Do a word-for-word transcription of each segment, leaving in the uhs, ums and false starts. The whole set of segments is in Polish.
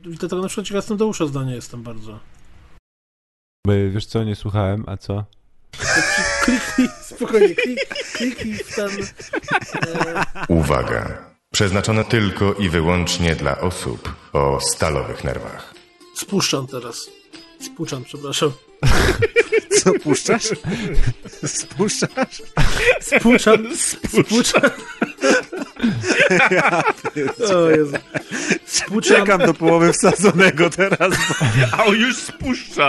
to tak na przykład ciekaw jestem Deusza zdania jestem bardzo. Wiesz co, nie słuchałem, a co? Kliknij, spokojnie, klik, kliknij w ten... E... Uwaga! Przeznaczone tylko i wyłącznie dla osób o stalowych nerwach. Spuszczam teraz. Spuszczam, przepraszam. Co, puszczasz? Spuszczasz? Spuszczam, spuszczam. Ja o Jezu. Spuszczam. Czekam do połowy wsadzonego teraz. Bo... A on już spuszcza.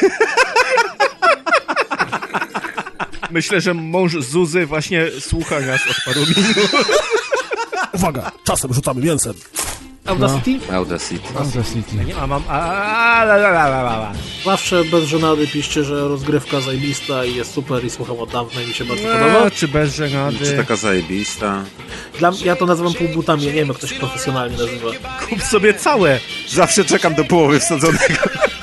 Myślę, że mąż Zuzy właśnie słucha nas od paru minut. Uwaga, czasem rzucamy mięsem. Audacity? No. Audacity. Audacity. Ja nie mam, mam a, a, la, la, la, la, la. Zawsze bez żenady piszcie, że rozgrywka zajebista i jest super i słucham od dawna i mi się bardzo no, podoba. Czy bez żenady? Czy taka zajebista? Dla, ja to nazywam półbutami, ja nie wiem jak ktoś profesjonalnie nazywa. Kup sobie całe. Zawsze czekam do połowy wsadzonego.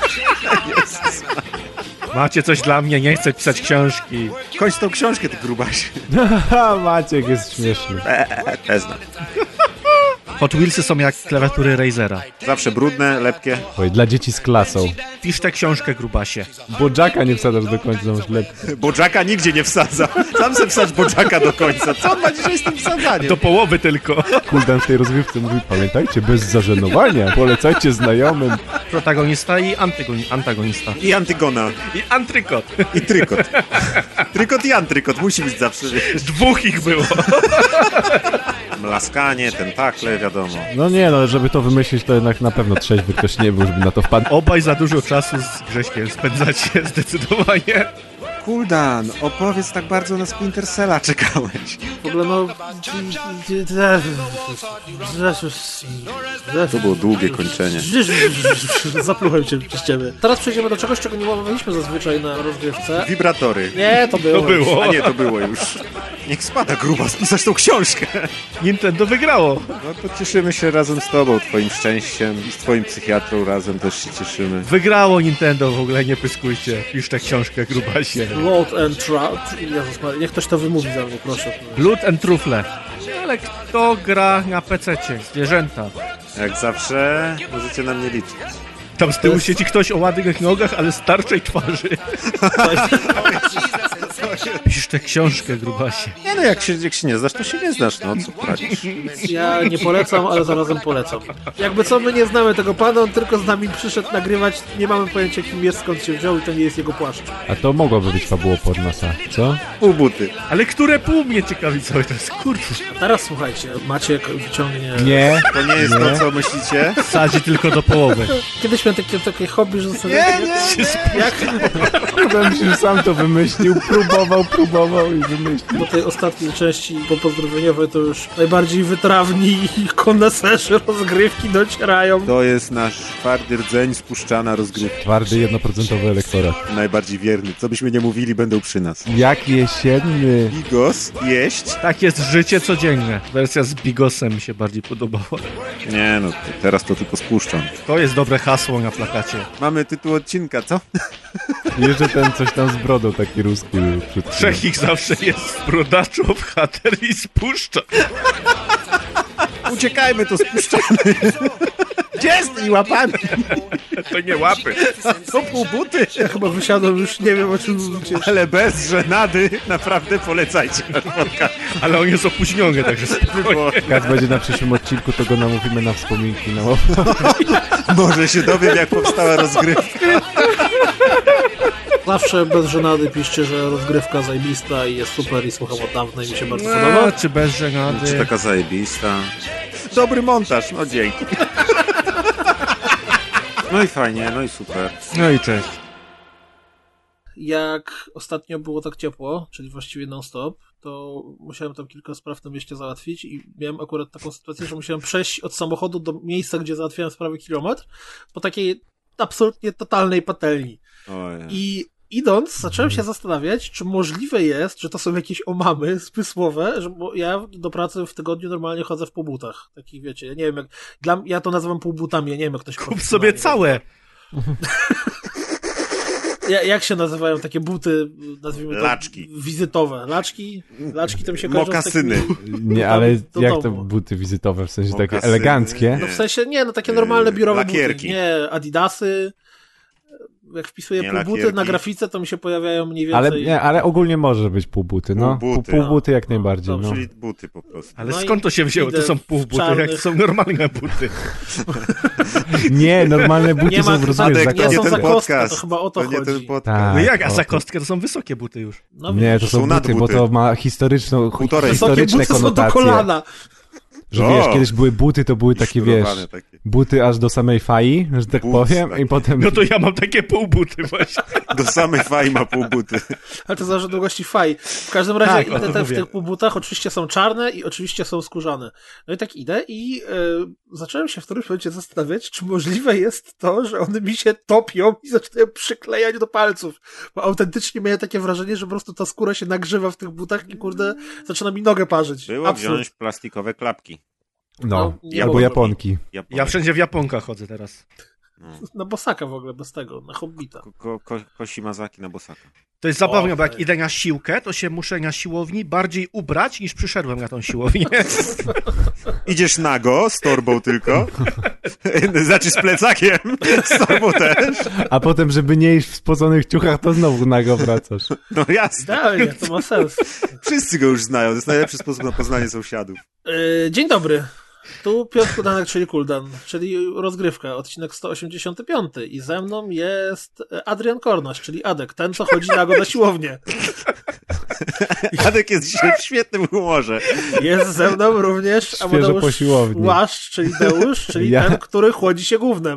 Macie coś dla mnie, nie chcę pisać książki. Kończ tą książkę, ty grubasie. Maciek jest śmieszny. Eee, też znam. Hot Wheelsy są jak klawiatury Razera. Zawsze brudne, lepkie. Oj, dla dzieci z klasą. Pisz tę książkę, grubasie. Bożaka nie wsadzasz do końca, masz lepiej. Bożaka nigdzie nie wsadza. Sam se wsadź Bożaka do końca. Co on ma dzisiaj z tym wsadzaniem? Do połowy tylko. Kuldan w tej rozgrywce mówi, pamiętajcie, bez zażenowania, polecajcie znajomym. Protagonista i antygoni- antagonista. I Antygona. I antrykot. I Trykot. Trykot i Antrykot. Musi być zawsze, wiesz. Dwóch ich było. Mlaskanie, tentakle, wiadomo. No nie, no żeby to wymyślić, to jednak na pewno trzeźwy ktoś nie był, żeby na to wpadł. Obaj za dużo czasu z Grześkiem spędzacie, zdecydowanie. Kuldan, opowiedz, tak bardzo na Splinter Cella czekałeś. W ogóle no... To było długie kończenie. Zaplułem cię przez ciebie. Teraz przejdziemy do czegoś, czego nie omawialiśmy zazwyczaj na rozgrywce. Wibratory. Nie, to było. To było. A nie, to było już. Niech spada gruba, spisać tą książkę. Nintendo wygrało. No to cieszymy się razem z tobą, twoim szczęściem i z twoim psychiatrą razem też się cieszymy. Wygrało Nintendo, w ogóle nie pyskujcie. Pisz tę książkę, grubasie. Blood and Trout. Jezus Maria, niech ktoś to wymówi za mnie, proszę. Blood and Truffle. Ale kto gra na pececie? Zwierzęta. Jak zawsze możecie na mnie liczyć. Tam z tyłu siedzi ktoś o ładnych nogach, ale starczej twarzy. Pisz tę książkę, grubasie. Nie no, jak się, jak się nie znasz, to się nie znasz, no co poradzisz. Ja nie polecam, ale zarazem polecam. Jakby co, my nie znamy tego pana, on tylko z nami przyszedł nagrywać, nie mamy pojęcia kim jest, skąd się wziął i to nie jest jego płaszcz. A to mogłoby być fabuło Pornosa, co? Pół buty. Ale które pół mnie ciekawi cały to jest, kurczę. A teraz słuchajcie, Maciek wyciągnie... Nie. To nie jest nie. to, co myślicie. Sadzi tylko do połowy. Kiedyś miałem takie, takie hobby, że sobie... Nie, nie, Jak Kurde, myślę, że sam to wymyślił, próbował, próbował i wymyślił. do tej ostatniej części po pozdrowieniowej to już najbardziej wytrawni koneserzy rozgrywki docierają. To jest nasz twardy rdzeń, spuszczana rozgrywka. Twardy, jednoprocentowy elektorat. Najbardziej wierny. Co byśmy nie mówili, będą przy nas. Jak jesienny. Bigos, jeść? Tak jest życie codzienne. Wersja z Bigosem mi się bardziej podobała. Nie no, teraz to tylko spuszczam. To jest dobre hasło na plakacie. Mamy tytuł odcinka, co? Jeszcze ten coś tam z brodą taki ruski był przed chwilą. Trzech ich zawsze jest. Brodaczów, hater i spuszcza. Uciekajmy, to spuszczamy. Gdzie z tymi łapami? To nie łapy. To pół buty. Ja chyba wysiadłem, już nie wiem o czym mówicie. Ale bez żenady, naprawdę polecajcie nasz podcast. Ale on jest opóźniony, także spokojnie. Jak będzie na przyszłym odcinku, to go namówimy na wspominki. No. Może się dowiem, jak powstała rozgrywka. Zawsze bez żenady piszcie, że rozgrywka zajebista i jest super i słucham od dawna i mi się bardzo podoba. No, czy bez żenady? Czy taka zajebista? Dobry montaż, no dzięki. No i fajnie, no i super. No i cześć. Jak ostatnio było tak ciepło, czyli właściwie non-stop, to musiałem tam kilka spraw na mieście załatwić i miałem akurat taką sytuację, że musiałem przejść od samochodu do miejsca, gdzie załatwiałem sprawę kilometr, po takiej absolutnie totalnej patelni. Ojej. I idąc, zacząłem się zastanawiać, czy możliwe jest, że to są jakieś omamy zmysłowe, że bo ja do pracy w tygodniu normalnie chodzę w półbutach. Takich, wiecie, ja nie wiem jak... Dla, ja to nazywam półbutami, ja nie wiem jak ktoś... Kup sobie całe. Ja, jak się nazywają takie buty, nazwijmy to, Laczki. wizytowe? Laczki? Laczki to mi się kojarzą z Mokasyny. takimi... Nie, ale do jak domu. to buty wizytowe, w sensie takie Mokasyny. eleganckie? No w sensie, nie, no takie normalne biurowe Lakierki. buty. Nie, adidasy. Jak wpisuję Nie, półbuty lakierki. na grafice, to mi się pojawiają mniej więcej... Ale, nie, ale ogólnie może być półbuty, no. Półbuty. Pół, półbuty jak No, najbardziej, dobrze. no. Czyli buty po prostu. Ale No i skąd to się wzięło? To idę są w półbuty, czarnych- jak są normalne buty. Nie, normalne buty Nie ma, są, rozumiesz, Adek, nie zakos... są ten za kostkę, podcast. to chyba o to, To nie chodzi. ten podcast. Tak. No jak, a o, za to- kostkę to są wysokie buty już. No, Nie, to widzisz, są są buty, bo nadbuty. to ma historyczną, Półtorej. wysokie historyczne buty są do konotacje. kolana. Że O! wiesz, kiedyś były buty, to były takie, wiesz, Sznurowane takie. buty aż do samej fai, że tak Boots powiem, takie. i potem... No to ja mam takie półbuty właśnie. Do samej faj ma półbuty. Ale to zależy od długości faj. W każdym razie Tak, o idę to te, w mówię. tych półbutach, oczywiście są czarne i oczywiście są skórzane. No i tak idę i e, zacząłem się w którymś momencie zastanawiać, czy możliwe jest to, że one mi się topią i zaczynają przyklejać do palców. Bo autentycznie miałem takie wrażenie, że po prostu ta skóra się nagrzewa w tych butach i kurde, zaczyna mi nogę parzyć. Było Absurd. wziąć plastikowe klapki. No, No, nie albo mogę. japonki. Japonia. Ja wszędzie w Japonkach chodzę teraz. Na bosaka w ogóle, bez tego, na hobbita. Ko, ko, ko, Kosimazaki na bosaka. To jest zabawne, bo jak Okej. idę na siłkę, to się muszę na siłowni bardziej ubrać, niż przyszedłem na tą siłownię. Idziesz nago, z torbą tylko. Znaczy z plecakiem, z torbą też. A potem, żeby nie iść w spoconych ciuchach, to znowu nago wracasz. No jasne. Idealnie, to ma sens. Wszyscy go już znają. To jest najlepszy sposób na poznanie sąsiadów. Yy, dzień dobry. Tu Piotr Kudanek, czyli Kuldan, czyli rozgrywka, odcinek sto osiemdziesiąty piąty i ze mną jest Adrian Kornasz, czyli Adek, ten co chodzi nago na siłownię. Adek jest dzisiaj w świetnym humorze. Jest ze mną również Świeżo Amadeusz po siłowni. Łaszcz, czyli Deusz, czyli Ja. ten, który chłodzi się gównem.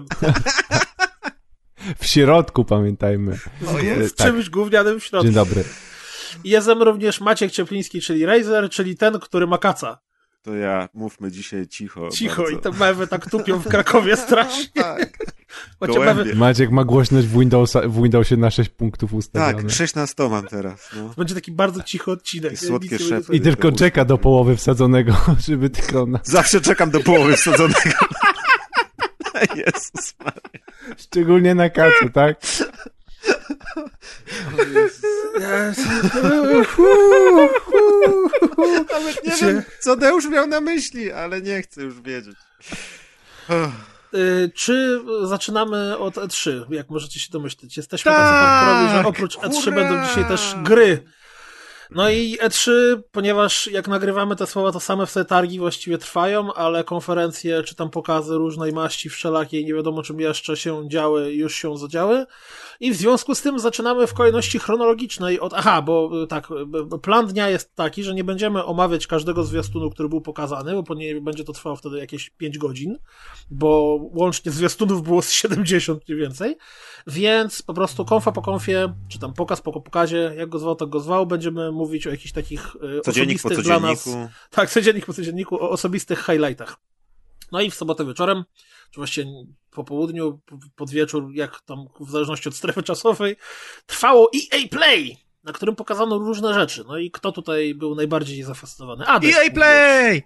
W środku, pamiętajmy. Z tak. czymś gównianym w środku. Dzień dobry. I jest ze mną również Maciek Ciepliński, czyli Razer, czyli ten, który ma kaca. To ja, mówmy dzisiaj cicho. Cicho bardzo. i te mewy tak tupią w Krakowie strasznie. Tak, Macie gołębie. mewy. Maciek ma głośność w, Windowsa, w Windowsie na sześć punktów ustawione. tak, sześć na sto mam teraz. No. Będzie taki bardzo cichy odcinek. Takie słodkie Nic nie szepty. będzie I tylko czeka do połowy wsadzonego, żeby tylko na... Zawsze czekam do połowy wsadzonego. Jezus Maria. Szczególnie na kacu, tak? Nawet nie wiem, co Deusz miał na myśli, ale nie chcę już wiedzieć. Y, Czy zaczynamy od E trzy, jak możecie się domyślić? Jesteśmy Tak! tacy hardkorowi, że oprócz E trzy Hurra! będą dzisiaj też gry. No i E trzy, ponieważ jak nagrywamy te słowa, to same w sobie targi właściwie trwają, ale konferencje czy tam pokazy różnej maści wszelakiej, nie wiadomo czym jeszcze się działy, już się zadziały. I w związku z tym zaczynamy w kolejności chronologiczłej od... Aha, bo tak, plan dnia jest taki, że nie będziemy omawiać każdego zwiastunu, który był pokazany, bo pewnie będzie to trwało wtedy jakieś pięć godzin, bo łącznie zwiastunów było z siedemdziesiąt mniej więcej, więc po prostu konfa po konfie, czy tam pokaz po pokazie, jak go zwał, tak go zwał, będziemy mówić o jakichś takich e, Codziennik po osobistych dla nas... codzienniku. Tak, codziennik po codzienniku, o osobistych highlightach. No i w sobotę wieczorem, czy właściwie po południu, pod wieczór, jak tam w zależności od strefy czasowej, trwało E A Play, na którym pokazano różne rzeczy. No i kto tutaj był najbardziej zafascynowany? Adek. E A Play!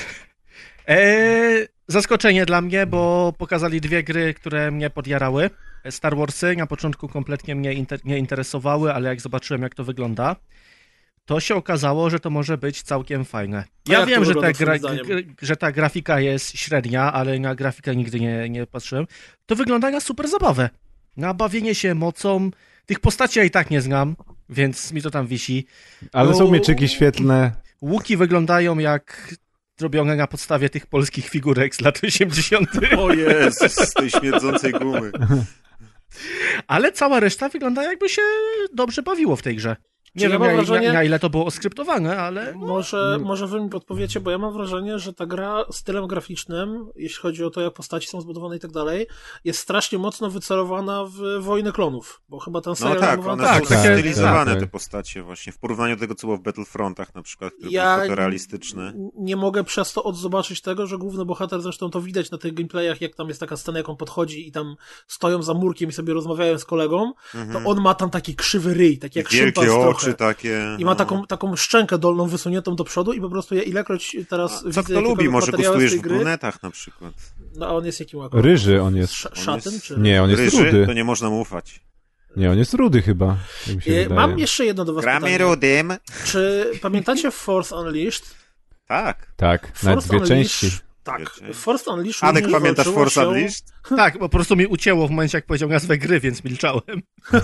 Eee, zaskoczenie dla mnie, bo pokazali dwie gry, które mnie podjarały. Star Warsy na początku kompletnie mnie inter- nie interesowały, ale jak zobaczyłem, jak to wygląda, to się okazało, że to może być całkiem fajne. A Ja jak to wiem, że ta, wygląda gra, twoim zdaniem? g- że ta grafika jest średnia, ale na grafikę nigdy nie, nie patrzyłem. To wygląda na super zabawę. Na bawienie się mocą. Tych postaci ja i tak nie znam, więc mi to tam wisi. Ale No, są mieczyki świetlne. Łuki wyglądają jak zrobione na podstawie tych polskich figurek z lat osiemdziesiątych. O Jezus, z tej śmierdzącej gumy. Ale cała reszta wygląda jakby się dobrze bawiło w tej grze. Nie Czy ja wiem, mam na, wrażenie- na, na ile to było oskryptowane, ale... Może, może wy mi podpowiecie, bo ja mam wrażenie, że ta gra stylem graficznym, jeśli chodzi o to, jak postaci są zbudowane i tak dalej, jest strasznie mocno wycelowana w Wojny Klonów, bo chyba ten No serial tak, animowany one tak, są takie- tak, stylizowane, tak. te postacie właśnie, w porównaniu do tego, co było w Battlefrontach na przykład, które Ja były fotorealistyczne. nie mogę przez to odzobaczyć tego, że główny bohater, zresztą to widać na tych gameplayach, jak tam jest taka scena, jak on podchodzi i tam stoją za murkiem i sobie rozmawiają z kolegą, to on ma tam taki krzywy ryj, taki jak Wielkie szympans oczy trochę. takie. I ma no. taką, taką szczękę dolną wysuniętą do przodu i po prostu ja ilekroć teraz A widzę co kto lubi, jakiekolwiek może materiały z gustujesz tej w gry, brunetach na przykład. no a on jest jakim akurat? Ryży on jest. Sz- On Szatyn, jest czy... Nie, on jest Ryży, rudy. to nie można mu ufać. Nie, on jest rudy chyba, jak mi się E, wydaje. Mam jeszcze jedno do was Gramy pytanie. rudym. Czy pamiętacie Force Unleashed? Tak. Tak, nawet dwie Unleashed- części. Tak, Dwie części. Force Unleashed Adek, również pamiętasz walczyło Force się- Unleashed? Tak, po prostu mi ucięło w momencie, jak powiedział nazwę gry, więc milczałem.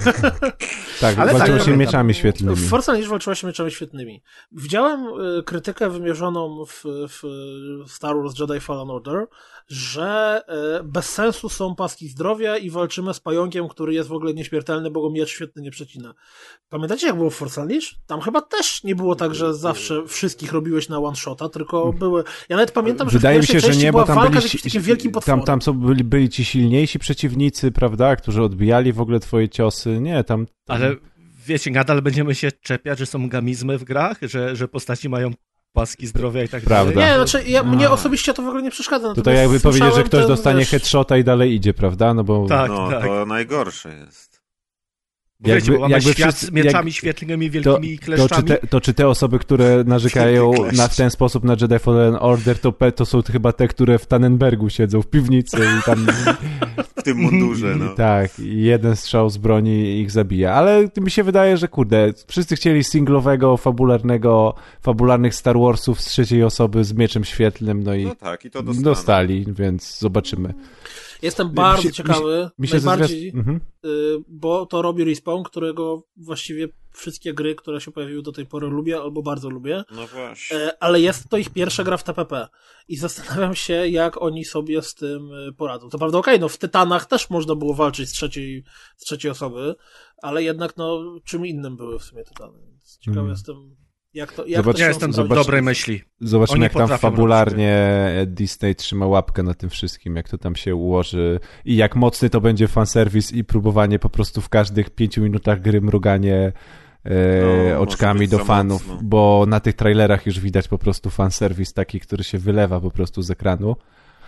Tak, Ale walczyło tak, się tak. mieczami świetlnymi. W Force Unleashed walczyła się mieczami świetnymi. Widziałem y, krytykę wymierzoną w, w Star Wars Jedi Fallen Order, że y, bez sensu są paski zdrowia i walczymy z pająkiem, który jest w ogóle nieśmiertelny, bo go miecz świetny nie przecina. Pamiętacie, jak było w Force Unleashed? Tam chyba też nie było tak, że zawsze wszystkich robiłeś na one-shota, tylko były... Ja nawet pamiętam, że Wydaje w mi pierwszej się, że części nie, była bo tam walka byli, z jakimś takim wielkim potworem. tam, tam są, byli, byli ci silniejsi przeciwnicy, prawda, którzy odbijali w ogóle twoje ciosy. Nie, tam... tam... Ale wiecie, nadal będziemy się czepiać, że są gamizmy w grach, że, że postaci mają paski zdrowia i tak Prawda. dalej. Nie, znaczy ja, mnie osobiście to w ogóle nie przeszkadza. Tutaj natomiast jakby powiedzieć, że słyszałem ktoś ten, dostanie wiesz, headshota i dalej idzie, prawda? No bo... Tak, No, tak. to najgorsze jest. Bo wiecie, jakby- bo mamy jakby świat wszyscy- z mieczami jak- świetlnymi, To, wielkimi to, kleszczami. czy te, to czy te osoby, które narzekają Wielki kleszcz. na, w ten sposób na Jedi Fallen Order, to, pe- to są chyba te, które w Tannenbergu siedzą w piwnicy i tam... W tym mundurze, no. Tak, i jeden strzał z broni ich zabija. Ale mi się wydaje, że kurde, wszyscy chcieli singlowego, fabularnego, fabularnych Star Warsów z trzeciej osoby z mieczem świetlnym, no i No tak, i to dostaną. dostali, więc zobaczymy. Jestem bardzo mi się- ciekawy, Mi się najbardziej, zwiast... mhm. y, bo to robi Respawn, którego właściwie wszystkie gry, które się pojawiły do tej pory lubię albo bardzo lubię, No właśnie. e, ale jest to ich pierwsza gra w T P P i zastanawiam się, jak oni sobie z tym y, poradzą. To prawda, okej, no w Tytanach też można było walczyć z trzeciej, z trzeciej osoby, ale jednak no czym innym były w sumie Tytany, więc ciekawy Mm. jestem, jak to jak Zobacz- to Ja się jestem do sprawdzi. dobrej myśli. Zobaczymy, Oni jak tam potrafią fabularnie Disney trzyma łapkę na tym wszystkim, jak to tam się ułoży i jak mocny to będzie fanserwis i próbowanie po prostu w każdych pięciu minutach gry mruganie e, No, może oczkami być do za fanów, mocno. bo na tych trailerach już widać po prostu fanserwis taki, który się wylewa po prostu z ekranu.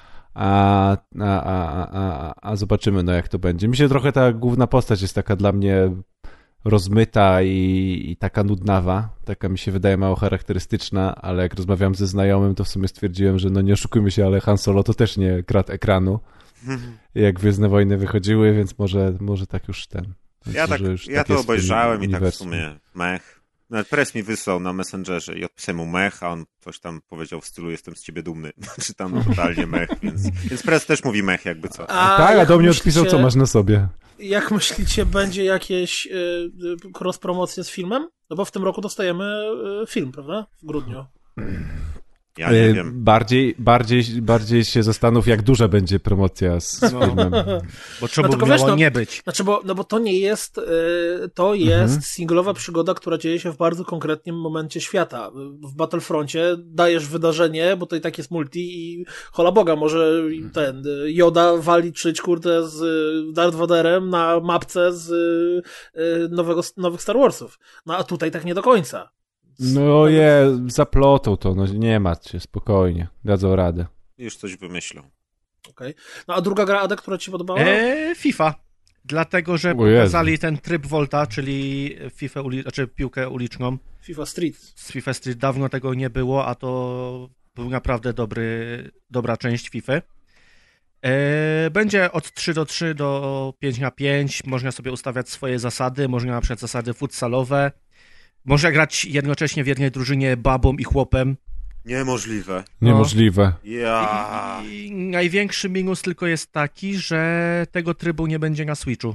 A, a, a, a, a, a zobaczymy, no jak to będzie. Mi się trochę ta główna postać jest taka dla mnie rozmyta i, i taka nudnawa. Taka mi się wydaje mało charakterystyczna, ale jak rozmawiam ze znajomym, to w sumie stwierdziłem, że no nie oszukujmy się, ale Han Solo to też nie kradł ekranu, jak Gwiezdne Wojny wychodziły, więc może, może tak już ten... Ja, może tak, już ja tak to jest w obejrzałem i tak w uniwersum. sumie mech. Nawet Press mi wysłał na Messengerze i odpisałem mu mech, a on coś tam powiedział w stylu jestem z ciebie dumny. Czy tam no, totalnie mech, więc, więc Press też mówi mech jakby co. A Tak, a jak do mnie myślicie- odpisał, co masz na sobie. Jak myślicie, będzie jakieś y, y, cross-promocje z filmem? No bo w tym roku dostajemy y, film, prawda? W grudniu. Ja nie E, wiem. Bardziej, bardziej, bardziej się zastanów, jak duża będzie promocja z z No. filmem. Bo czemu No tylko by miało wiesz, no- nie być? Znaczy, bo, no bo to nie jest, y, to jest Mhm. singlowa przygoda, która dzieje się w bardzo konkretnym momencie świata. W Battlefroncie dajesz wydarzenie, bo to i tak jest multi i hola Boga, może ten y, Yoda waliczyć, kurde, z y, Darth Vaderem na mapce z y, y, nowego, nowych Star Warsów. No a tutaj tak nie do końca. No je, zaplotą to, no nie martw się, spokojnie, dadzą radę. Już coś wymyślą. Okay. No a druga gra, Ada, która ci podobała? E, FIFA. Dlatego, że O Jezu. pokazali ten tryb Volta, czyli FIFA uli- znaczy piłkę uliczną. FIFA Street. Z FIFA Street dawno tego nie było, a to był naprawdę dobry, dobra część FIFA. E, będzie od trzy do trzy do pięć na pięć. Można sobie ustawiać swoje zasady. Można na przykład zasady futsalowe. Można grać jednocześnie w jednej drużynie babą i chłopem. Niemożliwe. Niemożliwe. Ja. I największy minus tylko jest taki, że tego trybu nie będzie na Switchu.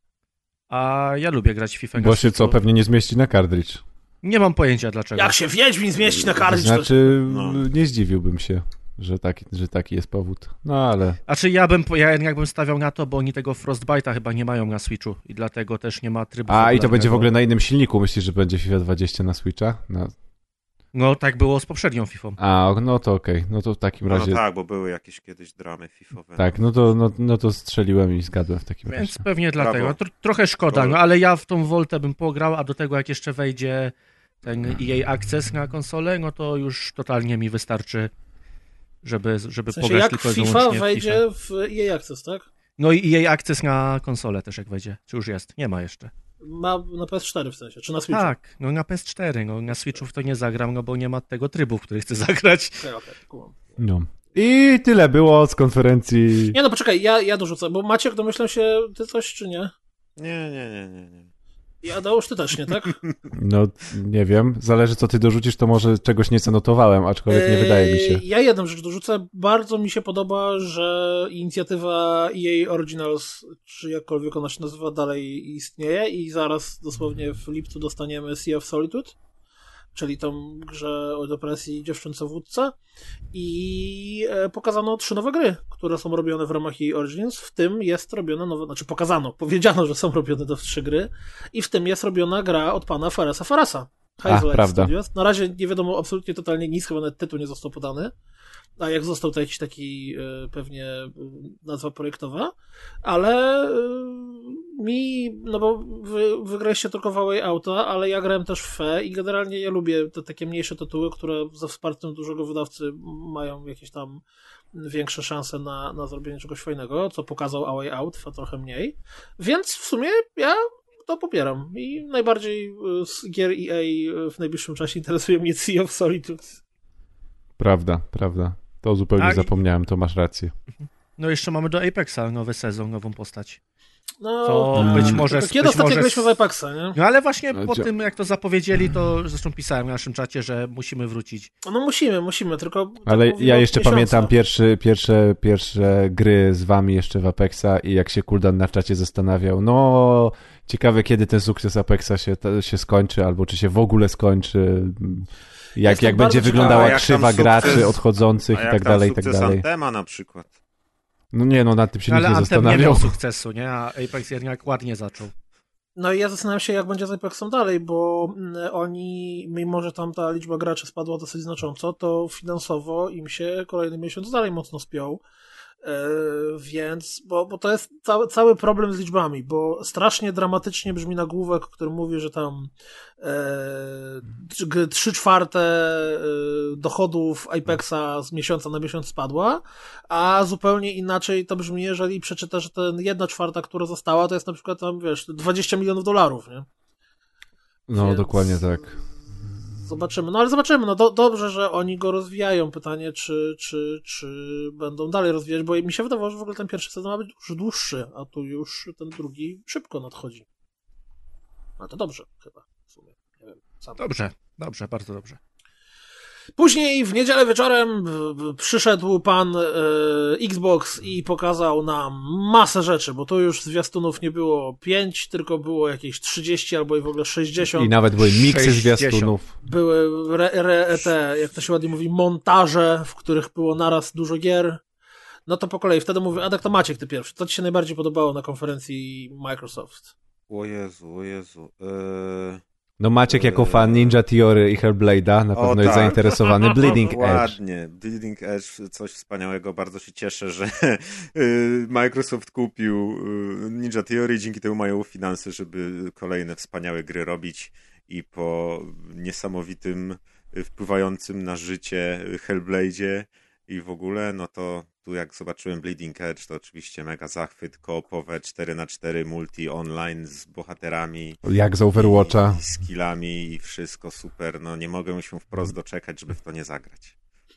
A ja lubię grać w FIFA na Bo się Switchu. co, pewnie nie zmieści na kartridż. Nie mam pojęcia dlaczego. Jak się Wiedźmin zmieści na kartridż, to... Znaczy, No. nie zdziwiłbym się, że taki, że taki jest powód. No ale... Znaczy ja bym, ja jakbym stawiał na to, bo oni tego Frostbite'a chyba nie mają na Switchu i dlatego też nie ma trybu A, i to fabularnego. będzie w ogóle na innym silniku. Myślisz, że będzie FIFA dwadzieścia na Switcha? No. No tak było z poprzednią Fifą. A, no to okej. No to w takim No razie... tak, bo były jakieś kiedyś dramy fifowe. Tak, no to, no, no to strzeliłem i zgadłem w takim Więc razie. pewnie Brawo. dlatego. Tro, trochę szkoda, Brawo. no ale ja w tą Voltę bym pograł, a do tego jak jeszcze wejdzie ten E A Access na konsolę, no to już totalnie mi wystarczy, żeby, żeby W sensie pograć jak tylko i FIFA wyłącznie w wejdzie FIFA. w E A Access, tak? No i E A Access na konsolę też jak wejdzie. Czy już jest? Nie ma jeszcze. Ma na P S cztery w sensie, czy na Switchu? Tak, no na P S cztery, no na Switchu w to nie zagram, no bo nie ma tego trybu, w który chcę zagrać. Okej, okej, kumam. No. I tyle było z konferencji. Nie no, poczekaj, ja, ja dorzucę, bo Maciek, domyślam się, ty coś czy nie? Nie, nie, nie, nie. nie. I Adeusz, ty też nie, tak? No, nie wiem. Zależy, co ty dorzucisz, to może czegoś nie zanotowałem, aczkolwiek nie wydaje mi się. Ja jedną rzecz dorzucę. Bardzo mi się podoba, że inicjatywa E A Originals, czy jakkolwiek ona się nazywa, dalej istnieje i zaraz dosłownie w lipcu dostaniemy Sea of Solitude, czyli tą grze o depresji dziewczynce-wódce i pokazano trzy nowe gry, które są robione w ramach E A Origins, w tym jest robione nowe, znaczy pokazano, powiedziano, że są robione te trzy gry i w tym jest robiona gra od pana Faresa Farasa. Ach, prawda. Studios. Na razie nie wiadomo absolutnie totalnie nic, chyba nawet tytuł nie został podany, a jak został, to jakiś taki y, pewnie y, nazwa projektowa, ale y, mi, no bo wy, wygraliście tylko w Way Outa, ale ja grałem też w Fe i generalnie ja lubię te takie mniejsze tytuły, które ze wsparciem dużego wydawcy mają jakieś tam większe szanse na, na zrobienie czegoś fajnego, co pokazał A Way Out, Fe trochę mniej, więc w sumie ja to popieram i najbardziej z gier E A w najbliższym czasie interesuje mnie Sea of Solitude. Prawda, prawda. To zupełnie Tak. zapomniałem, to masz rację. No jeszcze mamy do Apexa nowy sezon, nową postać. No, To Hmm. być może... to być kiedy ostatnio może... graliśmy w Apexa, nie? No ale właśnie No, po cio- tym, jak to zapowiedzieli, to zresztą pisałem na naszym czacie, że musimy wrócić. No musimy, musimy, tylko... tak Ale mówimy ja od jeszcze miesiąca. pamiętam pierwszy, pierwsze, pierwsze gry z wami jeszcze w Apexa i jak się Kuldan na czacie zastanawiał, no ciekawe kiedy ten sukces Apexa się, to, się skończy, albo czy się w ogóle skończy, jak, Jestem jak bardzo będzie ciekawa, wyglądała jak tam krzywa sukces- graczy A odchodzących i jak tak tam dalej, i tak sukces dalej. Antema na przykład. No nie, no nad tym się No, ale nikt nie Anthem nie zastanawiał. miał sukcesu, nie? A Apex jednak ładnie zaczął. No i ja zastanawiam się, jak będzie z Apexem dalej, bo mm, oni, mimo że tam ta liczba graczy spadła dosyć znacząco, to finansowo im się kolejny miesiąc dalej mocno spiął. E, więc, bo, bo to jest cały, cały problem z liczbami, bo strasznie dramatycznie brzmi nagłówek, który mówi, że tam e, trzy czwarte e, dochodów Apexa z miesiąca na miesiąc spadła, a zupełnie inaczej to brzmi, jeżeli przeczytasz, że ten jedna czwarta, która została, to jest na przykład tam, wiesz, dwadzieścia milionów dolarów, nie? No Więc dokładnie tak. Zobaczymy. No ale zobaczymy. No do, dobrze, że oni go rozwijają. Pytanie, czy, czy, czy będą dalej rozwijać, bo mi się wydawało, że w ogóle ten pierwszy sezon ma być już dłuższy, a tu już ten drugi szybko nadchodzi. No to dobrze chyba w sumie. Nie wiem, sam. Dobrze, dobrze, bardzo dobrze. Później w niedzielę wieczorem b- b- przyszedł pan e, Xbox i pokazał nam masę rzeczy, bo tu już zwiastunów nie było pięć, tylko było jakieś trzydzieści albo i w ogóle sześćdziesiąt. I nawet były miksy sześćdziesiąt. zwiastunów. Były re, re, te, jak to się ładnie mówi, montaże, w których było naraz dużo gier. No to po kolei, wtedy mówię, Adek, to Maciek ty pierwszy. Co ci się najbardziej podobało na konferencji Microsoft? O Jezu, o Jezu. Eee... No Maciek jako fan Ninja Theory i Hellblade'a na O, pewno jest tak. zainteresowany. Bleeding Edge. Ładnie, Bleeding Edge, coś wspaniałego. Bardzo się cieszę, że y, Microsoft kupił y, Ninja Theory i dzięki temu mają finanse, żeby kolejne wspaniałe gry robić i po niesamowitym, y, wpływającym na życie Hellblade'zie i w ogóle, no to tu jak zobaczyłem Bleeding Edge, to oczywiście mega zachwyt, koopowe cztery na cztery multi online z bohaterami. Jak z Overwatcha. I skillami i wszystko super. No nie mogę się wprost doczekać, żeby w to nie zagrać.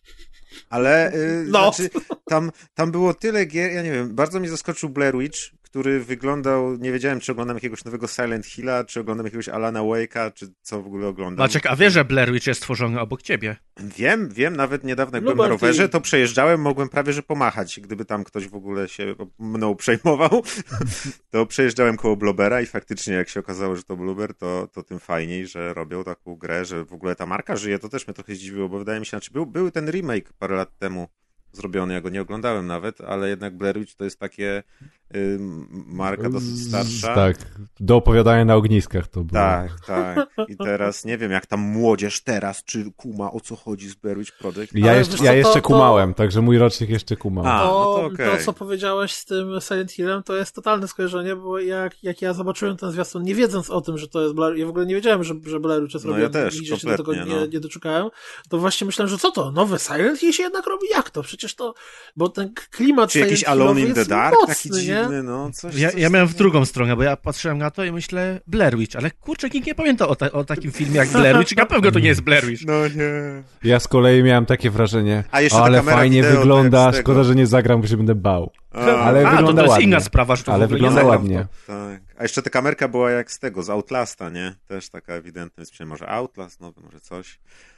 Ale yy, No. znaczy, tam, tam było tyle gier, ja nie wiem, bardzo mnie zaskoczył Blair Witch, który wyglądał, nie wiedziałem, czy oglądam jakiegoś nowego Silent Hilla, czy oglądam jakiegoś Alana Wake'a, czy co w ogóle oglądam. Maciek, a wiesz, że Blair Witch jest stworzony obok ciebie? Wiem, wiem, nawet niedawno jak No byłem na bardziej- rowerze, to przejeżdżałem, mogłem prawie że pomachać, gdyby tam ktoś w ogóle się mną przejmował, to przejeżdżałem koło Blobera i faktycznie jak się okazało, że to Bloober, to, to tym fajniej, że robią taką grę, że w ogóle ta marka żyje, to też mnie trochę zdziwiło, bo wydaje mi się, znaczy był, był ten remake parę lat temu zrobiony, ja go nie oglądałem nawet, ale jednak Blair Witch to jest takie y, marka dosyć starsza. Tak, do opowiadania na ogniskach to było. Tak, tak. I teraz nie wiem, jak tam młodzież teraz, czy kuma o co chodzi z Blair Witch Project. Ja, Ale jeszcze, wiesz ja co, to- jeszcze to- kumałem, także mój rocznik jeszcze kumał. A, To, no to okej. to, co powiedziałeś z tym Silent Hillem, to jest totalne skojarzenie, bo jak, jak ja zobaczyłem ten zwiastun, nie wiedząc o tym, że to jest Blair, ja w ogóle nie wiedziałem, że, że Blair Witch jest No robiony, ja też, nigdzie się do tego kompletnie, nie, no. nie doczekałem, to właśnie myślałem, że co to, nowy Silent Hill się jednak robi? Jak to? Przecież przecież to, bo ten klimat Czy jakiś Alone in the Dark mocny, taki nie? dziwny, no coś. Ja, coś ja miałem w drugą stronę, bo ja patrzyłem na to i myślę Blair Witch, ale kurczę, nikt nie pamięta o, ta, o takim filmie jak Blair Witch, na pewno to nie jest Blair Witch. No nie. Ja z kolei miałem takie wrażenie, A jeszcze o, ta ale kamera fajnie wideo, wygląda, tak z tego. szkoda, że nie zagram, bo się będę bał. A, Ale A, to, wygląda to jest ładnie. inna sprawa, że to Ale w ogóle wygląda nie zagram. ładnie. tak. A jeszcze ta kamerka była jak z tego, z Outlasta, nie? Też taka ewidentna, więc myślałem, może Outlast nowy, może coś.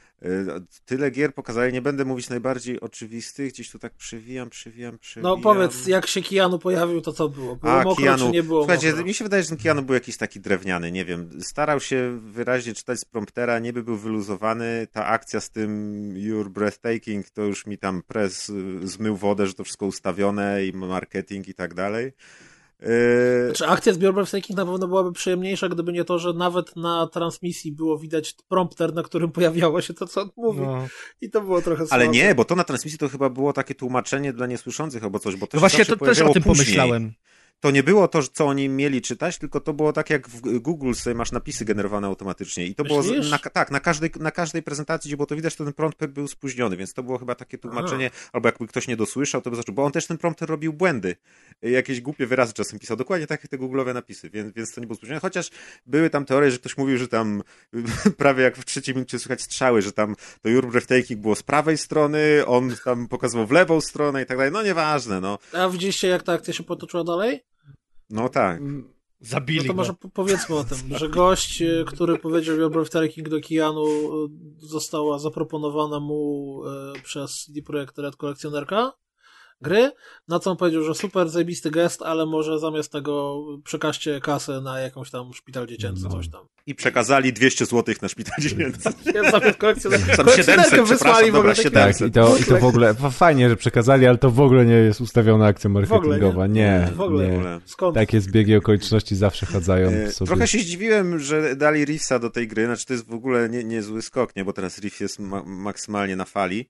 Tyle gier pokazali, nie będę mówić najbardziej oczywistych, gdzieś tu tak przewijam, przewijam, przewijam. No powiedz, jak się Keanu pojawił, to co było? Było A, mokro, Keanu. czy nie było Słuchajcie, mokro? mi się wydaje, że ten Keanu był jakiś taki drewniany, nie wiem. Starał się wyraźnie czytać z promptera, niby był wyluzowany. Ta akcja z tym You're Breathtaking, to już mi tam press zmył wodę, że to wszystko ustawione i marketing i tak dalej. Yy... Znaczy, akcja z You're Breathtaking na pewno byłaby przyjemniejsza, gdyby nie to, że nawet na transmisji było widać prompter, na którym pojawiało się to, co on mówi. No. I to było trochę Ale słabe. nie, bo to na transmisji to chyba było takie tłumaczenie dla niesłyszących albo coś, bo to No się właśnie, zawsze to też pojawiało o tym później. pomyślałem. To nie było to, co oni mieli czytać, tylko to było tak jak w Google sobie masz napisy generowane automatycznie. I to Myślisz? było, na, tak, na każdej, na każdej prezentacji, gdzie było to widać, to ten prompter był spóźniony, więc to było chyba takie tłumaczenie, Aha. albo jakby ktoś nie dosłyszał, to by zaczął, bo on też ten prompter robił błędy. Jakieś głupie wyrazy czasem pisał, dokładnie tak jak te Google'owe napisy, więc, więc to nie było spóźnione, chociaż były tam teorie, że ktoś mówił, że tam prawie jak w trzeciej minucie słychać strzały, że tam to You're Breathtaking było z prawej strony, on tam pokazywał w lewą stronę i tak dalej, no nieważne, no. A widzieliście, jak ta akcja się potoczyła dalej? No tak. Zabili No to go. może po- powiedzmy o tym, że gość, e, który powiedział You're Breathtaking do Keanu, e, została zaproponowana mu e, przez C D Projekt Red kolekcjonerka gry, na co on powiedział, że super, zajebisty gest, ale może zamiast tego przekażcie kasę na jakąś tam szpital dziecięcy, No. coś tam. I przekazali dwieście złotych na szpital dziecięcy. Ja zamiast kolekcjonerkę, Tam kolekcjonerkę siedemset, wysłali w ogóle przepraszam, takie- Tak, i to, i to w ogóle f- fajnie, że przekazali, ale to w ogóle nie jest ustawiona akcja W ogóle, marketingowa. Nie, W ogóle. nie. Skąd? Takie zbiegi okoliczności zawsze chadzają E, sobie. Trochę się zdziwiłem, że dali Reevesa do tej gry, znaczy to jest w ogóle nie, niezły skok, nie, bo teraz Reeves jest ma- maksymalnie na fali,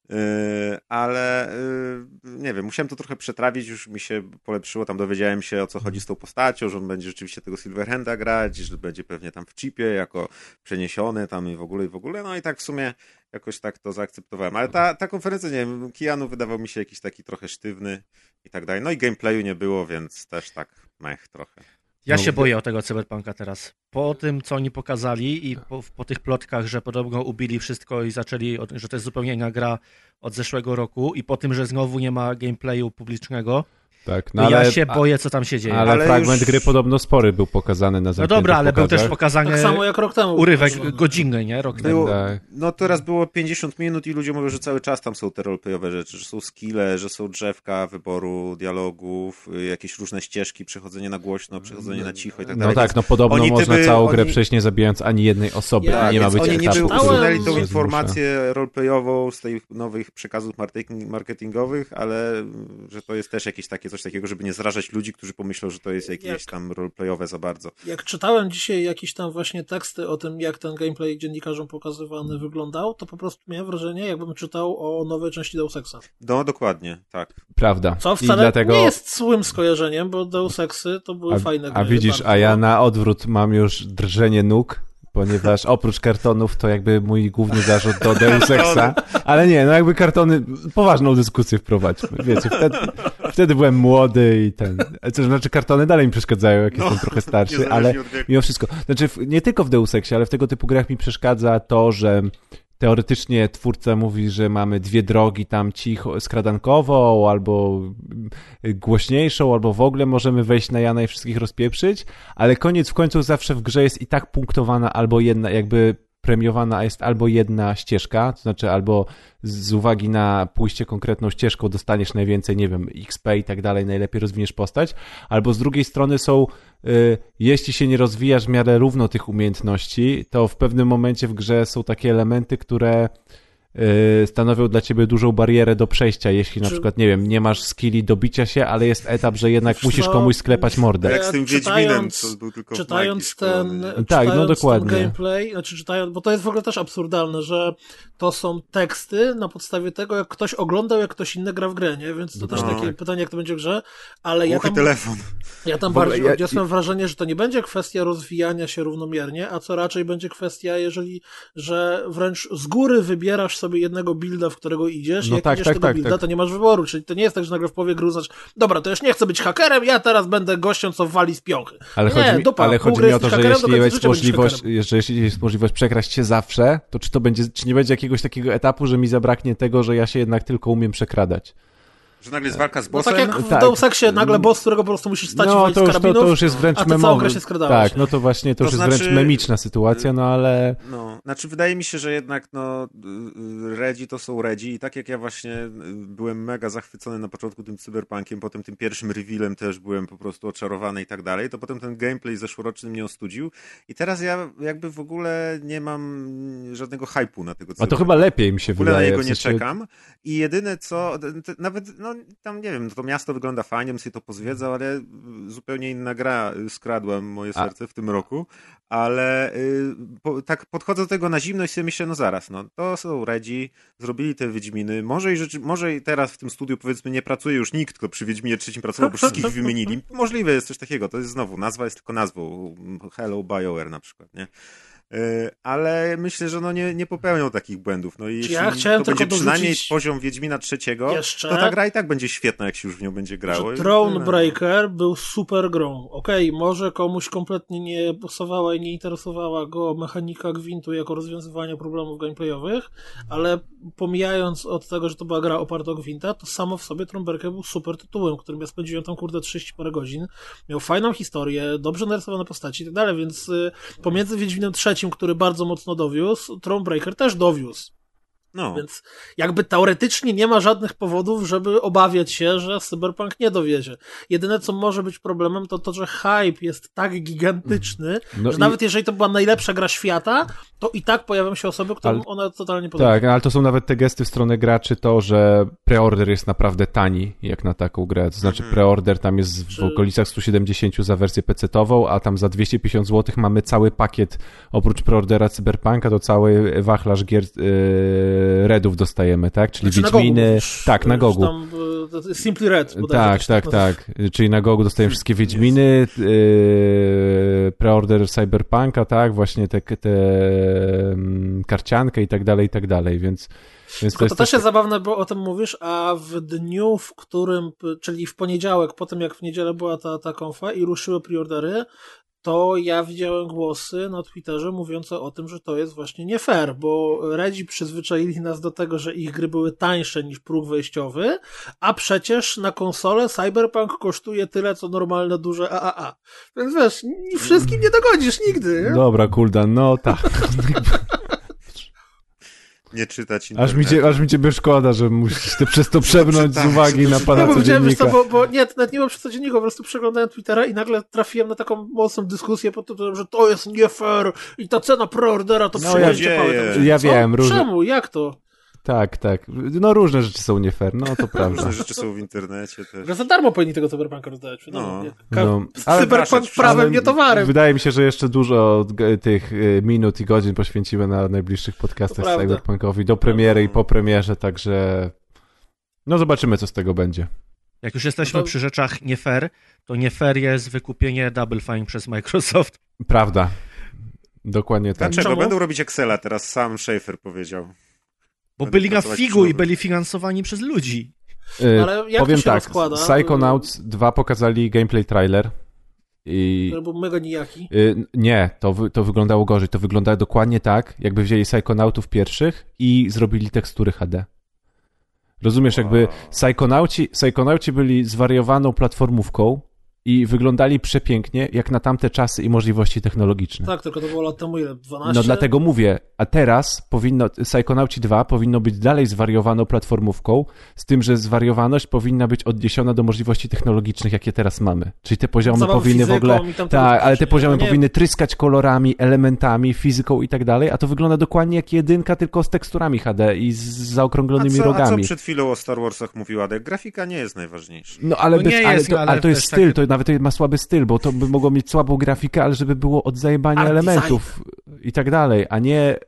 e, ale e, nie wiem, musiałem to trochę przetrawić, już mi się polepszyło, tam dowiedziałem się, o co chodzi z tą postacią, że on będzie rzeczywiście tego Silverhanda grać, że będzie pewnie tam w chipie jako przeniesiony tam i w ogóle i w ogóle, no i tak w sumie jakoś tak to zaakceptowałem, ale ta, ta konferencja, nie wiem, Keanu wydawał mi się jakiś taki trochę sztywny i tak dalej, no i gameplayu nie było, więc też tak mech trochę. Ja No, się boję o tego Cyberpunka teraz. Po tym, co oni pokazali i po, po tych plotkach, że podobno ubili wszystko i zaczęli, od, że to jest zupełnie inna gra od zeszłego roku i po tym, że znowu nie ma gameplayu publicznego, Tak, no no ale, ja się boję, co tam się dzieje. ale, Ale fragment już- gry podobno spory był pokazany na No zamkniętych dobra, ale był też pokazach. pokazany Tak samo jak rok temu. urywek pokazywano. godzinny, nie? Rok temu. Było, Tak. no teraz było pięćdziesiąt minut i ludzie mówią, że cały czas tam są te roleplayowe rzeczy, że są skille, że są drzewka wyboru dialogów, y, jakieś różne ścieżki, przechodzenie na głośno, przechodzenie na cicho i tak No dalej. tak, no podobno oni można tyby- całą grę oni- przejść nie zabijając ani jednej osoby, Ja- a nie ma Więc być oni etapu, niby który usunęli usunęli tą się informację roleplayową z tych nowych przekazów marketing- marketingowych, ale że to jest też jakieś takie coś takiego, żeby nie zrażać ludzi, którzy pomyślą, że to jest jakieś Jak- tam roleplayowe za bardzo. Jak czytałem dzisiaj jakieś tam właśnie teksty o tym, jak ten gameplay dziennikarzom pokazywany wyglądał, to po prostu miałem wrażenie, jakbym czytał o nowej części Deus Exa. No dokładnie, tak. Prawda. Co I wcale dlatego... nie jest złym skojarzeniem, bo Deus Exy to były A, fajne gry. a widzisz, bardzo. a ja na odwrót mam już drżenie nóg, ponieważ oprócz kartonów to jakby mój główny zarzut do Deus Exa, ale nie, no jakby kartony, poważną dyskusję wprowadźmy, wiecie, wtedy, wtedy byłem młody i ten, co znaczy kartony dalej mi przeszkadzają, jak jestem trochę starszy, ale niezależnie od wieku. mimo wszystko, znaczy w- nie tylko w Deus Exie, ale w tego typu grach mi przeszkadza to, że teoretycznie twórca mówi, że mamy dwie drogi tam cicho, skradankową, albo głośniejszą, albo w ogóle możemy wejść na Jana i wszystkich rozpieprzyć, ale koniec w końcu zawsze w grze jest i tak punktowana albo jedna, jakby premiowana jest albo jedna ścieżka, to znaczy albo z uwagi na pójście konkretną ścieżką dostaniesz najwięcej, nie wiem, X P i tak dalej, najlepiej rozwiniesz postać, albo z drugiej strony są, y, jeśli się nie rozwijasz w miarę równo tych umiejętności, to w pewnym momencie w grze są takie elementy, które y, stanowią dla ciebie dużą barierę do przejścia, jeśli na Czy- przykład, nie wiem, nie masz skilli do bicia się, ale jest etap, że jednak Wiesz musisz co, komuś sklepać mordę. Jak z tym Wiedźminem, czytając- co był tylko w Czytając magii ten, szkolony, nie? Tak, czytając no dokładnie. ten gameplay, znaczy czytając, bo to jest w ogóle też absurdalne, że to są teksty na podstawie tego, jak ktoś oglądał, jak ktoś inny gra w grę, nie? Więc to też No. takie pytanie, jak to będzie w grze, ale ja Głuchy tam, telefon. Ja tam bardziej ja, odniosłem ja... wrażenie, że to nie będzie kwestia rozwijania się równomiernie, a co raczej będzie kwestia, jeżeli, że wręcz z góry wybierasz sobie jednego builda, w którego idziesz, no jak tak, idziesz tak, tego tak, builda, tak. to nie masz wyboru, czyli to nie jest tak, że nagle w połowie gry znasz, dobra, to już nie chcę być hakerem, ja teraz będę gościem, co wali z piąchy. Ale nie, chodzi mi, dupa, ale chodzi mi o to, że jeśli jest, możliwość, że jeśli jest możliwość przekraść się zawsze, to czy to będzie, czy nie będzie jakiegoś takiego etapu, że mi zabraknie tego, że ja się jednak tylko umiem przekradać? Że nagle jest walka z bossem? No tak jak w tak. Deus Exie, nagle boss, którego po prostu musisz stać no, i walić z karabinów, to, to już jest wręcz a ty całą grę się skradałeś. Tak, no to właśnie, to, to już znaczy, jest wręcz memiczna sytuacja, no ale... No, znaczy wydaje mi się, że jednak no Redzi to są Redzi i tak jak ja właśnie byłem mega zachwycony na początku tym Cyberpunkiem, potem tym pierwszym revealem też byłem po prostu oczarowany i tak dalej, to potem ten gameplay zeszłoroczny mnie ostudził i teraz ja jakby w ogóle nie mam żadnego hype'u na tego Cyberpunka. A to chyba lepiej mi się wydaje. W ogóle na niego w sensie... nie czekam i jedyne co, nawet no tam nie wiem, to miasto wygląda fajnie, bym sobie to pozwiedzał, ale zupełnie inna gra skradła moje serce A. w tym roku, ale y, po, tak podchodzę do tego na zimno i sobie myślę, no zaraz, no to są Redzi, zrobili te Wiedźminy, może i, rzeczy, może i teraz w tym studiu powiedzmy nie pracuje już nikt, kto przy Wiedźminie trzecim pracował, bo wszystkich wymienili. Możliwe jest coś takiego, to jest znowu, nazwa jest tylko nazwą, Hello BioWare na przykład, nie? Ale myślę, że no nie, nie popełnią takich błędów. No i jeśli ja chciałem to będzie przynajmniej dorzucić... poziom Wiedźmina trzeciego, jeszcze, to ta gra i tak będzie świetna, jak się już w nią będzie grało. Thronebreaker był super grą. Okej, okay, może komuś kompletnie nie pasowała i nie interesowała go mechanika gwintu jako rozwiązywania problemów gameplayowych, ale pomijając od tego, że to była gra oparta o gwinta, to samo w sobie Thronebreaker był super tytułem, którym ja spędziłem tam kurde trzydzieści parę godzin. Miał fajną historię, dobrze narysowane postaci i tak dalej, więc y, pomiędzy Wiedźminem trzecim, który bardzo mocno dowiózł, Thronebreaker też dowiózł. No. Więc jakby teoretycznie nie ma żadnych powodów, żeby obawiać się, że Cyberpunk nie dowiezie. Jedyne, co może być problemem, to to, że hype jest tak gigantyczny, no że i... nawet jeżeli to była najlepsza gra świata, to i tak pojawią się osoby, którym ale... ona totalnie podoba. Tak, ale to są nawet te gesty w stronę graczy, to, że preorder jest naprawdę tani, jak na taką grę. To znaczy preorder tam jest Czy... w okolicach sto siedemdziesiąt za wersję pecetową, a tam za dwieście pięćdziesiąt złotych mamy cały pakiet, oprócz preordera Cyberpunka, to cały wachlarz gier yy, Redów dostajemy, tak? Czyli znaczy Wiedźminy... Na tak, na Gogu. Tam, Simply Red. Tak, tak, tak, tak. Czyli na Gogu dostajemy wszystkie Wiedźminy, yy, preorder Cyberpunka, tak? Właśnie te, te um, karciankę i tak dalej, i tak dalej, więc... Więc to, to też jest zabawne, bo o tym mówisz, a w dniu, w którym, czyli w poniedziałek, po tym jak w niedzielę była ta, ta konfa i ruszyły preordery, to ja widziałem głosy na Twitterze mówiące o tym, że to jest właśnie nie fair, bo Redzi przyzwyczaili nas do tego, że ich gry były tańsze niż próg wejściowy, a przecież na konsolę Cyberpunk kosztuje tyle, co normalne duże triple A. Więc wiesz, wszystkim nie dogodzisz nigdy. Nie? Dobra, Kuldan, no tak. Nie czytać aż mi, cię, aż mi ciebie szkoda, że musisz ty przez to przebrnąć z uwagi na pana no, codziennika. Bo, bo nie, nawet nie mam przez codziennika, po prostu przeglądałem Twittera i nagle trafiłem na taką mocną dyskusję pod tym, że to jest nie fair i ta cena preordera to no, przyjęcie ja, ja, ja wiem. Różne... Czemu? Jak to? Tak, tak. No różne rzeczy są nie fair, no to prawda. Różne rzeczy są w internecie też. Że za darmo powinni tego Cyberpunka rozdawać. No, no, no. Cyberpunk prawem, nie towarem. Wydaje mi się, że jeszcze dużo tych minut i godzin poświęcimy na najbliższych podcastach z Cyberpunkowi do premiery no. i po premierze, także no zobaczymy, co z tego będzie. Jak już jesteśmy no to... przy rzeczach nie fair, to nie fair jest wykupienie Double Fine przez Microsoft. Prawda. Dokładnie tak. Dlaczego? Będą robić Excela, teraz sam Schaefer powiedział. Bo Będę byli na figu i byli finansowani przez ludzi. Yy, Ale jak powiem to się tak, rozkłada? Psychonauts dwa pokazali gameplay trailer. I... Który był mega nijaki. Yy, nie, to, wy, to wyglądało gorzej. To wyglądało dokładnie tak, jakby wzięli Psychonautów pierwszych i zrobili tekstury H D. Rozumiesz, wow. jakby Psychonauci, Psychonauci byli zwariowaną platformówką i wyglądali przepięknie, jak na tamte czasy i możliwości technologiczne. Tak, tylko to było lat temu ile? dwanaście? No dlatego mówię, a teraz powinno, Psychonauci dwa powinno być dalej zwariowaną platformówką, z tym, że zwariowaność powinna być odniesiona do możliwości technologicznych, jakie teraz mamy. Czyli te poziomy Zabaw powinny w ogóle... Tak, ale te poziomy no powinny tryskać kolorami, elementami, fizyką i tak dalej, a to wygląda dokładnie jak jedynka, tylko z teksturami H D i z zaokrąglonymi a co, rogami. A co przed chwilą o Star Warsach mówił Adek? Grafika nie jest najważniejsza. No ale, no bez, ale, jest, to, ale, ale to jest styl, tak... to nawet ma słaby styl, bo to by mogło mieć słabą grafikę, ale żeby było od zajebania elementów i tak dalej, a nie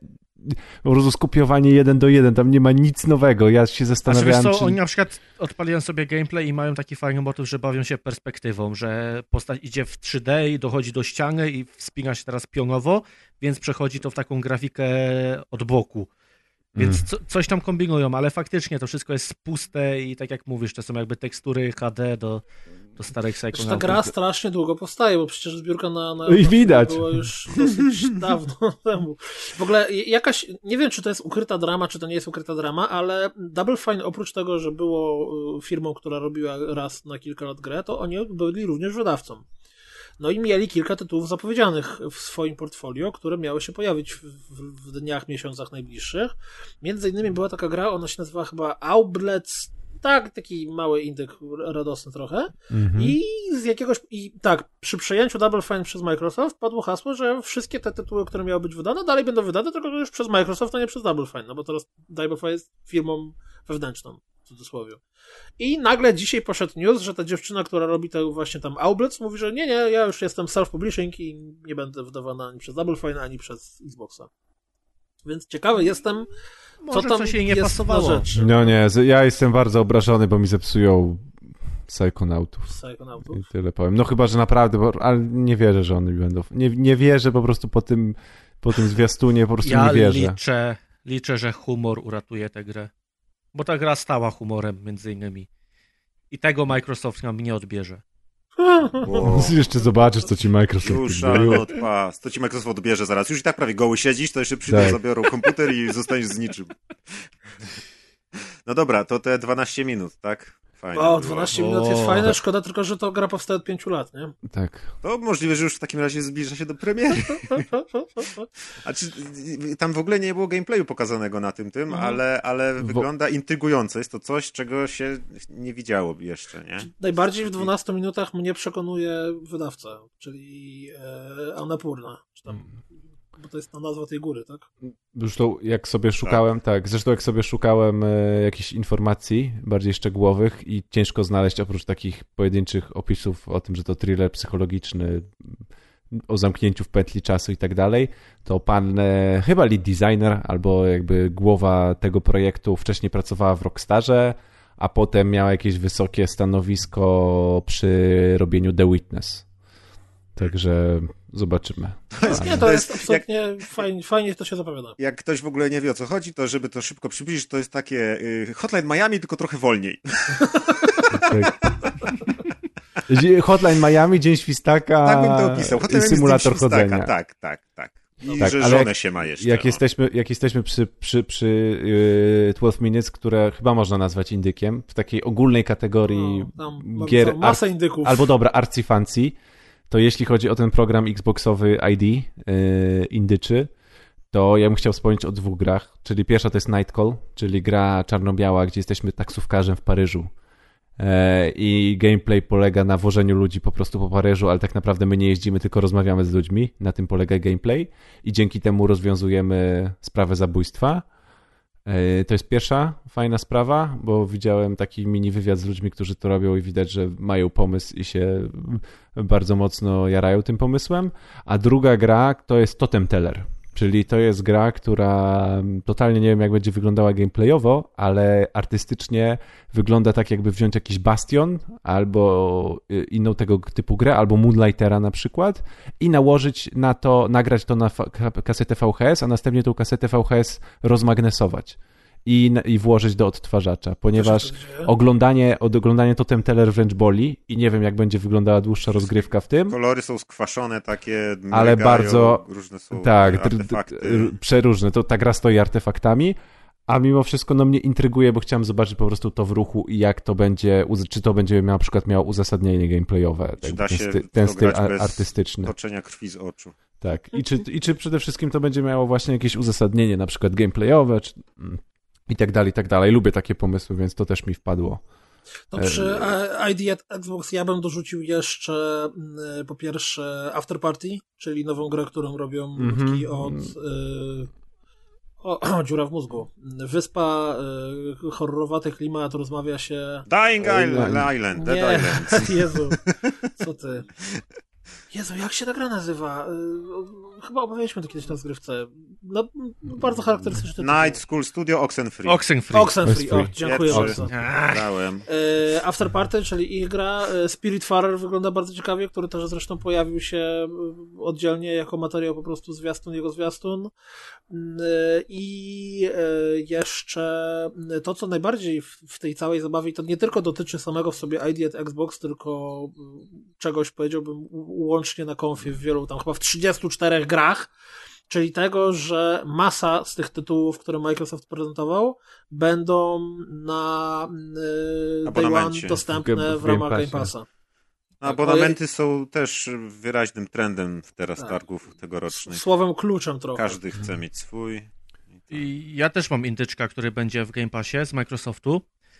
po prostu skopiowanie jeden do jeden, tam nie ma nic nowego, ja się zastanawiałem, znaczy, wiesz co, czy... oni na przykład odpaliłem sobie gameplay i mają taki fajny motyw, że bawią się perspektywą, że postać idzie w trzy D i dochodzi do ściany i wspina się teraz pionowo, więc przechodzi to w taką grafikę od boku. Więc Mm. co, coś tam kombinują, ale faktycznie to wszystko jest puste i tak jak mówisz, to są jakby tekstury H D do, do starych Znaczy, ta Psychonautów. gra strasznie długo powstaje, bo przecież zbiórka na, na I widać. była już dosyć dawno temu. W ogóle jakaś, nie wiem, czy to jest ukryta drama, czy to nie jest ukryta drama, ale Double Fine oprócz tego, że było firmą, która robiła raz na kilka lat grę, to oni byli również wydawcą. No i mieli kilka tytułów zapowiedzianych w swoim portfolio, które miały się pojawić w, w, w dniach, miesiącach najbliższych. Między innymi była taka gra, ona się nazywa chyba Outlets, tak, taki mały indyk, radosny trochę. Mhm. I z jakiegoś, i tak, przy przejęciu Double Fine przez Microsoft padło hasło, że wszystkie te tytuły, które miały być wydane, dalej będą wydane, tylko że już przez Microsoft, a nie przez Double Fine, no bo teraz Double Fine jest firmą wewnętrzną, w cudzysłowie. I nagle dzisiaj poszedł news, że ta dziewczyna, która robi te właśnie tam Outlets, mówi, że nie, nie, ja już jestem self-publishing i nie będę wydawana ani przez Double Fine, ani przez Xboxa. Więc ciekawy jestem, Może co tam coś jej nie jest pasowało. na rzeczy. No nie, z- ja jestem bardzo obrażony, bo mi zepsują Psychonautów. Psychonautów. I tyle powiem. No chyba, że naprawdę, bo, ale nie wierzę, że one będą... Nie, nie wierzę po prostu po tym, po tym zwiastunie, po prostu Ja nie wierzę. liczę, liczę, że humor uratuje tę grę. Bo ta gra stała humorem, między innymi. I tego Microsoft nam nie odbierze. Bo Jeszcze zobaczysz, co ci Microsoft już odbiera. ale odpas. To ci Microsoft odbierze zaraz. Już i tak prawie goły siedzisz, to jeszcze przyjdą, Tak. zabiorą komputer i zostaniesz z niczym. No dobra, to te dwanaście minut, tak? Fajnie O, było. dwanaście minut jest O. fajne, szkoda tylko, że to gra powstaje od pięciu lat, nie? Tak. To możliwe, że już w takim razie zbliża się do premiery. A czy tam w ogóle nie było gameplayu pokazanego na tym tym, Mhm. ale, ale Wo- wygląda intrygująco. Jest to coś, czego się nie widziało jeszcze, nie? Najbardziej w dwunastu minutach mnie przekonuje wydawca, czyli e, Annapurna, czy tam, bo to jest ta nazwa tej góry, tak? Zresztą jak sobie szukałem, tak, zresztą jak sobie szukałem e, jakichś informacji bardziej szczegółowych i ciężko znaleźć oprócz takich pojedynczych opisów o tym, że to thriller psychologiczny o zamknięciu w pętli czasu i tak dalej, to pan e, chyba lead designer albo jakby głowa tego projektu wcześniej pracowała w Rockstarze, a potem miała jakieś wysokie stanowisko przy robieniu The Witness. Także zobaczymy. Nie, to, To jest, jest absolutnie fajnie, fajnie to się zapowiada. Jak ktoś w ogóle nie wie, o co chodzi, to żeby to szybko przybliżyć, to jest takie y, Hotline Miami, tylko trochę wolniej. Tak. Hotline Miami, Dzień Świstaka Tak bym to opisał. i Hotline Miami symulator z tym Świstaka. chodzenia. Tak, tak, tak. I Tak, że ale żonę jak- się ma jeszcze. Jak o. jesteśmy, jak jesteśmy przy, przy, przy yy, dwanaście Minutes, które chyba można nazwać indykiem, w takiej ogólnej kategorii No, tam gier bardzo, masę indyków. albo dobra, artsy fancy, to jeśli chodzi o ten program Xboxowy I D, yy, indyczy, to ja bym chciał wspomnieć o dwóch grach, czyli pierwsza to jest Night Call, czyli gra czarno-biała, gdzie jesteśmy taksówkarzem w Paryżu. E, I gameplay polega na wożeniu ludzi po prostu po Paryżu, ale tak naprawdę my nie jeździmy, tylko rozmawiamy z ludźmi. Na tym polega gameplay i dzięki temu rozwiązujemy sprawę zabójstwa. E, To jest pierwsza fajna sprawa, bo widziałem taki mini wywiad z ludźmi, którzy to robią i widać, że mają pomysł i się bardzo mocno jarają tym pomysłem. A druga gra to jest Totem Teller. Czyli to jest gra, która totalnie nie wiem, jak będzie wyglądała gameplayowo, ale artystycznie wygląda tak, jakby wziąć jakiś Bastion albo inną tego typu grę, albo Moonlightera na przykład i nałożyć na to, nagrać to na fa- kasetę V H S, a następnie tą kasetę V H S rozmagnesować i, na- i włożyć do odtwarzacza, ponieważ Co się dzieje? oglądanie, od oglądanie Totem Teller wręcz boli i nie wiem, jak będzie wyglądała dłuższa rozgrywka w tym. Kolory są skwaszone, takie Ale mrygają, bardzo- różne są Tak, dr- artefakty. dr- przeróżne. To ta gra stoi artefaktami, a mimo wszystko no mnie intryguje, bo chciałem zobaczyć po prostu to w ruchu i jak to będzie, uz- czy to będzie miało, na przykład miało uzasadnienie gameplayowe, Czy ten, da ten, się sty- w ten to styl grać a- bez artystyczny. Toczenia krwi z oczu. Tak. I czy, I czy przede wszystkim to będzie miało właśnie jakieś uzasadnienie, na przykład gameplayowe, czy, mm, i tak dalej, i tak dalej. Lubię takie pomysły, więc to też mi wpadło. To przy e, I D at Xbox ja bym dorzucił jeszcze mm, po pierwsze After Party, czyli nową grę, którą robią Mhm. ludki od y, o, o, dziura w mózgu. Wyspa, y, horrorowaty klimat, rozmawia się... Dying Ej, Island, no. Island Dead Nie, Island. Jezu, co ty? Jezu, jak się ta gra nazywa? Yy, chyba omawialiśmy to kiedyś na zgrywce. No, bardzo charakterystyczny tytuł. Night School Studio Oxenfree. Oxenfree. Oxenfree, o, dziękuję Pierwszy. bardzo. Grałem. Yy, After Party, czyli ich gra. Spiritfarer wygląda bardzo ciekawie, który też zresztą pojawił się oddzielnie jako materiał po prostu zwiastun, jego zwiastun. Yy, I yy, jeszcze to, co najbardziej w, w tej całej zabawie, i to nie tylko dotyczy samego w sobie I D at Xbox, tylko czegoś, powiedziałbym, łącznie na konfie w wielu, tam chyba w trzydziestu czterech grach, czyli tego, że masa z tych tytułów, które Microsoft prezentował, będą na yy, Day One dostępne w, w ramach Game Passa. Abonamenty są też wyraźnym trendem teraz tak. targów tegorocznych. Słowem kluczem trochę. Każdy chce mieć swój. I ja też mam indyczka, który będzie w Game Passie z Microsoftu.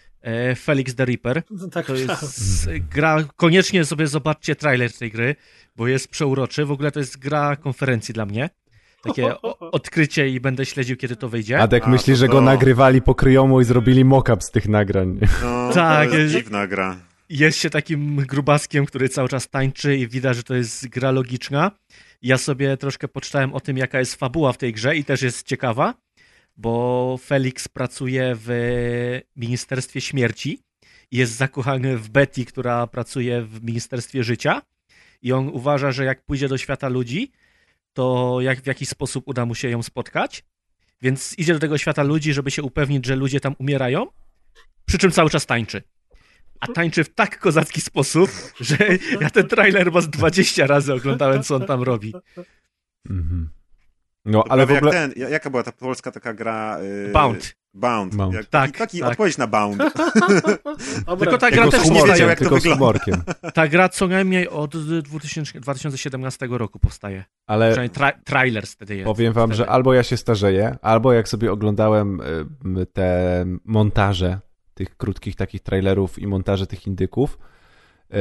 Felix the Reaper. No tak, to jest gra, koniecznie sobie zobaczcie trailer tej gry, bo jest przeuroczy. W ogóle to jest gra konferencji dla mnie. Takie o, odkrycie i będę śledził, kiedy to wyjdzie. Adek A, myśli, to że to... go nagrywali po kryjomu i zrobili mock-up z tych nagrań. No, tak, to jest jest dziwna gra. Jest się takim grubaskiem, który cały czas tańczy i widać, że to jest gra logiczna. Ja sobie troszkę poczytałem o tym, jaka jest fabuła w tej grze i też jest ciekawa, bo Felix pracuje w Ministerstwie Śmierci i jest zakochany w Betty, która pracuje w Ministerstwie Życia i on uważa, że jak pójdzie do świata ludzi, to jak w jakiś sposób uda mu się ją spotkać, więc idzie do tego świata ludzi, żeby się upewnić, że ludzie tam umierają, przy czym cały czas tańczy. A tańczy w tak kozacki sposób, że ja ten trailer chyba z dwadzieścia razy oglądałem, co on tam robi. Mhm. No, ale w ogóle... jak ten, jaka była ta polska taka gra? Yy... Bound. Bound. Bound. Jak, tak, taki, taki tak. odpowiedź na Bound. Tylko ta gra Jako też z nie humorkiem, wiedział, jak to tylko z wygląda. humorkiem. Ta gra co najmniej od dwa tysiące siedemnastego roku powstaje. Ale Przynajmniej tra- trailer wtedy jest. powiem wam, wtedy. że albo ja się starzeję, albo jak sobie oglądałem y, te montaże tych krótkich takich trailerów i montaże tych indyków, y,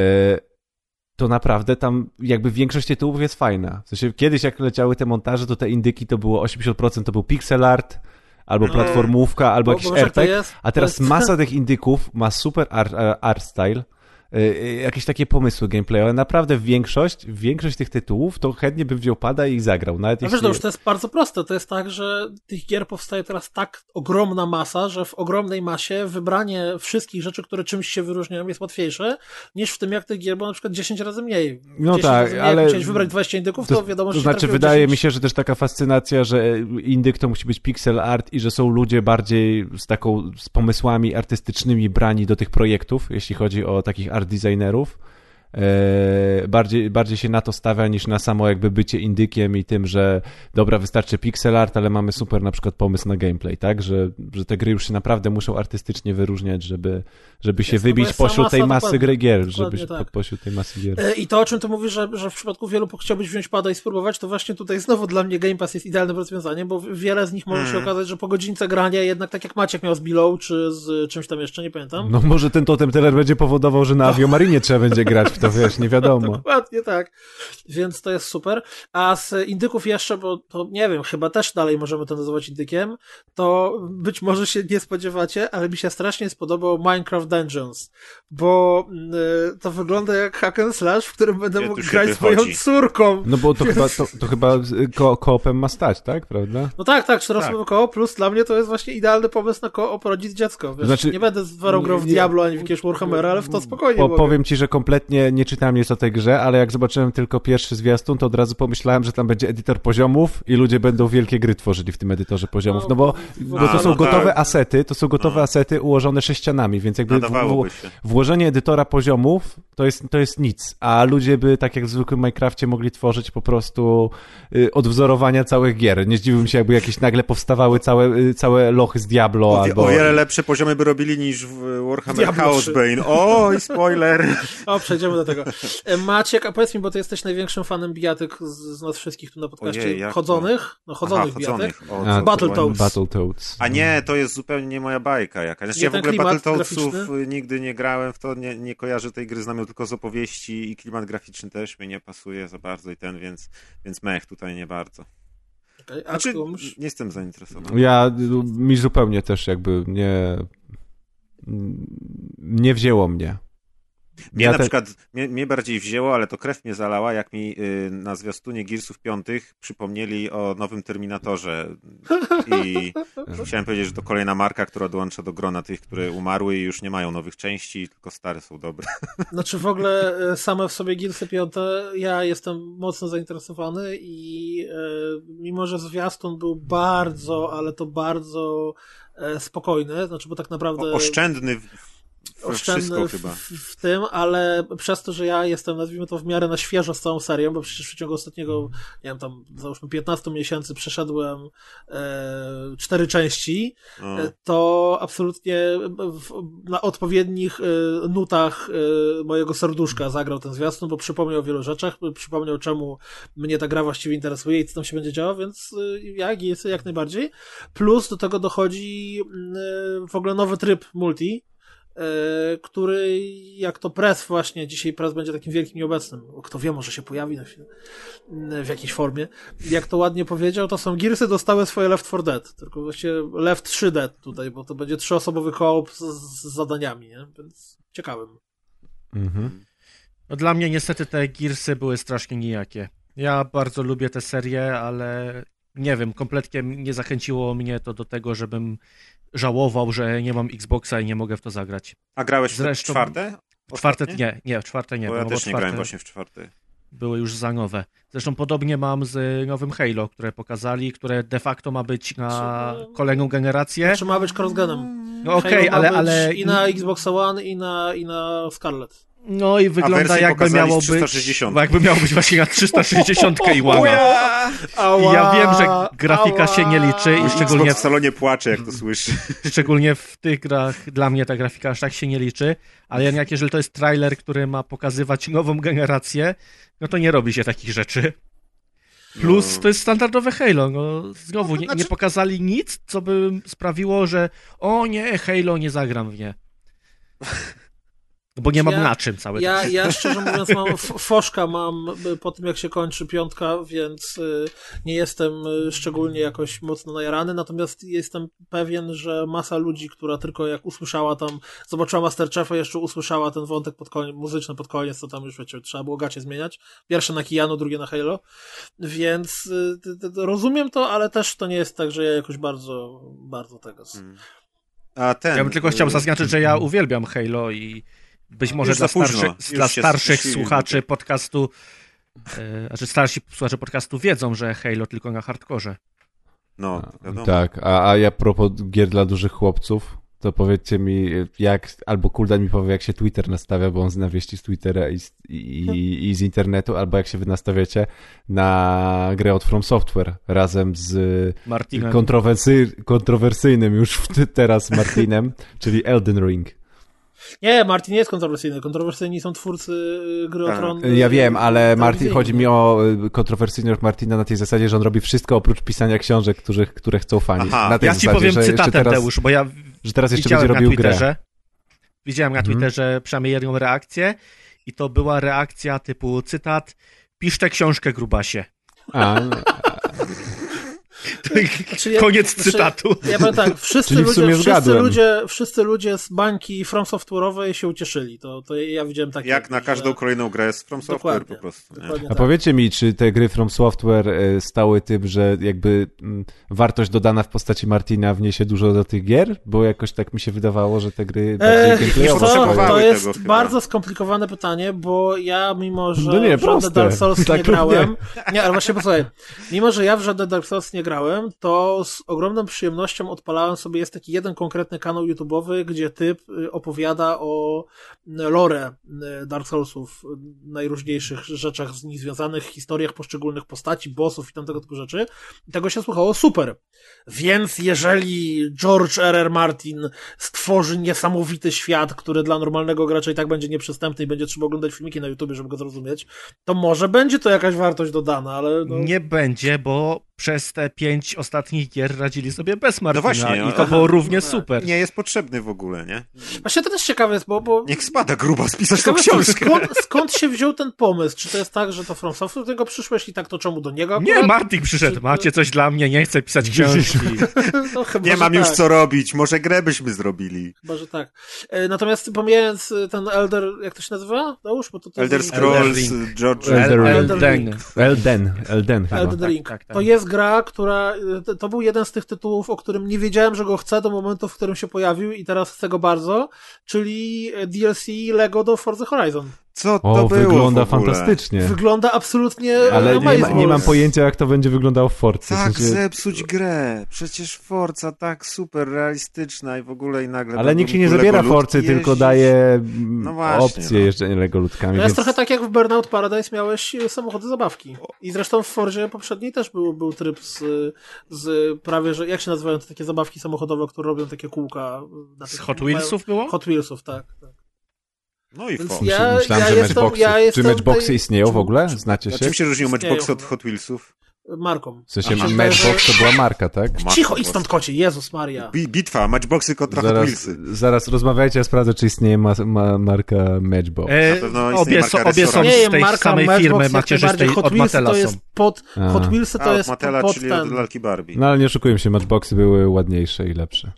to naprawdę tam jakby większość tytułów jest fajna. W sensie kiedyś jak leciały te montaże, to te indyki to było osiemdziesiąt procent to był pixel art, albo No. platformówka, albo Bo- jakiś bo wiesz, jak to R P G, jest? a teraz To jest- masa tych indyków ma super art, art style, y, jakieś takie pomysły gameplayowe. Naprawdę większość, większość tych tytułów to chętnie bym wziął pada i zagrał. Nawet A jeśli... wiesz, to już to jest bardzo proste. To jest tak, że tych gier powstaje teraz tak ogromna masa, że w ogromnej masie wybranie wszystkich rzeczy, które czymś się wyróżniają, jest łatwiejsze niż w tym, jak tych gier było na przykład dziesięć razy mniej. No dziesięć tak, razy mniej. ale- Jak chciałeś wybrać dwadzieścia indyków, to, To, wiadomo, że to się znaczy, trafiło wydaje dziesięć. mi się, że też taka fascynacja, że indyk to musi być pixel art i że są ludzie bardziej z taką, z pomysłami artystycznymi brani do tych projektów, jeśli chodzi o takich art designerów. E, bardziej, bardziej się na to stawia niż na samo jakby bycie indykiem i tym, że dobra, wystarczy pixel art, ale mamy super na przykład pomysł na gameplay, tak? Że, że te gry już się naprawdę muszą artystycznie wyróżniać, żeby, żeby się Jest, no bo wybić jest cała pośród tej masa, masy dokładnie, gry gier, dokładnie żeby się tak. pośród tej masy gier. E, I to, o czym ty mówisz, że, że w przypadku wielu chciałbyś wziąć pada i spróbować, to właśnie tutaj znowu dla mnie Game Pass jest idealnym rozwiązaniem, bo wiele z nich może Mm. się okazać, że po godzince grania jednak tak jak Maciek miał z Below, czy z czymś tam jeszcze, nie pamiętam. No może ten totem teller będzie powodował, że na Aviomarinie trzeba będzie grać w to, wiesz, nie wiadomo. Dokładnie tak. Więc to jest super. A z indyków jeszcze, bo to nie wiem, chyba też dalej możemy to nazywać indykiem, to być może się nie spodziewacie, ale mi się strasznie spodobał Minecraft Dungeons, bo y, to wygląda jak hack and slash, w którym będę Gdzie mógł tu się grać wychodzi? swoją córką. No bo to chyba, to, to chyba ko- koopem ma stać, tak? Prawda? No tak, tak, czteroosobowe koło, plus dla mnie to jest właśnie idealny pomysł na koop rodzic dziecko. Wiesz, Znaczy- nie będę z warą grał w nie- Diablo ani w jakiegoś Warhammera, ale w to spokojnie Po, mogę. powiem ci, że kompletnie nie czytałem nic o tej grze, ale jak zobaczyłem tylko pierwszy zwiastun, to od razu pomyślałem, że tam będzie edytor poziomów i ludzie będą wielkie gry tworzyli w tym edytorze poziomów. No bo, bo to A, są no gotowe tak. asety, to są gotowe No. asety ułożone sześcianami, więc jakby w, Nadawałoby w, się. włożenie edytora poziomów to jest, to jest nic, a ludzie by, tak jak w zwykłym Minecrafcie, mogli tworzyć po prostu y, odwzorowania całych gier. Nie zdziwiłbym się, jakby jakieś nagle powstawały całe, y, całe lochy z Diablo O, albo... o wiele lepsze poziomy by robili niż w Warhammer Diablo Chaos trzy. Bane. Oj, spoiler! O, przejdziemy do tego. E, Maciek, a powiedz mi, bo ty jesteś największym fanem bijatek z, z nas wszystkich tu na podcaście. Ojej, jak to? chodzonych? No, chodzonych Aha, bijatek. chodzonych. O, A, co Battletoads. to- Battletoads. A nie, to jest zupełnie nie moja bajka jakaś. Znaczy, Nie ja w ten ogóle klimat Battletoadsów graficzny? nigdy nie grałem w to, nie, nie kojarzę tej gry, znam ją tylko z opowieści i klimat graficzny też mi nie pasuje za bardzo i ten, więc, więc mech tutaj nie bardzo. Okay, a Znaczy, Klumsz? nie jestem zainteresowany. Ja, mi zupełnie też jakby nie nie wzięło mnie. Mnie Ja na te- przykład, mnie, mnie bardziej wzięło, ale to krew mnie zalała, jak mi y, na zwiastunie Gearsów piątych przypomnieli o nowym Terminatorze. I chciałem powiedzieć, że to kolejna marka, która dołącza do grona tych, które umarły i już nie mają nowych części, tylko stare są dobre. Znaczy w ogóle e, same w sobie Gearsy piąte, ja jestem mocno zainteresowany i e, mimo, że zwiastun był bardzo, ale to bardzo e, spokojny, znaczy bo tak naprawdę... O, oszczędny w, w oszczędny wszystko w, chyba. w, w tym, ale przez to, że ja jestem, nazwijmy to w miarę na świeżo z całą serią, bo przecież w ciągu ostatniego, nie wiem, tam załóżmy piętnastu miesięcy przeszedłem e, cztery części, O. e, to absolutnie w, na odpowiednich e, nutach e, mojego serduszka zagrał ten zwiastun, bo przypomniał o wielu rzeczach, przypomniał czemu mnie ta gra właściwie interesuje i co tam się będzie działo, więc e, jak jest jak najbardziej. Plus do tego dochodzi e, w ogóle nowy tryb multi, który, jak to Press właśnie, dzisiaj Press będzie takim wielkim nieobecnym, kto wie, może się pojawi na chwilę, w jakiejś formie. Jak to ładnie powiedział, to są Gearsy dostały swoje Left four Dead, tylko właściwie Left trzy Dead tutaj, bo to będzie trzyosobowy koop z, z zadaniami, nie? Więc ciekawym. Mhm. No, dla mnie niestety te Gearsy były strasznie nijakie. Ja bardzo lubię tę serię, ale nie wiem, kompletnie nie zachęciło mnie to do tego, żebym żałował, że nie mam Xboxa i nie mogę w to zagrać. A grałeś Zresztą- w czwarte? Czwarte Ostatnie? nie, nie, w czwarte nie. Bo bo ja no też bo nie czwarte grałem właśnie w czwarte. były już za nowe. Zresztą podobnie mam z nowym Halo, które pokazali, które de facto ma być na kolejną generację. Czy ma być cross-genem? No okej, Halo ma ale, być ale i na Xbox One, i na, i na Scarlet. no i wygląda wersję jakby pokazali z miało być, trzysta sześćdziesiąt. jakby miało być właśnie na trzysta sześćdziesiąt i One. I ja wiem, że grafika się nie liczy i I szczególnie Xbox w w, salonie płacze, jak to słyszy. szczególnie w tych grach dla mnie ta grafika aż tak się nie liczy, ale jednak jeżeli to jest trailer, który ma pokazywać nową generację, no to nie robi się takich rzeczy. Plus No. to jest standardowe Halo. No, znowu nie, nie pokazali nic, co by sprawiło, że o nie, Halo, nie zagram w nie. Bo nie mam Ja- na czym cały Ja, czas. ja szczerze mówiąc mam f- foszka mam y, po tym jak się kończy piątka, więc y, nie jestem y, szczególnie jakoś mocno najarany, natomiast jestem pewien, że masa ludzi, która tylko jak usłyszała tam, zobaczyła Masterchefa, jeszcze usłyszała ten wątek pod koniec, muzyczny pod koniec, to tam już wiecie, trzeba było gacie zmieniać. Pierwsze na Kijanu, drugie na Halo, więc y, t- t- rozumiem to, ale też to nie jest tak, że ja jakoś bardzo, bardzo tego... z- A ten... Ja bym tylko chciał y, zaznaczyć, że ja uwielbiam Halo i być może Już dla, za późno. starszy, Już dla się starszych spuścili słuchaczy ludzie. podcastu, e, znaczy starsi słuchacze podcastu wiedzą, że Halo tylko na hardkorze. No, wiadomo. Tak, a, a ja propos gier dla dużych chłopców, to powiedzcie mi, jak, albo Kuldan mi powie, jak się Twitter nastawia, bo on zna wieści z Twittera i, z- i, i z internetu, albo jak się wy nastawiacie na grę od From Software razem z Martinem. kontrowersy, kontrowersyjnym już w- teraz Martinem, czyli Elden Ring. Nie, Martin nie jest kontrowersyjny. Kontrowersyjni są twórcy y, gry o Tak. Tron. y, Ja wiem, ale Martin, telewizyjni. chodzi mi o y, kontrowersyjność Martina na tej zasadzie, że on robi wszystko oprócz pisania książek, których, które chcą fani. Aha. Na tej Ja ci zasadzie, powiem że jeszcze cytatem, teraz, Teusz, bo ja że teraz jeszcze widziałem będzie na robił grę. Twitterze, widziałem na Mhm. Twitterze przynajmniej jedną reakcję i to była reakcja typu cytat: pisz tę książkę, grubasie. A, Znaczy, ja- Koniec znaczy, cytatu. Ja powiem tak, wszyscy Czyli w ludzie, sumie wszyscy, zgadłem. ludzie, wszyscy ludzie z bańki From Software'owej się ucieszyli. To, to ja widziałem takie. Jak na że- każdą kolejną grę z From Software Dokładnie. po prostu. Nie? Dokładnie a tak. powiedzcie mi, czy te gry From Software e, stały tym, że jakby mm, wartość dodana w postaci Martina wniesie dużo do tych gier? Bo jakoś tak mi się wydawało, że te gry bardziej Ech, gameplayowo to, stały. to potrzebowały jest tego chyba. bardzo skomplikowane pytanie, bo ja mimo, że No nie, w żadne proste. Dark Souls Tak nie lub grałem, nie, ale właśnie posłuchaj, mimo, że ja w żadne Dark Souls nie grałem, to z ogromną przyjemnością odpalałem sobie, jest taki jeden konkretny kanał YouTube'owy, gdzie typ y, opowiada o lore y, Dark Soulsów, y, najróżniejszych rzeczach z nich związanych, historiach poszczególnych postaci, bossów i tam tego typu rzeczy. I tego się słuchało super. Więc jeżeli George R R. Martin stworzy niesamowity świat, który dla normalnego gracza i tak będzie nieprzystępny i będzie trzeba oglądać filmiki na YouTube, żeby go zrozumieć, to może będzie to jakaś wartość dodana, ale no... Nie będzie, bo przez te pięć ostatnich gier radzili sobie bez Martina No właśnie, i to było równie no, super. Nie jest potrzebny w ogóle, nie? Właśnie to też ciekawe jest, bo... bo... Niech spada gruba, spisać tą Ciekawe, książkę. skąd, skąd się wziął ten pomysł? Czy to jest tak, że to From Software do tego przyszło, jeśli tak, to czemu do niego akurat? Nie, Martin przyszedł, Czy- macie coś dla mnie, nie chcę pisać książki. No, chyba, Nie że mam tak. już co robić, może grę byśmy zrobili. Chyba, że tak. E, Natomiast pomijając e, ten Elder, jak to się nazywa? Dałóż? Bo to, to Elder jest- Scrolls, Ring. George... Elder Ring. Elden. Elden, Elden chyba. Elden tak, Ring. tak, tak. To jest gra, która... to- To był jeden z tych tytułów, o którym nie wiedziałem, że go chcę do momentu, w którym się pojawił i teraz chcę go bardzo, czyli D L C Lego do Forza Horizon. Co to O, było wygląda w ogóle? fantastycznie. Wygląda absolutnie Ale nie, ma, amazing. nie mam pojęcia, jak to będzie wyglądało w Forcy. Tak W sensie, zepsuć grę. Przecież Forza tak super realistyczna i w ogóle i nagle... ale będą nikt się nie tu zabiera Lego Forcy, ludki tylko jeździć. daje mm, No właśnie, opcję no. jeżdżenia legolutkami. To jest Więc... trochę tak jak w Burnout Paradise miałeś e, samochody zabawki. I zresztą w Forzie poprzedniej też był, był tryb z, z prawie, że jak się nazywają te takie zabawki samochodowe, które robią takie kółka? Na Z tych- Hot Wheelsów było? Hot Wheelsów, tak. tak. No i Więc Forza. ja- Myślałem, ja że jestem- matchboxy. ja Czy jestem matchboxy tej- istnieją w ogóle? Znacie A się? czym się różnią Istnieją matchboxy od chyba. Hot Wheelsów? Marką. W sensie Aha. Matchbox to była marka, tak? Matko Cicho, idź boska. stąd, kocie, Jezus Maria. Bi- Bitwa, matchboxy kontra Hot Zaraz, Wheelsy. zaraz rozmawiajcie, ja sprawdzę, czy istnieje ma, ma, marka Matchbox. E, Na pewno istnieje obie, marka są, obie są restauracji. z tej marka samej Matchbox firmy jak macierzystej, najbardziej. Hot od Wheelsy Matela to są. jest pod, A. Hot Wheelsy to A, od jest Matela, pod czyli ten. od lalki Barbie. No ale nie oszukujmy się, Matchboxy były ładniejsze i lepsze.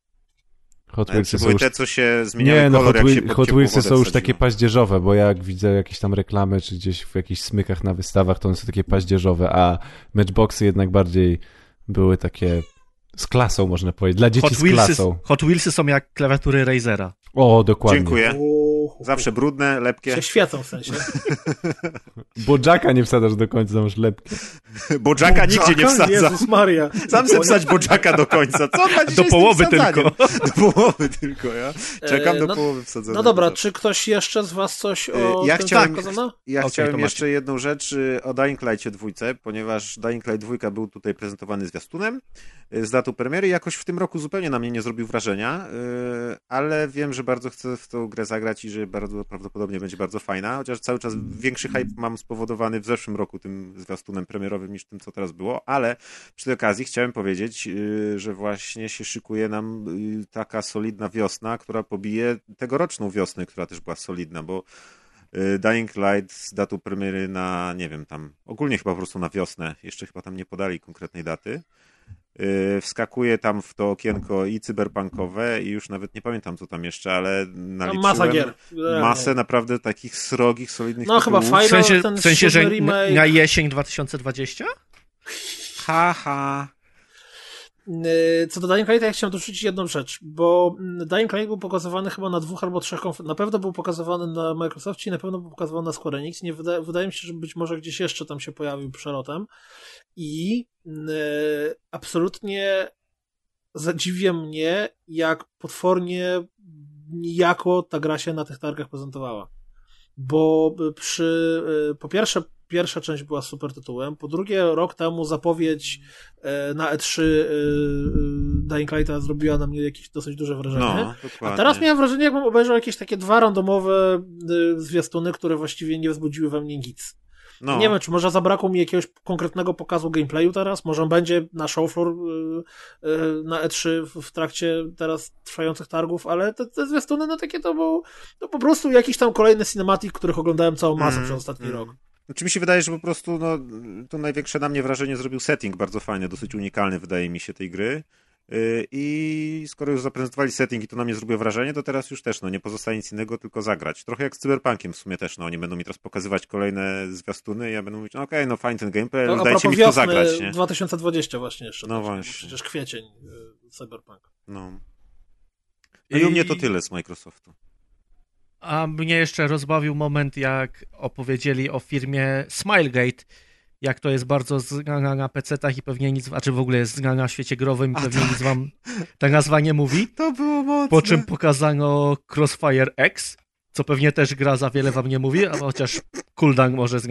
Hot A Wheelsy czy są były już... te, co się zmieniały Nie, no kolor, Hot, jak się Wheel, pod Hot ciepłą Wheelsy wodę są już wsadziło? takie paździerzowe, bo jak widzę jakieś tam reklamy, czy gdzieś w jakichś smykach na wystawach, to one są takie paździerzowe, a Matchboxy jednak bardziej były takie z klasą, można powiedzieć, dla dzieci Hot z Wheelsy, klasą. Hot Wheelsy są jak klawiatury Razera. O, dokładnie. Dziękuję. Uuu, Zawsze brudne, lepkie. się świecą w sensie. Bo Jacka nie wsadzasz do końca, to masz lepkie. Bo Jacka nigdzie nie wsadza. Jezus Maria. Sam chcę wsać Bożaka do końca. Co ma dzisiaj Do z tym połowy wsadzaniem? tylko. Do połowy tylko, ja. Czekam E, do no- połowy wsadzenia. No dobra, czy ktoś jeszcze z was coś o Ja tym chciałem- pokazano? Ja Okej, chciałem to jeszcze macie. jedną rzecz y, o Dying Light'cie dwójce, ponieważ Dying Light dwójka był tutaj prezentowany zwiastunem y, z datą premiery. Jakoś w tym roku zupełnie na mnie nie zrobił wrażenia, y, ale wiem, że bardzo chcę w tą grę zagrać i że bardzo prawdopodobnie będzie bardzo fajna, chociaż cały czas większy hype mam spowodowany w zeszłym roku tym zwiastunem premierowym niż tym, co teraz było, ale przy tej okazji chciałem powiedzieć, y, że właśnie się szykuje nam y, taka solidna wiosna, która pobije tegoroczną wiosnę, która też była solidna, bo y, Dying Light z datą premiery na, nie wiem, tam ogólnie chyba po prostu na wiosnę, jeszcze chyba tam nie podali konkretnej daty, y, wskakuje tam w to okienko i cyberpunkowe i już nawet nie pamiętam, co tam jeszcze, ale Tam naliczyłem masa gier. masę naprawdę takich srogich, solidnych No chyba tytułów. W fajne. sensie, ten w sensie że siódmy remake. na jesień dwa tysiące dwudziesty? Ha, ha. Yy, Co do Dying Light, ja chciałem dorzucić jedną rzecz, bo mm, Dying Light był pokazywany chyba na dwóch albo trzech konferencjach. Na pewno był pokazywany na Microsoftie i na pewno był pokazywany na Square Enix. Nie wyda- wydaje mi się, że być może gdzieś jeszcze tam się pojawił przelotem. I yy, absolutnie zadziwia mnie, jak potwornie nijako ta gra się na tych targach prezentowała. Bo przy, yy, po pierwsze, pierwsza część była super tytułem, po drugie, rok temu zapowiedź e, na E trzy e, e, Dying Lighta zrobiła na mnie jakieś dosyć duże wrażenie. No, dokładnie. A teraz miałem wrażenie, jakbym obejrzał jakieś takie dwa randomowe e, zwiastuny, które właściwie nie wzbudziły we mnie nic. No. Nie wiem, czy może zabrakło mi jakiegoś konkretnego pokazu gameplayu teraz, może on będzie na showfloor e, e, na E trzy w, w trakcie teraz trwających targów, ale te, te zwiastuny, no takie to był to po prostu jakiś tam kolejny cinematic, których oglądałem całą masę Mm, przez ostatni mm. rok. Znaczy mi się wydaje, że po prostu no, to największe na mnie wrażenie zrobił setting bardzo fajny, dosyć unikalny wydaje mi się tej gry. Yy, I skoro już zaprezentowali setting i to na mnie zrobiło wrażenie, to teraz już też no, nie pozostaje nic innego, tylko zagrać. Trochę jak z Cyberpunkiem w sumie też, no oni będą mi teraz pokazywać kolejne zwiastuny i ja będę mówić, no okej, okay, no fajny ten gameplay, ale No, już a dajcie propos mi w to wiosny zagrać, nie? dwa tysiące dwudziesty właśnie jeszcze. No tak, właśnie. Przecież kwiecień y, Cyberpunk. No. No i u I- mnie to tyle z Microsoftu. A mnie jeszcze rozbawił moment, jak opowiedzieli o firmie Smilegate, jak to jest bardzo znana na pecetach i pewnie nic, a czy w ogóle jest znana w świecie growym i A pewnie tak. nic wam ta nazwa nie mówi. To było mocne. Po czym pokazano Crossfire X, co pewnie też gra za wiele wam nie mówi, a chociaż Kuldan może zna.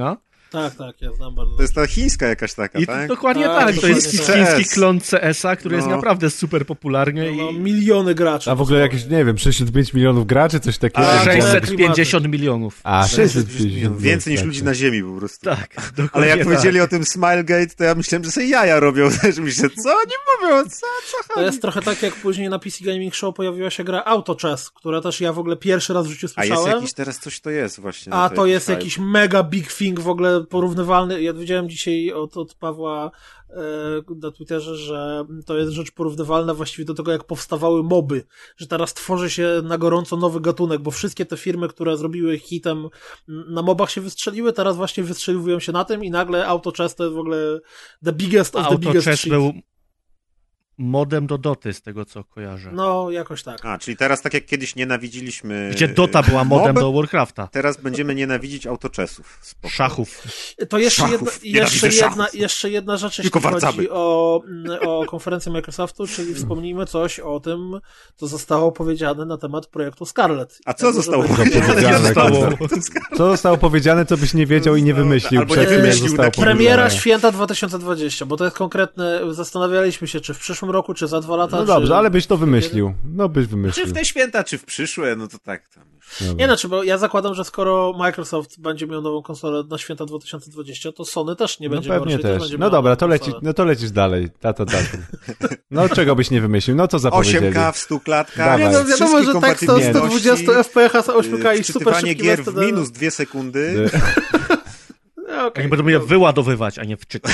Tak, tak, ja znam bardzo. To jest ta chińska jakaś taka, I tak? dokładnie Tak, tak, to dokładnie jest tak. chiński klon C S a, który No. jest naprawdę super popularny No, i miliony graczy. A w ogóle jakieś, nie wiem, sześćdziesiąt pięć milionów graczy, coś takiego. A, sześćset pięćdziesiąt milionów. A, sześćset pięćdziesiąt. Więcej niż tak, ludzi tak. na ziemi po prostu. Tak, dokładnie Ale jak tak. powiedzieli o tym Smilegate, to ja myślałem, że sobie jaja robią. Też myślę, co oni mówią, co, co To chodzi? jest trochę tak, jak później na P C Gaming Show pojawiła się gra Auto Chess, która też ja w ogóle pierwszy raz w życiu A słyszałem. jest jakiś teraz coś to jest właśnie. A no to jest hype. jakiś mega big thing w ogóle porównywalny. Ja widziałem dzisiaj od, od Pawła e, na Twitterze, że to jest rzecz porównywalna właściwie do tego, jak powstawały moby. Że teraz tworzy się na gorąco nowy gatunek, bo wszystkie te firmy, które zrobiły hitem na mobach się wystrzeliły, teraz właśnie wystrzeliwują się na tym i nagle Auto Chess to jest w ogóle the biggest of the Auto biggest Chess shit. był modem do Doty, z tego co kojarzę. No, jakoś tak. A, czyli teraz tak jak kiedyś nienawidziliśmy... Gdzie Dota była modem moby, do Warcrafta. Teraz będziemy nienawidzić autoczesów. Spoko. Szachów. To jeszcze Szachów. jedna, jeszcze, Nienawidzę jedna, szachów. jeszcze jedna rzecz, jeśli Tylko chodzi warcaby. o, o konferencję Microsoftu, czyli wspomnijmy coś o tym, co zostało powiedziane na temat projektu Scarlet. A co Tego, zostało żeby- powiedziane? zostało? Co zostało powiedziane, co byś nie wiedział i nie wymyślił Albo przed nie tym, jak wymyślił zostało taki powiedziane. Premiera święta dwa tysiące dwudziestego, bo to jest konkretne, zastanawialiśmy się, czy w przyszłym roku, czy za dwa lata. No czy... dobrze, ale byś to wymyślił. No byś Czy wymyślił. w te święta, czy w przyszłe, no to tak tam już. Dobra. Nie, znaczy, bo ja zakładam, że skoro Microsoft będzie miał nową konsolę na święta dwa tysiące dwudziestego, to Sony też nie No będzie pewnie miał, raczej też. będzie No miała dobra, nową to, leci, konsolę. no to lecisz dalej. Tato, tato. No czego byś nie wymyślił? No co zapowiedzieli? osiem K w stu klatkach. Dawaj. Nie, no wiadomo, że tak sto Nie, no. dwadzieścia F P S, osiem K Yy, i super wczytywanie szybki gier w western. minus dwie sekundy. No, okej. Oni będą je wyładowywać, a nie wczytywać.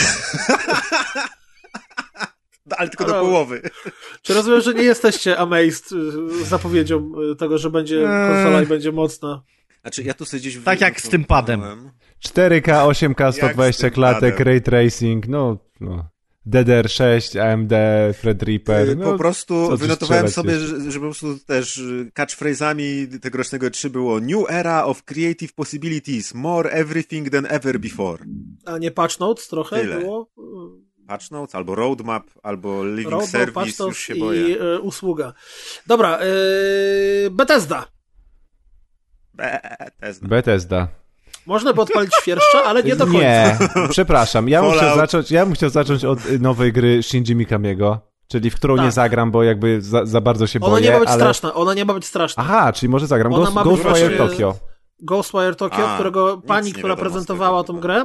No, ale tylko Ale- do połowy. Czy rozumiem, że nie jesteście amazed y, zapowiedzią y, tego, że będzie Eee. konsola i będzie mocna? Znaczy, ja tu sobie gdzieś... Tak jak z tym padem. wynotowałem. cztery K, osiem K, sto dwadzieścia Jak z tym klatek, padem. ray tracing, no, no. D D R sześć, A M D, Threadripper. Yy, No, po prostu co tu wynotowałem strzelać sobie, jeszcze? że, że po prostu też y, catchphrase'ami tegorocznego E trzy było New era of creative possibilities, more everything than ever before. A nie patch notes trochę Tyle. było? Patch notes, albo roadmap, albo living Roadmap, service, patch już notes się i boję. y, usługa. Dobra, y, Bethesda. Bethesda. Bethesda. Można by odpalić świerszcza, ale nie do końca. Nie, przepraszam. Ja bym, chciał Fallout. zacząć, ja bym chciał zacząć od y, nowej gry Shinji Mikamiego, czyli w którą Tak. nie zagram, bo jakby za, za bardzo się Ona boję, nie ma być ale... straszna, ona nie ma być straszna. Aha, czyli może zagram. Ona Ghost, ma być Ghostwire właśnie- Tokyo. Ghostwire Tokyo, A, którego nic pani, nie która wiadomo z prezentowała tego tą chyba. grę,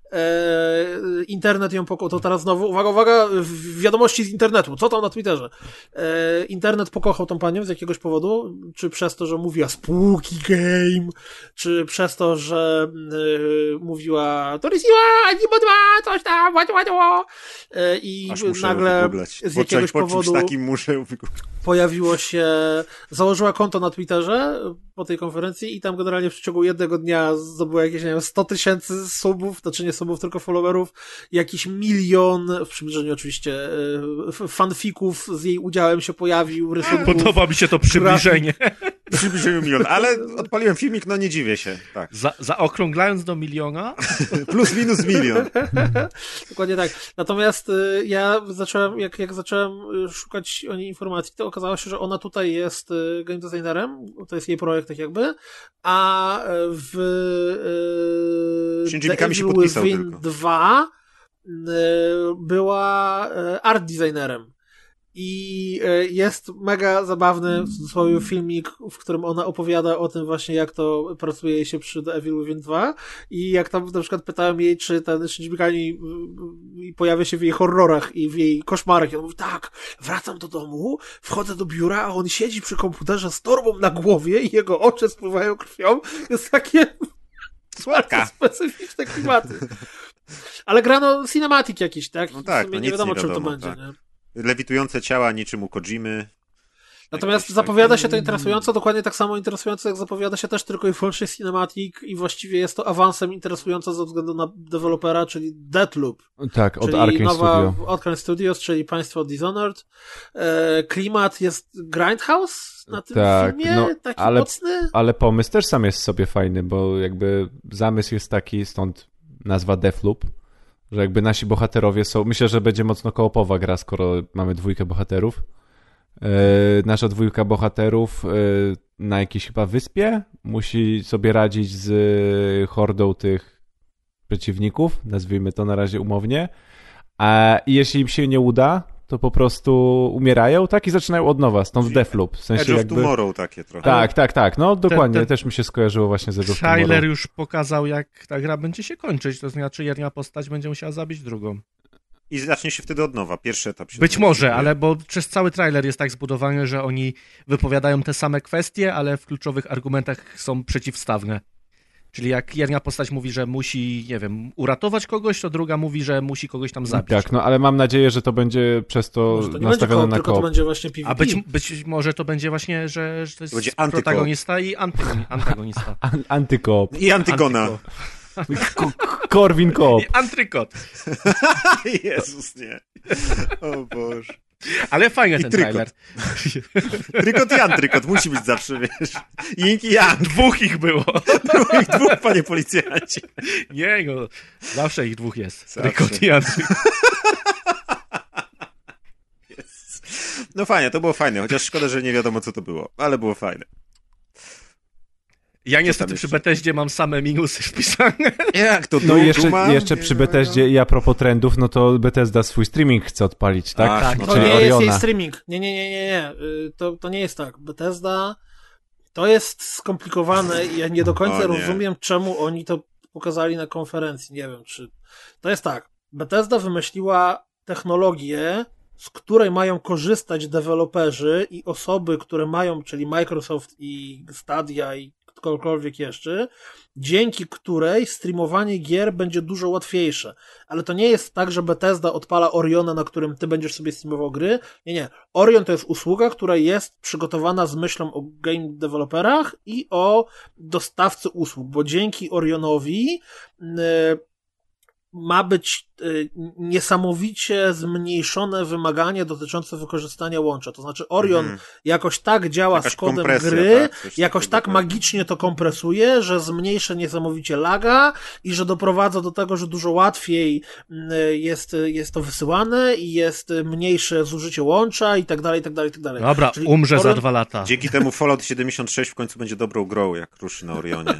e, internet ją pokochał, to teraz znowu, uwaga, uwaga, w- wiadomości z internetu, co tam na Twitterze? E, internet pokochał tą panią z jakiegoś powodu, czy przez to, że mówiła spooky game, czy przez to, że e, mówiła to jest coś tam, ładnie, ładnie, e, i Aż muszę nagle wygooglać. z Po jakiegoś czymś- po czymś powodu takim muszę wygooglać. pojawiło się, założyła konto na Twitterze po tej konferencji i tam generalnie w przeciągu jednego dnia zdobyła jakieś, nie wiem, sto tysięcy subów, znaczy nie subów, tylko followerów, jakiś milion, w przybliżeniu oczywiście, e, f- fanfików z jej udziałem się pojawił, rysunków. Podoba mi się to przybliżenie. Przybliżyłem milion, ale odpaliłem filmik, no nie dziwię się. Tak. Za, zaokrąglając do miliona, Plus minus milion. Dokładnie tak. Natomiast y, ja zacząłem, jak, jak zacząłem y, szukać o niej informacji, to okazało się, że ona tutaj jest y, game designerem, to jest jej projekt tak jakby, a y, w y, Shinji The Mikami się Evil podpisał Within tylko. dwa y, była y, art designerem. I y, jest mega zabawny w cudzysłowie filmik, w którym ona opowiada o tym właśnie, jak to pracuje się przy The Evil Within dwa i jak tam na przykład pytałem jej, czy ten Shinji Mikami y, y, pojawia się w jej horrorach i w jej koszmarach. I on mówi, tak, wracam do domu, wchodzę do biura, a on siedzi przy komputerze z torbą na głowie i jego oczy spływają krwią. Jest takie Słodka. specyficzne klimaty. Ale grano cinematic jakiś, tak? No I tak, w sumie no nie nic wiadomo, nie czym to wiadomo, będzie, tak. nie? Lewitujące ciała niczym u Kojimy. Natomiast Jakieś zapowiada takie- się to interesująco, dokładnie tak samo interesująco, jak zapowiada się też tylko i wyłącznie cinematic i właściwie jest to awansem interesująco ze względu na dewelopera, czyli Deathloop. Tak, od czyli Arkane nowa Studio. Arkane Studios, czyli państwo Dishonored. E, klimat jest Grindhouse na tym Tak, filmie, no, taki ale- mocny. Ale pomysł też sam jest sobie fajny, bo jakby zamysł jest taki, stąd nazwa Deathloop, że jakby nasi bohaterowie są... Myślę, że będzie mocno koopowa gra, skoro mamy dwójkę bohaterów. Yy, nasza dwójka bohaterów yy, na jakiejś chyba wyspie musi sobie radzić z hordą tych przeciwników, nazwijmy to na razie umownie, a jeśli im się nie uda, to po prostu umierają, tak, i zaczynają od nowa, stąd Deathloop. W sensie Edge of jakby... Tomorrow takie trochę. Tak, tak, tak, no dokładnie, ten, ten... też mi się skojarzyło właśnie z Edge of Tomorrow. Trailer już pokazał, jak ta gra będzie się kończyć, to znaczy jedna postać będzie musiała zabić drugą. I zacznie się wtedy od nowa, pierwszy etap się... Być może, ale bo przez cały trailer jest tak zbudowany, że oni wypowiadają te same kwestie, ale w kluczowych argumentach są przeciwstawne. Czyli jak jedna postać mówi, że musi, nie wiem, uratować kogoś, to druga mówi, że musi kogoś tam zabić. Tak, no ale mam nadzieję, że to będzie przez to, to nastawione koop, na tylko koop. to będzie właśnie P V P. A być, być może to będzie właśnie, że, że to jest będzie protagonista i anty, antagonista. An- antykoop. I Antygona. Korwin koop. I antrykot. Jezus, nie. O Boże. Ale fajny I ten trykot. trailer. Trykot i antrykot musi być zawsze, wiesz. Yin i yang. Dwóch ich było. Było ich dwóch, panie policjanci. Nie, no, zawsze ich dwóch jest. Zawsze. Trykot i antrykot. Yes. No fajnie, to było fajne, chociaż szkoda, że nie wiadomo, co to było, ale było fajne. Ja niestety przy Bethesdzie mam same minusy wpisane. Jak to? No i jeszcze, Duma? jeszcze przy Bethesdzie i a propos trendów, no to Bethesda swój streaming chce odpalić, tak? Ach, tak. no To Czyli nie jest Oriona. jej streaming. Nie, nie, nie, nie, nie. Y, To, to nie jest tak. Bethesda to jest skomplikowane i ja nie do końca O nie. rozumiem, czemu oni to pokazali na konferencji. Nie wiem, czy... To jest tak. Bethesda wymyśliła technologię, z której mają korzystać deweloperzy i osoby, które mają, czyli Microsoft i Stadia i ktokolwiek jeszcze, dzięki której streamowanie gier będzie dużo łatwiejsze. Ale to nie jest tak, że Bethesda odpala Oriona, na którym ty będziesz sobie streamował gry. Nie, nie. Orion to jest usługa, która jest przygotowana z myślą o game developerach i o dostawcy usług, bo dzięki Orionowi yy, ma być y, niesamowicie zmniejszone wymagania dotyczące wykorzystania łącza. To znaczy Orion Mhm. jakoś tak działa Jakaś z kodem kompresja, gry, tak? Coś jakoś takiego, tak tak. magicznie to kompresuje, że zmniejsza niesamowicie laga i że doprowadza do tego, że dużo łatwiej y, jest, jest to wysyłane i jest mniejsze zużycie łącza i tak dalej, i tak dalej, i tak dalej. Dobra, Czyli umrze za Orion- dwa lata. Dzięki temu Fallout siedemdziesiąt sześć w końcu będzie dobrą grą, jak ruszy na Orionie.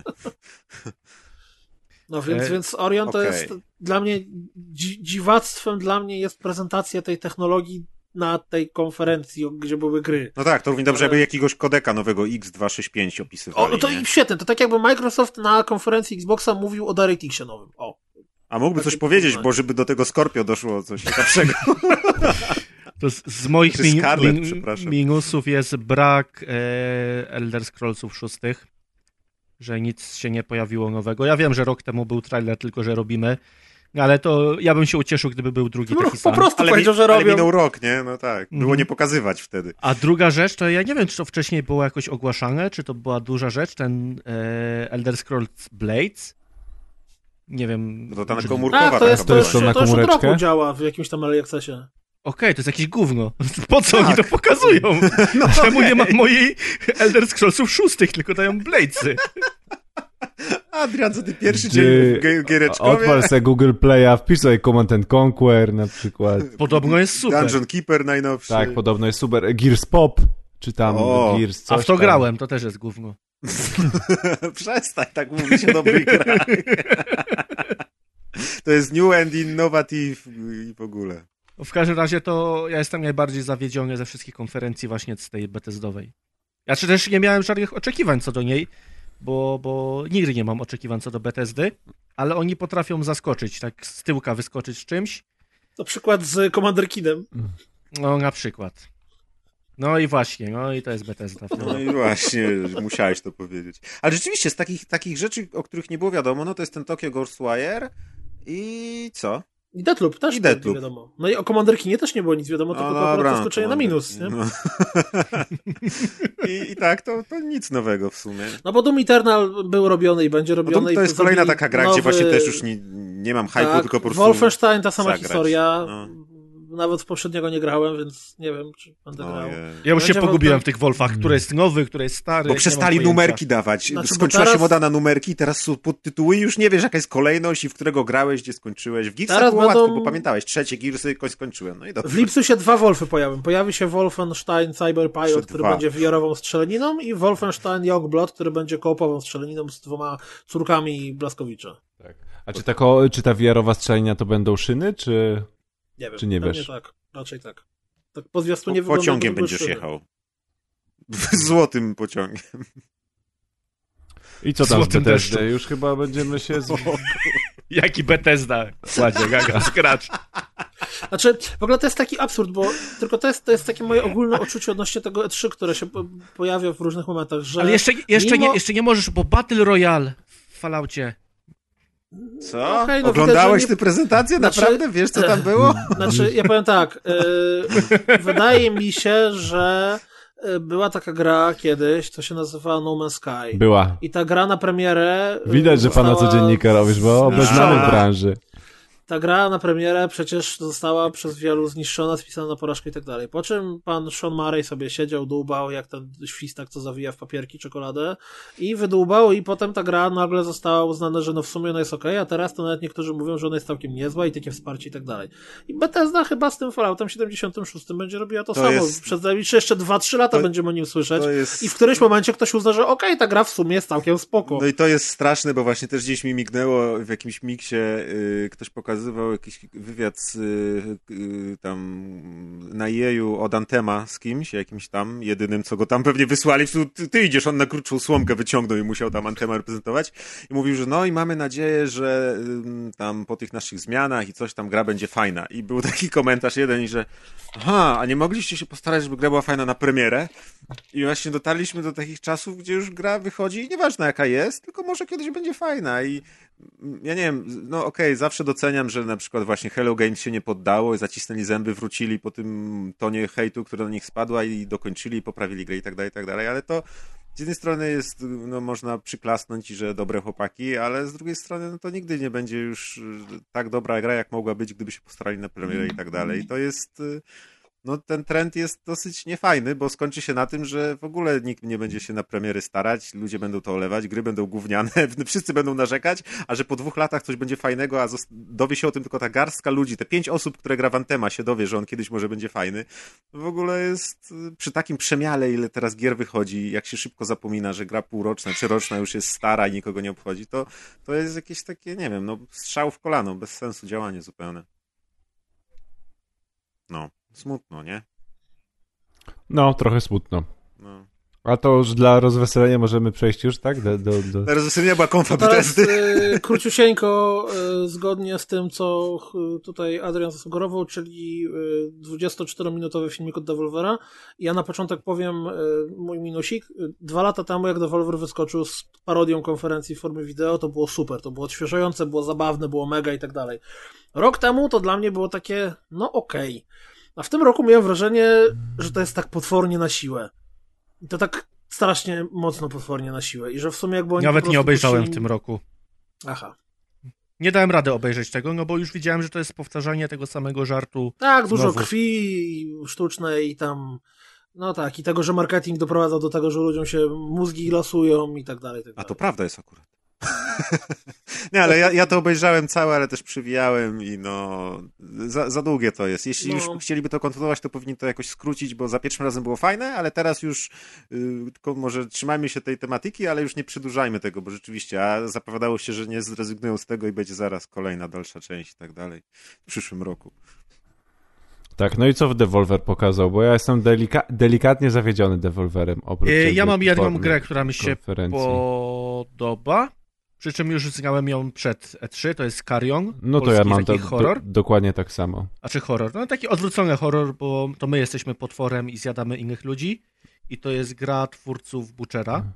No więc, E, więc Orion to okej. jest dla mnie, dzi- dziwactwem dla mnie jest prezentacja tej technologii na tej konferencji, gdzie były gry. No tak, to równie dobrze, Ale- jakby jakiegoś kodeka nowego X dwieście sześćdziesiąt pięć opisywali. O, no to nie? i świetne, to tak jakby Microsoft na konferencji Xboxa mówił o DirectXie nowym. O. A mógłby coś Takie powiedzieć, porównanie. bo żeby do tego Scorpio doszło coś ciekawszego. To z, z moich Czy min, Scarlet, min, przepraszam. minusów jest brak e, Elder Scrollsów szóstych, że nic się nie pojawiło nowego. Ja wiem, że rok temu był trailer, tylko że robimy, ale to ja bym się ucieszył, gdyby był drugi No, taki po sam. prostu Ale, powiedział, mi, że ale robią. minął rok, nie? No tak. Było Mhm. nie pokazywać wtedy. A druga rzecz, to ja nie wiem, czy to wcześniej było jakoś ogłaszane, czy to była duża rzecz, ten e, Elder Scrolls Blades. Nie wiem. No to ta może- komórkowa Tak, to taka jest, to była. już, to na to już od komóreczkę? roku działa w jakimś tam early accessie. Okej, to jest jakieś gówno. Po co Tak. oni to pokazują? No Czemu nie ma okej. mojej Elder Scrollsów szóstych, tylko dają Bladesy? Adrian, co ty pierwszy Gdzie- dzień w gi- giereczkowie? Odpal sobie Google Play'a, wpisz sobie Command and Conquer na przykład. Podobno jest super. Dungeon Keeper najnowszy. Tak, podobno jest super. Gears Pop, czy tam O, Gears coś A w to tam. grałem, to też jest gówno. Przestań tak mówić o dobrych grach. To jest new and innovative i w ogóle. W każdym razie to ja jestem najbardziej zawiedziony ze wszystkich konferencji właśnie z tej Bethesdowej. Ja czy też nie miałem żadnych oczekiwań co do niej, bo, bo nigdy nie mam oczekiwań co do Bethesdy, ale oni potrafią zaskoczyć, tak z tyłka wyskoczyć z czymś. Na przykład z Commander Kinem. No na przykład. No i właśnie, no i to jest Bethesda. No i właśnie, musiałeś to powiedzieć. Ale rzeczywiście, z takich, takich rzeczy, o których nie było wiadomo, no to jest ten Tokyo Ghostwire i co? I Deathloop też I nie Deathloop. wiadomo. No i o Commander Kinie też nie było nic wiadomo, tylko No to akurat dobra, zaskoczenie na Commander minus. Nie? No. I, I tak, to, to nic nowego w sumie. No bo Doom Eternal był robiony i będzie No robiony. to, i to jest kolejna zrobili taka gra, nowy... gdzie właśnie też już nie, nie mam hype'u, tak, tylko po prostu Wolfenstein ta sama zagrać. historia. No. Nawet w poprzedniego nie grałem, więc nie wiem, czy będę grał. Ojej. Ja już się Będzie pogubiłem wam- w tych Wolfach, który jest nowy, który jest stary. Bo nie przestali mam pojęcia. numerki dawać. Znaczy, bo Skończyła teraz- się moda na numerki, teraz są podtytuły i już nie wiesz, jaka jest kolejność i w którego grałeś, gdzie skończyłeś. W Gearsach Teraz było będą- łatwo, bo pamiętałeś, trzecie Gearsy jakoś skończyłem. No i dobrze. W lipcu się dwa Wolfy pojawią. Pojawi się Wolfenstein Cyber Pilot, Trzy, który dwa. będzie wiarową strzelaniną i Wolfenstein Youngblood, który będzie koopową strzelaniną z dwoma córkami Blaskowicza. Tak. A czy, tako, czy ta V R-owa strzelania to będą szyny, czy nie, wiem, czy nie wiesz? Tak, raczej tak. Tak po zwiastunie po, wygląda, pociągiem jakby będziesz szyny. jechał. Złotym pociągiem. I co tam Złotym z Bethesdy? deszczu. Już chyba będziemy się... Z... Jaki Bethesda? Ładzie, gaga, scratch. Znaczy, w ogóle to jest taki absurd, bo tylko to jest, to jest takie moje ogólne odczucie odnośnie tego E trzy, które się po, pojawia w różnych momentach, że... Ale jeszcze, jeszcze, mimo... nie, jeszcze nie możesz, bo Battle Royale w Falloutie. Co? Okay, no Oglądałeś widać, tę prezentację? Znaczy... Naprawdę? Wiesz, co tam było? Znaczy, ja powiem tak, yy, wydaje mi się, że była taka gra kiedyś, co się nazywała No Man's Sky. Była. I ta gra na premierę... Widać, że pana co dziennika robisz, bo obeznany w branży. Ta gra na premierę przecież została przez wielu zniszczona, spisana na porażkę i tak dalej. Po czym pan Sean Murray sobie siedział, dłubał, jak ten świstak, co zawija w papierki czekoladę i wydłubał i potem ta gra nagle została uznana, że no w sumie ona jest okej, okay, a teraz to nawet niektórzy mówią, że ona jest całkiem niezła i takie wsparcie i tak dalej. I Bethesda chyba z tym Falloutem siedemdziesiątym szóstym będzie robiła to, to samo. Jest... Przez najbliższe jeszcze dwa trzy lata to... będziemy o nim słyszeć jest... i w którymś momencie ktoś uzna, że okej, okay, ta gra w sumie jest całkiem spoko. No i to jest straszne, bo właśnie też gdzieś mi mignęło w jakimś miksie, yy, ktoś pokazywał jakiś wywiad z, yy, tam na jeju od Antema z kimś, jakimś tam, jedynym, co go tam pewnie wysłali. Ty, ty idziesz, on na krótszą słomkę wyciągnął i musiał tam Antema reprezentować. I mówił, że no i mamy nadzieję, że yy, tam po tych naszych zmianach i coś tam gra będzie fajna. I był taki komentarz jeden, że aha, a nie mogliście się postarać, żeby gra była fajna na premierę? I właśnie dotarliśmy do takich czasów, gdzie już gra wychodzi i nieważne jaka jest, tylko może kiedyś będzie fajna. I ja nie wiem, no okej, okay, zawsze doceniam, że na przykład właśnie Hello Games się nie poddało i zacisnęli zęby, wrócili po tym tonie hejtu, który na nich spadła i dokończyli, poprawili grę i tak dalej, i tak dalej, ale to z jednej strony jest, no można przyklasnąć, że dobre chłopaki, ale z drugiej strony no to nigdy nie będzie już tak dobra gra, jak mogła być, gdyby się postarali na premierę i tak dalej. I to jest... No ten trend jest dosyć niefajny, bo skończy się na tym, że w ogóle nikt nie będzie się na premiery starać, ludzie będą to olewać, gry będą gówniane, wszyscy będą narzekać, a że po dwóch latach coś będzie fajnego, a dowie się o tym tylko ta garstka ludzi, te pięć osób, które gra w Antema się dowie, że on kiedyś może będzie fajny. W ogóle jest przy takim przemiale, ile teraz gier wychodzi, jak się szybko zapomina, że gra półroczna czy roczna już jest stara i nikogo nie obchodzi, to, to jest jakieś takie, nie wiem, no strzał w kolano, bez sensu działanie zupełne. No. Smutno, nie? No, trochę smutno. No. A to już dla rozweselenia możemy przejść już, tak? Do, do, do... Dla rozweselenia była konfa no teraz, Bethesdy. y, króciusieńko, y, zgodnie z tym, co y, tutaj Adrian zasugerował, czyli y, dwudziestoczterominutowy filmik od Devolvera. Ja na początek powiem y, mój minusik. Dwa lata temu, jak Devolver wyskoczył z parodią konferencji w formie wideo, to było super, to było odświeżające, było zabawne, było mega i tak dalej. Rok temu to dla mnie było takie, no okej. Okay. A w tym roku miałem wrażenie, że to jest tak potwornie na siłę. I to tak strasznie mocno potwornie na siłę. I że w sumie jakby oni Nawet nie obejrzałem puścili... w tym roku. Aha. Nie dałem rady obejrzeć tego, no bo już widziałem, że to jest powtarzanie tego samego żartu. Tak, dużo znowu. krwi sztucznej i tam... No tak, i tego, że marketing doprowadzał do tego, że ludziom się mózgi losują i tak dalej. Tak dalej. A to prawda jest akurat. Nie, ale ja, ja to obejrzałem całe, ale też przywijałem i no za, za długie to jest. Jeśli no. już chcieliby to kontynuować, to powinni to jakoś skrócić, bo za pierwszym razem było fajne, ale teraz już yy, tylko może trzymajmy się tej tematyki, ale już nie przedłużajmy tego, bo rzeczywiście, a zapowiadało się, że nie zrezygnują z tego i będzie zaraz kolejna dalsza część i tak dalej w przyszłym roku. Tak, no i co w Devolver pokazał? Bo ja jestem delika- delikatnie zawiedziony Devolverem. Oprócz e, ja mam jedną grę, która mi się podoba. Przy czym już znałem ją przed E trzy, to jest Carrion. No to ja mam to, horror. Do, dokładnie tak samo. A czy horror? No taki odwrócony horror, bo to my jesteśmy potworem i zjadamy innych ludzi. I to jest gra twórców Butchera. Hmm.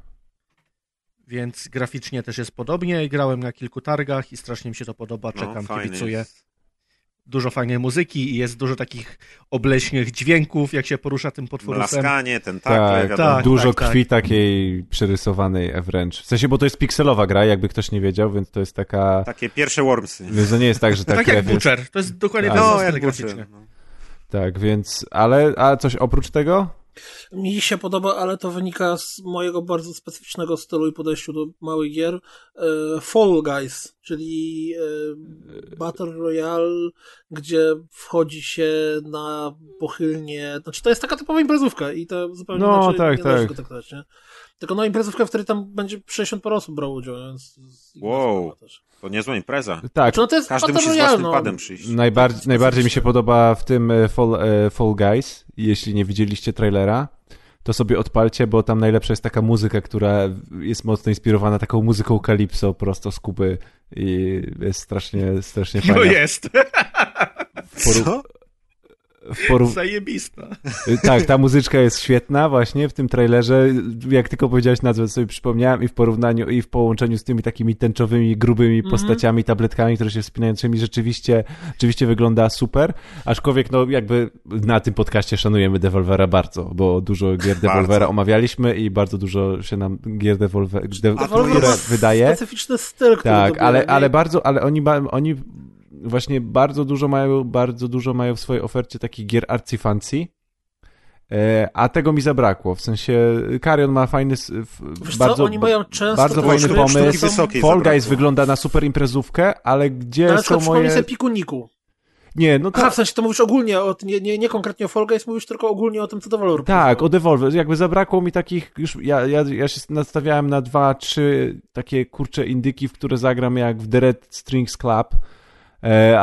Więc graficznie też jest podobnie. Grałem na kilku targach i strasznie mi się to podoba. Czekam, no, kibicuję. Jest. Dużo fajnej muzyki i jest dużo takich obleśnych dźwięków, jak się porusza tym potworusem. Blaskanie, tentakle. Tak, tak, dużo tak, krwi tak. takiej przerysowanej wręcz. W sensie, bo to jest pikselowa gra, jakby ktoś nie wiedział, więc to jest taka... Takie pierwsze Wormsy. Więc to nie jest tak, że tak tak jak Butcher, jest... to jest dokładnie tak. No, jak graficznie. No. Tak, więc... Ale a coś oprócz tego? Mi się podoba, ale to wynika z mojego bardzo specyficznego stylu i podejściu do małych gier. Fall Guys. czyli e, Battle Royale, gdzie wchodzi się na pochylnie, znaczy to jest taka typowa imprezówka i to zupełnie no, inaczej tak, nie tak. należy go traktować, nie? Tylko no imprezówka, w której tam będzie sześćdziesiąt parę osób brało udział, więc... Wow, to niezła impreza. Tak. Znaczy, no to jest Każdy Battle musi z Royale, własnym no. padem przyjść. Najbardziej, najbardziej mi się podoba w tym Fall, Fall Guys, jeśli nie widzieliście trailera, to sobie odpalcie, bo tam najlepsza jest taka muzyka, która jest mocno inspirowana taką muzyką Calypso prosto z Kuby i jest strasznie, strasznie fajna. No jest. Poru- Co? w porów- Zajebista. Tak, ta muzyczka jest świetna właśnie w tym trailerze. Jak tylko powiedziałeś nazwę, to sobie przypomniałem i w porównaniu, i w połączeniu z tymi takimi tęczowymi, grubymi Mm-hmm. postaciami, tabletkami, które się wspinającymi, rzeczywiście, rzeczywiście wygląda super. Aczkolwiek, no jakby na tym podcaście szanujemy Devolvera bardzo, bo dużo gier Devolvera omawialiśmy i bardzo dużo się nam gier Devolver, de- Devolver które ma wydaje. specyficzny styl, który Tak, dobiera, ale, nie? ale bardzo, ale oni, ba- oni właśnie bardzo dużo mają, bardzo dużo mają w swojej ofercie takich gier arcy-fancy, e, a tego mi zabrakło, w sensie Carrion ma fajny, s- w- Wiesz bardzo, co, oni mają często bardzo te fajny gry, pomysł, które są- wysokiej Fall zabrakło. Guys wygląda na super imprezówkę, ale gdzie Na są przykład przypomnij moje... sobie Pikuniku. Nie, no Aha, tak, w sensie to mówisz ogólnie, o, nie, nie, nie konkretnie o Fall Guys, mówisz tylko ogólnie o tym, co Devolver tak, o Devolver, jakby zabrakło mi takich, już ja, ja, ja się nastawiałem na dwa, trzy takie kurcze indyki, w które zagram jak w The Red Strings Club, e,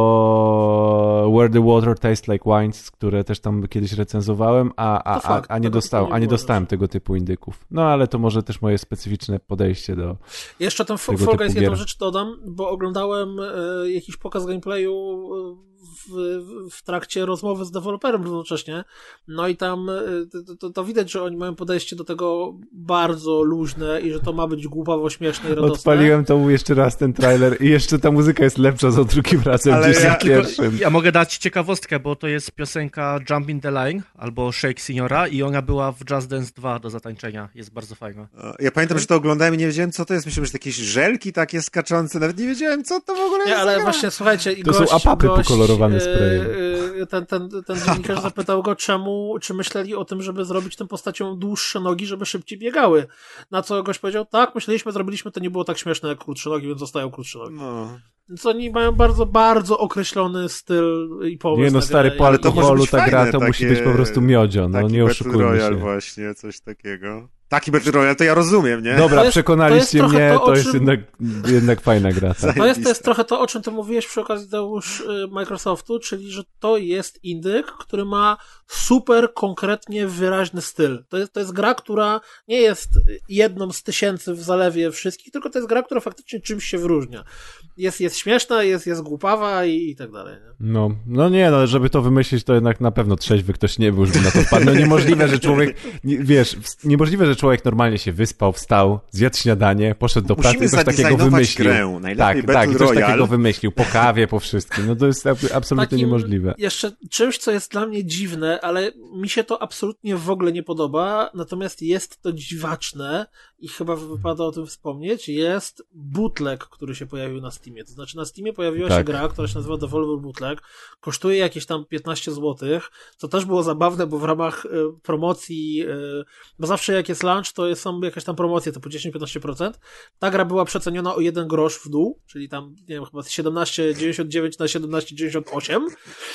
albo Where the Water Tastes Like Wines, które też tam kiedyś recenzowałem, a, a, To fakt, a, a nie tego dostałem, typu nie a nie było dostałem rzeczy. tego typu indyków. No ale to może też moje specyficzne podejście do... Jeszcze ten Fall tego Fall typu Guys jedną gier. rzecz dodam, bo oglądałem e, jakiś pokaz gameplayu w, w, w trakcie rozmowy z deweloperem równocześnie, no i tam e, to, to, to widać, że oni mają podejście do tego bardzo luźne i że to ma być głupawo, śmieszne i radosne. Odpaliłem to jeszcze raz ten trailer i jeszcze ta muzyka jest lepsza za drugim razem Ale niż ja za Tylko, pierwszym. ja mogę dać ciekawostkę, bo to jest piosenka Jump in the Line albo Shake Signora i ona była w Just Dance dwa do zatańczenia. Jest bardzo fajna. Ja pamiętam, że to oglądałem i nie wiedziałem, co to jest. Myślałem, że to jakieś żelki takie skaczące. Nawet nie wiedziałem, co to w ogóle Nie, jest. ale za gra. właśnie, słuchajcie, i To są gość, apapy gość, pokolorowane e, sprayem. e, Ten, ten, ten dziennikarz zapytał go, czemu, czy myśleli o tym, żeby zrobić tą postacią dłuższe nogi, żeby szybciej biegały. Na co gość powiedział, tak, myśleliśmy, zrobiliśmy, to nie było tak śmieszne jak krótsze nogi, więc zostają krótsze nogi. No. Więc oni mają bardzo, bardzo określony styl i pomysł. Nie no na stary, grę. po Ale to może alkoholu być ta gra fajne, to musi takie- być po prostu miodzio, no Taki nie Battle oszukujmy Royale się. właśnie, coś takiego. Taki Battle Royale, to ja rozumiem, nie? Dobra, To jest- przekonaliście to jest trochę mnie, to, to, o jest czym- jednak, jednak fajna gra. Tak. To jest, to jest trochę to, o czym ty mówiłeś przy okazji Deusz y, Microsoftu, czyli że to jest indyk, który ma super konkretnie wyraźny styl. To jest, to jest gra, która nie jest jedną z tysięcy w zalewie wszystkich, tylko to jest gra, która faktycznie czymś się wyróżnia. Jest, jest śmieszna, jest, jest głupawa i, i tak dalej. Nie? No, no nie, no żeby to wymyślić, to jednak na pewno trzeźwy ktoś nie był, żeby na to wpadł. No niemożliwe, że człowiek, nie, wiesz, w- niemożliwe, że człowiek normalnie się wyspał, wstał, zjadł śniadanie, poszedł do pracy Musimy i coś takiego zadizajnować wymyślił. grę. Najlepiej Tak, Battle tak, i coś Royale. takiego wymyślił, po kawie, po wszystkim. No to jest ab- absolutnie Takim niemożliwe. Jeszcze czymś, co jest dla mnie dziwne, ale mi się to absolutnie w ogóle nie podoba, natomiast jest to dziwaczne i chyba wypada o tym wspomnieć, jest bootleg, który się pojawił na Steamie. To znaczy na Steamie pojawiła się Tak. gra, która się nazywa Devolver Bootleg, kosztuje jakieś tam piętnaście złotych, co też było zabawne, bo w ramach y, promocji, y, bo zawsze jak jest launch, to jest, są jakieś tam promocje typu dziesięć do piętnastu procent. Ta gra była przeceniona o jeden grosz w dół, czyli tam, nie wiem, chyba siedemnaście dziewięćdziesiąt dziewięć na siedemnaście dziewięćdziesiąt osiem.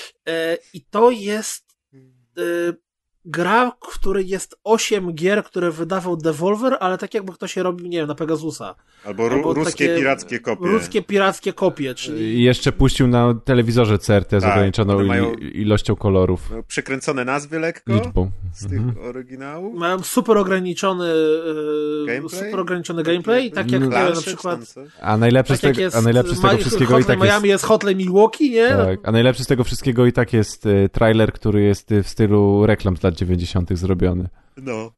E, I to jest e, gra, w której jest osiem gier, które wydawał Devolver, ale tak jakby ktoś je robił, nie wiem, na Pegasusa. Albo, ru- Albo ruskie takie pirackie kopie. Ruskie pirackie kopie, czyli I jeszcze puścił na telewizorze C R T z Tak, ograniczoną one mają- i- ilością kolorów, No, przekręcone nazwy lekko liczbą. z tych Mhm. oryginałów. mają super ograniczony e, Gameplay? super ograniczony gameplay, tak jak Mm. nie wiem, na Plansze, przykład czy tam coś? A najlepsze, tak z jak tego, jest a najlepsze z tego Ma- wszystkiego i Hotline tak jest... Miami jest Hotline Milwaukee, nie? Tak, a najlepszy z tego wszystkiego i tak jest y, trailer, który jest y, w stylu reklam z lat dziewięćdziesiątych zrobiony. No.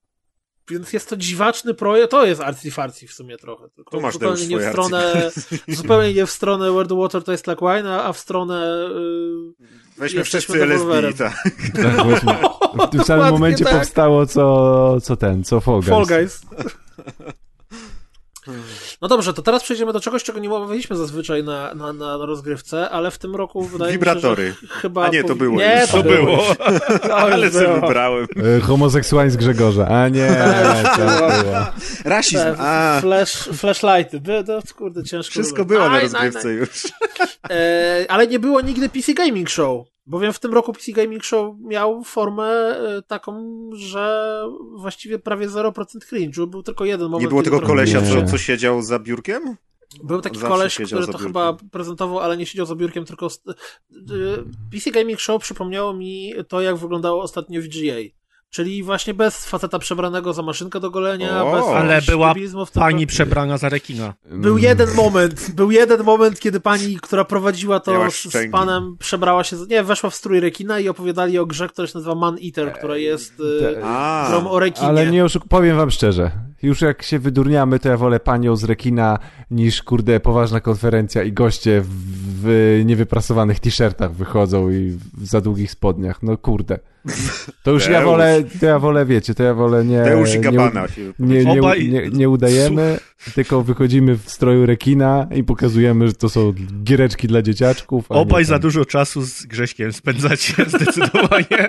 Więc jest to dziwaczny projekt, to jest arcy-farcy w sumie trochę. Tylko Tu masz zupełnie Deusz nie w swoje stronę, zupełnie nie w stronę Where the Water Tastes Like Wine, a w stronę yy, Weźmy jesteśmy wszyscy L S D, Devolverem. tak. Tak, właśnie. W tym samym Dokładnie momencie tak. powstało co, co ten, co Fall Guys. Fall Guys. No dobrze, to teraz przejdziemy do czegoś, czego nie mówiliśmy zazwyczaj na, na, na rozgrywce, ale w tym roku wydaje Wibratory. mi się, że chyba... A nie, to było Nie, już. to było. Ale sobie wybrałem. E, Homoseksualizm Grzegorza, a nie, to było. Rasizm, a... Flash, flashlighty, by, to kurde ciężko. Wszystko było. było na Aj, rozgrywce aj, aj. już. E, ale nie było nigdy P C Gaming Show, bowiem w tym roku P C Gaming Show miał formę e, taką, że właściwie prawie zero procent cringe'u, był tylko jeden moment. Nie było tego kiedy kolesia, Nie. co, co siedział za biurkiem? Był taki Zawsze koleś, siedział który za to biurkiem. chyba prezentował, ale nie siedział za biurkiem, tylko... st- y, P C Gaming Show przypomniało mi to, jak wyglądało ostatnio V G A. Czyli właśnie bez faceta przebranego za maszynkę do golenia, O, bez Ale jakichś była debilizmów, tylko- pani przebrana za rekina. Był jeden moment, był jeden moment, kiedy pani, która prowadziła to Miała z, z szczęki. panem, przebrała się, z- nie, weszła w strój rekina i opowiadali o grze, która się nazywa Man Eater, która jest y, A, grą o rekinie. Ale nie oszuk... powiem wam szczerze, już jak się wydurniamy, to ja wolę panią z rekina niż, kurde, poważna konferencja i goście w, w niewyprasowanych t-shirtach wychodzą i w za długich spodniach. No kurde. To już ja Deusz. wolę, to ja wolę, wiecie, to ja wolę nie... Deusz i nie, Gabbana się nie, nie, Obaj- nie, nie udajemy, tylko wychodzimy w stroju rekina i pokazujemy, że to są giereczki dla dzieciaczków. a nie Obaj tam- za dużo czasu z Grześkiem spędzacie zdecydowanie.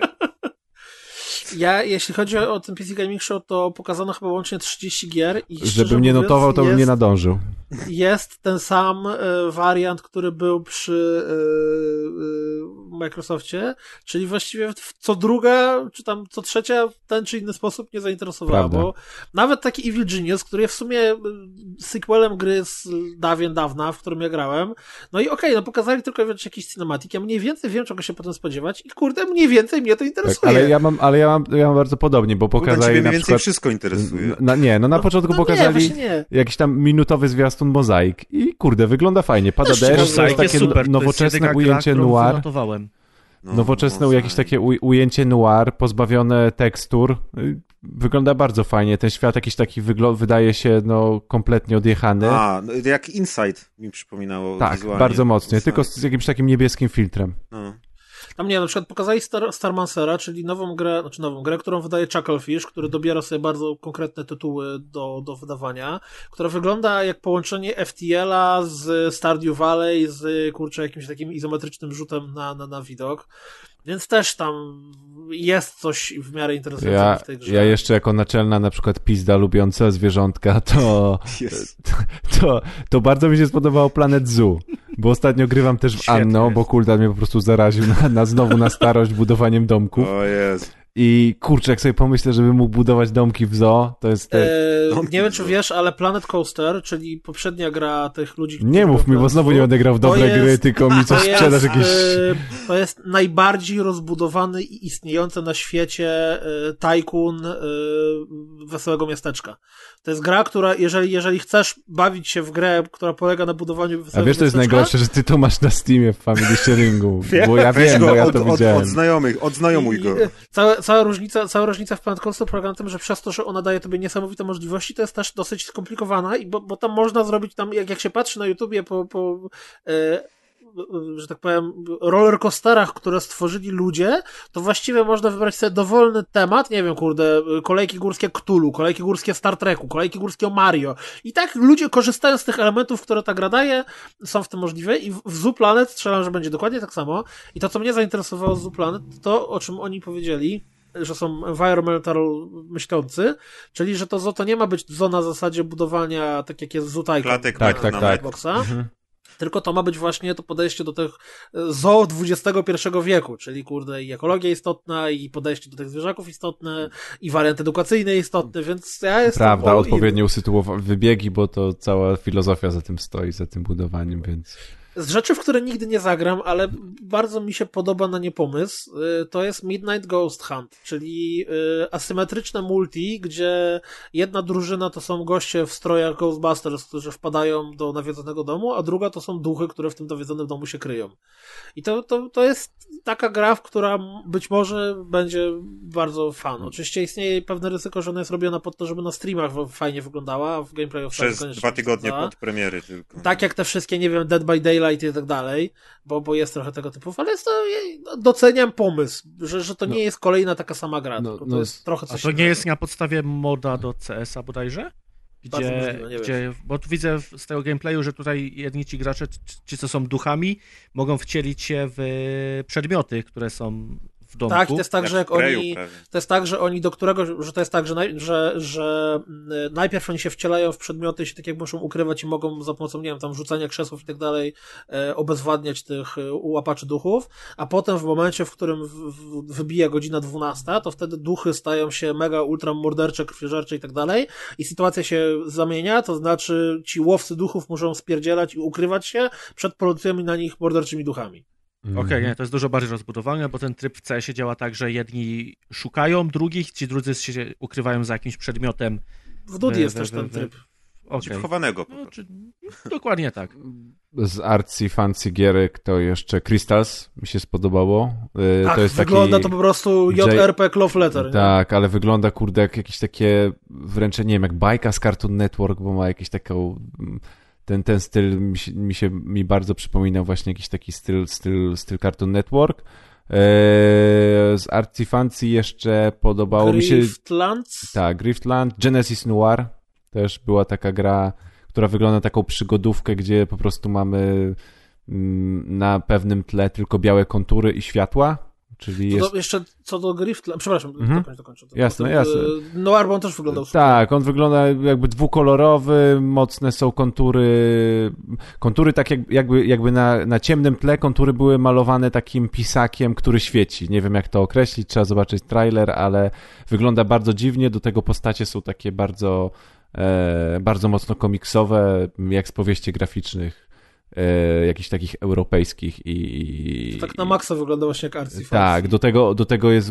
Ja, jeśli chodzi o ten P C Gaming Show, to pokazano chyba łącznie trzydzieści gier i szczerze Żebym nie mówiąc, notował, to bym jest, nie nadążył. jest ten sam e, wariant, który był przy e, e, Microsoftie, czyli właściwie w- co druga, czy tam co trzecia w ten czy inny sposób nie zainteresowała, Prawda. bo nawet taki Evil Genius, który jest w sumie e, sequelem gry z dawien dawna, w którym ja grałem, no i okej, no pokazali tylko wiesz, jakiś cinematic, ja mniej więcej wiem, czego się potem spodziewać i kurde, mniej więcej mnie to Tak, interesuje. ale ja mam, ale ja mam, ja mam bardzo podobnie, bo Kurde, pokazali ciebie na mniej więcej przykład... wszystko interesuje. Na, nie, no na początku no nie, pokazali właśnie nie. jakiś tam minutowy zwiastun Mozaik i kurde, wygląda fajnie. Pada Też deszcz, ciekawe, to jest Mozaik takie jest super. nowoczesne to jest ujęcie gra, noir. Notowałem. No, Nowoczesne no, jakieś takie uj- ujęcie noir, pozbawione tekstur. Y, Wygląda bardzo fajnie. Ten świat jakiś taki wygl- wydaje się no kompletnie odjechany. A, no, jak Inside mi przypominało tak, wizualnie. bardzo mocnie. Inside. Tylko z jakimś takim niebieskim filtrem. No. Tam nie wiem, na przykład pokazali Star, Starmancera, czyli nową grę, znaczy nową grę, którą wydaje Chucklefish, który dobiera sobie bardzo konkretne tytuły do, do wydawania, która wygląda jak połączenie F T L-a z Stardew Valley z, kurczę, jakimś takim izometrycznym rzutem na, na, na widok. Więc też tam jest coś w miarę interesującego Ja, w tej grze. ja jeszcze jako naczelna na przykład pizda lubiąca zwierzątka, to, Jest. to, to bardzo mi się spodobało Planet Zoo. Bo ostatnio grywam też w Świetnie Anno, jest. bo Kuldan mnie po prostu zaraził na, na znowu na starość budowaniem domków. O jest. I kurczę, jak sobie pomyślę, żeby mógł budować domki w zoo, to jest... Te... Eee, Domki nie wiem, czy w zoo. wiesz, ale Planet Coaster, czyli poprzednia gra tych ludzi... którzy Nie mów robią mi, bo Planet znowu Zoo, nie będę grał w to dobre jest- gry, tylko mi coś To jest, sprzedasz jakieś... e, to jest najbardziej rozbudowany i istniejący na świecie e, tajkun e, Wesołego Miasteczka. To jest gra, która, jeżeli, jeżeli chcesz bawić się w grę, która polega na budowaniu Wesołego A wiesz, to jest Miasteczka, najgorsze, że ty to masz na Steamie w Family Sharingu, bo ja Weź wiem, go bo ja od, to od, widziałem. od znajomych, odznajomuj I- go. i- Cała, cała, różnica, cała różnica w Planet Coaster polega na tym, że przez to, że ona daje tobie niesamowite możliwości, to jest też dosyć skomplikowana, i bo, bo tam można zrobić, tam jak, jak się patrzy na YouTubie po, po e, że tak powiem, rollercoasterach, które stworzyli ludzie, to właściwie można wybrać sobie dowolny temat, nie wiem, kurde, kolejki górskie Cthulhu, kolejki górskie Star Treku, kolejki górskie Mario. I tak ludzie korzystają z tych elementów, które ta gra daje, są w tym możliwe i w, w Zoo Planet strzelam, że będzie dokładnie tak samo. I to, co mnie zainteresowało z Zoo Planet, to, o czym oni powiedzieli, że są environmental myślący, czyli, że to zoo to nie ma być zoo na zasadzie budowania, tak jak jest w Zoo Tycoon Klatek Tak, na, tak, na tak. Xboxa, Mhm. tylko to ma być właśnie to podejście do tych zoo dwudziestego pierwszego wieku, czyli kurde i ekologia istotna, i podejście do tych zwierzaków istotne, i wariant edukacyjny istotny, więc ja jestem Prawda, all in. odpowiednio usytuowane wybiegi, bo to cała filozofia za tym stoi, za tym budowaniem, więc... Z rzeczy, w które nigdy nie zagram, ale bardzo mi się podoba na nie pomysł, y, to jest Midnight Ghost Hunt, czyli y, asymetryczne multi, gdzie jedna drużyna to są goście w strojach Ghostbusters, którzy wpadają do nawiedzonego domu, a druga to są duchy, które w tym nawiedzonym domu się kryją. I to, to, to jest taka gra, w która być może będzie bardzo fan. Oczywiście istnieje pewne ryzyko, że ona jest robiona pod to, żeby na streamach fajnie wyglądała, a w gameplayu wcale Przez koniecznie dwa nie tygodnie przeszkadza. pod premiery tylko. Tak jak te wszystkie, nie wiem, Dead by Daylight i tak dalej, bo, bo jest trochę tego typu, ale jest to, doceniam pomysł, że, że to nie jest kolejna taka sama gra, No, tylko no, to jest trochę A coś to nie innego. jest na podstawie moda do C S a bodajże? Gdzie, możliwe, nie gdzie, bo tu widzę z tego gameplayu, że tutaj jedni ci gracze, ci co są duchami, mogą wcielić się w przedmioty, które są w domku. Tak, to jest tak, Jak że jak w Greju oni, prawie. to jest tak, że oni do którego, że to jest tak, że, naj, że, że najpierw oni się wcielają w przedmioty i się tak jak muszą ukrywać i mogą za pomocą, nie wiem, tam rzucania krzesłów i tak dalej e, obezwładniać tych e, łapaczy duchów, a potem w momencie, w którym w, w, wybija godzina dwunasta, to wtedy duchy stają się mega ultra mordercze, krwiożercze i tak dalej i sytuacja się zamienia, to znaczy ci łowcy duchów muszą spierdzielać i ukrywać się przed polującymi na nich morderczymi duchami. Mhm. Okej, okay, nie, to jest dużo bardziej rozbudowane, bo ten tryb w C S-ie działa tak, że jedni szukają drugich, ci drudzy się ukrywają za jakimś przedmiotem. W Dudi we- jest we- też we- ten we- tryb. Czy Okej. chowanego po No, prostu. czy, dokładnie tak. Z arcy fancy gierek to jeszcze Crystals mi się spodobało. Yy, Tak, to jest wygląda taki... to po prostu J R P G Love Letter. Nie? Tak, ale wygląda kurde jak jakieś takie wręcz, nie wiem, jak bajka z Cartoon Network, bo ma jakieś taką... Ten, ten styl mi się, mi się mi bardzo przypominał właśnie jakiś taki styl, styl, styl Cartoon Network. Eee, z Artsy Fancy jeszcze podobało mi się... Griftlands? Tak, Griftland, Genesis Noir też była taka gra, która wygląda na taką przygodówkę, gdzie po prostu mamy mm, na pewnym tle tylko białe kontury i światła, czyli Co jest... do, jeszcze co do Griftlands, przepraszam, Mhm. dokończę, dokończę. Jasne, Potem, jasne. e, Noir, bo on też wyglądał super. Tak, on wygląda jakby dwukolorowy, mocne są kontury, kontury tak jak, jakby, jakby na, na ciemnym tle kontury były malowane takim pisakiem, który świeci. Nie wiem jak to określić, trzeba zobaczyć trailer, ale wygląda bardzo dziwnie, do tego postacie są takie bardzo, e, bardzo mocno komiksowe, jak z powieści graficznych. E, jakichś takich europejskich i... i To tak na maksa wygląda właśnie jak Artsy Fancy. tak, do tego, do tego jest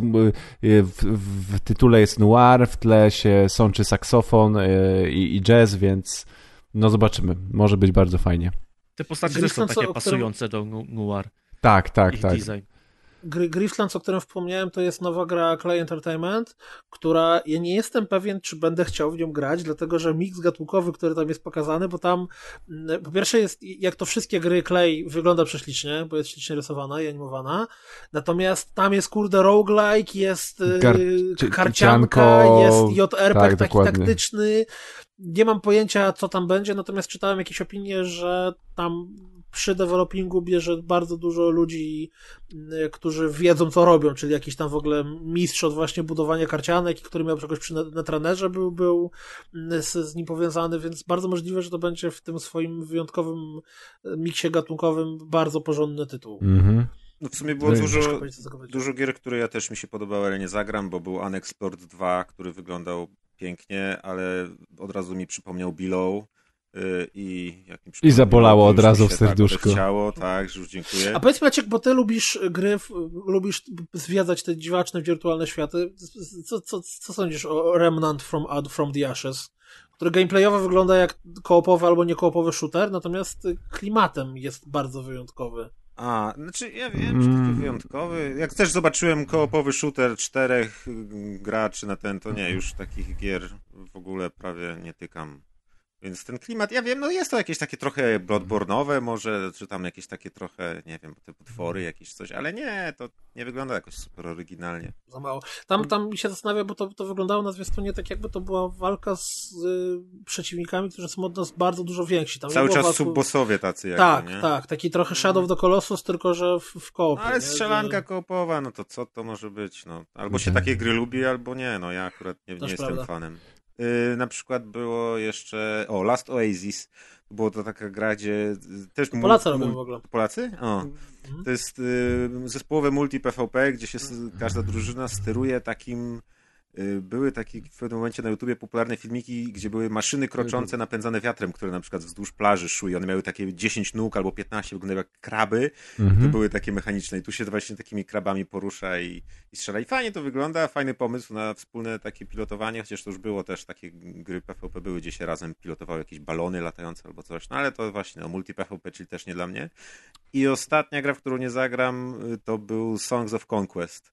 w, w tytule jest noir, w tle się sączy saksofon i, i jazz, więc no zobaczymy, może być bardzo fajnie. Te postacie też są Griftlands, takie o którym- pasujące do nu- noir. Tak, tak, Ich tak. design. Gry- Griftlands, o którym wspomniałem, to jest nowa gra Clay Entertainment, która ja nie jestem pewien, czy będę chciał w nią grać, dlatego że miks gatunkowy, który tam jest pokazany, bo tam mm, po pierwsze jest, jak to wszystkie gry Clay, wygląda prześlicznie, bo jest ślicznie rysowana i animowana, natomiast tam jest kurde roguelike, jest y, Gar- cie- karcianka, cianko, jest J R P G tak, taki dokładnie. taktyczny. Nie mam pojęcia, co tam będzie, natomiast czytałem jakieś opinie, że tam przy developingu bierze bardzo dużo ludzi, y, którzy wiedzą, co robią, czyli jakiś tam w ogóle mistrz od właśnie budowania karcianek, który miał czegoś przy Net- Netrunnerze, był, był y, z, z nim powiązany, więc bardzo możliwe, że to będzie w tym swoim wyjątkowym y, miksie gatunkowym bardzo porządny tytuł. Mhm. No w sumie było No i dużo, Ciężko będzie zakończyć. dużo gier, które ja też mi się podobały, ale nie zagram, bo był Unexplored dwa, który wyglądał pięknie, ale od razu mi przypomniał Below yy, i jak mi przypomniał, zabolało to od już razu mi w się serduszku. Tak odechciało, tak, że już dziękuję. A powiedz Maciek, bo ty lubisz gry, w- lubisz zwiedzać te dziwaczne, wirtualne światy. Co, co, co sądzisz o Remnant from, from the Ashes? Który gameplayowo wygląda jak koopowy albo niekoopowy shooter, natomiast klimatem jest bardzo wyjątkowy. A, znaczy ja wiem, że taki Mm. wyjątkowy. Jak też zobaczyłem koopowy shooter czterech y, graczy na ten, to nie, już takich gier w ogóle prawie nie tykam. Więc ten klimat, ja wiem, no jest to jakieś takie trochę bloodborne'owe może, czy tam jakieś takie trochę, nie wiem, te potwory jakieś coś, ale nie, to nie wygląda jakoś super oryginalnie. Za mało. Tam, tam mi się zastanawia, bo to, to wyglądało na zwiastunie tak jakby to była walka z y, przeciwnikami, którzy są od nas bardzo dużo więksi. Tam nie Cały było czas walku- subbossowie tacy jakby, Tak, nie? tak. Taki trochę Shadow of the Colossus, tylko że w, w koopie. No, ale nie? strzelanka Że- koopowa, no to co to może być? No, albo się Mhm. takie gry lubi, albo nie. No ja akurat nie, nie Też jestem prawda. fanem. Yy, na przykład było jeszcze... O, Last Oasis. Było to taka gra, gdzie y, też... To Polacy mul- robią mul- w ogóle. Polacy? O. Mhm. To jest y, zespołowe multi-P V P, gdzie się s- każda drużyna steruje takim... y, Były takie w pewnym momencie na YouTubie popularne filmiki, gdzie były maszyny kroczące napędzane wiatrem, które na przykład wzdłuż plaży szły i one miały takie dziesięć nóg albo piętnaście, wyglądały jak kraby. To Mhm. były takie mechaniczne i tu się właśnie takimi krabami porusza i, i strzela. I fajnie to wygląda, fajny pomysł na wspólne takie pilotowanie, chociaż to już było też takie gry P V P były, gdzie się razem pilotowały jakieś balony latające albo coś, no ale to właśnie, no multi P V P, czyli też nie dla mnie. I ostatnia gra, w którą nie zagram, y, to był Songs of Conquest,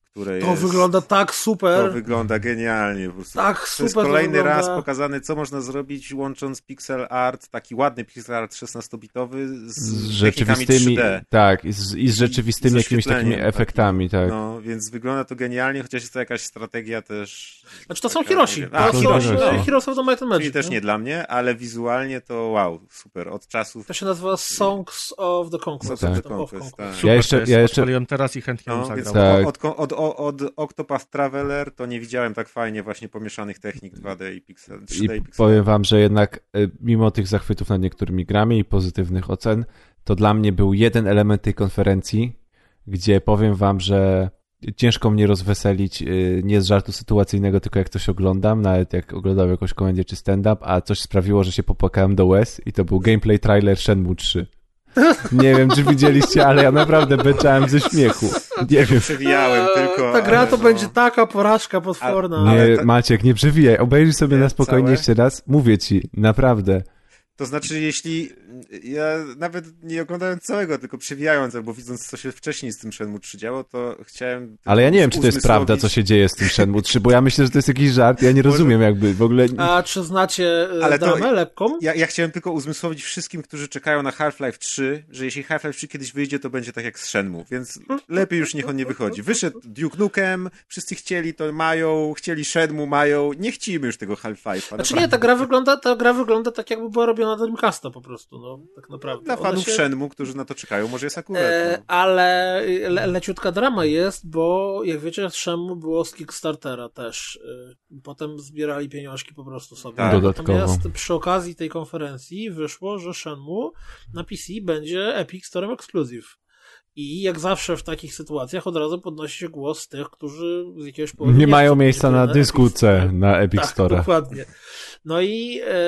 które To jest... wygląda tak super. To wygląda genialnie. Po prostu. Tak to super jest kolejny to raz pokazany, co można zrobić łącząc pixel art, taki ładny pixel art szesnastobitowy z, Z rzeczywistymi rzeczywistymi, trzy D. tak, i z, i z rzeczywistymi I z jakimiś takimi oświetleniem efektami, takim. tak. No, więc wygląda to genialnie, chociaż jest to jakaś strategia też... Znaczy to są taka, Hiroshi. nie wiem. To A, są Hiroshi, Hiroshi, no. Heroes of the Might and Magic. Czyli też nie dla mnie, ale wizualnie to wow, super, od czasów... To się nazywa Songs of the Conquest. Songs of the Tam of Conquest, Conquest. tak. Super, jeszcze- to jest, ja jeszcze- odpaliłem teraz i chętnie bym No, więc zagrał. Tak. od, od, od, od Octopath Traveler to nie widziałem tak fajnie właśnie pomieszanych technik dwa D i pixel, trzy I D i pixel. powiem wam, że jednak y, mimo tych zachwytów nad niektórymi grami i pozytywnych ocen, to dla mnie był jeden element tej konferencji, gdzie powiem wam, że ciężko mnie rozweselić y, nie z żartu sytuacyjnego, tylko jak coś oglądam, nawet jak oglądam jakąś komendę czy stand-up, a coś sprawiło, że się popłakałem do łez i to był gameplay trailer Shenmue trzy. Nie wiem, czy widzieliście, ale ja naprawdę beczałem ze śmiechu. Nie wiem. Przewijałem Eee, tylko... Ta gra ale to no. będzie taka porażka potworna. A- ale Nie, to- Maciek, nie przewijaj. Obejrzyj sobie Nie, na spokojnie całe? jeszcze raz. Mówię ci, naprawdę. To znaczy, jeśli ja nawet nie oglądając całego, tylko przewijając albo widząc, co się wcześniej z tym Shenmue trzy działo, to chciałem... Ale ja nie wiem, czy to jest uzmysłowić- prawda, co się dzieje z tym Shenmue trzy, bo ja myślę, że to jest jakiś żart. Ja nie rozumiem jakby w ogóle... A czy znacie e, Ale to- dramę lekką? Ja, ja chciałem tylko uzmysłowić wszystkim, którzy czekają na Half-Life trzy, że jeśli Half-Life trzy kiedyś wyjdzie, to będzie tak jak z Shenmue, więc lepiej już niech on nie wychodzi. Wyszedł Duke Nukem, wszyscy chcieli, to mają, chcieli Shenmue, mają, nie chcimy już tego Half-Life'a. Znaczy nie, ta gra wygląda, ta gra wygląda tak, jakby była robiona do Dreamcasta po prostu, no, tak naprawdę. Dla Ona fanów się- Shenmue, którzy na to czekają, może jest akurat. E, No. ale le, leciutka drama jest, bo jak wiecie, Shenmue było z Kickstartera też. E, potem zbierali pieniążki po prostu sobie. Tak. Dodatkowo. Natomiast przy okazji tej konferencji wyszło, że Shenmue na P C będzie Epic Store Exclusive. I jak zawsze w takich sytuacjach od razu podnosi się głos tych, którzy z jakiegoś powodu Nie mają chcą miejsca mieć na Epic dysku Store. C na Epic Tak, Store'a. dokładnie. No i e,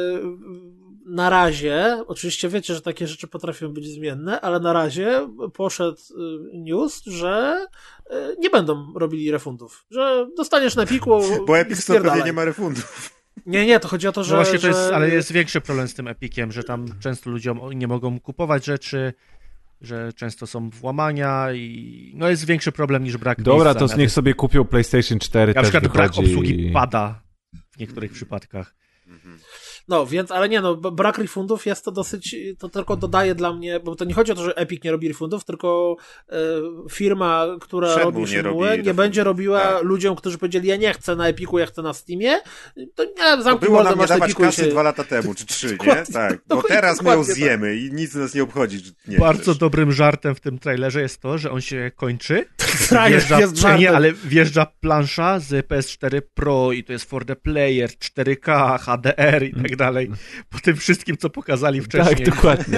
na razie, oczywiście wiecie, że takie rzeczy potrafią być zmienne, ale na razie poszedł e, news, że e, nie będą robili refundów. Że dostaniesz na piku. Bo Epic Store pewnie nie ma refundów. Nie, nie, to chodzi o to, że... No właśnie to że... jest, ale jest większy problem z tym Epiciem, że tam często ludziom nie mogą kupować rzeczy, że często są włamania i no jest większy problem niż brak Dobra, miejsca to na niech dysku. sobie kupią PlayStation cztery, Na też przykład brak wychodzi. obsługi pada w niektórych przypadkach. No, więc, ale nie, no, b- brak refundów jest to dosyć, to tylko dodaje dla mnie, bo to nie chodzi o to, że Epic nie robi refundów, tylko e, firma, która Shenmue robi nie Shenmue, robi nie, refundów, będzie robiła tak. ludziom, którzy powiedzieli, ja nie chcę na Epiku, ja chcę na Steamie, to nie, zamknij Było mordę, nam nie masz na dawać Epiku i kasy się... dwa lata temu, czy trzy, nie? Dokładnie, Tak, bo dokładnie, teraz my ją dokładnie tak. zjemy i nic nas nie obchodzi. że Nie Bardzo chcesz. dobrym żartem w tym trailerze jest to, że on się kończy. Trailer Wjeżdża, jest nie, żartem. ale wjeżdża plansza z P S cztery Pro i to jest for the player, cztery K, H D R i tak dalej. Po tym wszystkim, co pokazali wcześniej. Tak, dokładnie.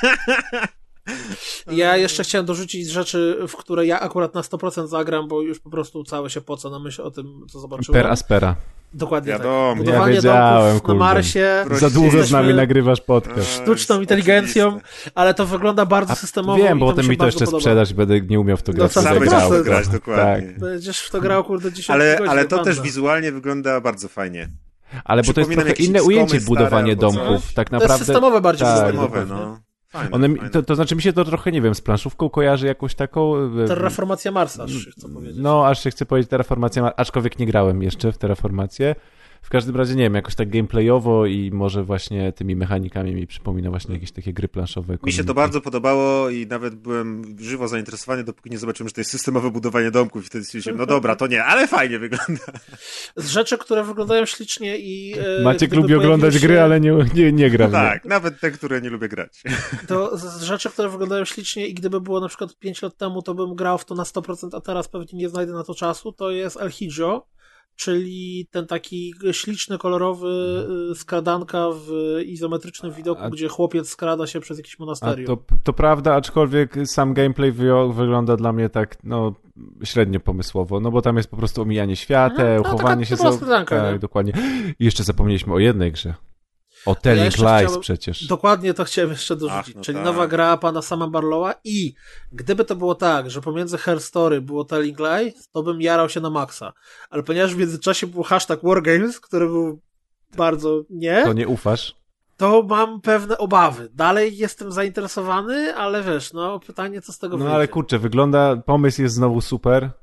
Ja jeszcze chciałem dorzucić rzeczy, w które ja akurat na sto procent zagram, bo już po prostu całe się poco na myśl o tym, co zobaczyłem. Per aspera. Dokładnie Wiadomo. tak. Budowanie Ja wiedziałem, domków na kurde. Marsie. Za długo z nami Jesteśmy nagrywasz podcast. sztuczną jest inteligencją, oczywiste. ale to wygląda bardzo systemowo. Wiem, i bo to potem mi mi się to bardzo jeszcze podoba. sprzedać i będę nie umiał w to No grać. to to sam zagrałem. będziesz Tak. w to grać, dokładnie. Tak. Będziesz w to grał, kurde, dziesięć Ale, godzin. ale to też naprawdę. wizualnie wygląda bardzo fajnie. Ale bo to jest Przypominam trochę jakieś inne X COMy ujęcie stare budowanie albo domków. coś. Tak To jest naprawdę. systemowe bardziej. tak, systemowe. Systemowe, no. Fajne, One, mi- fajne. to, to znaczy mi się to trochę, nie wiem, z planszówką kojarzy jakąś taką... e, Terraformacja Marsa, aż się chcę powiedzieć. No, aż się chcę powiedzieć terraformacja, aczkolwiek nie grałem jeszcze w terraformację. W każdym razie, nie wiem, jakoś tak gameplayowo i może właśnie tymi mechanikami mi przypomina właśnie jakieś takie gry planszowe. Mi się to ekonomiki. bardzo podobało i nawet byłem żywo zainteresowany, dopóki nie zobaczyłem, że to jest systemowe budowanie domków i wtedy stwierdziłem, no dobra, to nie, ale fajnie wygląda. Z rzeczy, które wyglądają ślicznie i... e, Maciek gdyby lubi oglądać pojawiły się- gry, ale nie, nie, nie gra w nie. Tak, nawet te, które nie lubię grać. To z- z rzeczy, które wyglądają ślicznie i gdyby było na przykład pięć lat temu, to bym grał w to na sto procent, a teraz pewnie nie znajdę na to czasu, to jest El Hijo, czyli ten taki śliczny, kolorowy y, skradanka w izometrycznym widoku, A- gdzie chłopiec skrada się przez jakieś A monasterium. to, to prawda, aczkolwiek sam gameplay wy, wygląda dla mnie tak, no, średnio pomysłowo, no bo tam jest po prostu omijanie świateł, Aha, no, chowanie taka się typowa za... skradanka, Tak, nie? dokładnie. I jeszcze zapomnieliśmy o jednej grze. O Telling jeszcze Lies chciałem- przecież. Dokładnie to chciałem jeszcze dorzucić. Ach, no czyli tak. nowa gra pana Sama Barlowa i gdyby to było tak, że pomiędzy Her Story było Telling Lies, to bym jarał się na maksa. Ale ponieważ w międzyczasie był hashtag Wargames, który był bardzo nie, To nie ufasz? to mam pewne obawy. Dalej jestem zainteresowany, ale wiesz, no pytanie co z tego No wyjdzie. ale kurczę, wygląda, pomysł jest znowu super.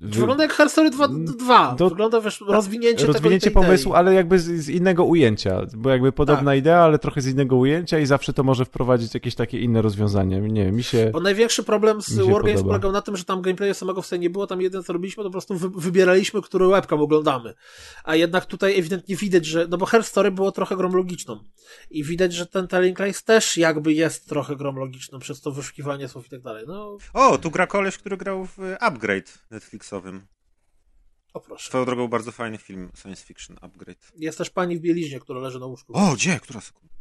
Wygląda jak Her Story dwa. To... Wygląda, wiesz, rozwinięcie, rozwinięcie tego pomysłu, idei. ale jakby z, z innego ujęcia. Bo jakby podobna tak. idea, ale trochę z innego ujęcia i zawsze to może wprowadzić jakieś takie inne rozwiązanie. Nie wiem, mi się Bo największy problem z Wargames podoba. polegał na tym, że tam gameplayu samego w sobie nie było, tam jedyne co robiliśmy, to po prostu wy- wybieraliśmy, który webcam oglądamy. A jednak tutaj ewidentnie widać, że, no bo Her Story było trochę grą logiczną. I widać, że ten Telling Lies też jakby jest trochę grą logiczną przez to wyszukiwanie słów i tak dalej. No. O, tu gra koleś, który grał w Upgrade Netflixowym. O proszę. Swoją drogą bardzo fajny film science fiction, Upgrade. Jest też pani w bieliźnie, która leży na łóżku. O, gdzie? Która sekunda?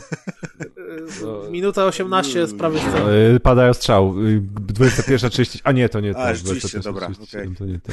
Minuta osiemnaście z prawej strony. Yy, padają strzał. dwudziesta pierwsza trzydzieści. A nie, to nie to. A, rzeczywiście, dobra. Okay. To nie to.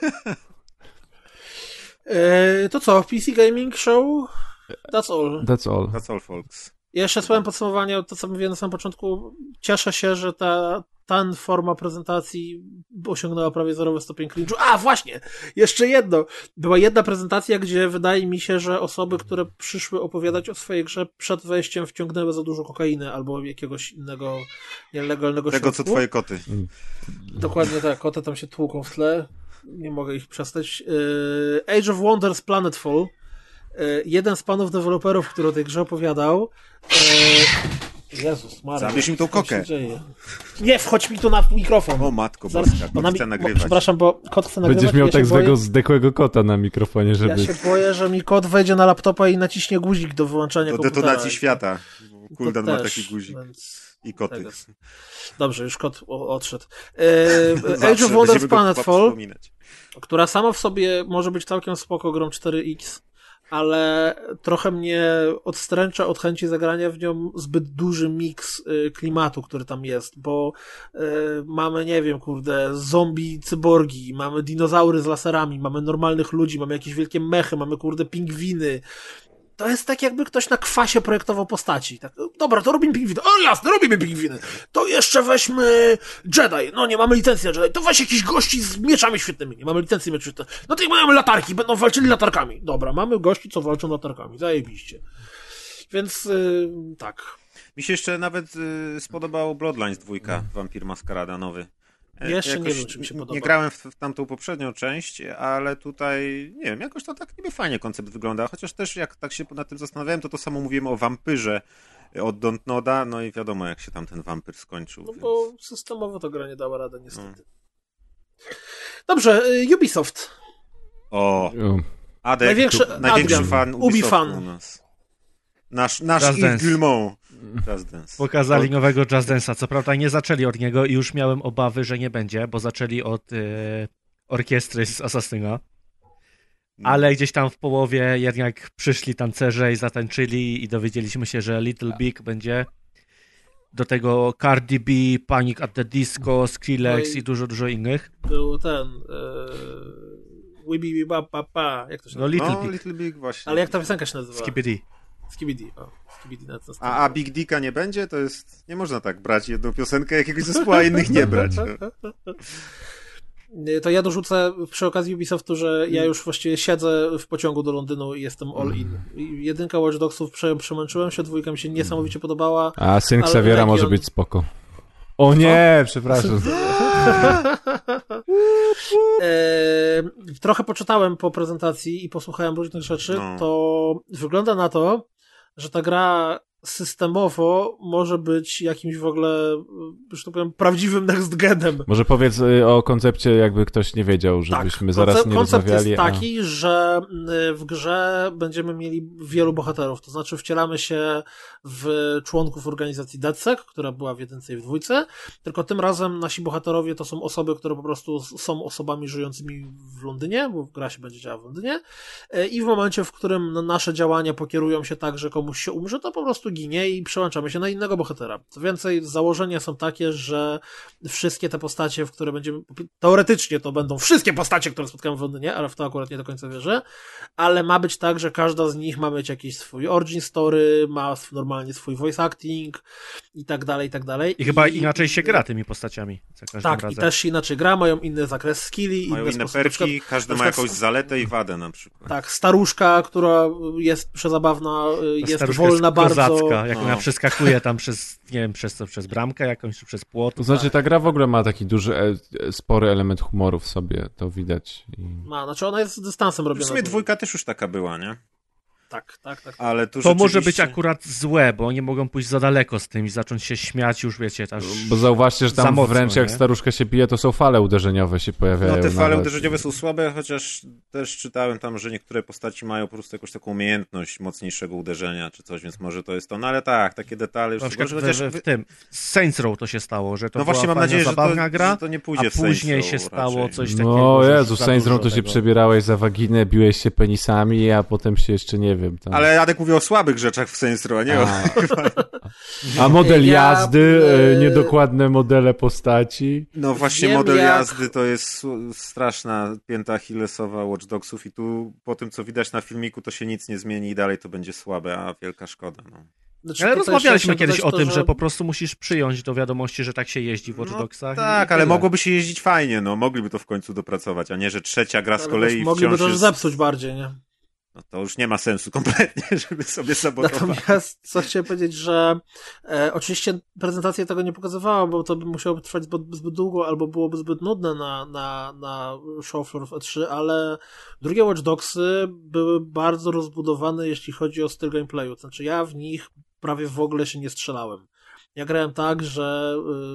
Yy, to co? P C Gaming Show? That's all. That's all. That's all, folks. Jeszcze słowem podsumowania, to co mówiłem na samym początku, cieszę się, że ta, ta forma prezentacji osiągnęła prawie zerowy stopień cringe'u. A, właśnie! Jeszcze jedno! Była jedna prezentacja, gdzie wydaje mi się, że osoby, które przyszły opowiadać o swojej grze przed wejściem wciągnęły za dużo kokainy albo jakiegoś innego nielegalnego Tego, środku. co twoje koty. Dokładnie tak, koty tam się tłuką w tle. Nie mogę ich przestać. Age of Wonders Planetfall. Jeden z panów deweloperów, który o tej grze opowiadał. E... Jezus Maria. Zabierz mi tą kokę. Nie, wchodź mi tu na mikrofon. O matko boska, kot chce nagrywać. Bo, przepraszam, bo kot chce nagrywać. Będziesz miał ja tak zwanego boję... zdechłego kota na mikrofonie, żeby... Ja się boję, że mi kot wejdzie na laptopa i naciśnie guzik do wyłączania do komputera. Do detonacji świata. Kuldan ma też, taki guzik. Więc... I koty. Tego. Dobrze, już kot odszedł. E, Age of Wonders Planetfall, która sama w sobie może być całkiem spoko grą cztery X, ale trochę mnie odstręcza od chęci zagrania w nią zbyt duży miks y, klimatu, który tam jest, bo y, mamy, nie wiem, kurde, zombie cyborgi, mamy dinozaury z laserami, mamy normalnych ludzi, mamy jakieś wielkie mechy, mamy, kurde, pingwiny. To jest tak, jakby ktoś na kwasie projektował postaci. Tak, dobra, to robimy pingwiny. O jasne, robimy pingwiny. To jeszcze weźmy Jedi. No nie mamy licencji na Jedi. To weź jakiś gości z mieczami świetnymi. Nie mamy licencji na mieczami. No to mamy latarki, będą walczyli latarkami. Dobra, mamy gości, co walczą latarkami. Zajebiście. Więc yy, tak. Mi się jeszcze nawet yy, spodobało Bloodlines dwójka, Vampire Masquerada nowy. Jeszcze jakoś nie wiem, czy mi się podoba. Nie grałem w, w tamtą poprzednią część, ale tutaj, nie wiem, jakoś to tak niby fajnie koncept wygląda, chociaż też jak tak się nad tym zastanawiałem, to to samo mówimy o wampyrze od Dontnoda, no i wiadomo, jak się tam ten wampyr skończył. No więc... bo systemowo to gra nie dała rady, niestety. Hmm. Dobrze, Ubisoft. O, Adek, największy, tu, największy Adrian, fan Ubisoftu u nas. Nasz, nasz Yves Guillemot. Just Dance. Pokazali nowego Just Dance'a. Co prawda nie zaczęli od niego i już miałem obawy, że nie będzie, bo zaczęli od y, orkiestry z Assassina. Ale gdzieś tam w połowie jednak przyszli tancerze i zatańczyli i dowiedzieliśmy się, że Little Big będzie. Do tego Cardi B, Panic at the Disco, Skrillex no i, i dużo, dużo innych. Był ten... Wibi ba pa pa. Jak to się nazywa? No Little no, Big. Little Big właśnie. Ale jak ta piosenka się nazywa? Skibidi. Skibidi, o. Skibidi na to a, a Big Dicka nie będzie? To jest... Nie można tak brać jedną piosenkę jakiegoś zespołu, a innych nie brać. To ja dorzucę przy okazji Ubisoftu, że ja już właściwie siedzę w pociągu do Londynu i jestem all in. Jedynka Watch Dogsów prze, przemęczyłem się, dwójka mi się niesamowicie podobała. A syn Xaviera Legion... może być spoko. O nie, Co? przepraszam. e, trochę poczytałem po prezentacji i posłuchałem różnych rzeczy, no. To wygląda na to, że ta gra systemowo może być jakimś w ogóle, że tak powiem, prawdziwym next genem. Może powiedz o koncepcie, jakby ktoś nie wiedział, żebyśmy tak, zaraz koncept, nie koncept rozmawiali. Koncept jest taki, a... że w grze będziemy mieli wielu bohaterów, to znaczy wcielamy się w członków organizacji DedSec, która była w jedynce i w dwójce, tylko tym razem nasi bohaterowie to są osoby, które po prostu są osobami żyjącymi w Londynie, bo gra się będzie działa w Londynie i w momencie, w którym nasze działania pokierują się tak, że komuś się umrze, to po prostu ginie i przełączamy się na innego bohatera. Co więcej, założenia są takie, że wszystkie te postacie, w które będziemy, teoretycznie to będą wszystkie postacie, które spotkamy w Londynie, ale w to akurat nie do końca wierzę, ale ma być tak, że każda z nich ma mieć jakiś swój origin story, ma normalnie swój voice acting i tak dalej, i tak dalej. I chyba I, inaczej się gra tymi postaciami. Za każdym tak, razem. i też się inaczej gra, mają inny zakres skilli, mają inne, inne sposoby, perki, przykład, każdy ma jakąś zaletę i wadę na przykład. Tak, staruszka, która jest przezabawna, jest wolna bardzo, Brzydka, jak no. ona przeskakuje tam przez, nie wiem, przez co, przez bramkę jakąś, czy przez płot. To znaczy ta gra w ogóle ma taki duży, e, spory element humoru w sobie, to widać. I... Ma, znaczy ona jest z dystansem W robiona. sumie dwójka też już taka była, nie? Tak, tak, tak. Ale tu To może rzeczywiście... być akurat złe, bo oni mogą pójść za daleko z tym i zacząć się śmiać już, wiecie, aż... Bo zauważcie, że za tam mocno, wręcz jak nie? staruszka się bije, to są fale uderzeniowe się pojawiają. No te fale nawet. uderzeniowe są słabe, chociaż też czytałem tam, że niektóre postaci mają po prostu jakąś taką umiejętność mocniejszego uderzenia czy coś, więc może to jest to. No ale tak, takie detale już... Na przykład są, w, chociaż... w, w tym, z Saints Row to się stało, że to No była właśnie mam fajna, nadzieję, że to, zabawna gra, że to nie pójdzie a w Saints później Row się stało raczej. coś takiego, No że Jezu, za Saints Row dużo to się tego. przebierałeś za waginę, biłeś się penisami, a potem się jeszcze nie wiem tam... Ale Jadek mówi o słabych rzeczach w Saints Row, a nie o... A, a model Ja, jazdy, e, e, niedokładne modele postaci. No właśnie Wiem, model jak- jazdy to jest su- straszna pięta achillesowa Watch Dogsów i tu po tym, co widać na filmiku, to się nic nie zmieni i dalej to będzie słabe, a wielka szkoda. No. Znaczy, Ale to też rozmawialiśmy chciałem kiedyś dodać o to, tym, że po prostu musisz przyjąć do wiadomości, że tak się jeździ w Watch No Dogsach. tak, i ale tyle. mogłoby się jeździć fajnie, no mogliby to w końcu dopracować, a nie, że trzecia gra z Ale kolei wiesz, mogliby wciąż to jest... zepsuć bardziej, nie? No to już nie ma sensu kompletnie, żeby sobie sabotować. Natomiast co chciałem powiedzieć, że e, oczywiście prezentacja tego nie pokazywała, bo to by musiało trwać zbyt, zbyt długo albo byłoby zbyt nudne na, na, na show floor w E trzy, ale drugie Watch Dogsy były bardzo rozbudowane, jeśli chodzi o styl gameplayu. To znaczy ja w nich prawie w ogóle się nie strzelałem. Ja grałem tak, że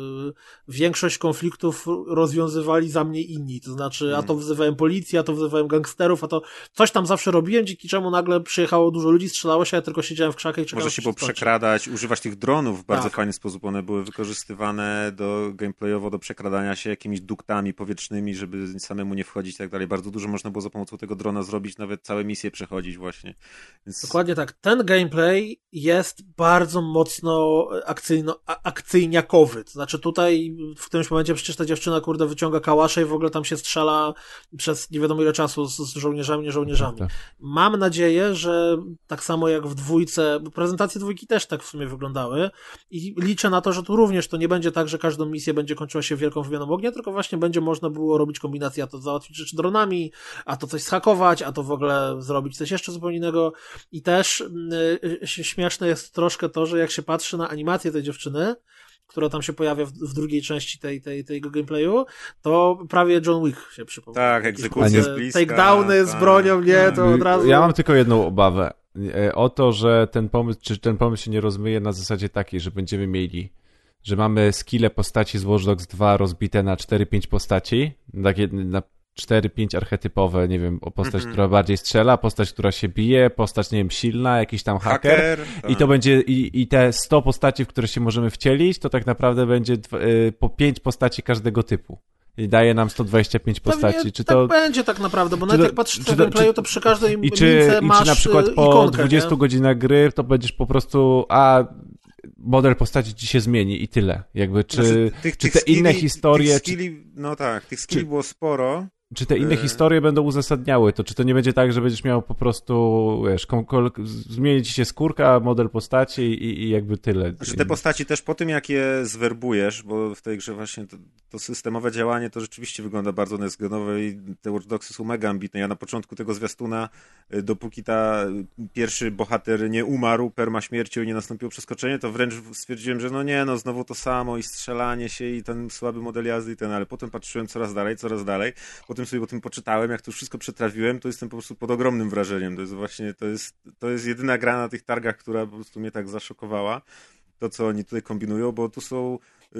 y, większość konfliktów rozwiązywali za mnie inni. To znaczy, a to wzywałem policję, a to wzywałem gangsterów, a to coś tam zawsze robiłem, dzięki czemu nagle przyjechało dużo ludzi, strzelało się, a ja tylko siedziałem w krzakach i czekałem, Może się aż było skończy. przekradać, używać tych dronów w bardzo Tak. fajny sposób. One były wykorzystywane do gameplayowo do przekradania się jakimiś duktami powietrznymi, żeby samemu nie wchodzić i tak dalej. Bardzo dużo można było za pomocą tego drona zrobić, nawet całe misje przechodzić właśnie. Więc... Dokładnie tak. Ten gameplay jest bardzo mocno akcyjno, a- akcyjniakowy. To znaczy tutaj w którymś momencie przecież ta dziewczyna kurde wyciąga kałasze i w ogóle tam się strzela przez nie wiadomo ile czasu z, z żołnierzami, nie żołnierzami. Tak. Mam nadzieję, że tak samo jak w dwójce, bo prezentacje dwójki też tak w sumie wyglądały i liczę na to, że tu również to nie będzie tak, że każdą misję będzie kończyła się wielką wymianą ognia, tylko właśnie będzie można było robić kombinację, a to załatwić rzeczy dronami, a to coś zhakować, a to w ogóle zrobić coś jeszcze zupełnie innego. I też yy, śmieszne jest troszkę to, że jak się patrzy na animację tej dziewczyny, która tam się pojawia w, w drugiej części tej, tej, tego gameplayu, to prawie John Wick się przypomina. Tak, Jakieś, egzekucja kurde, z bliska, takedowny z tak. bronią, nie, to od razu... Ja mam tylko jedną obawę. E, O to, że ten pomysł, czy ten pomysł się nie rozmyje na zasadzie takiej, że będziemy mieli, że mamy skille postaci z Watch Dogs dwa rozbite na cztery pięć postaci, takie na cztery pięć archetypowe, nie wiem, o postać, Mhm. która bardziej strzela, postać, która się bije, postać, nie wiem, silna, jakiś tam haker. Haker, tak. I to będzie, i, i te sto postaci, w które się możemy wcielić, to tak naprawdę będzie dw- y, po pięć postaci każdego typu. I daje nam sto dwadzieścia pięć postaci. Pewnie Czy tak to... będzie tak naprawdę, bo czy nawet to- jak patrzysz czy na to- gameplayu, czy- to przy każdej I czy, lince I masz czy na przykład y, po ikonkę, dwudziestu nie? godzinach gry to będziesz po prostu, a model postaci ci się zmieni i tyle. Jakby, czy, Znaczy, tych, czy tych te skilli, inne historie, Tych czy, skilli, no tak, tych skilli czy- było sporo. czy te inne e- historie będą uzasadniały to? Czy to nie będzie tak, że będziesz miał po prostu, wiesz, kom- kol- zmieni ci się skórka, model postaci i, i jakby tyle. Znaczy te postaci też po tym, jak je zwerbujesz, bo w tej grze właśnie to, to systemowe działanie to rzeczywiście wygląda bardzo nesgenowe i te Watch Dogsy są mega ambitne. Ja na początku tego zwiastuna, y, dopóki ta y, pierwszy bohater nie umarł perma śmiercią i nie nastąpiło przeskoczenie, to wręcz stwierdziłem, że no nie, no znowu to samo i strzelanie się i ten słaby model jazdy i ten, ale potem patrzyłem coraz dalej, coraz dalej. Potem sobie o tym poczytałem, jak to już wszystko przetrawiłem, to jestem po prostu pod ogromnym wrażeniem. To jest właśnie, to jest, to jest jedyna gra na tych targach, która po prostu mnie tak zaszokowała. To, co oni tutaj kombinują, bo tu są yy,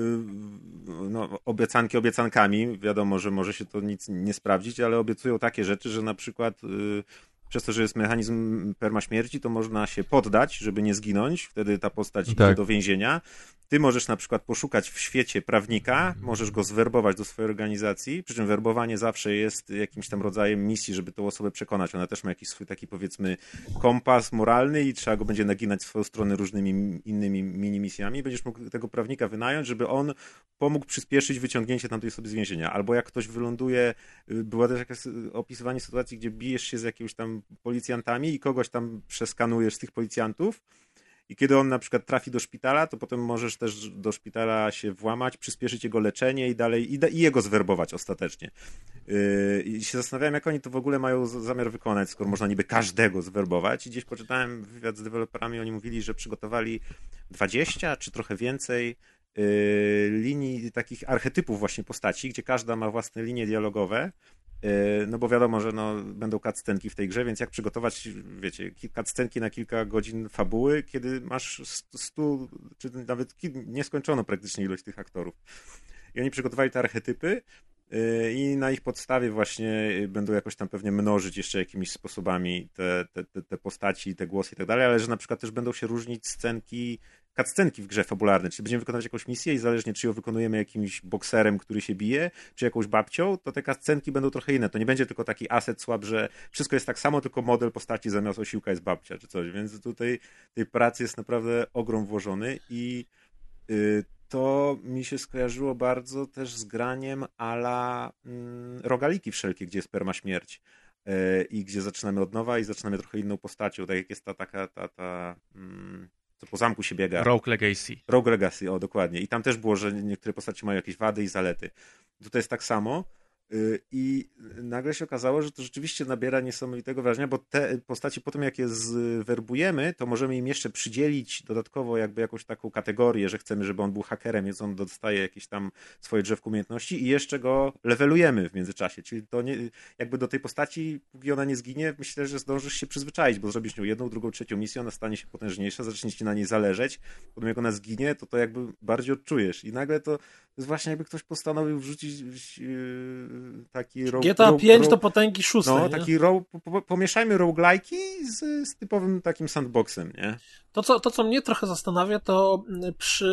no, obiecanki obiecankami. Wiadomo, że może się to nic nie sprawdzić, ale obiecują takie rzeczy, że na przykład yy, przez to, że jest mechanizm perma śmierci, to można się poddać, żeby nie zginąć. Wtedy ta postać Tak. idzie do więzienia. Ty możesz na przykład poszukać w świecie prawnika, możesz go zwerbować do swojej organizacji, przy czym werbowanie zawsze jest jakimś tam rodzajem misji, żeby tą osobę przekonać. Ona też ma jakiś swój taki, powiedzmy, kompas moralny i trzeba go będzie naginać w swoją stronę różnymi innymi mini-misjami. Będziesz mógł tego prawnika wynająć, żeby on pomógł przyspieszyć wyciągnięcie tamtej osoby z więzienia. Albo jak ktoś wyląduje, była też jakaś opisywanie sytuacji, gdzie bijesz się z jakimiś tam policjantami i kogoś tam przeskanujesz z tych policjantów, I kiedy on na przykład trafi do szpitala, to potem możesz też do szpitala się włamać, przyspieszyć jego leczenie i dalej, i, da, i jego zwerbować ostatecznie. Yy, I się zastanawiałem, jak oni to w ogóle mają zamiar wykonać, skoro można niby każdego zwerbować. I gdzieś poczytałem wywiad z deweloperami, oni mówili, że przygotowali dwadzieścia czy trochę więcej yy, linii, takich archetypów właśnie postaci, gdzie każda ma własne linie dialogowe. No bo wiadomo, że no, będą cutscenki w tej grze, więc jak przygotować, wiecie, cutscenki na kilka godzin fabuły, kiedy masz stu, czy nawet nieskończoną praktycznie ilość tych aktorów. I oni przygotowali te archetypy i na ich podstawie właśnie będą jakoś tam pewnie mnożyć jeszcze jakimiś sposobami te, te, te postaci, te głosy i tak dalej, ale że na przykład też będą się różnić scenki, cutscenki w grze fabularnej, czyli będziemy wykonywać jakąś misję i zależnie czy ją wykonujemy jakimś bokserem, który się bije, czy jakąś babcią, to te cutscenki będą trochę inne. To nie będzie tylko taki asset swap, że wszystko jest tak samo, tylko model postaci zamiast osiłka jest babcia, czy coś, więc tutaj tej pracy jest naprawdę ogrom włożony i yy, to mi się skojarzyło bardzo też z graniem a la mm, rogaliki wszelkie, gdzie jest permaśmierć yy, i gdzie zaczynamy od nowa i zaczynamy trochę inną postacią, tak jak jest ta taka ta, ta mm, co po zamku się biega. Rogue Legacy. Rogue Legacy, o dokładnie. I tam też było, że niektóre postaci mają jakieś wady i zalety. Tutaj jest tak samo. I nagle się okazało, że to rzeczywiście nabiera niesamowitego wrażenia, bo te postaci potem jak je zwerbujemy, to możemy im jeszcze przydzielić dodatkowo jakby jakąś taką kategorię, że chcemy, żeby on był hakerem, więc on dostaje jakieś tam swoje drzewko umiejętności i jeszcze go levelujemy w międzyczasie, czyli to nie, jakby do tej postaci, póki ona nie zginie, myślę, że zdążysz się przyzwyczaić, bo zrobisz nią jedną, drugą, trzecią misję, ona stanie się potężniejsza, zacznie ci na niej zależeć, potem jak ona zginie, to to jakby bardziej odczujesz i nagle to, to jest właśnie jakby ktoś postanowił wrzucić yy, taki rogue, G T A rogue, pięć rogue, do potęgi szóstej. No, nie? taki rogue, po, pomieszajmy roguelike'i z, z typowym takim sandboxem, nie? To co, to, co mnie trochę zastanawia, to przy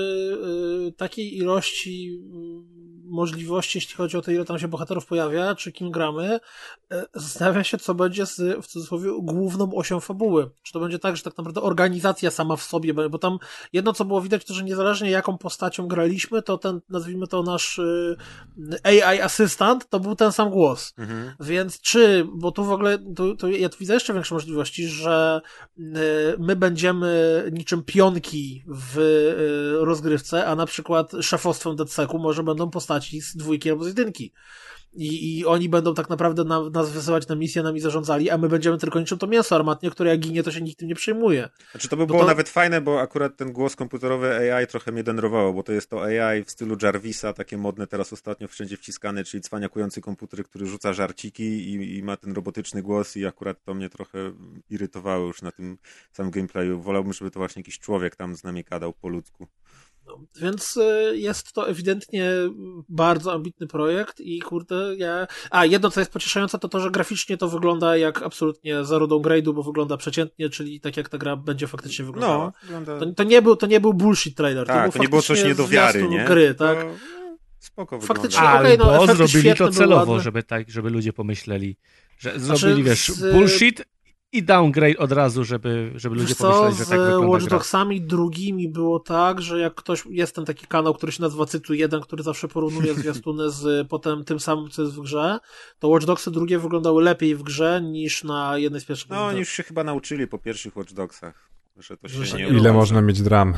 y, takiej ilości y, możliwości, jeśli chodzi o to, ile tam się bohaterów pojawia, czy kim gramy, y, zastanawiam się, co będzie z, w cudzysłowie, główną osią fabuły. Czy to będzie tak, że tak naprawdę organizacja sama w sobie, bo tam jedno, co było widać, to, że niezależnie jaką postacią graliśmy, to ten, nazwijmy to nasz y, A I asystent, to był ten sam głos. Mhm. Więc czy, bo tu w ogóle, tu, tu ja tu widzę jeszcze większe możliwości, że y, my będziemy niczym pionki w y, rozgrywce, a na przykład szefostwem DedSecu może będą postaci z dwójki albo z jedynki. I, I oni będą tak naprawdę na, nas wysyłać na misję, nami zarządzali, a my będziemy tylko niczym to mięso armatnie, które jak ginie, to się nikt tym nie przejmuje. Znaczy to by było to... nawet fajne, bo akurat ten głos komputerowy A I trochę mnie denerwowało, bo to jest to A I w stylu Jarvisa, takie modne teraz ostatnio wszędzie wciskane, czyli cwaniakujący komputer, który rzuca żarciki i, i ma ten robotyczny głos i akurat to mnie trochę irytowało już na tym samym gameplayu. Wolałbym, żeby to właśnie jakiś człowiek tam z nami gadał po ludzku. No, więc jest to ewidentnie bardzo ambitny projekt i kurde, ja... A, jedno co jest pocieszające, to to, że graficznie to wygląda jak absolutnie zero downgrade'u, bo wygląda przeciętnie, czyli tak jak ta gra będzie faktycznie wyglądała. No, wygląda... to, to, nie był, to nie był bullshit trailer, tak, to, był to nie było coś nie do wiary, nie? Gry, tak? To... Spoko faktycznie, wygląda. Okay, no, Albo zrobili to celowo, ładne. żeby tak, żeby ludzie pomyśleli, że znaczy, zrobili, wiesz, z... bullshit i downgrade od razu, żeby, żeby ludzie co, pomyśleli, że tak wygląda z Watch gra. Dogsami drugimi było tak, że jak ktoś, jest ten taki kanał, który się nazywa Cytu jeden, który zawsze porównuje zwiastuny z potem tym samym, co jest w grze, to Watch Dogsy drugie wyglądały lepiej w grze niż na jednej z pierwszych. No oni już się chyba nauczyli po pierwszych Watch Dogsach, że to się, że nie Ile uważa. można mieć dram?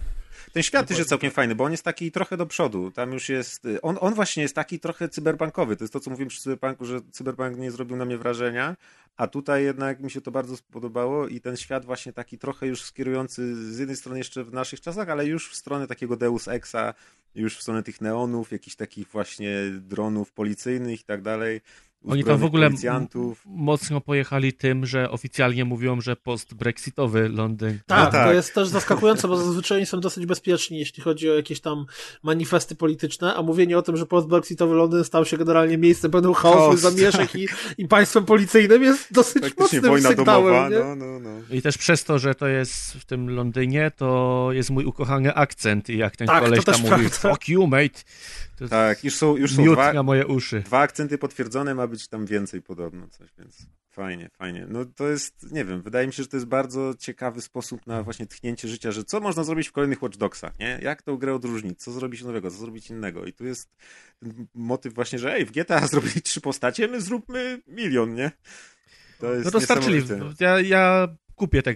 Ten świat też jest całkiem fajny, bo on jest taki trochę do przodu. Tam już jest. On, on właśnie jest taki trochę cyberpunkowy. To jest to, co mówiłem przy cyberpunku, że cyberpunk nie zrobił na mnie wrażenia, a tutaj jednak mi się to bardzo spodobało i ten świat właśnie taki trochę już skierujący z jednej strony jeszcze w naszych czasach, ale już w stronę takiego Deus Exa, już w stronę tych neonów, jakichś takich właśnie dronów policyjnych i tak dalej. Oni tam w ogóle policjantów. mocno pojechali tym, że oficjalnie mówią, że post-brexitowy Londyn. Tak, no tak, to jest też zaskakujące, bo zazwyczaj oni są dosyć bezpieczni, jeśli chodzi o jakieś tam manifesty polityczne, a mówienie o tym, że post-brexitowy Londyn stał się generalnie miejscem pełnym chaosu, zamieszek tak. i, i państwem policyjnym jest dosyć mocnym wojna sygnałem. Domowa, nie? no, no, no. I też przez to, że to jest w tym Londynie, to jest mój ukochany akcent i jak ten tak, koleś tam mówi, fuck you, mate. To tak, już są, już są miód dwa, na moje uszy. Dwa akcenty potwierdzone, ma być tam więcej podobno coś, więc fajnie, fajnie. No to jest, nie wiem, wydaje mi się, że to jest bardzo ciekawy sposób na właśnie tchnięcie życia, że co można zrobić w kolejnych Watch Dogsach, nie? Jak tą grę odróżnić? Co zrobić nowego? Co zrobić innego? I tu jest ten motyw właśnie, że ej, w G T A zrobili trzy postacie, my zróbmy milion, nie? To jest no dostarczyli. Ja, ja kupię tę grę.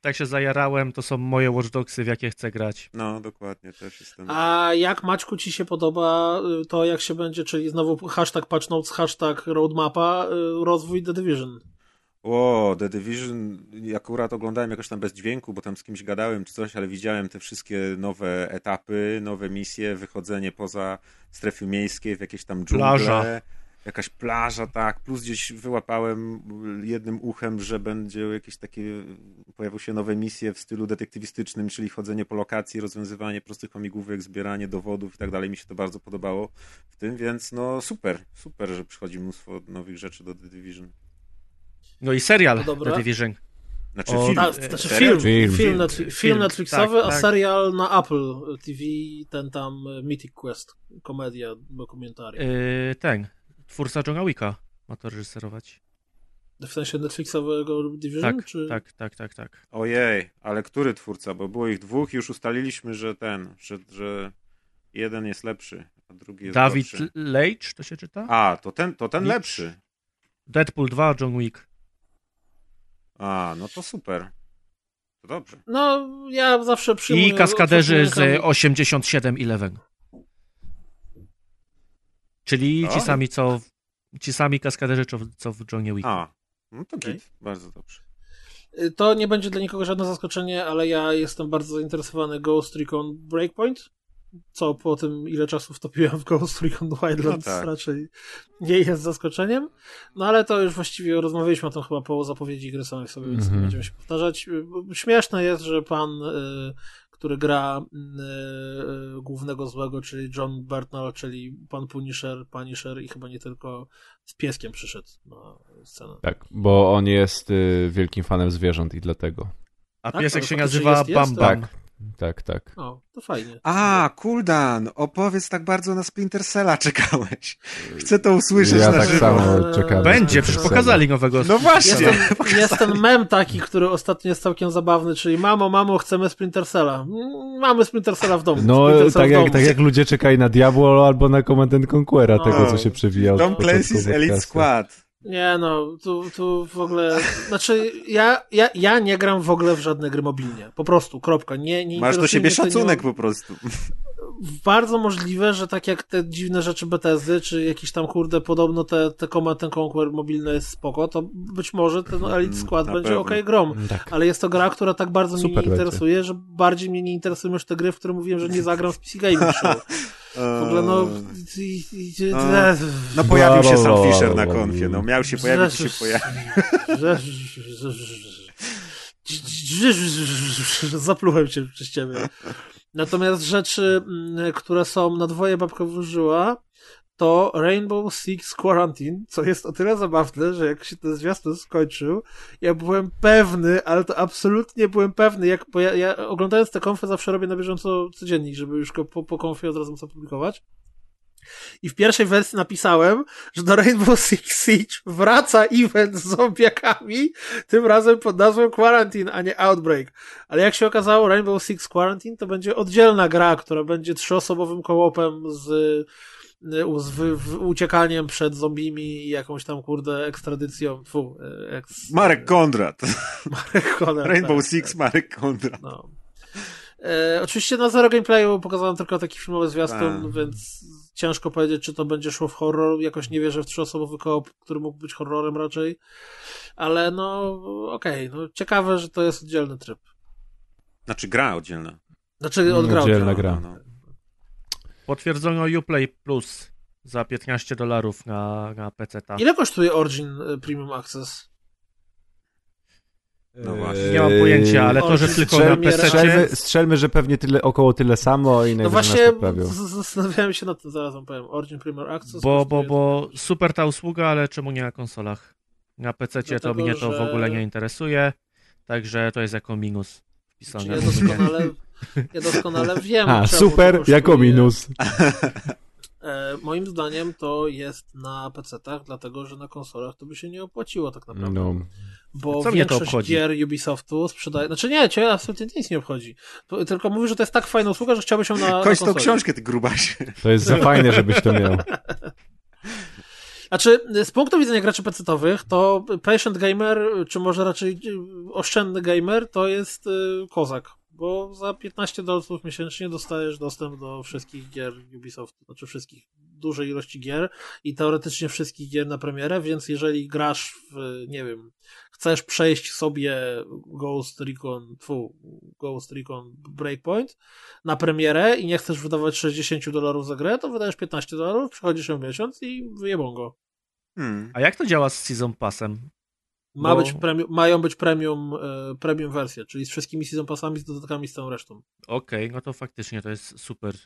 tak się zajarałem, to są moje Watch Dogsy, w jakie chcę grać. No, dokładnie, też jestem. A jak, Maćku, ci się podoba to, jak się będzie, czyli znowu hashtag patch notes, hashtag roadmapa, rozwój The Division? O, The Division, akurat oglądałem jakoś tam bez dźwięku, bo tam z kimś gadałem czy coś, ale widziałem te wszystkie nowe etapy, nowe misje, wychodzenie poza strefy miejskie w jakieś tam dżungle. Plaża. Jakaś plaża, tak, plus gdzieś wyłapałem jednym uchem, że będzie jakieś takie, pojawią się nowe misje w stylu detektywistycznym, czyli chodzenie po lokacji, rozwiązywanie prostych łamigłówek, zbieranie dowodów i tak dalej. Mi się to bardzo podobało w tym, więc no super, super, że przychodzi mnóstwo nowych rzeczy do The Division. No i serial No dobra. The Division. Znaczy O, film. A, znaczy Serial? film, Film. film, Film, Netflix, film, film Netflixowy, tak, a tak. serial na Apple T V, ten tam Mythic Quest, komedia, dokumentarium. Yy, ten, twórca Johna Wicka ma to reżyserować. W sensie Netflixowego Division? Tak, czy... tak, tak, tak, tak. Ojej, ale który twórca? Bo było ich dwóch i już ustaliliśmy, że ten, że, że jeden jest lepszy, a drugi jest David gorszy. Leitch, to się czyta? A, to ten, to ten Leitch. lepszy. Deadpool dwa, John Wick. A, no to super. To dobrze. No, ja zawsze przyjmuję... I kaskaderzy z otwartymi osiemdziesiąt siedem Eleven. Czyli ci O. sami, co ci sami kaskaderzy, co, co w Johnie Wicku. A, no to Okej. git. Bardzo dobrze. rękami. To nie będzie dla nikogo żadne zaskoczenie, ale ja jestem bardzo zainteresowany Ghost Recon Breakpoint, co po tym, ile czasu wtopiłem w Ghost Recon Wildlands, No tak. raczej nie jest zaskoczeniem. No ale to już właściwie rozmawialiśmy o tym chyba po zapowiedzi gry samej sobie, więc Mhm. nie będziemy się powtarzać. Śmieszne jest, że pan, y, który gra y, głównego złego, czyli John Bernal, czyli pan Punisher, Punisher i chyba nie tylko, z pieskiem przyszedł na scenę. Tak, bo on jest y, wielkim fanem zwierząt i dlatego. A Tak? piesek Ale się faktycznie nazywa jest- jest, Bam Bam. Tak, tak, tak. O, to fajnie. A, Kuldan, opowiedz, tak bardzo na Splinter Cella czekałeś. Chcę to usłyszeć Ja na tak żywo. samo czekam. Będzie, przecież pokazali nowego. No właśnie. Jest ten, jest ten mem taki, który ostatnio jest całkiem zabawny, czyli mamo, mamo, chcemy Splinter Cella. Mm, Mamy Splinter Cella w domu. No, Splinter Cell tak w jak, domu. tak jak ludzie czekali na Diablo albo na Command and Conquera, No. tego co się przewijał. Tom od początku Clancy's Elite podcastu. Squad. Nie no, tu, tu w ogóle... Znaczy, ja, ja, ja nie gram w ogóle w żadne gry mobilnie. Po prostu, kropka. Nie, nie Masz do interesuje siebie mnie to, nie szacunek mam- po prostu. Bardzo możliwe, że tak jak te dziwne rzeczy Bethesdy, czy jakiś tam, kurde, podobno te, te Command and Conquer mobilne jest spoko, to być może ten Elite Squad na będzie pewno. okej grą. Tak. Ale jest to gra, która tak bardzo mnie Super nie będzie. interesuje, że bardziej mnie nie interesują już te gry, w które mówiłem, że nie zagram w P C Gaming Show. W ogóle no... i- i- i- No. No pojawił się Sam Bla, Fisher na bla, konfie, no miał się pojawić i się pojawił. Zaplułem cię przez ciebie. Natomiast rzeczy, mm, które są na dwoje babka włożyła, to Rainbow Six Quarantine, co jest o tyle zabawne, że jak się ten zwiastun skończył, ja byłem pewny, ale to absolutnie byłem pewny, jak, bo ja, ja oglądając te konfy zawsze robię na bieżąco codziennik, żeby już go po, po konfie od razu móc opublikować. I w pierwszej wersji napisałem, że do Rainbow Six Siege wraca event z zombiakami, tym razem pod nazwą Quarantine, a nie Outbreak. Ale jak się okazało, Rainbow Six Quarantine to będzie oddzielna gra, która będzie trzyosobowym kołopem z, z w, w, uciekaniem przed zombimi i jakąś tam, kurde, ekstradycją. Fu, eks, Marek Kondrat. Marek Konrad, Rainbow tak, Six, tak. Marek Kondrat. No. E, oczywiście na zero gameplayu pokazałem tylko taki filmowy zwiastun, Tak. więc ciężko powiedzieć, czy to będzie szło w horror. Jakoś nie wierzę w trzyosobowy koop, który mógł być horrorem raczej. Ale no, okej, okay, no ciekawe, że to jest oddzielny tryb. Znaczy gra oddzielna. Znaczy odgrał. Oddzielna no. gra. No, no. Potwierdzono Uplay Plus za piętnaście dolarów na, na P C ta. Ile kosztuje Origin y, Premium Access? No właśnie. Nie mam pojęcia, ale to, że Origin tylko na Strzelmy- P C Strzelmy, strzelmy, że pewnie tyle, około tyle samo i No najwyżej właśnie nas poprawią. z- z- zastanawiałem się nad tym, zaraz wam powiem. Origin Premium Access Bo, bo, kosztuje- bo super ta usługa, ale czemu nie na konsolach? Na P C to Dlatego, mnie to w że- ogóle nie interesuje, także to jest jako minus Czy wpisane. ja u mnie. doskonale, ja doskonale wiem. A, czemu super, to kosztuje. jako minus. E, moim zdaniem to jest na pecetach, dlatego że na konsolach to by się nie opłaciło tak naprawdę. No. Bo Co mnie to większość obchodzi? gier Ubisoftu sprzedaje... Znaczy nie, cię absolutnie nic nie obchodzi. To, tylko mówię, że to jest tak fajna usługa, że chciałbyś ją na, na Kończ tą konsoli. książkę, ty grubasie. To jest za fajne, żebyś to miał. Znaczy, z punktu widzenia graczy pecetowych, to patient gamer, czy może raczej oszczędny gamer, to jest y, kozak. Bo za piętnaście dolarów miesięcznie dostajesz dostęp do wszystkich gier Ubisoftu, znaczy wszystkich, dużej ilości gier i teoretycznie wszystkich gier na premierę, więc jeżeli grasz w, nie wiem, chcesz przejść sobie Ghost Recon, tfu, Ghost Recon Breakpoint na premierę i nie chcesz wydawać sześćdziesiąt dolarów za grę, to wydajesz piętnaście dolarów, przychodzisz ją miesiąc i wyjebą go. Hmm. A jak to działa z Season Passem? Ma Bo... być premium, mają być premium, e, premium wersje, czyli z wszystkimi season passami, z dodatkami, z całą resztą. Okej, okay, no to faktycznie to jest super.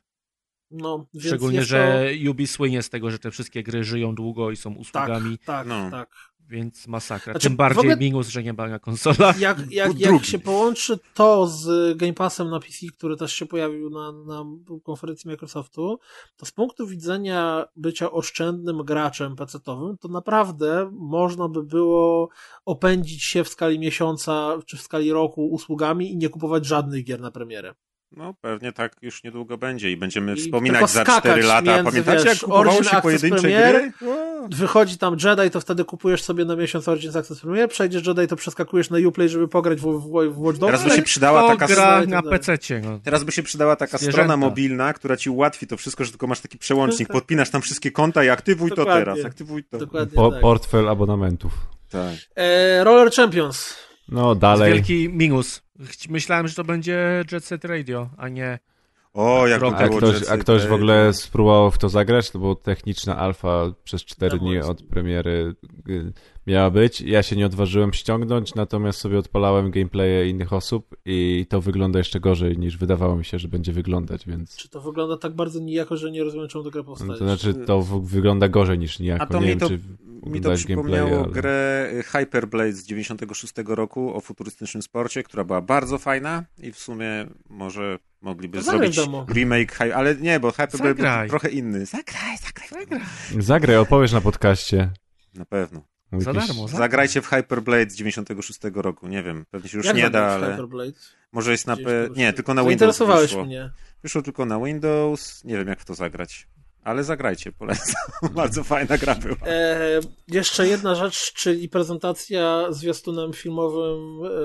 No, więc Szczególnie, że to... Ubi słynie z tego, że te wszystkie gry żyją długo i są usługami. Tak, tak, no. tak. Więc masakra. Znaczy, Tym bardziej ogóle... minus, że nie ma na konsolach. Jak, jak, jak się połączy to z Game Passem na P C, który też się pojawił na, na konferencji Microsoftu, to z punktu widzenia bycia oszczędnym graczem pecetowym, to naprawdę można by było opędzić się w skali miesiąca czy w skali roku usługami i nie kupować żadnych gier na premierę. No pewnie tak już niedługo będzie i będziemy I wspominać za cztery lata. Między, Pamiętacie, wiesz, jak kupowało Origin się pojedyncze Premier, gry? Wychodzi tam Jedi, to wtedy kupujesz sobie na miesiąc Origin Access Premier, przejdziesz Jedi, to przeskakujesz na Uplay, żeby pograć w, w, w Watch Dogs. Teraz by się przydała taka gra na pececie. No. Teraz by się przydała taka Zwierzęta. strona mobilna, która ci ułatwi to wszystko, że tylko masz taki przełącznik, podpinasz tam wszystkie konta i aktywuj Dokładnie. to teraz, aktywuj to. Dokładnie Po, tak. Portfel abonamentów. Tak. E, Roller Champions. No dalej. Wielki minus. Myślałem, że to będzie Jet Set Radio, a nie... O, jak A A było ktoś, Jet a Set ktoś w Radio. ogóle spróbował w to zagrać? To była techniczna alfa przez cztery No dni właśnie. od premiery y, miała być. Ja się nie odważyłem ściągnąć, natomiast sobie odpalałem gameplaye innych osób i to wygląda jeszcze gorzej niż wydawało mi się, że będzie wyglądać, więc... Czy to wygląda tak bardzo nijako, że nie rozumiem, czemu ta gra powstaje? No, to znaczy to w, wygląda gorzej niż nijako. A to nie mi wiem, to, czy mi to oglądałeś przypomniało gameplaye, ale... grę Hyperblade z dziewięćdziesiątego szóstego roku o futurystycznym sporcie, która była bardzo fajna i w sumie może mogliby To zagraj zrobić w domu. remake, hi- ale nie, bo Hyperblade był Zagraj. trochę inny. Zagraj, zagraj. zagraj. Zagraj, opowiesz na podcaście. Na pewno. Za Jakiś- darmo, za Zagrajcie w Hyperblade z dziewięćdziesiątego szóstego roku, nie wiem, pewnie się już Jak nie da, zagrać w ale Hyperblade? może jest na... P... Nie, tylko na Windows Zainteresowałeś wyszło. mnie. Wyszło tylko na Windows, nie wiem jak w to zagrać. Ale zagrajcie, polecam. Bardzo fajna gra była. E, jeszcze jedna rzecz, czyli prezentacja zwiastunem filmowym e,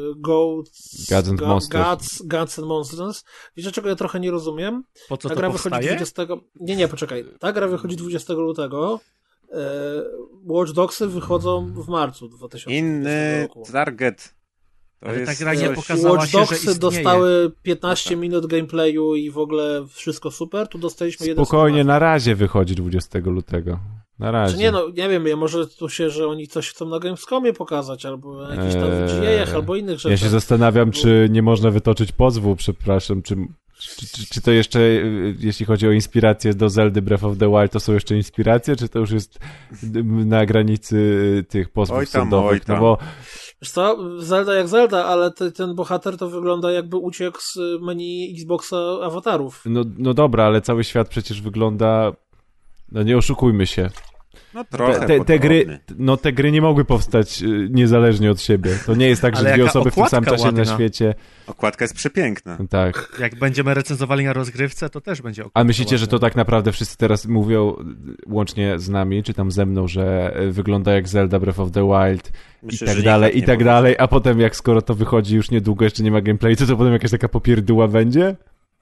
Goats, Gods and Go- Monsters. Gods, Gods and Monsters. Wiecie, czego ja trochę nie rozumiem? Po co Ta to gra powstaje? wychodzi dwudziestego... Nie, nie, poczekaj. Ta gra wychodzi dwudziestego lutego. E, Watch Dogsy wychodzą w marcu dwa tysiące dwudziestego Inny roku. target. To Ale ta jest gra nie coś- pokazała Watch się, że Dogsy istnieje. dostały piętnaście No tak. minut gameplayu i w ogóle wszystko super. Tu dostaliśmy jeden Spokojnie, cinematic. na razie wychodzi dwudziestego lutego. Na razie. Czy nie, no, nie wiem, ja może tu się, że oni coś chcą na Gamescomie pokazać, albo na jakichś tam Eee, V G A-ach, albo innych rzeczach. Ja się zastanawiam, czy nie można wytoczyć pozwu, przepraszam, czy, czy, czy, czy to jeszcze, y, jeśli chodzi o inspiracje do Zeldy Breath of the Wild, to są jeszcze inspiracje, czy to już jest y, na granicy y, tych pozwów Oj tam, sądowych? oj tam. No bo Wiesz co, Zelda jak Zelda, ale ty, ten bohater to wygląda jakby uciekł z menu Xboxa awatarów. no, no dobra, ale cały świat przecież wygląda, no nie oszukujmy się. No trochę Te, te, te, gry, podobny. no, te gry nie mogły powstać y, niezależnie od siebie. To nie jest tak, że Ale dwie jaka osoby w tym samym okładka czasie na ładna. świecie. Okładka jest przepiękna. Tak. Jak będziemy recenzowali na rozgrywce, to też będzie A okładka myślicie, że to ładna. tak naprawdę wszyscy teraz mówią, y, łącznie z nami, czy tam ze mną, że y, wygląda jak Zelda Breath of the Wild Myślę, i tak że dalej, nikt i nie tak powie. dalej, a potem jak skoro to wychodzi już niedługo, jeszcze nie ma gameplay, to to potem jakaś taka popierdóła będzie?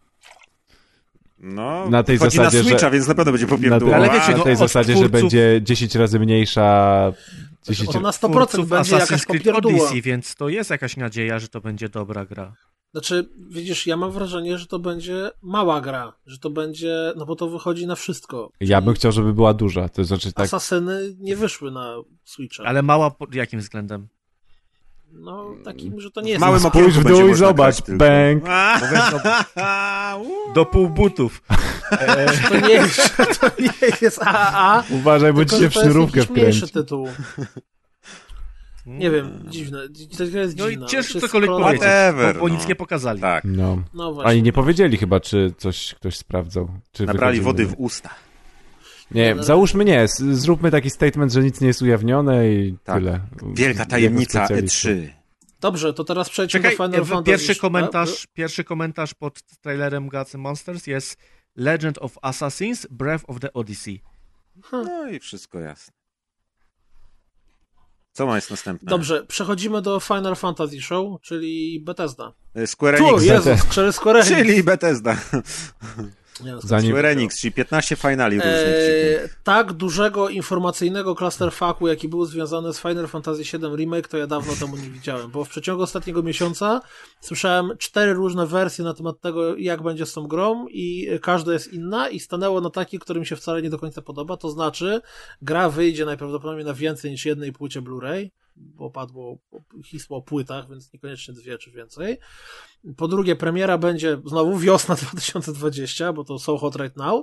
No, Na tej chodzi zasadzie, na Switcha, że- więc na pewno będzie Na, tej- popierdóła. Ale wiecie, na no, tej od zasadzie, że twórców- będzie dziesięć razy mniejsza... dziesięć... To na sto procent Twórców będzie jakaś Assassin's Creed popierdóła. Odyssey, więc to jest jakaś nadzieja, że to będzie dobra gra. Znaczy, widzisz, ja mam wrażenie, że to będzie mała gra, że to będzie, no bo to wychodzi na wszystko. Ja bym chciał, żeby była duża, to znaczy tak... Asasyny nie wyszły na Switcha. Ale mała pod jakim względem? No, takim, że to nie jest... Małym na- okienku Spójrz w będzie dół i można zobacz, grać tylko. bang! Do pół butów. To nie jest, to nie jest A A A, Uważaj, bo ci tylko się w że to jest sznurówkę jakiś mniejszy wkręci. tytuł. Nie wiem, dziwne. Ta gra jest No i dziwna. ciężko Jest cokolwiek kolor- powiedzieć, Whatever, bo, bo no. nic nie pokazali. Tak, No. No właśnie. Oni nie powiedzieli chyba, czy coś ktoś sprawdzał. Czy nabrali wychodzimy. wody w usta. Nie, załóżmy nie, s- zróbmy taki statement, że nic nie jest ujawnione i Tak. tyle. Wielka Jako tajemnica E specjalista. trzy. Dobrze, to teraz przejdźmy Czekaj, do Final w- Fantasy. pierwszy tak? komentarz, pierwszy komentarz pod trailerem Gods and Monsters jest Legend of Assassins Breath of the Odyssey. No i wszystko jasne. Co ma jest następne? Dobrze, przechodzimy do Final Fantasy Show, czyli Bethesda. Square Enix. Tu, Jezus, czyli Square Enix. Czyli Bethesda. Nie, no, Zanim- Square Enix, czyli piętnaście finali różnych. Eee, tak dużego informacyjnego clusterfucku, jaki był związany z Final Fantasy siedem Remake, to ja dawno temu nie widziałem, bo w przeciągu ostatniego miesiąca słyszałem cztery różne wersje na temat tego, jak będzie z tą grą i każda jest inna i stanęło na takiej, którym się wcale nie do końca podoba, to znaczy gra wyjdzie najprawdopodobniej na więcej niż jednej płycie Blu-ray, bo padło hismo o płytach, więc niekoniecznie dwie czy więcej. Po drugie, premiera będzie znowu wiosna dwa tysiące dwudziesta, bo to So Hot Right Now,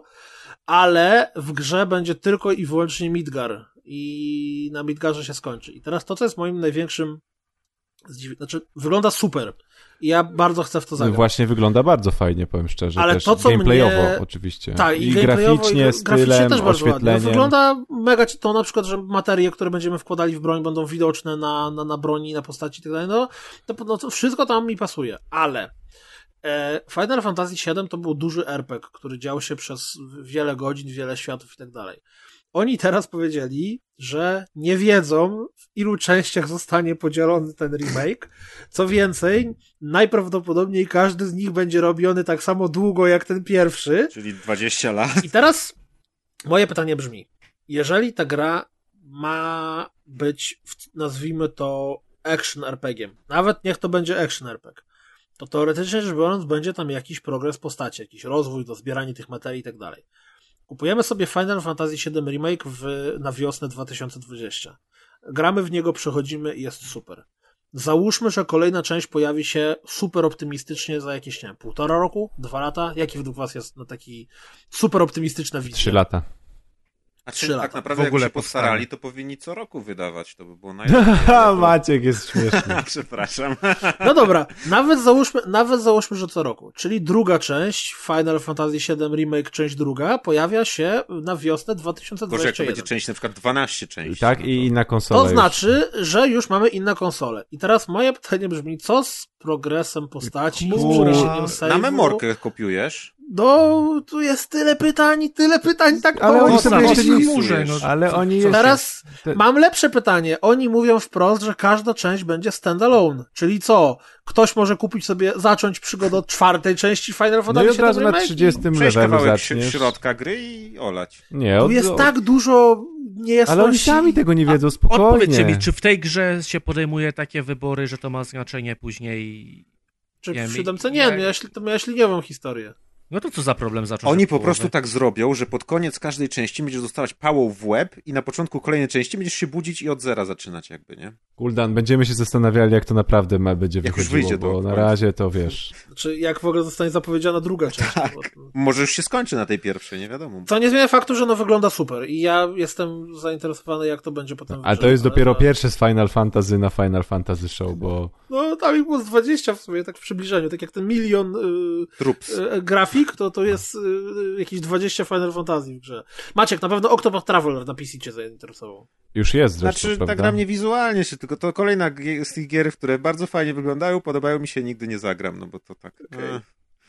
ale w grze będzie tylko i wyłącznie Midgar i na Midgarze się skończy. I teraz to, co jest moim największym zdziwieniem, znaczy wygląda super i ja bardzo chcę w to zagrać. Właśnie wygląda bardzo fajnie, powiem szczerze. Ale też to, co gameplayowo mnie... oczywiście. Tak, i, I gameplayowo, graficznie, i graficznie stylem, też bardzo ładnie. oświetleniem. Wygląda mega to na przykład, że materie, które będziemy wkładali w broń, będą widoczne na, na, na broni, na postaci i tak dalej. No, to, no to wszystko tam mi pasuje, ale e, Final Fantasy siedem to był duży er pe gie, który dział się przez wiele godzin, wiele światów i tak dalej. Oni teraz powiedzieli, że nie wiedzą, w ilu częściach zostanie podzielony ten remake. Co więcej, najprawdopodobniej każdy z nich będzie robiony tak samo długo jak ten pierwszy. Czyli dwadzieścia lat. I teraz moje pytanie brzmi, jeżeli ta gra ma być, nazwijmy to action er pe gie, nawet niech to będzie action er pe gie, to teoretycznie rzecz biorąc będzie tam jakiś progres postaci, jakiś rozwój, do zbierania tych materii i tak dalej. Kupujemy sobie Final Fantasy siedem Remake w, na wiosnę dwa tysiące dwudziesta. Gramy w niego, przechodzimy i jest super. Załóżmy, że kolejna część pojawi się super optymistycznie za jakieś, nie wiem, półtora roku, dwa lata. Jaki według was jest na taki super optymistyczna wizja? Trzy lata. A Trzy czy lata. tak naprawdę W ogóle jak się postarali, powstanie. to powinni co roku wydawać. To by było najlepiej. Maciek jest śmieszny. Przepraszam. No dobra, nawet załóżmy, nawet załóżmy, że co roku. Czyli druga część Final Fantasy siedem Remake, część druga, pojawia się na wiosnę dwa tysiące Boże, jak to dwudziestego będzie część na przykład dwanaście części. Tak, no i na konsolę. To znaczy, że już mamy inne konsole. I teraz moje pytanie brzmi, co z progresem postaci, z Kurwa. przeniesieniem save'u? Na memorkę kopiujesz? No, tu jest tyle pytań, tyle pytań, tak Ale mało oni czasu. sobie jeszcze nie muszę, no. Ale oni jeszcze... Teraz te- mam lepsze pytanie. Oni mówią wprost, że każda część będzie standalone. Czyli co? Ktoś może kupić sobie, zacząć przygodę od czwartej części Final No Fantasy i od razu siedem na Remake? trzydziestym Przejść levelu kawałek zaczniesz. środka gry i olać. Nie, Tu od... jest tak dużo niejasności. Ale oni sami tego nie wiedzą, spokojnie. Odpowiedzcie mi, czy w tej grze się podejmuje takie wybory, że to ma znaczenie później... Czy nie, w mi- siódemce? Nie, ja- miała, śli- to miała śliniową historię. No to co za problem zacząć? Oni od po połowy? prostu tak zrobią, że pod koniec każdej części będziesz dostawać pałą w łeb i na początku kolejnej części będziesz się budzić i od zera zaczynać jakby, nie? Kuldan, będziemy się zastanawiali, jak to naprawdę ma, będzie Jak już wychodziło, wyjdzie do bo na końca. razie to wiesz... Znaczy, jak w ogóle zostanie zapowiedziana druga część. Tak. Bo- Może już się skończy na tej pierwszej, nie wiadomo. Co nie zmienia faktu, że no wygląda super i ja jestem zainteresowany, jak to będzie potem Ale to jest wyglądać, dopiero ale- pierwsze z Final Fantasy na Final Fantasy Show, bo... No, tam ich było z dwadzieścia w sumie, tak w przybliżeniu. Tak jak ten milion y, Trups. y, grafik, to to jest y, jakieś dwadzieścia Final Fantasy w grze. Maciek, na pewno Octopath Traveler na P C cię zainteresował. Już jest zresztą, Znaczy, prawda? tak na mnie wizualnie się, tylko to kolejna g- z tych gier, które bardzo fajnie wyglądają, podobają mi się, nigdy nie zagram, no bo to tak... Okej. e.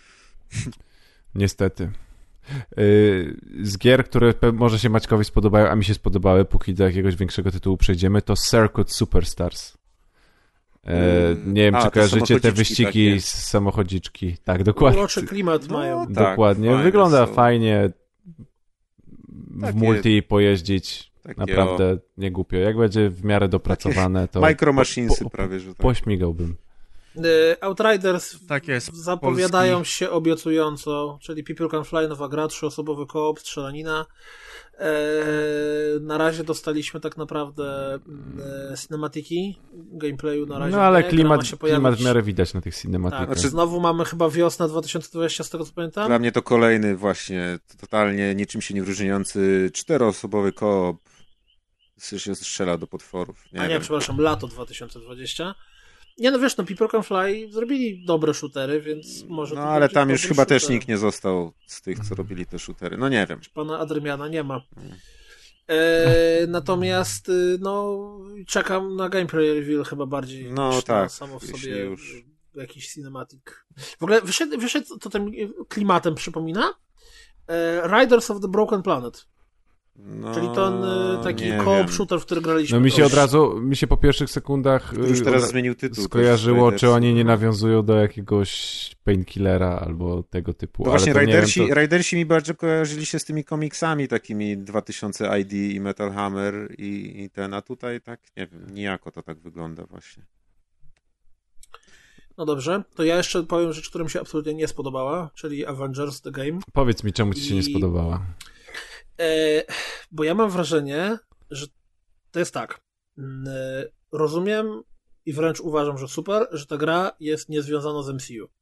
Niestety. Yy, Z gier, które pe- może się Maćkowi spodobają, a mi się spodobały, póki do jakiegoś większego tytułu przejdziemy, to Circuit Superstars. Yy, Mm, Nie wiem, a, czy te kojarzycie te samochodziczki wyścigi takie. z samochodziczki. Tak, dokładnie. Uroczy klimat No, mają. tak, Dokładnie. fajne Wygląda są. fajnie. W Takie- multi pojeździć. Takie Naprawdę nie głupio. Jak będzie w miarę dopracowane, to Micro Machinesy po- po- prawie, że tak. pośmigałbym. Y, Outriders Tak jest. zapowiadają Polski. się obiecująco, czyli People Can Fly, nowa gra, trzyosobowy koop, strzelanina. Eee, na razie dostaliśmy tak naprawdę e, cinematiki, gameplayu na razie No ale nie, gra ma klimat, się klimat pojawić. w miarę widać na tych cinematykach. Tak, Znaczy- znowu mamy chyba wiosnę dwa tysiące dwudziesty z tego co pamiętam. Dla mnie to kolejny właśnie totalnie niczym się nie wyróżniający czteroosobowy koop się strzela do potworów. Nie A nie, wiem. przepraszam, lato dwa tysiące dwudziesty. Nie no wiesz, no People Can Fly zrobili dobre shootery, więc może No to ale będzie tam już dobry chyba też shooter. nikt nie został z tych, co robili te shootery. No nie wiem. Pana Adrymiana nie ma. E, natomiast y, no czekam na gameplay reveal chyba bardziej No niż tak, na samo w jeśli sobie już. y, jakiś cinematic. W ogóle wyszedł, wyszedł to tym klimatem przypomina? E, Riders of the Broken Planet. No, Czyli ten y, taki nie co-op wiem. shooter, w który graliśmy. No mi się To od razu, mi się po pierwszych sekundach Już y, teraz od- zmienił tytuł. skojarzyło, też czy oni nie Raidersi. nawiązują do jakiegoś Painkillera albo tego typu. No ale właśnie, to nie Raidersi, wiem, to... Raidersi mi bardzo kojarzyli się z tymi komiksami takimi dwa tysiące I D i Metal Hammer i, i ten, a tutaj tak, nie wiem, nijako to tak wygląda właśnie. No dobrze, to ja jeszcze powiem rzecz, która mi się absolutnie nie spodobała, czyli Avengers The Game. Powiedz mi, czemu ci się nie I- spodobała. E, bo ja mam wrażenie, że to jest tak. mm, e, Rozumiem i wręcz uważam, że super, że ta gra jest niezwiązana z M C U.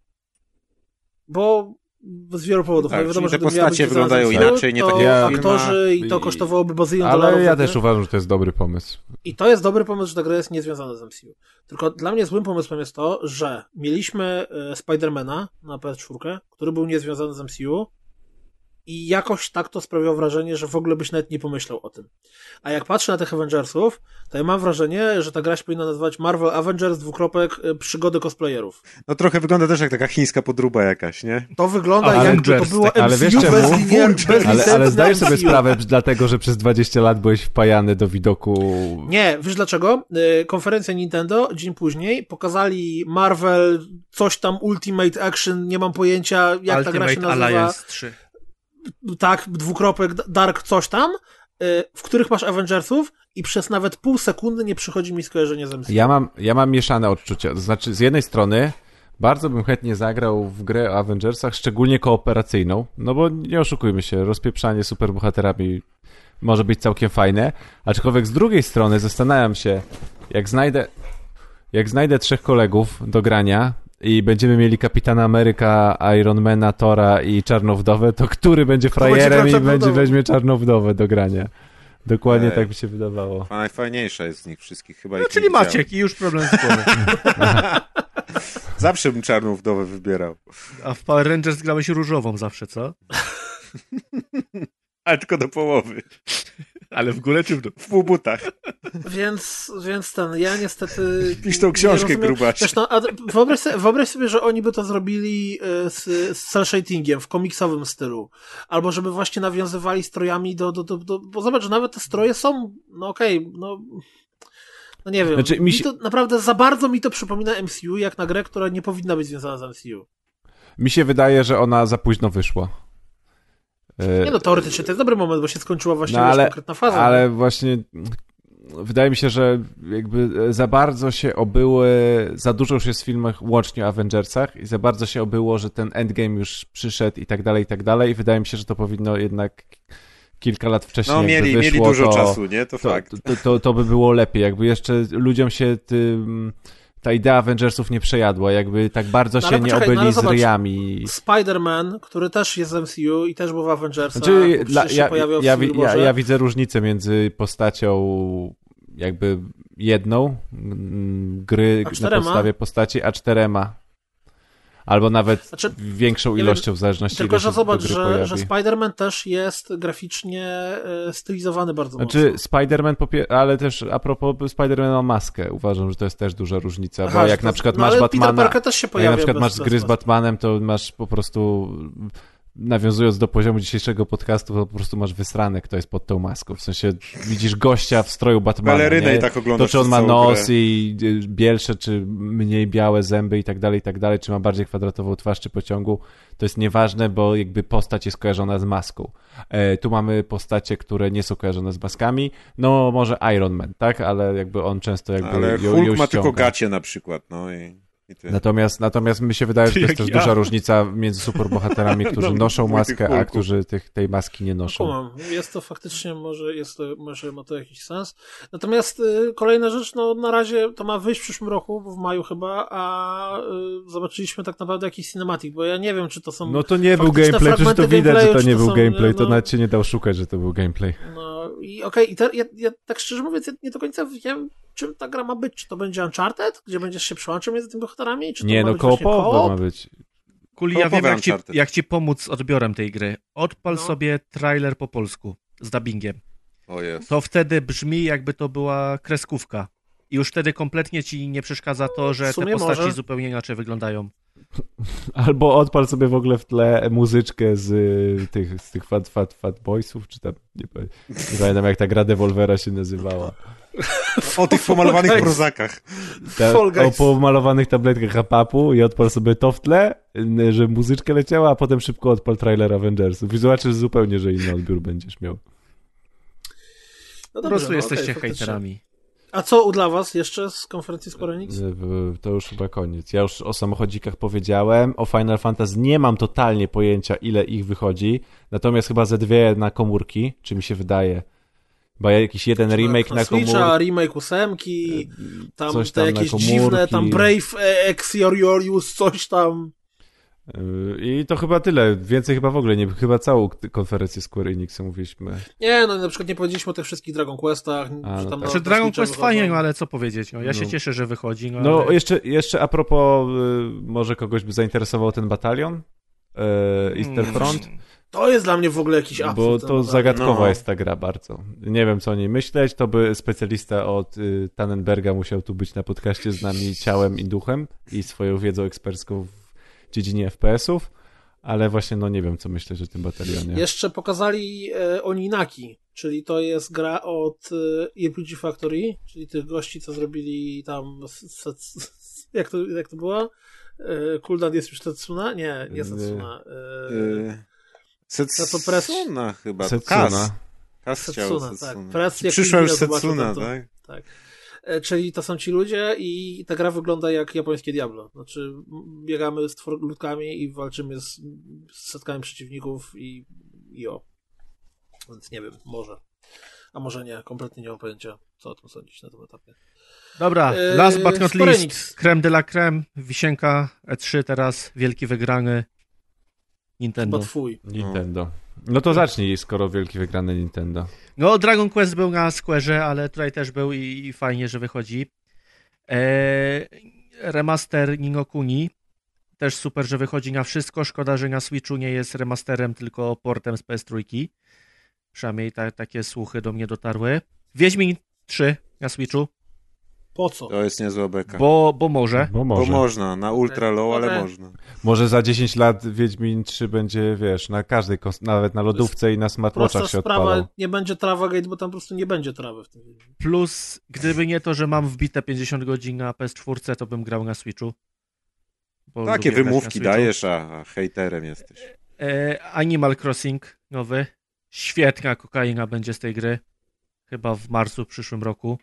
Bo z wielu powodów. Tak, No i wiadomo, czyli że te gdyby miała postacie być związana z wyglądają M C U, inaczej, nie to tak jak w aktorzy filmach. i to I- kosztowałoby bazylion Ale dolarów. ja nie? też uważam, że to jest dobry pomysł. I to jest dobry pomysł, że ta gra jest niezwiązana z M C U. Tylko dla mnie złym pomysłem jest to, że mieliśmy e, Spidermana na P S cztery, który był niezwiązany z M C U i jakoś tak to sprawiało wrażenie, że w ogóle byś nawet nie pomyślał o tym. A jak patrzę na tych Avengersów, to ja mam wrażenie, że ta gra się powinna nazywać Marvel Avengers dwukropek e, przygody cosplayerów. No trochę wygląda też jak taka chińska podróba jakaś, nie? To wygląda Ale- jakby to było ale M C U wiesz czemu? bez, linier, bez Ale, licencji ale na zdajesz sobie M C U. sprawę, dlatego, że przez dwadzieścia lat byłeś wpajany do widoku... Nie, wiesz dlaczego? Y, Konferencja Nintendo, dzień później, pokazali Marvel, coś tam Ultimate Action, nie mam pojęcia jak ta gra się Ultimate nazywa. Alliance trzy. Tak, dwukropek, Dark coś tam, y, w których masz Avengersów i przez nawet pół sekundy nie przychodzi mi skojarzenie z M C U. Ja mam, ja mam mieszane odczucia. To znaczy, z jednej strony bardzo bym chętnie zagrał w grę o Avengersach, szczególnie kooperacyjną, no bo nie oszukujmy się, rozpieprzanie superbohaterami może być całkiem fajne, aczkolwiek z drugiej strony zastanawiam się, jak znajdę, jak znajdę trzech kolegów do grania i będziemy mieli Kapitana Ameryka, Ironmana, Tora i Czarną Wdowę, to który będzie frajerem będzie i Czarną będzie Wdową? weźmie Czarną Wdowę do grania. Dokładnie Ej. tak mi się wydawało. A najfajniejsza jest z nich wszystkich chyba. No, ich nie czyli widziałem. Maciek i już problem z głowy. Zawsze bym czarną wdowę wybierał. A w Power Rangers grałeś różową zawsze, co? Ale tylko do połowy. Ale w górę czy w dół? W półbutach. Więc, więc ten, ja niestety... Pisz tą nie książkę, rozumiem. grubas. Wiesz, no, a wyobraź, sobie, wyobraź sobie, że oni by to zrobili y, z, z cel shadingiem w komiksowym stylu. Albo żeby właśnie nawiązywali strojami do... do, do, do bo zobacz, że nawet te stroje są... No okej, okay, no... No nie wiem, Znaczy, mi mi się- to, naprawdę za bardzo mi to przypomina M C U, jak na grę, która nie powinna być związana z M C U. Mi się wydaje, że ona za późno wyszła. E, Nie no, teoretycznie to jest dobry moment, bo się skończyła właśnie No, ale- już konkretna faza. Ale właśnie wydaje mi się, że jakby za bardzo się obyły, za dużo już jest w filmach łącznie o Avengersach i za bardzo się obyło, że ten endgame już przyszedł i tak dalej, i tak dalej i wydaje mi się, że to powinno jednak kilka lat wcześniej No jakby mieli, wyszło, mieli dużo to, czasu, nie? To, to, fakt. to, to, to by było lepiej, jakby jeszcze ludziom się tym, ta idea Avengersów nie przejadła, jakby tak bardzo No, ale się nie poczekaj, no, obyli ale z zobacz, ryjami. Spider-Man, który też jest z M C U i też był w Avengersach, Znaczy, bo dla, przecież się ja, pojawiał w ja, Civil ja, Warze. ja widzę różnicę między postacią jakby jedną mm, gry A na czterema? podstawie postaci, a czterema. Albo nawet Znaczy, większą nie ilością wiem, w zależności Tylko, ile że się zobacz, do gry że, pojawi. że Spider-Man też jest graficznie e, stylizowany bardzo Znaczy mocno. Spider-Man, popie- ale też a propos Spider-Man ma maskę. Uważam, że to jest też duża różnica, Aha, bo że jak to- na przykład no, masz ale Batmana, Peter Parker też się jak pojawia na przykład bez- masz bez gry z maski. Batmanem, to masz po prostu, nawiązując do poziomu dzisiejszego podcastu, to po prostu masz wysrane, kto jest pod tą maską. W sensie widzisz gościa w stroju Batmana, Pelerynę nie? i tak To oglądasz czy on przez ma całą nos grę. i y, bielsze, czy mniej białe zęby i tak dalej, i tak dalej, czy ma bardziej kwadratową twarz, czy pociągu, to jest nieważne, bo jakby postać jest kojarzona z maską. E, tu mamy postacie, które nie są kojarzone z maskami, no może Iron Man, tak? Ale jakby on często jakby Ale ją, Hulk ją ma tylko ściąga. gacie na przykład, no i, i tyle. Natomiast, natomiast mi się wydaje, że to jest Jak też ja. duża różnica między superbohaterami, którzy No, noszą mój tych maskę, a Hulków. którzy tych, tej maski nie noszą. Kumam. Jest to faktycznie, może, jest to, może ma to jakiś sens. Natomiast y, kolejna rzecz, no na razie to ma wyjść w przyszłym roku, w maju chyba, a y, zobaczyliśmy tak naprawdę jakiś cinematic, bo ja nie wiem, czy to są... No to nie był faktyczne gameplay, przecież to fragmenty widać, że to gameplayu, nie czy był są, gameplay, to no, nawet się nie dał szukać, że to był gameplay. No i okej, okay, i te, ja, ja tak szczerze mówiąc, ja nie do końca wiem, czym ta gra ma być. Czy to będzie Uncharted, gdzie będziesz się przełączył między tymi bohaterami? Czy to Nie, ma no być właśnie koopowo co-op? ma być. Kuli, ja wiem, Opowiadam jak ci, Uncharted. jak ci pomóc z odbiorem tej gry. Odpal No. sobie trailer po polsku z dubbingiem. O jest. To wtedy brzmi, jakby to była kreskówka. I już wtedy kompletnie ci nie przeszkadza to, że W sumie te postaci może. zupełnie inaczej wyglądają. Albo odpal sobie w ogóle w tle muzyczkę z y, tych, z tych fat, fat, fat boysów, czy tam, nie, nie pamiętam jak ta gra Devolvera się nazywała. O tych pomalowanych Guys. prozakach. Ta, Fall o Guys. pomalowanych tabletkach hapapu i odpal sobie to w tle, y, że muzyczka leciała, a potem szybko odpal trailer Avengersów i zobaczysz zupełnie, że inny odbiór będziesz miał. No Po dobrze, prostu no, jesteście okej, faktycznie. hejterami. A co dla was jeszcze z konferencji Square Enix? Y, w- To już chyba koniec. Ja już o samochodzikach powiedziałem, o Final Fantasy nie mam totalnie pojęcia, ile ich wychodzi, natomiast chyba ze dwie na komórki, czy mi się wydaje. Bo jakiś jeden remake na, na Switcha, komórki. remake ósemki, tam coś te tam na jakieś komórki. dziwne, tam Brave X Yoriorius, coś tam. Y, I to chyba tyle. Więcej chyba w ogóle nie. Chyba całą k- konferencję Square Enix mówiliśmy. Nie, no na przykład nie powiedzieliśmy o tych wszystkich Dragon Questach. A, że no tam tak. na- Znaczy na Dragon Switcha Quest wychodzą. fajnie, no ale co powiedzieć, no ja się No. cieszę, że wychodzi, no, No ale... jeszcze, jeszcze a propos, y, może kogoś by zainteresował ten batalion? Y, Easter Mm. Front? To jest dla mnie w ogóle jakiś absurd. Bo ten to model. zagadkowa No. jest ta gra bardzo. Nie wiem, co o niej myśleć. To by specjalista od y, Tannenberga musiał tu być na podcaście z nami ciałem i duchem i swoją wiedzą ekspercką w dziedzinie F P S-ów, ale właśnie no nie wiem, co myśleć o tym batalionie. Jeszcze pokazali e, Oninaki, czyli to jest gra od e, R P G Factory, czyli tych gości, co zrobili tam s, s, s, jak, to, jak to było? E, Kuldan jest już Setsuna? Nie, nie Setsuna. E, Yy, No to press- Setsuna chyba. Setsuna. Kas. Kas chciał Setsuna, tak. Setsuna. Press, jak Przyszła już Kuldan zobaczył Setsuna, tamto- tak? Tak. E, Czyli to są ci ludzie i ta gra wygląda jak japońskie Diablo. Znaczy m, biegamy z twor- ludkami i walczymy z, z setkami przeciwników i, i o. Więc nie wiem, może. A może nie, kompletnie nie mam pojęcia, co o tym sądzić na tym etapie. Dobra, Eee, last but not Square least, Enix. creme de la creme, wisienka E trzy teraz, wielki wygrany Nintendo. Chyba twój. Nintendo. No to zacznij, skoro wielki wygrany Nintendo. No, Dragon Quest był na Square'ze, ale tutaj też był i, i fajnie, że wychodzi. Eee, remaster Ni no Kuni, też super, że wychodzi na wszystko. Szkoda, że na Switchu nie jest remasterem, tylko portem z P S trzy. Przynajmniej ta, takie słuchy do mnie dotarły. Wiedźmin trzy na Switchu, Po co? To jest niezła beka. bo, bo może. Bo Bo może. można, na ultra low, ale Dobra. można. Może za dziesięć lat Wiedźmin trzy będzie, wiesz, na każdej, kons- nawet na lodówce i na smartwatchach Prosta się sprawa, odpalał. nie będzie trawa gate, bo tam po prostu nie będzie trawy w tym. Plus, gdyby nie to, że mam wbite pięćdziesiąt godzin na P S cztery, to bym grał na Switchu. Bo Takie lubię grać na wymówki Switchu. dajesz, a, a hejterem jesteś. E, Animal Crossing nowy. Świetna kokaina będzie z tej gry. Chyba w marcu w przyszłym roku.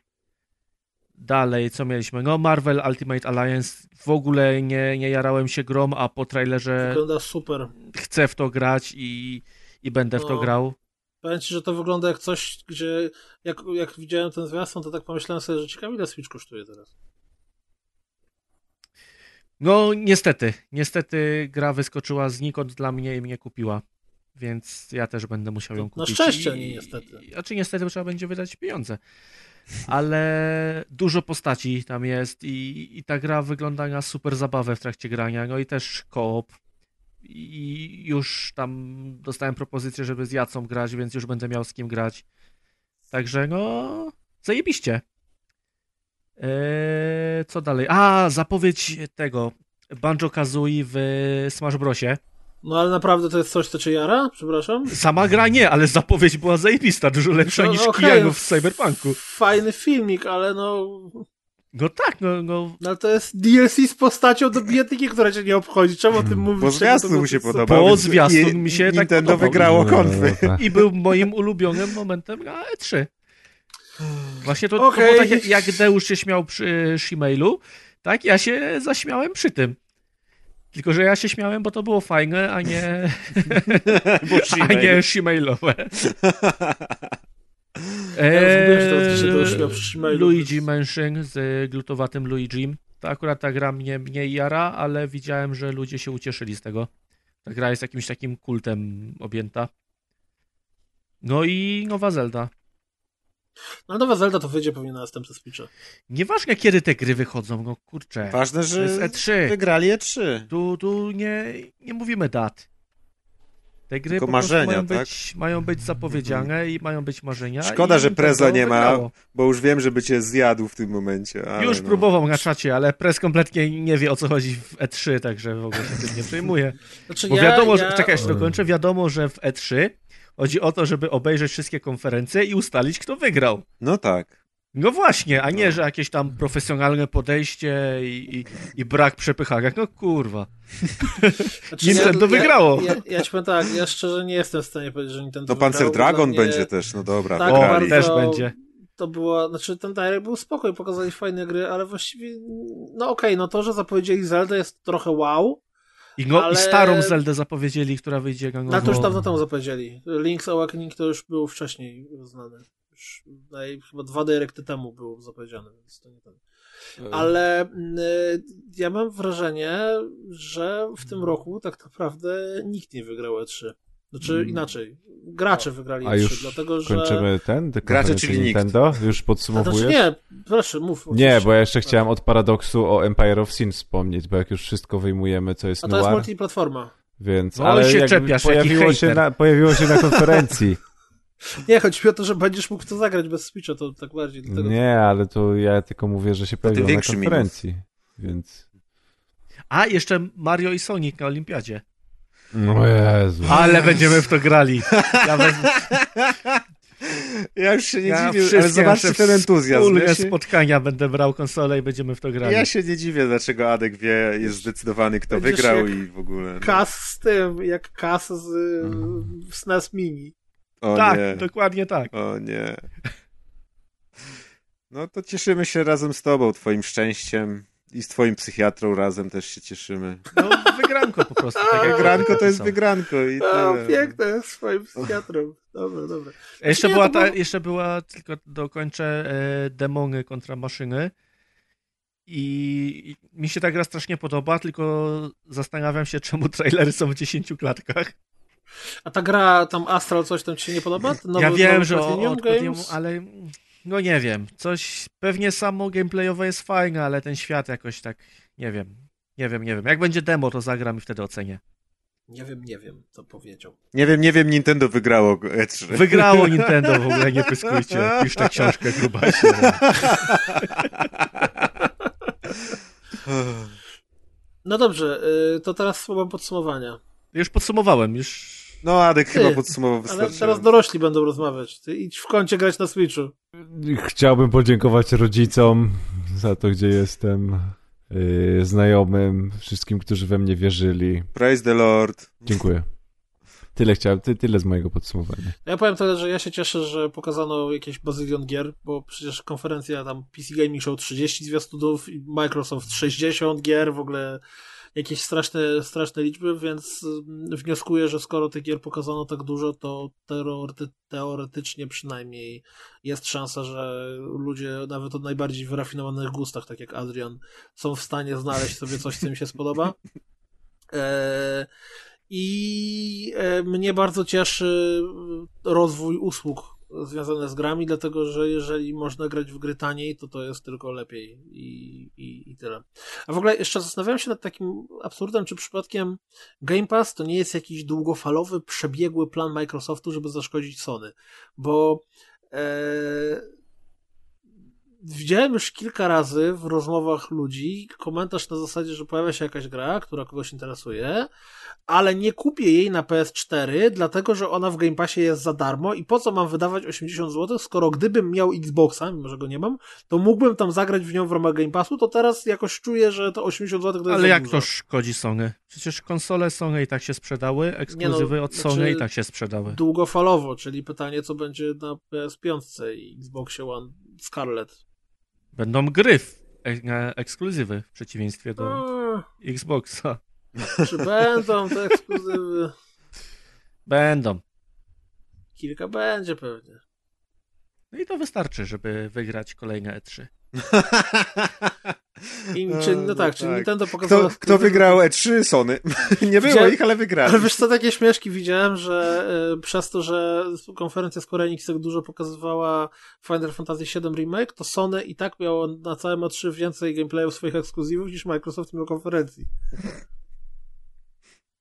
Dalej, co mieliśmy? No, Marvel Ultimate Alliance. W ogóle nie, nie jarałem się grom, a po trailerze Wygląda super. chcę w to grać i, i będę w to No. grał. Powiem ci, że to wygląda jak coś, gdzie jak, jak widziałem ten zwiastun, to tak pomyślałem sobie, że ciekawe ile Switch kosztuje teraz. No, niestety. Niestety gra wyskoczyła znikąd dla mnie i mnie kupiła. Więc ja też będę musiał ją Na kupić. szczęście, I- a nie niestety. i- Znaczy niestety, bo trzeba będzie wydać pieniądze. Ale dużo postaci tam jest i, i ta gra wygląda na super zabawę w trakcie grania. No i też koop. I już tam dostałem propozycję, żeby z Jacą grać, więc już będę miał z kim grać. Także no, zajebiście. Eee, co dalej? A, zapowiedź tego Banjo-Kazooie w Smash Brosie. No ale naprawdę to jest coś, co cię jara? Przepraszam. Sama gra nie, ale zapowiedź była zajebista, dużo lepsza No, niż okej, Kijangów w Cyberpunku. Fajny filmik, ale no... No tak, no, no No ale to jest D L C z postacią do bijatyki, która cię nie obchodzi. Czemu o tym mówisz? Bo zwiastun Czemu to mu się jest super? podobał. Po więc zwiastun i- mi się tak Nintendo podobał. wygrało No, konfy. tak. i był moim ulubionym momentem na E trzy. Właśnie to, Okej. to było tak, jak Deusz się śmiał przy Shimailu, tak ja się zaśmiałem przy tym. Tylko, że ja się śmiałem, bo to było fajne, a nie, Bo a Shimei. nie Shimailowe. zgubiłem się teraz, gdzie się to Eee, śmiał przy Shimailu. Luigi Mansion z glutowatym Luigim. To akurat ta gra mnie mniej jara, ale widziałem, że ludzie się ucieszyli z tego. Ta gra jest jakimś takim kultem objęta. No i nowa Zelda. No nowa Zelda to wyjdzie pewnie na następce Switcha. Nieważne kiedy te gry wychodzą, no kurczę. Ważne, To jest że E trzy. wygrali E trzy. Tu, tu nie, nie mówimy dat. Te gry Tylko po prostu marzenia, mają, tak? być, mają być zapowiedziane i mają być marzenia. Szkoda, i że Preza Nintendo nie ma, wygrało. bo już wiem, żeby cię zjadł w tym momencie. Ale Już no. próbował na czacie, ale Prez kompletnie nie wie, o co chodzi w E trzy, także w ogóle się tym nie przejmuje. Znaczy, Bo ja, wiadomo, ja... że... Czekaj, jeszcze dokończę. Wiadomo, że w E trzy chodzi o to, żeby obejrzeć wszystkie konferencje i ustalić, kto wygrał. No tak. No właśnie, a nie, No. że jakieś tam profesjonalne podejście i, i, i brak przepychania. No kurwa. Znaczy, Nintendo wygrało. Ja, ja, ja ci powiem tak, ja szczerze nie jestem w stanie powiedzieć, że Nintendo To Panzer wygrało. Dragon Dla mnie- będzie też, no dobra. Tak, O, wygrali. też będzie. To było, znaczy ten Direct był spokój, pokazali fajne gry, ale właściwie, no okej, okay, no to, że zapowiedzieli Zelda jest trochę wow, I, no, ale- I starą Zeldę zapowiedzieli, która wyjdzie gangowo. no to już dawno temu zapowiedzieli. Link's Awakening to już był wcześniej znane. Już naj, chyba dwa Directy temu było zapowiedziane, więc to nie ten. Ale y, ja mam wrażenie, że w tym roku tak naprawdę nikt nie wygrał E trzy. Znaczy Mm. inaczej, gracze wygrali A E trzy, już dlatego że... kończymy ten? Gracze, czyli nikt. Nintendo? Już A znaczy podsumowujesz? nie, proszę, mów. Nie, oczywiście. bo ja jeszcze chciałem od paradoksu o Empire of Sin wspomnieć, bo jak już wszystko wyjmujemy, co jest A to jest noir, multiplatforma. więc... No, ale się jakby czepiasz, jaki pojawiło, się hejter. na, pojawiło się na konferencji. Nie, chodzi mi o to, że będziesz mógł to zagrać bez Switcha, to tak bardziej. Dlatego Nie, ale to ja tylko mówię, że się pojawiło na większy konferencji, więc... A, jeszcze Mario i Sonic na Olimpiadzie. No Jezu. Ale będziemy w to grali. Ja wezmę, Ja już się nie ja dziwię, ale wszystkie zobaczcie nasze ten entuzjazm. wspólne Ja się, spotkania będę brał konsolę i będziemy w to grali. ja się nie dziwię, dlaczego Adek wie, jest zdecydowany, kto Będziesz wygrał jak i w ogóle. No. Kas z tym, jak Kas z y, S N E S Mini. O tak, nie, dokładnie tak. o nie. No to cieszymy się razem z tobą, twoim szczęściem i z twoim psychiatrą razem też się cieszymy. No, wygranko po prostu. Tak jak Wygranko to jest są. wygranko i O, tyle. piękne, swoim psychiatrą. Dobra, dobra. Jeszcze Nie, była, to ta, było- jeszcze była, tylko dokończę, e, demony kontra maszyny. I i mi się ta gra strasznie podoba, tylko zastanawiam się, czemu trailery są w dziesięciu klatkach. A ta gra, tam Astral, coś tam ci się nie podoba? Ten nowy- ja wiem, nowy że o, Platinum od Platinum, Games? ale no nie wiem. Coś, pewnie samo gameplayowe jest fajne, ale ten świat jakoś tak, nie wiem. Nie wiem, nie wiem. Jak będzie demo, to zagram i wtedy ocenię. Nie wiem, nie wiem, co powiedział. Nie wiem, nie wiem, Nintendo wygrało E trzy. Wygrało Nintendo, w ogóle nie pyskujcie. Piszcie książkę grubasie. No dobrze, y, to teraz słowa podsumowania. Już podsumowałem, już... No, Adek Ty, chyba podsumował Ale wystarczająco. teraz dorośli będą rozmawiać. Ty idź w kącie grać na Switchu. Chciałbym podziękować rodzicom za to, gdzie jestem, yy, znajomym, wszystkim, którzy we mnie wierzyli. Praise the Lord. Dziękuję. Tyle chciałem, ty, tyle z mojego podsumowania. Ja powiem tyle, że ja się cieszę, że pokazano jakieś bazylion gier, bo przecież konferencja tam P C Gaming Show trzydzieści zwiastunów i Microsoft sześćdziesiąt gier, w ogóle jakieś straszne, straszne liczby, więc mm, wnioskuję, że skoro tych gier pokazano tak dużo, to teorety, teoretycznie przynajmniej jest szansa, że ludzie nawet o najbardziej wyrafinowanych gustach, tak jak Adrian, są w stanie znaleźć sobie coś, co im się spodoba. Eee, I e, mnie bardzo cieszy rozwój usług związane z grami, dlatego że jeżeli można grać w gry taniej, to to jest tylko lepiej i, i, i tyle. A w ogóle jeszcze zastanawiałem się nad takim absurdem, czy przypadkiem Game Pass to nie jest jakiś długofalowy, przebiegły plan Microsoftu, żeby zaszkodzić Sony, bo e, widziałem już kilka razy w rozmowach ludzi komentarz na zasadzie, że pojawia się jakaś gra, która kogoś interesuje, ale nie kupię jej na P S cztery, dlatego że ona w Game Passie jest za darmo i po co mam wydawać osiemdziesiąt złotych, skoro gdybym miał Xboxa, mimo że go nie mam, to mógłbym tam zagrać w nią w ramach Game Passu, to teraz jakoś czuję, że to osiemdziesiąt złotych to jest Ale za jak dużo. to szkodzi Sony? Przecież konsole Sony i tak się sprzedały, ekskluzywy Nie no, od Sony znaczy- i tak się sprzedały. Długofalowo, czyli pytanie, co będzie na P S pięć i Xboxie One Scarlet. Będą gry, w, e, ekskluzywy w przeciwieństwie do Hmm, Xboxa. czy będą te ekskluzywy? Będą. Kilka będzie pewnie. No i to wystarczy, żeby wygrać kolejne E trzy. I, czy, no tak, czyli Nintendo Kto, pokazało... kto wygrał E trzy? Sony. Nie było Widziałem- ich, ale wygrali. Ale wiesz co, takie śmieszki widziałem, że y, przez to, że konferencja Square Enix tak dużo pokazywała Final Fantasy siedem Remake, to Sony i tak miało na całym E trzy więcej gameplayów swoich ekskluzywów niż Microsoft miał konferencji.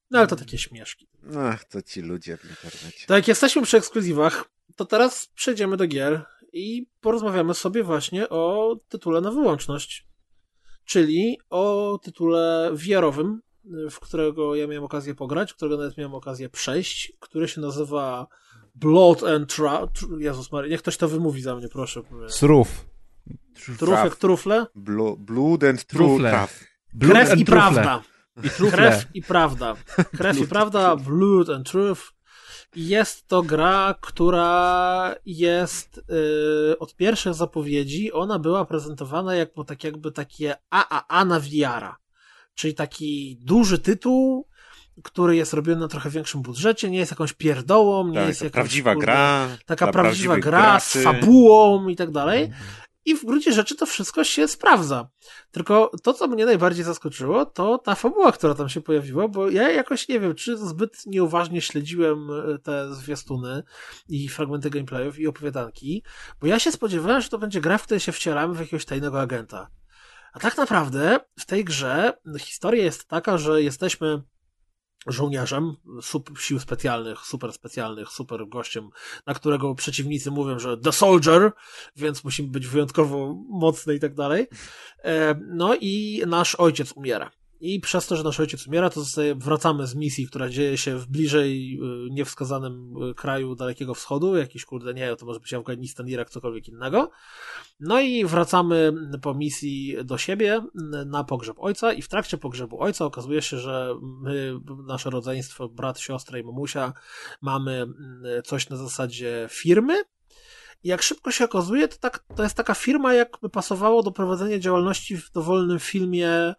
No ale to takie śmieszki. Ach, to ci ludzie w internecie. To jak jesteśmy przy ekskluzywach, to teraz przejdziemy do gier i porozmawiamy sobie właśnie o tytule na wyłączność. Czyli o tytule V R-owym, w którego ja miałem okazję pograć, którego nawet miałem okazję przejść, który się nazywa Blood and Tra... Jezus Maria, niech ktoś to wymówi za mnie, proszę. Srów. Truf jak trufle? Blo- blood and Trufle. Truf. Krew and i trufle. prawda. I Krew i prawda. Krew i Blood prawda, Blood and Truth. Jest to gra, która jest yy, od pierwszych zapowiedzi, ona była prezentowana jako tak jakby takie A A A na V R-a. Czyli taki duży tytuł, który jest robiony na trochę większym budżecie, nie jest jakąś pierdołą, nie Tak, jest jakąś prawdziwa kurde, gra. taka dla prawdziwa prawdziwych gra graczy. z fabułą i tak dalej. I w gruncie rzeczy to wszystko się sprawdza. Tylko to, co mnie najbardziej zaskoczyło, to ta fabuła, która tam się pojawiła, bo ja jakoś nie wiem, czy zbyt nieuważnie śledziłem te zwiastuny i fragmenty gameplayów i opowiadanki, bo ja się spodziewałem, że to będzie gra, w której się wcielamy w jakiegoś tajnego agenta. A tak naprawdę w tej grze historia jest taka, że jesteśmy żołnierzem super, sił specjalnych, super specjalnych, super gościem, na którego przeciwnicy mówią, że the soldier, więc musimy być wyjątkowo mocny i tak dalej. No i nasz ojciec umiera. I przez to, że nasz ojciec umiera, to zostaje, wracamy z misji, która dzieje się w bliżej niewskazanym kraju Dalekiego Wschodu, jakiś kurde, nie, to może być Afganistan, Irak, cokolwiek innego. No i wracamy po misji do siebie na pogrzeb ojca i w trakcie pogrzebu ojca okazuje się, że my, nasze rodzeństwo, brat, siostra i mamusia, mamy coś na zasadzie firmy. I jak szybko się okazuje, to, tak, to jest taka firma, jakby pasowało do prowadzenia działalności w dowolnym filmie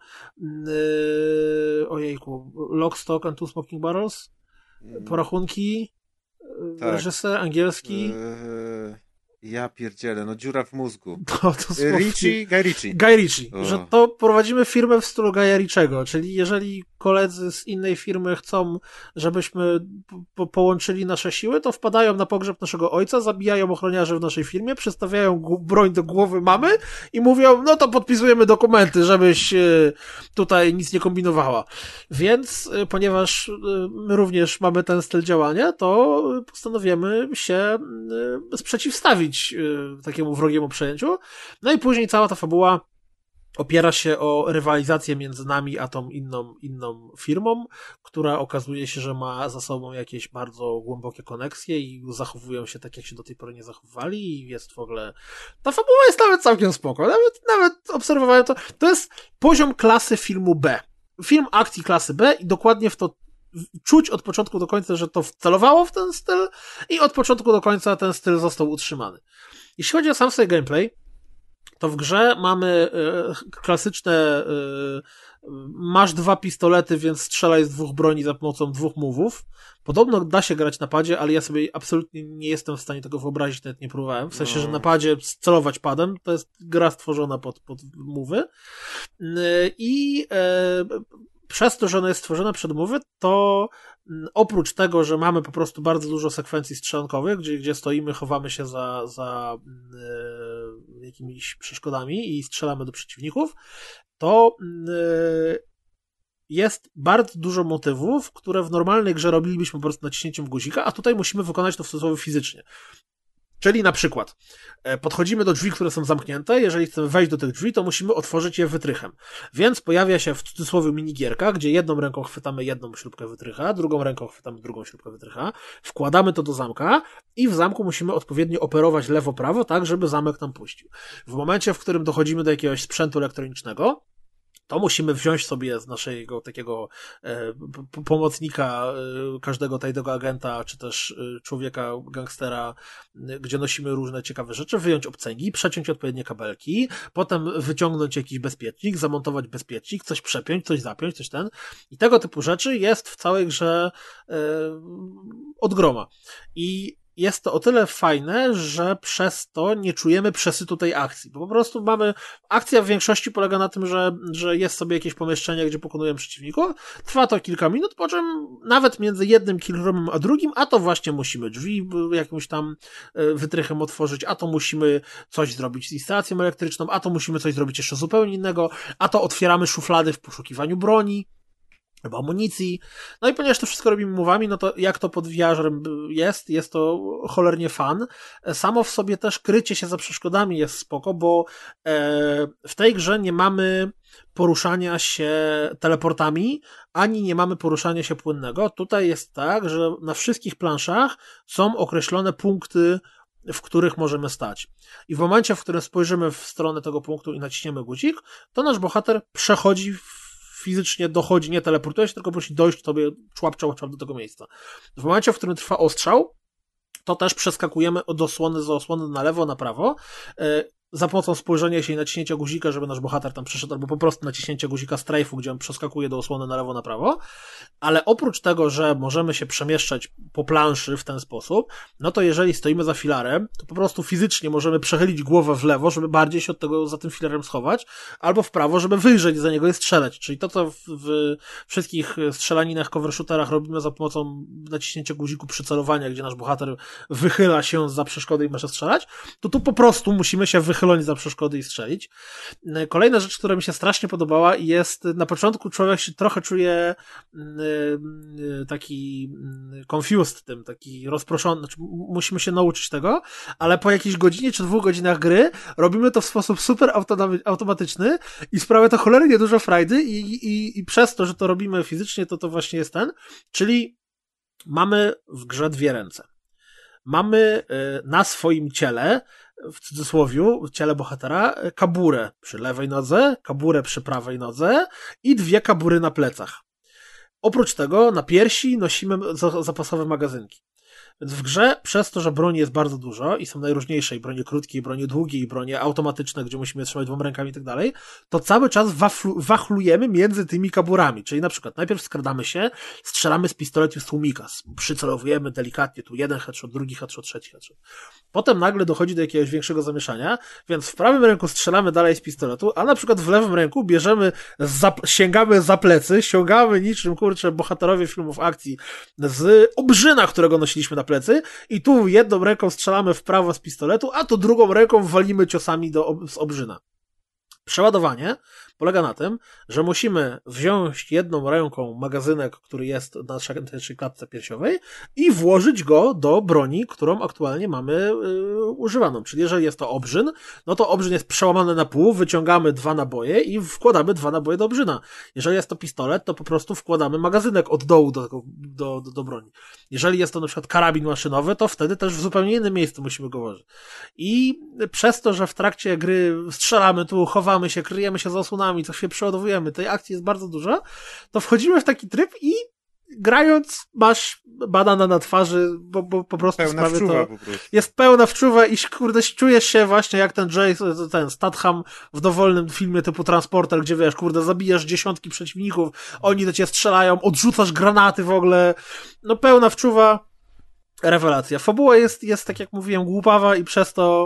yy, ojejku, Lock, Stock and Two Smoking Barrels, porachunki, Tak. reżyser angielski. Eee, ja pierdzielę, no dziura w mózgu. No, to słownie- Ritchie? Guy Ritchie. Guy Ritchie, O. że to prowadzimy firmę w stylu Guya Ritchiego, czyli jeżeli koledzy z innej firmy chcą, żebyśmy po- połączyli nasze siły, to wpadają na pogrzeb naszego ojca, zabijają ochroniarzy w naszej firmie, przystawiają gu- broń do głowy mamy i mówią, no to podpisujemy dokumenty, żebyś e, tutaj nic nie kombinowała. Więc, e, ponieważ e, my również mamy ten styl działania, to postanowimy się e, sprzeciwstawić e, takiemu wrogiemu przejęciu. No i później cała ta fabuła opiera się o rywalizację między nami a tą inną, inną firmą, która okazuje się, że ma za sobą jakieś bardzo głębokie koneksje i zachowują się tak, jak się do tej pory nie zachowywali i jest w ogóle... Ta fabuła jest nawet całkiem spoko. Nawet, nawet obserwowałem to. To jest poziom klasy filmu B. Film akcji klasy B i dokładnie w to czuć od początku do końca, że to celowało w ten styl i od początku do końca ten styl został utrzymany. Jeśli chodzi o sam sobie gameplay, to w grze mamy y, klasyczne y, masz dwa pistolety, więc strzelaj z dwóch broni za pomocą dwóch move'ów. Podobno da się grać na padzie, ale ja sobie absolutnie nie jestem w stanie tego wyobrazić, nawet nie próbowałem. W sensie, No. że na padzie celować padem, to jest gra stworzona pod, pod move'y. Y, I y, przez to, że ona jest stworzona przed mowy, to oprócz tego, że mamy po prostu bardzo dużo sekwencji strzelankowych, gdzie, gdzie stoimy, chowamy się za, za e, jakimiś przeszkodami i strzelamy do przeciwników, to e, jest bardzo dużo motywów, które w normalnej grze robilibyśmy po prostu naciśnięciem guzika, a tutaj musimy wykonać to w cudzysłowie fizycznie. Czyli na przykład podchodzimy do drzwi, które są zamknięte, jeżeli chcemy wejść do tych drzwi, to musimy otworzyć je wytrychem. Więc pojawia się w cudzysłowie minigierka, gdzie jedną ręką chwytamy jedną śrubkę wytrycha, drugą ręką chwytamy drugą śrubkę wytrycha, wkładamy to do zamka i w zamku musimy odpowiednio operować lewo-prawo, tak, żeby zamek nam puścił. W momencie, w którym dochodzimy do jakiegoś sprzętu elektronicznego, to musimy wziąć sobie z naszego takiego e, p- pomocnika e, każdego tajnego agenta, czy też e, człowieka, gangstera, e, gdzie nosimy różne ciekawe rzeczy, wyjąć obcęgi, przeciąć odpowiednie kabelki, potem wyciągnąć jakiś bezpiecznik, zamontować bezpiecznik, coś przepiąć, coś zapiąć, coś ten. I tego typu rzeczy jest w całej grze e, od groma. I jest to o tyle fajne, że przez to nie czujemy przesytu tej akcji, bo po prostu mamy, akcja w większości polega na tym, że, że jest sobie jakieś pomieszczenie, gdzie pokonujemy przeciwników, trwa to kilka minut, po czym nawet między jednym killroomem a drugim, a to właśnie musimy drzwi jakimś tam wytrychem otworzyć, a to musimy coś zrobić z instalacją elektryczną, a to musimy coś zrobić jeszcze zupełnie innego, a to otwieramy szuflady w poszukiwaniu broni. albo amunicji. No i ponieważ to wszystko robimy mowami, no to jak to pod V R jest, jest to cholernie fan. Samo w sobie też krycie się za przeszkodami jest spoko, bo w tej grze nie mamy poruszania się teleportami, ani nie mamy poruszania się płynnego. Tutaj jest tak, że na wszystkich planszach są określone punkty, w których możemy stać. I w momencie, w którym spojrzymy w stronę tego punktu i naciśniemy guzik, to nasz bohater przechodzi fizycznie, dochodzi, nie teleportuje się, tylko musi dojść sobie człap, człap, człap do tego miejsca. W momencie, w którym trwa ostrzał, to też przeskakujemy od osłony za osłony na lewo, na prawo, za pomocą spojrzenia się i naciśnięcia guzika, żeby nasz bohater tam przeszedł, albo po prostu naciśnięcia guzika strajfu, gdzie on przeskakuje do osłony na lewo, na prawo. Ale oprócz tego, że możemy się przemieszczać po planszy w ten sposób, no to jeżeli stoimy za filarem, to po prostu fizycznie możemy przechylić głowę w lewo, żeby bardziej się od tego za tym filarem schować, albo w prawo, żeby wyjrzeć za niego i strzelać. Czyli to, co w, w wszystkich strzelaninach, cover shooterach robimy za pomocą naciśnięcia guziku przycelowania, gdzie nasz bohater wychyla się za przeszkody i może strzelać, to tu po prostu musimy się wychylać za przeszkody i strzelić. Kolejna rzecz, która mi się strasznie podobała, jest na początku człowiek się trochę czuje taki confused tym, taki rozproszony, znaczy musimy się nauczyć tego, ale po jakiejś godzinie czy dwóch godzinach gry robimy to w sposób super automatyczny i sprawia to cholernie dużo frajdy i, i, i przez to, że to robimy fizycznie, to to właśnie jest ten, czyli mamy w grze dwie ręce. Mamy na swoim ciele, w cudzysłowiu, w ciele bohatera, kaburę przy lewej nodze, kaburę przy prawej nodze i dwie kabury na plecach. Oprócz tego na piersi nosimy zapasowe magazynki. Więc w grze, przez to, że broni jest bardzo dużo i są najróżniejsze, i bronie krótkie, i bronie długie, i bronie automatyczne, gdzie musimy trzymać dwoma rękami i tak dalej, to cały czas waflu, wachlujemy między tymi kaburami. Czyli na przykład najpierw skradamy się, strzelamy z pistoletu z tłumika, przycelowujemy delikatnie, tu jeden headshot, drugi headshot, trzeci headshot. Potem nagle dochodzi do jakiegoś większego zamieszania, więc w prawym ręku strzelamy dalej z pistoletu, a na przykład w lewym ręku bierzemy, za, sięgamy za plecy, ściągamy niczym, kurczę, bohaterowie filmów akcji z obrzyna, którego nosiliśmy na plecy i tu jedną ręką strzelamy w prawo z pistoletu, a tu drugą ręką walimy ciosami do, z obrzyna. Przeładowanie polega na tym, że musimy wziąć jedną ręką magazynek, który jest na naszej klatce piersiowej i włożyć go do broni, którą aktualnie mamy yy, używaną. Czyli jeżeli jest to obrzyn, no to obrzyn jest przełamany na pół, wyciągamy dwa naboje i wkładamy dwa naboje do obrzyna. Jeżeli jest to pistolet, to po prostu wkładamy magazynek od dołu do, tego, do, do, do broni. Jeżeli jest to na przykład karabin maszynowy, to wtedy też w zupełnie innym miejscu musimy go włożyć. I przez to, że w trakcie gry strzelamy tu, chowamy się, kryjemy się za osłonami, co się przeładowujemy, tej akcji jest bardzo dużo, to wchodzimy w taki tryb i grając masz banana na twarzy, bo, bo po prostu pełna wczuwa, to po prostu. Jest pełna wczuwa i kurde czujesz się właśnie jak ten Jay, ten Statham w dowolnym filmie typu Transporter, gdzie wiesz, kurde zabijasz dziesiątki przeciwników, oni do ciebie strzelają, odrzucasz granaty w ogóle, no pełna wczuwa, rewelacja. Fabuła jest, jest tak jak mówiłem, głupawa i przez to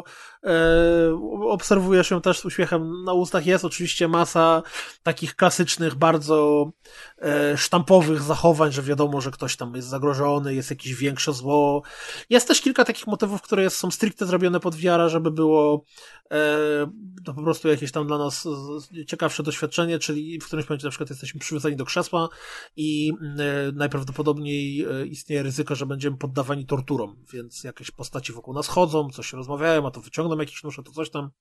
e, obserwujesz ją też z uśmiechem na ustach. Jest oczywiście masa takich klasycznych, bardzo e, sztampowych zachowań, że wiadomo, że ktoś tam jest zagrożony, jest jakieś większe zło. Jest też kilka takich motywów, które jest, są stricte zrobione pod V R, żeby było e, to po prostu jakieś tam dla nas ciekawsze doświadczenie, czyli w którymś momencie na przykład jesteśmy przywiązani do krzesła i e, najprawdopodobniej e, istnieje ryzyko, że będziemy poddawani torturom, więc jakieś postaci wokół nas chodzą, coś rozmawiają, a to wyciągną jakiś nóż, a to coś tam.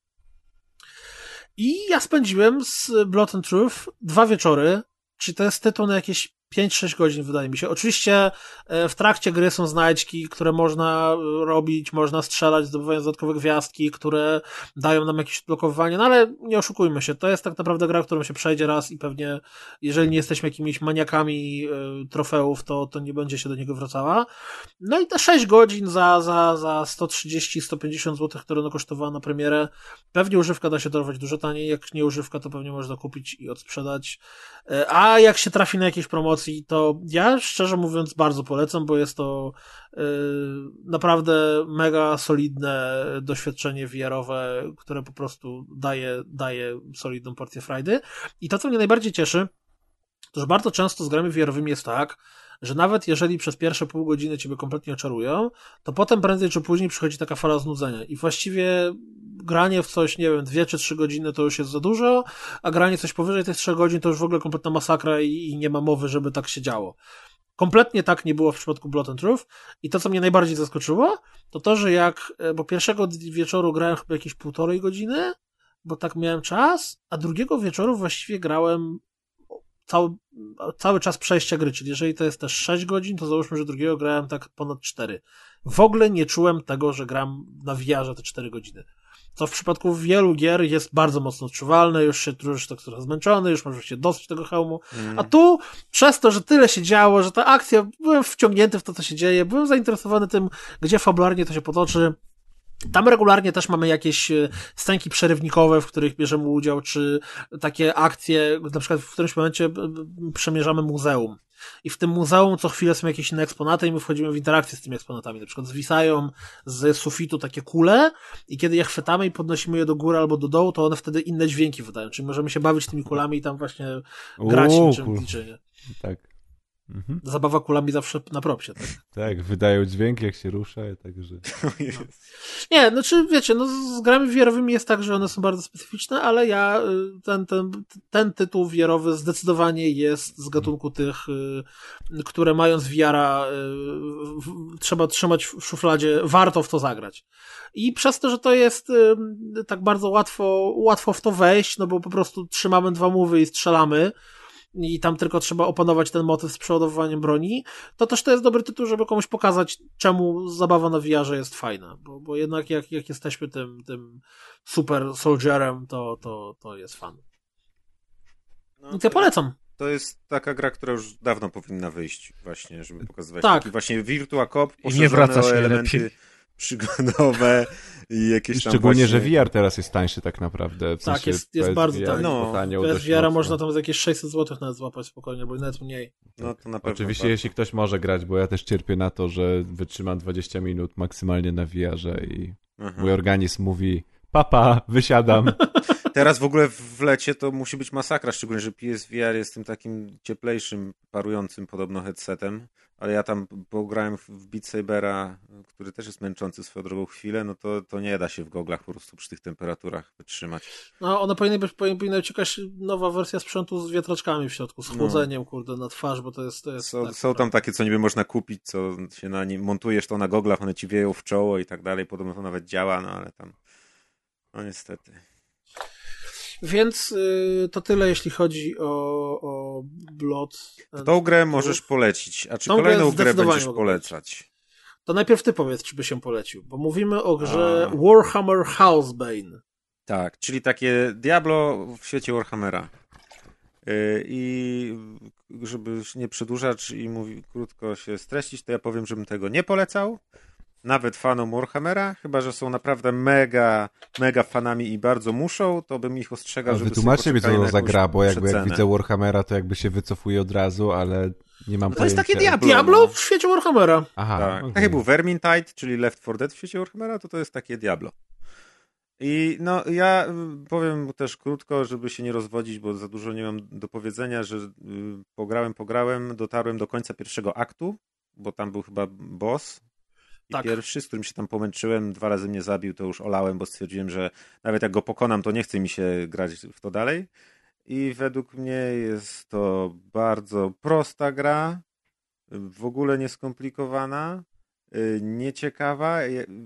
I ja spędziłem z Blood and Truth dwa wieczory, czyli to jest tytuł na jakieś pięć sześć godzin, wydaje mi się. Oczywiście w trakcie gry są znajdźki, które można robić, można strzelać, zdobywając dodatkowe gwiazdki, które dają nam jakieś odblokowywanie, no ale nie oszukujmy się, to jest tak naprawdę gra, którą się przejdzie raz i pewnie, jeżeli nie jesteśmy jakimiś maniakami trofeów, to, to nie będzie się do niego wracała. No i te sześć godzin za, za, za sto trzydzieści sto pięćdziesiąt złotych, które ono kosztowała na premierę, pewnie używka da się dorwać dużo taniej, jak nie używka, to pewnie można kupić i odsprzedać. A jak się trafi na jakieś promocji, to ja szczerze mówiąc bardzo polecam, bo jest to yy, naprawdę mega solidne doświadczenie V R-owe, które po prostu daje, daje solidną porcję frajdy. I to, co mnie najbardziej cieszy, to że bardzo często z grami V R-owymi jest tak, że nawet jeżeli przez pierwsze pół godziny ciebie kompletnie oczarują, to potem prędzej czy później przychodzi taka fala znudzenia i właściwie granie w coś, nie wiem, dwie czy trzy godziny to już jest za dużo, a granie coś powyżej tych trzech godzin to już w ogóle kompletna masakra i, i nie ma mowy, żeby tak się działo. Kompletnie tak nie było w przypadku Blood and Truth i to, co mnie najbardziej zaskoczyło, to to, że jak, bo pierwszego wieczoru grałem chyba jakieś półtorej godziny, bo tak miałem czas, a drugiego wieczoru właściwie grałem cały, cały czas przejścia gry, czyli jeżeli to jest też sześć godzin, to załóżmy, że drugiego grałem tak ponad cztery. W ogóle nie czułem tego, że gram na V R-ze te cztery godziny. Co w przypadku wielu gier jest bardzo mocno odczuwalne, już się czujesz tak trochę zmęczony, już możesz się dosyć tego hełmu, mm. a tu przez to, że tyle się działo, że ta akcja, byłem wciągnięty w to, co się dzieje, byłem zainteresowany tym, gdzie fabularnie to się potoczy. Tam regularnie też mamy jakieś scenki przerywnikowe, w których bierzemy udział, czy takie akcje, na przykład w którymś momencie przemierzamy muzeum. I w tym muzeum co chwilę są jakieś inne eksponaty i my wchodzimy w interakcję z tymi eksponatami. Na przykład zwisają z sufitu takie kule i kiedy je chwytamy i podnosimy je do góry albo do dołu, to one wtedy inne dźwięki wydają. Czyli możemy się bawić tymi kulami i tam właśnie grać Uuu, niczym kul. liczenie. Tak. Mhm. Zabawa kulami zawsze na propsie, tak? Tak, wydają dźwięk jak się rusza, także... No. Nie, znaczy wiecie, no z grami V R-owymi jest tak, że one są bardzo specyficzne, ale ja, ten, ten, ten tytuł V R-owy zdecydowanie jest z gatunku tych, które mając V R-a trzeba trzymać w szufladzie, warto w to zagrać. I przez to, że to jest tak bardzo łatwo, łatwo w to wejść, no bo po prostu trzymamy dwa move'y i strzelamy, i tam tylko trzeba opanować ten motyw z przeładowywaniem broni, to też to jest dobry tytuł, żeby komuś pokazać, czemu zabawa na V R-ze jest fajna, bo, bo jednak jak, jak jesteśmy tym, tym super soldierem, to, to, to jest fan. No, Więc ja polecam. To jest taka gra, która już dawno powinna wyjść właśnie, żeby pokazywać tak. taki właśnie Virtua Cop, i nie wraca się elementy lepiej. Przygodowe i jakieś tam szczególnie, właśnie... że V R teraz jest tańszy tak naprawdę. W tak, sensie jest, jest bardzo V R, tani. No, bez V R-a można tam za jakieś sześćset złotych nawet złapać spokojnie, bo nawet mniej. No, to na pewno oczywiście, bardzo. jeśli ktoś może grać, bo ja też cierpię na to, że wytrzymam dwadzieścia minut maksymalnie na V R-ze i Aha. mój organizm mówi papa, wysiadam. Teraz w ogóle w lecie to musi być masakra, szczególnie, że P S V R jest tym takim cieplejszym, parującym podobno headsetem, ale ja tam pograłem w Beat Sabera, który też jest męczący swoją drogą chwilę, no to, to nie da się w goglach po prostu przy tych temperaturach wytrzymać. No, ona powinna być, powinna być jakaś nowa wersja sprzętu z wiatraczkami w środku, z chłodzeniem, no. kurde, na twarz, bo to jest... To jest są, tak, są tam takie, co niby można kupić, co się na nim, montujesz to na goglach, one ci wieją w czoło i tak dalej, podobno to nawet działa, no ale tam, no niestety... Więc y, to tyle, jeśli chodzi o, o Blood. Tą grę możesz polecić, a czy Tą kolejną grę, grę będziesz polecać? To najpierw ty powiedz, czy by się polecił, bo mówimy o grze a. Warhammer Houseborne. Tak, czyli takie Diablo w świecie Warhammera. Yy, I żeby nie przedłużać i mówi, krótko się streścić, to ja powiem, żebym tego nie polecał. Nawet fanom Warhammera, chyba że są naprawdę mega, mega fanami i bardzo muszą, to bym ich ostrzegał, ale żeby wytłumaczcie mi, co to za gra, bo jakby przecenę. jak widzę Warhammera, to jakby się wycofuję od razu, ale nie mam no to pojęcia. jest takie Diablo, Diablo w świecie Warhammera. Aha, tak. Okay. Tak jak był Vermintide, czyli Left four Dead w świecie Warhammera, to to jest takie Diablo. I no ja powiem też krótko, żeby się nie rozwodzić, bo za dużo nie mam do powiedzenia, że pograłem, pograłem, dotarłem do końca pierwszego aktu, bo tam był chyba boss. I tak. Pierwszy, z którym się tam pomęczyłem, dwa razy mnie zabił, to już olałem, bo stwierdziłem, że nawet jak go pokonam, to nie chce mi się grać w to dalej. I według mnie jest to bardzo prosta gra, w ogóle nieskomplikowana, nieciekawa,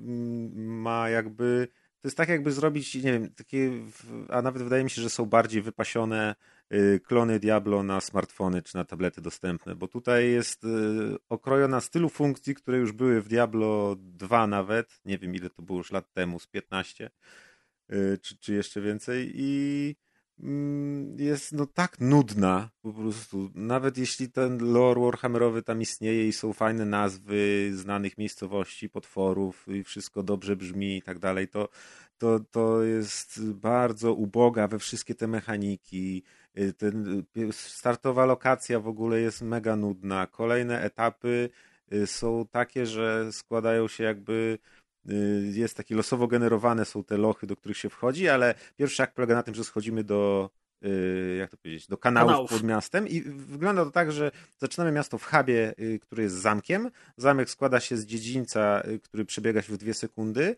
ma jakby... To jest tak jakby zrobić, nie wiem, takie, a nawet wydaje mi się, że są bardziej wypasione klony Diablo na smartfony czy na tablety dostępne, bo tutaj jest okrojona z tylu funkcji, które już były w Diablo dwa nawet, nie wiem ile to było już lat temu, z piętnaście czy, czy jeszcze więcej i jest no tak nudna po prostu, nawet jeśli ten lore warhammerowy tam istnieje i są fajne nazwy znanych miejscowości, potworów i wszystko dobrze brzmi i tak dalej, to, to, to jest bardzo uboga we wszystkie te mechaniki. Ten, startowa lokacja w ogóle jest mega nudna. Kolejne etapy są takie, że składają się jakby jest takie losowo generowane są te lochy, do których się wchodzi, ale pierwszy akt polega na tym, że schodzimy do jak to powiedzieć, do kanałów, kanałów pod miastem i wygląda to tak, że zaczynamy miasto w hubie, który jest zamkiem. Zamek składa się z dziedzińca, który przebiega się w dwie sekundy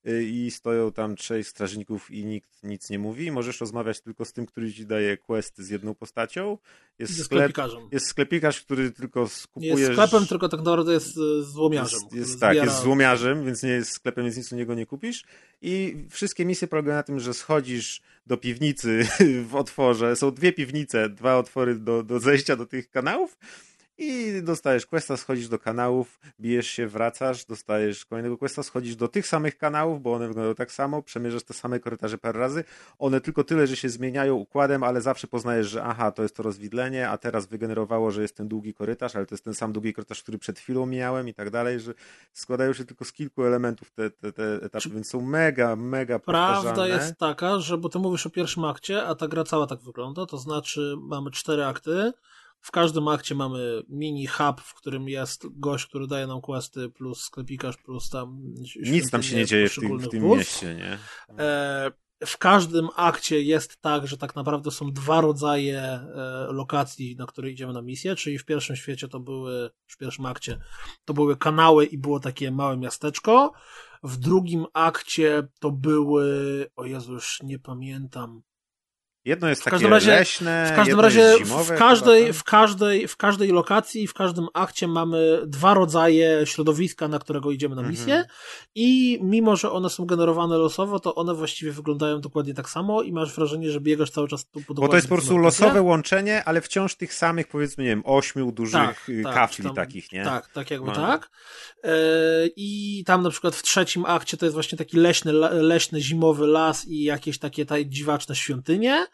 i stoją tam trzech strażników i nikt nic nie mówi. Możesz rozmawiać tylko z tym, który ci daje questy z jedną postacią. Jest, sklep, jest sklepikarz, który tylko skupuje... Nie jest sklepem, tylko tak naprawdę jest złomiarzem. Jest, jest, tak, jest złomiarzem, więc nie jest sklepem, więc nic u niego nie kupisz. I wszystkie misje polegają na tym, że schodzisz do piwnicy w otworze. Są dwie piwnice, dwa otwory do, do zejścia do tych kanałów. I dostajesz questa, schodzisz do kanałów, bijesz się, wracasz, dostajesz kolejnego questa, schodzisz do tych samych kanałów, bo one wyglądają tak samo, przemierzasz te same korytarze parę razy. One tylko tyle, że się zmieniają układem, ale zawsze poznajesz, że aha, to jest to rozwidlenie, a teraz wygenerowało, że jest ten długi korytarz, ale to jest ten sam długi korytarz, który przed chwilą mijałem i tak dalej, że składają się tylko z kilku elementów te, te, te etapy, Czy... więc są mega, mega powtarzalne. Prawda jest taka, że, bo ty mówisz o pierwszym akcie, a ta gra cała tak wygląda, to znaczy mamy cztery akty. W każdym akcie mamy mini hub, w którym jest gość, który daje nam questy, plus sklepikarz, plus tam... Nic tam się nie dzieje w tym, w tym mieście, nie? E, w każdym akcie jest tak, że tak naprawdę są dwa rodzaje e, lokacji, na które idziemy na misję, czyli w pierwszym świecie to były, w pierwszym akcie to były kanały i było takie małe miasteczko. W drugim akcie to były, o Jezu, już nie pamiętam, Jedno jest w takie razie, leśne, w każdym jedno razie jest zimowe. W każdej, chyba, w, każdej, w każdej lokacji, w każdym akcie mamy dwa rodzaje środowiska, na którego idziemy na misję mm-hmm. i mimo, że one są generowane losowo, to one właściwie wyglądają dokładnie tak samo i masz wrażenie, że biegasz cały czas tu po Bo to jest po prostu losowe łączenie, ale wciąż tych samych, powiedzmy, nie wiem, ośmiu dużych tak, kafli tak, tam, takich, nie? Tak, tak jakby no. tak. Yy, I tam na przykład w trzecim akcie to jest właśnie taki leśny, leśny zimowy las i jakieś takie taj, dziwaczne świątynie.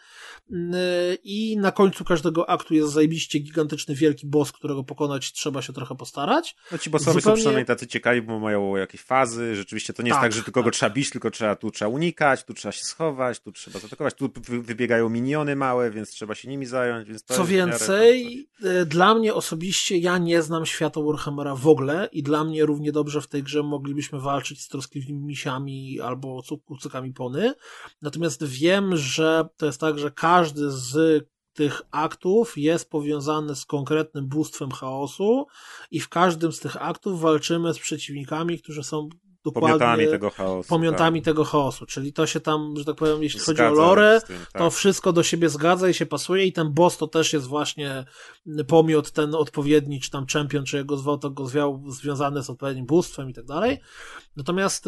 I na końcu każdego aktu jest zajebiście gigantyczny, wielki boss, którego pokonać trzeba się trochę postarać. No ci bossowie Zupełnie... są przynajmniej tacy ciekawi, bo mają jakieś fazy, rzeczywiście to nie jest tak, tak że tylko tak. go trzeba bić, tylko trzeba, tu trzeba unikać, tu trzeba się schować, tu trzeba zaatakować, tu wybiegają miniony małe, więc trzeba się nimi zająć. Więc to Co więcej, dla mnie osobiście, ja nie znam świata Warhammera w ogóle i dla mnie równie dobrze w tej grze moglibyśmy walczyć z troskliwymi misiami albo kucykami pony. Natomiast wiem, że to jest tak, że każdy z tych aktów jest powiązany z konkretnym bóstwem chaosu i w każdym z tych aktów walczymy z przeciwnikami, którzy są dokładnie pomiotami tego chaosu. Pomiotami tak. tego chaosu, czyli to się tam, że tak powiem, jeśli zgadza chodzi o lore, tym, tak. to wszystko do siebie zgadza i się pasuje i ten boss to też jest właśnie pomiot ten odpowiedni, czy tam champion, czy jego zwał, to go zwiał, związany z odpowiednim bóstwem i tak dalej. Natomiast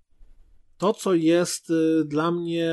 to, co jest dla mnie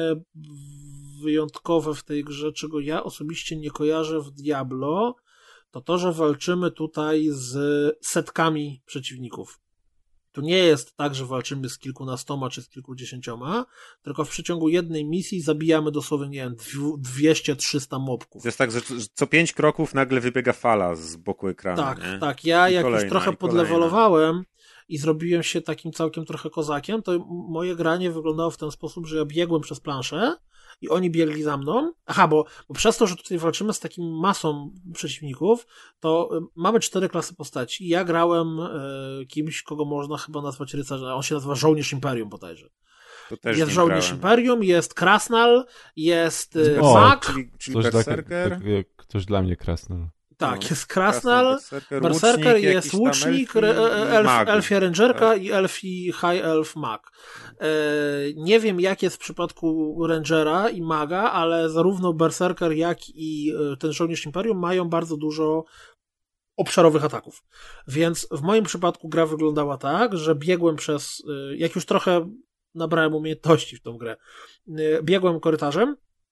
wyjątkowe w tej grze, czego ja osobiście nie kojarzę w Diablo, to to, że walczymy tutaj z setkami przeciwników. To nie jest tak, że walczymy z kilkunastoma czy z kilkudziesięcioma, tylko w przeciągu jednej misji zabijamy dosłownie, nie wiem, dwieście trzysta mobków. To jest tak, że co pięć kroków nagle wybiega fala z boku ekranu. Tak, nie? tak. Ja I jak kolejna, już trochę podlewelowałem i zrobiłem się takim całkiem trochę kozakiem, to moje granie wyglądało w ten sposób, że ja biegłem przez planszę i oni biegli za mną. Aha, bo, bo przez to, że tutaj walczymy z takim masą przeciwników, to mamy cztery klasy postaci. Ja grałem e, kimś, kogo można chyba nazwać rycerzem. On się nazywa Żołnierz Imperium bodajże. Jest Żołnierz grałem. Imperium, jest Krasnal, jest o, Mag. Czyli, czyli ktoś, tak, tak, ktoś dla mnie Krasnal. Tak, no, jest Krasnal, Berserker, Berserker łucznik, jest łucznik, elfi, elf, elfia rangerka tak. i elfi high elf mag. E, nie wiem jak jest w przypadku rangera i maga, ale zarówno Berserker jak i ten Żołnierz Imperium mają bardzo dużo obszarowych ataków. Więc w moim przypadku gra wyglądała tak, że biegłem przez, jak już trochę nabrałem umiejętności w tą grę, biegłem korytarzem,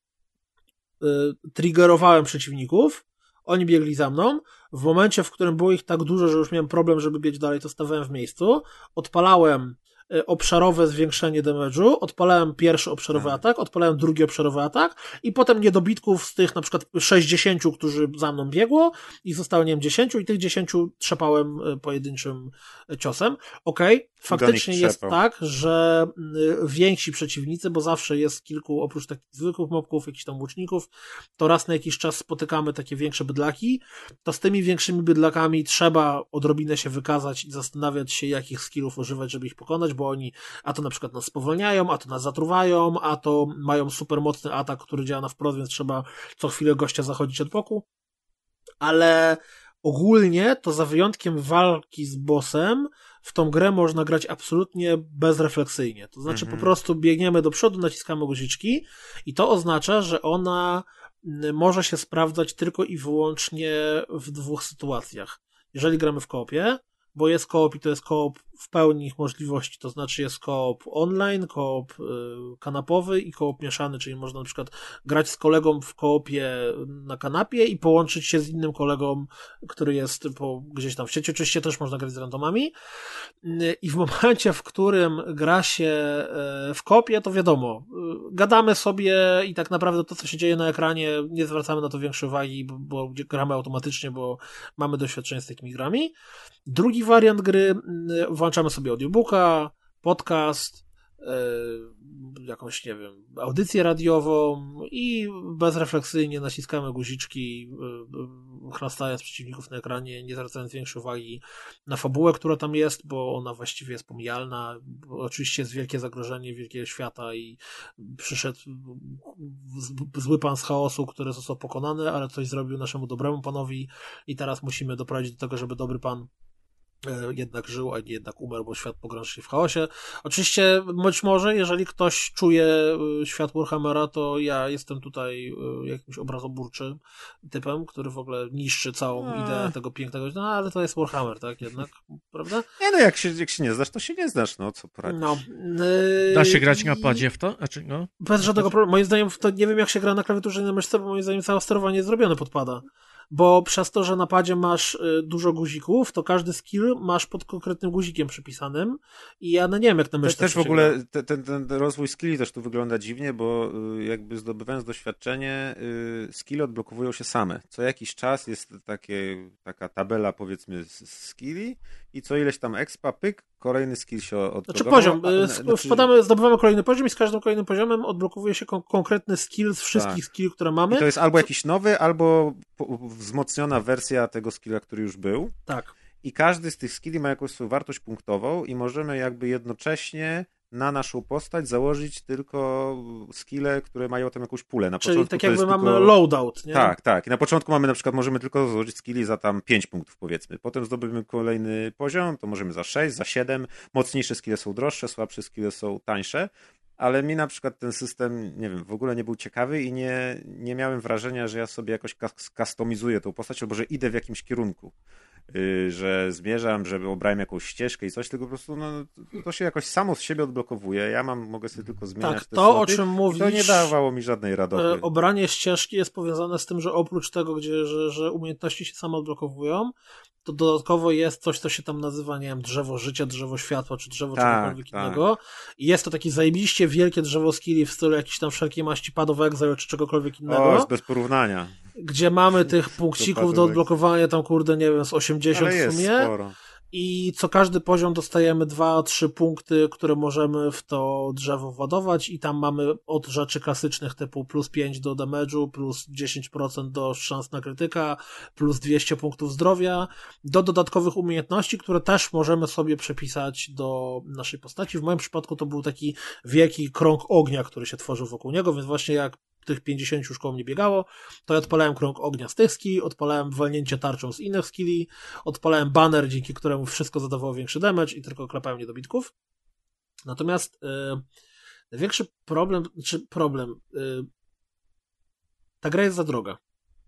triggerowałem przeciwników, oni biegli za mną. W momencie, w którym było ich tak dużo, że już miałem problem, żeby biec dalej, to stawałem w miejscu. Odpalałem obszarowe zwiększenie damage'u, odpalałem pierwszy obszarowy atak, odpalałem drugi obszarowy atak i potem niedobitków z tych na przykład sześćdziesięciu, którzy za mną biegło i zostało, nie wiem, dziesięciu i tych dziesięciu trzepałem pojedynczym ciosem. Okej, okay, faktycznie jest tak, że więksi przeciwnicy, bo zawsze jest kilku, oprócz takich zwykłych mobków, jakichś tam łuczników, to raz na jakiś czas spotykamy takie większe bydlaki, to z tymi większymi bydlakami trzeba odrobinę się wykazać i zastanawiać się, jakich skillów używać, żeby ich pokonać, bo oni a to na przykład nas spowalniają, a to nas zatruwają, a to mają super mocny atak, który działa na wprost, więc trzeba co chwilę gościa zachodzić od boku. Ale ogólnie to za wyjątkiem walki z bossem w tą grę można grać absolutnie bezrefleksyjnie. To znaczy Mhm. po prostu biegniemy do przodu, naciskamy guziczki i to oznacza, że ona może się sprawdzać tylko i wyłącznie w dwóch sytuacjach. Jeżeli gramy w koopie, bo jest koop i to jest koop w pełni ich możliwości, to znaczy jest koop online, koop y, kanapowy i koop mieszany, czyli można na przykład grać z kolegą w koopie na kanapie i połączyć się z innym kolegą, który jest po, gdzieś tam w sieci. Oczywiście też można grać z randomami y, i w momencie, w którym gra się y, w koopie, to wiadomo, y, gadamy sobie i tak naprawdę to, co się dzieje na ekranie, nie zwracamy na to większej uwagi, bo, bo gramy automatycznie, bo mamy doświadczenie z takimi grami. Drugi wariant gry, włączamy sobie audiobooka, podcast, yy, jakąś, nie wiem, audycję radiową i bezrefleksyjnie naciskamy guziczki, yy, chlastając przeciwników na ekranie, nie zwracając większej uwagi na fabułę, która tam jest, bo ona właściwie jest pomijalna. Oczywiście jest wielkie zagrożenie wielkiego świata i przyszedł zły pan z chaosu, który został pokonany, ale coś zrobił naszemu dobremu panowi i teraz musimy doprowadzić do tego, żeby dobry pan jednak żył, a nie jednak umarł, bo świat pogrążył się w chaosie. Oczywiście, być może, jeżeli ktoś czuje świat Warhammera, to ja jestem tutaj jakimś obrazoburczym typem, który w ogóle niszczy całą A. ideę tego pięknego, no ale to jest Warhammer, tak, jednak, prawda? Nie no, jak się, jak się nie znasz, to się nie znasz, no, co poradzisz. No. Da się grać i... na padzie w to? Znaczy, no. Bez żadnego problemu. Moim zdaniem, to nie wiem jak się gra na klawiaturze i na myszce, bo moim zdaniem całe sterowanie jest zrobione pod pada. Bo przez to, że na padzie masz dużo guzików, to każdy skill masz pod konkretnym guzikiem przypisanym i ja no nie wiem jak na myszce. Też w ogóle te, ten, ten rozwój skilli też tu wygląda dziwnie, bo jakby zdobywając doświadczenie, skille odblokowują się same. Co jakiś czas jest takie, taka tabela powiedzmy z skilli i co ileś tam expa, pyk, kolejny skill się odblokował. Znaczy poziom, a, znaczy... wpadamy, zdobywamy kolejny poziom i z każdym kolejnym poziomem odblokowuje się kon- konkretny skill z wszystkich tak. skilli, które mamy. I to jest albo jakiś nowy, albo wzmocniona wersja tego skilla, który już był. Tak. I każdy z tych skilli ma jakąś swoją wartość punktową i możemy jakby jednocześnie na naszą postać założyć tylko skille, które mają tam jakąś pulę. Na Czyli tak to jakby mamy tylko... loadout, nie? Tak, tak. I na początku mamy na przykład, możemy tylko założyć skilli za tam pięć punktów powiedzmy. Potem zdobywamy kolejny poziom, to możemy za sześć, za siedem. Mocniejsze skille są droższe, słabsze skille są tańsze. Ale mi na przykład ten system, nie wiem, w ogóle nie był ciekawy i nie, nie miałem wrażenia, że ja sobie jakoś kustomizuję tą postać, albo że idę w jakimś kierunku. Yy, że zmierzam, żeby obrałem jakąś ścieżkę i coś, tylko po prostu no, to się jakoś samo z siebie odblokowuje. Ja mam, mogę sobie tylko zmieniać tak, te to, sloty, o czym mówisz, to nie dawało mi żadnej radoty. Obranie ścieżki jest powiązane z tym, że oprócz tego, gdzie, że, że umiejętności się same odblokowują, to dodatkowo jest coś, co się tam nazywa, nie wiem, drzewo życia, drzewo światła, czy drzewo tak, czegokolwiek tak. innego. I jest to takie zajebiście wielkie drzewo skilli w stylu jakiejś tam wszelkiej maści Path of Exile, czy czegokolwiek innego. O, jest bez porównania. Gdzie mamy tych punkcików do odblokowania tam, kurde, nie wiem, z osiemdziesiąt Ale w sumie. jest sporo. I co każdy poziom dostajemy dwa trzy punkty, które możemy w to drzewo władować i tam mamy od rzeczy klasycznych typu plus pięć do damage'u, plus dziesięć procent do szans na krytyka, plus dwieście punktów zdrowia, do dodatkowych umiejętności, które też możemy sobie przepisać do naszej postaci. W moim przypadku to był taki wielki krąg ognia, który się tworzył wokół niego, więc właśnie jak tych pięćdziesięciu już koło mnie biegało, to ja odpalałem krąg ognia z tych skilli, odpalałem walnięcie tarczą z innych skilli, odpalałem banner, dzięki któremu wszystko zadawało większy damage i tylko klepałem niedobitków. Natomiast yy, największy problem, czy problem, yy, ta gra jest za droga.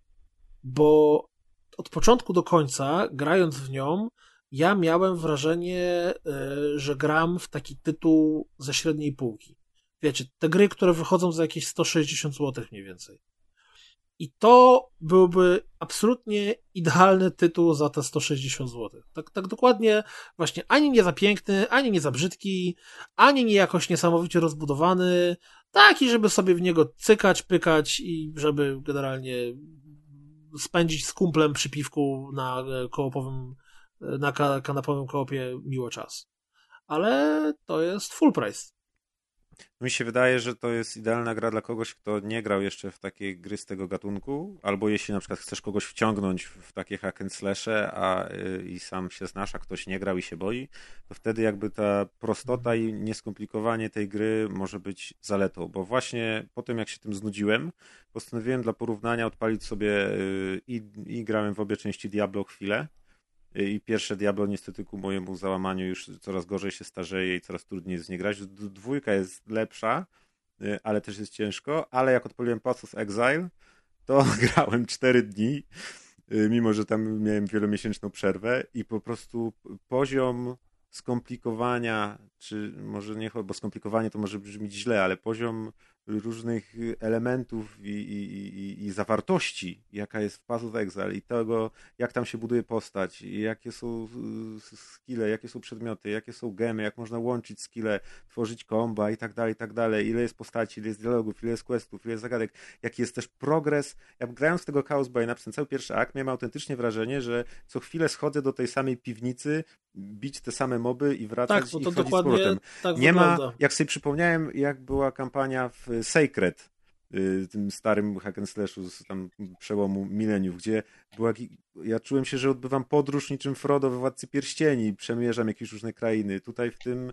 Bo od początku do końca, grając w nią, ja miałem wrażenie, yy, że gram w taki tytuł ze średniej półki. Wiecie, te gry, które wychodzą za jakieś sto sześćdziesiąt złotych mniej więcej. I to byłby absolutnie idealny tytuł za te sto sześćdziesiąt złotych. Tak, tak dokładnie, właśnie ani nie za piękny, ani nie za brzydki, ani nie jakoś niesamowicie rozbudowany, taki, żeby sobie w niego cykać, pykać i żeby generalnie spędzić z kumplem przy piwku na koopowym, na kanapowym koopie miło czas. Ale to jest full price. Mi się wydaje, że to jest idealna gra dla kogoś, kto nie grał jeszcze w takie gry z tego gatunku, albo jeśli na przykład chcesz kogoś wciągnąć w takie hack and slashe, a y, i sam się znasz, a ktoś nie grał i się boi, to wtedy jakby ta prostota i nieskomplikowanie tej gry może być zaletą, bo właśnie po tym jak się tym znudziłem, postanowiłem dla porównania odpalić sobie y, i, i grałem w obie części Diablo chwilę, i pierwsze Diablo niestety ku mojemu załamaniu już coraz gorzej się starzeje i coraz trudniej jest w nie grać. Dwójka jest lepsza, ale też jest ciężko, ale jak odpaliłem Path of Exile, to grałem cztery dni, mimo że tam miałem wielomiesięczną przerwę i po prostu poziom skomplikowania, czy może nie, bo skomplikowanie to może brzmieć źle, ale poziom różnych elementów i, i, i, i zawartości, jaka jest w Path of Exile i tego, jak tam się buduje postać, jakie są skille, jakie są przedmioty, jakie są gemy, jak można łączyć skille, tworzyć komba i tak dalej, i tak dalej, ile jest postaci, ile jest dialogów, ile jest questów, ile jest zagadek, jaki jest też progres. Ja grając w tego Chaos Bane'a przez ten cały pierwszy akt miałem autentycznie wrażenie, że co chwilę schodzę do tej samej piwnicy, bić te same moby i wracać tak, to, i to wchodzić z dokładnie powrotem. tak Nie wygląda. ma, jak sobie przypomniałem, jak była kampania w Sacred, tym starym hack and slashu z tam przełomu mileniów, gdzie była, ja czułem się, że odbywam podróż niczym Frodo we Władcy Pierścieni, przemierzam jakieś różne krainy. Tutaj w tym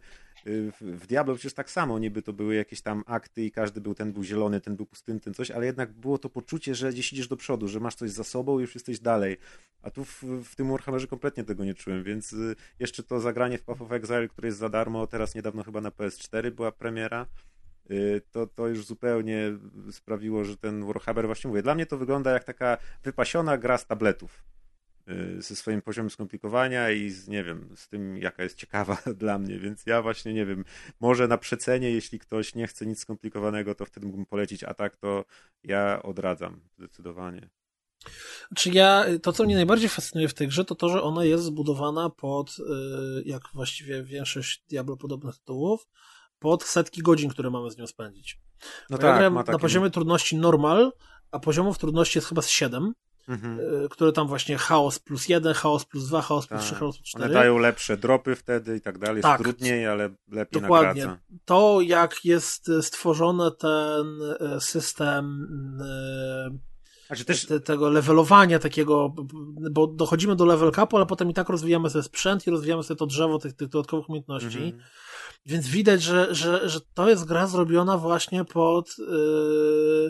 w Diablo przecież tak samo, niby to były jakieś tam akty i każdy był, ten był zielony, ten był pustynny, ten coś, ale jednak było to poczucie, że gdzieś idziesz do przodu, że masz coś za sobą i już jesteś dalej. A tu w, w tym Warhammerze kompletnie tego nie czułem, więc jeszcze to zagranie w Path of Exile, które jest za darmo, teraz niedawno chyba na P S cztery była premiera, to, to już zupełnie sprawiło, że ten Warhammer, właśnie mówię, dla mnie to wygląda jak taka wypasiona gra z tabletów. Ze swoim poziomem skomplikowania i z, nie wiem, z tym, jaka jest ciekawa dla mnie, więc ja właśnie, nie wiem, może na przecenie, jeśli ktoś nie chce nic skomplikowanego, to wtedy mógłbym polecić, a tak to ja odradzam, zdecydowanie. Czy ja, to co mnie najbardziej fascynuje w tej grze, to to, że ona jest zbudowana pod, jak właściwie większość Diablo podobnych tytułów, pod setki godzin, które mamy z nią spędzić. No ja tak, grałem ma taki... na poziomie trudności normal, a poziomów trudności jest chyba z siedem, mhm. które tam właśnie chaos plus jeden, chaos plus dwa, chaos plus tak. trzy, chaos plus cztery. One dają lepsze dropy wtedy i tak dalej, jest tak. trudniej, ale lepiej Dokładnie. nagradza. To, jak jest stworzony ten system Znaczy też... te, tego levelowania takiego, bo dochodzimy do level capu, ale potem i tak rozwijamy sobie sprzęt i rozwijamy sobie to drzewo tych, tych dodatkowych umiejętności. Mhm. Więc widać, że, że, że to jest gra zrobiona właśnie pod yy,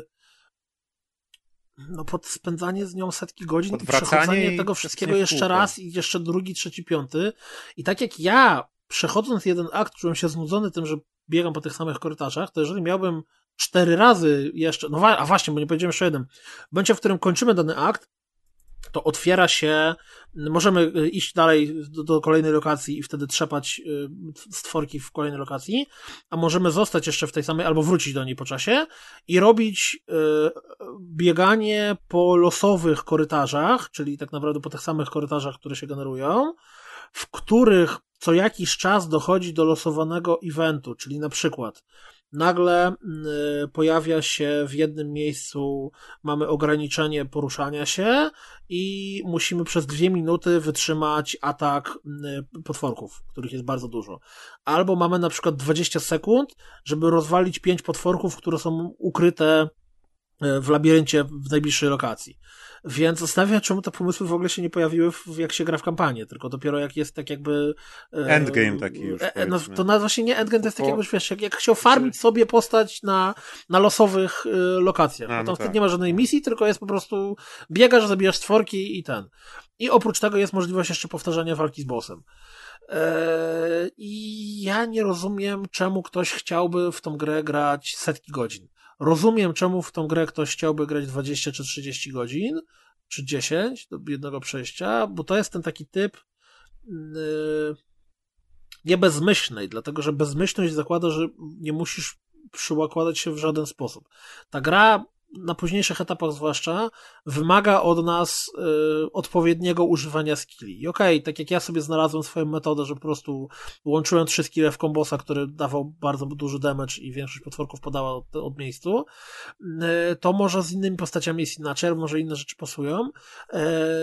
no pod spędzanie z nią setki godzin i przechodzenie tego wszystkiego jeszcze raz i jeszcze drugi, trzeci, piąty. I tak jak ja, przechodząc jeden akt, czułem się znudzony tym, że biegam po tych samych korytarzach, to jeżeli miałbym cztery razy jeszcze, no a właśnie, bo nie powiedziałem jeszcze jeden, w momencie, w którym kończymy dany akt, to otwiera się, możemy iść dalej do, do kolejnej lokacji i wtedy trzepać stworki w kolejnej lokacji, a możemy zostać jeszcze w tej samej, albo wrócić do niej po czasie i robić y, bieganie po losowych korytarzach, czyli tak naprawdę po tych samych korytarzach, które się generują, w których co jakiś czas dochodzi do losowanego eventu, czyli na przykład nagle y, pojawia się w jednym miejscu, mamy ograniczenie poruszania się i musimy przez dwie minuty wytrzymać atak y, potworków, których jest bardzo dużo. Albo mamy na przykład dwadzieścia sekund, żeby rozwalić pięć potworków, które są ukryte w labiryncie w najbliższej lokacji. Więc zastanawiam się, czemu te pomysły w ogóle się nie pojawiły, w, jak się gra w kampanię, tylko dopiero jak jest tak jakby... E, endgame taki już, e, no, to nawet właśnie nie endgame, to jest tak jakby, wiesz, jak, jak chciał farmić sobie postać na, na losowych y, lokacjach. A, no tam no wtedy tak. Nie ma żadnej misji, tylko jest po prostu biegasz, zabijasz stworki i ten. I oprócz tego jest możliwość jeszcze powtarzania walki z bossem. E, I ja nie rozumiem, czemu ktoś chciałby w tą grę grać setki godzin. Rozumiem, czemu w tą grę ktoś chciałby grać dwadzieścia czy trzydzieści godzin, czy dziesięć do jednego przejścia, bo to jest ten taki typ yy, nie bezmyślnej, dlatego że bezmyślność zakłada, że nie musisz przyłakładać się w żaden sposób. Ta gra na późniejszych etapach zwłaszcza wymaga od nas y, odpowiedniego używania skilli. I okej, okay, tak jak ja sobie znalazłem swoją metodę, że po prostu łączyłem trzy skille w kombosa, który dawał bardzo duży damage i większość potworków podała od, od miejscu, y, to może z innymi postaciami jest inaczej, może inne rzeczy pasują, y,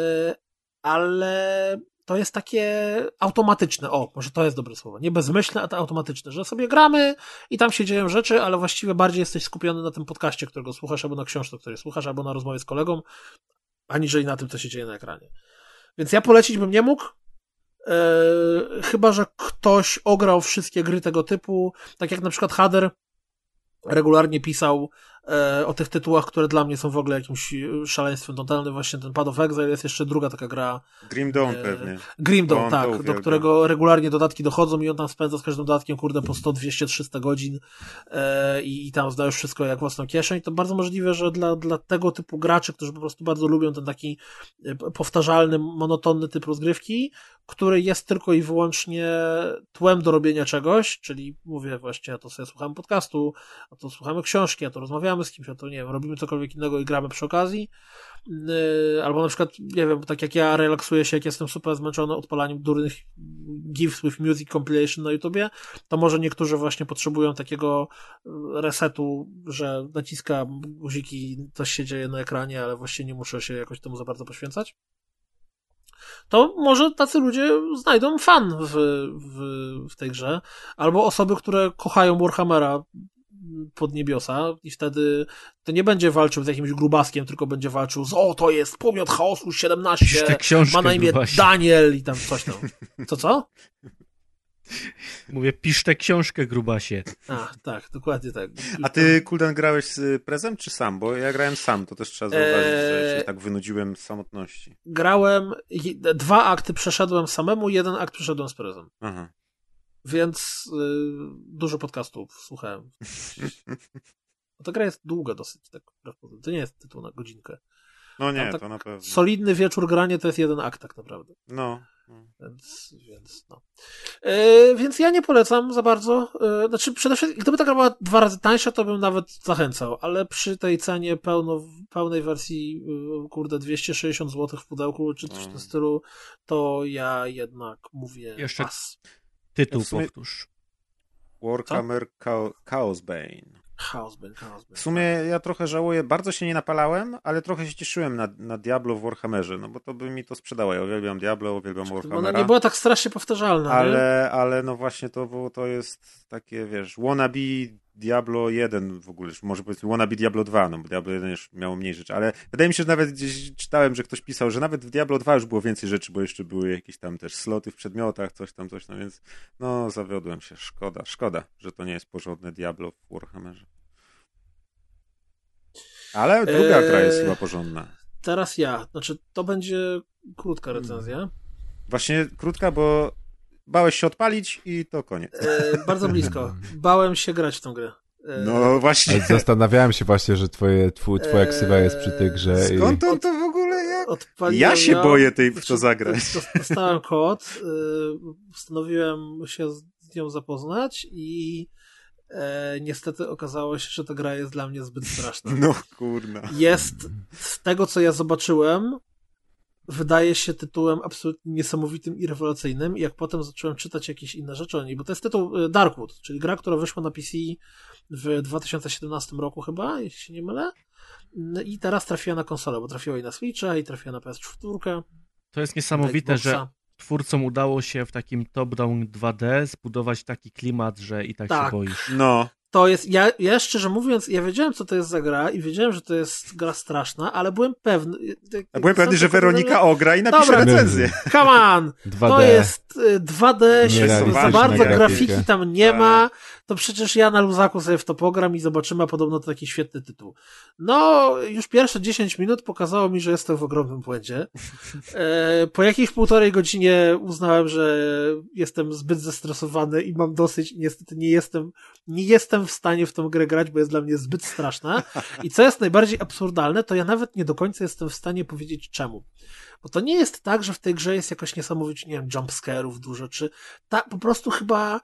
ale to jest takie automatyczne, o, może to jest dobre słowo, nie bezmyślne, a to automatyczne, że sobie gramy i tam się dzieją rzeczy, ale właściwie bardziej jesteś skupiony na tym podcaście, którego słuchasz, albo na książce, której słuchasz, albo na rozmowie z kolegą, aniżeli na tym, co się dzieje na ekranie. Więc ja polecić bym nie mógł, yy, chyba że ktoś ograł wszystkie gry tego typu, tak jak na przykład Hader regularnie pisał e, o tych tytułach, które dla mnie są w ogóle jakimś szaleństwem totalnym. Właśnie ten Path of Exile, jest jeszcze druga taka gra. Grim Dawn e, pewnie. Grim Dawn, On tak, do którego regularnie dodatki dochodzą i on tam spędza z każdym dodatkiem, kurde, po sto, dwieście, trzysta godzin e, i, i tam zdajesz wszystko jak własną kieszeń. To bardzo możliwe, że dla, dla tego typu graczy, którzy po prostu bardzo lubią ten taki powtarzalny, monotonny typ rozgrywki, który jest tylko i wyłącznie tłem do robienia czegoś, czyli mówię właśnie, a to sobie słuchamy podcastu, a to słuchamy książki, a to rozmawiamy z kimś, a to nie wiem, robimy cokolwiek innego i gramy przy okazji, yy, albo na przykład, nie wiem, tak jak ja relaksuję się, jak jestem super zmęczony odpalaniem durnych GIFs with Music Compilation na YouTubie, to może niektórzy właśnie potrzebują takiego resetu, że naciskam guziki, coś się dzieje na ekranie, ale właściwie nie muszę się jakoś temu za bardzo poświęcać. To może tacy ludzie znajdą fan w, w, w tej grze, albo osoby, które kochają Warhammera pod niebiosa i wtedy to nie będzie walczył z jakimś grubaskiem, tylko będzie walczył z o, to jest pomiot chaosu siedemnaście, ma na imię grubasie. Daniel i tam coś tam. Co, co? Mówię, pisz tę książkę, grubasie. A, tak, dokładnie tak. A ty, Kuldan, grałeś z Prezem czy sam? Bo ja grałem sam, to też trzeba zauważyć, eee... że się tak wynudziłem z samotności. Grałem, dwa akty przeszedłem samemu, jeden akt przeszedłem z Prezem. Aha. Więc y, dużo podcastów słuchałem. No ta gra jest długa dosyć, tak. To nie jest tytuł na godzinkę. No nie, tak to na pewno. Solidny wieczór granie to jest jeden akt tak naprawdę. No. Więc, więc no. Yy, więc ja nie polecam za bardzo. Yy, znaczy, przede wszystkim, gdyby ta gra była dwa razy tańsza, to bym nawet zachęcał, ale przy tej cenie pełno, pełnej wersji, yy, kurde, dwieście sześćdziesiąt złotych w pudełku, czy coś w tym stylu, to ja jednak mówię Jeszcze pas. Tytuł w sumie... powtórz. Warhammer Cha- Chaosbane. Chaosbane, Chaosbane. W sumie ja trochę żałuję, bardzo się nie napalałem, ale trochę się cieszyłem na, na Diablo w Warhammerze, no bo to by mi to sprzedało. Ja uwielbiam Diablo, uwielbiam Warhammera. Ona nie była tak strasznie powtarzalna, ale, nie? ale no właśnie to, było, to jest takie, wiesz, wannabe Diablo jeden w ogóle, może powiedzmy wannabe Diablo dwa, no bo Diablo jeden już miało mniej rzeczy, ale wydaje mi się, że nawet gdzieś czytałem, że ktoś pisał, że nawet w Diablo dwa już było więcej rzeczy, bo jeszcze były jakieś tam też sloty w przedmiotach, coś tam, coś tam, więc no zawiodłem się, szkoda, szkoda, że to nie jest porządne Diablo w Warhammerze. Ale druga eee, gra jest chyba porządna. Teraz ja. Znaczy, to będzie krótka recenzja. Hmm. Właśnie krótka, bo bałeś się odpalić i to koniec. Eee, bardzo blisko. Bałem się grać w tą grę. Eee, no właśnie. Ale zastanawiałem się właśnie, że twoje, twój, twoja ksywa jest przy tej grze. Skąd i... on to w ogóle jak? Ja się ją, boję tej w to zagrać. Dostałem kod, postanowiłem się z nią zapoznać i E, niestety okazało się, że ta gra jest dla mnie zbyt straszna. No kurna. Jest, z tego co ja zobaczyłem, wydaje się tytułem absolutnie niesamowitym i rewelacyjnym i jak potem zacząłem czytać jakieś inne rzeczy o niej, bo to jest tytuł Darkwood, czyli gra, która wyszła na P C w dwa tysiące siedemnastym roku chyba, jeśli się nie mylę, i teraz trafiła na konsolę, bo trafiła i na Switcha i trafiła na P S cztery. To jest niesamowite, że twórcom udało się w takim top-down dwa D zbudować taki klimat, że i tak, tak. się boisz. No. To jest, ja, ja szczerze mówiąc, ja wiedziałem, co to jest za gra i wiedziałem, że to jest gra straszna, ale byłem pewny... A byłem pewny, że Weronika ogra i napisze Dobra, recenzję. Come on! dwa D. To jest dwa D, nie za bardzo grafika. Grafiki tam nie ma, to przecież ja na luzaku sobie w to pogram i zobaczymy, a podobno to taki świetny tytuł. No, już pierwsze dziesięć minut pokazało mi, że jestem w ogromnym błędzie. E, po jakiejś półtorej godzinie uznałem, że jestem zbyt zestresowany i mam dosyć i niestety nie jestem, nie jestem w stanie w tą grę grać, bo jest dla mnie zbyt straszna. I co jest najbardziej absurdalne, to ja nawet nie do końca jestem w stanie powiedzieć czemu. Bo to nie jest tak, że w tej grze jest jakoś niesamowicie, nie wiem, jumpscare'ów dużo, czy ta, po prostu chyba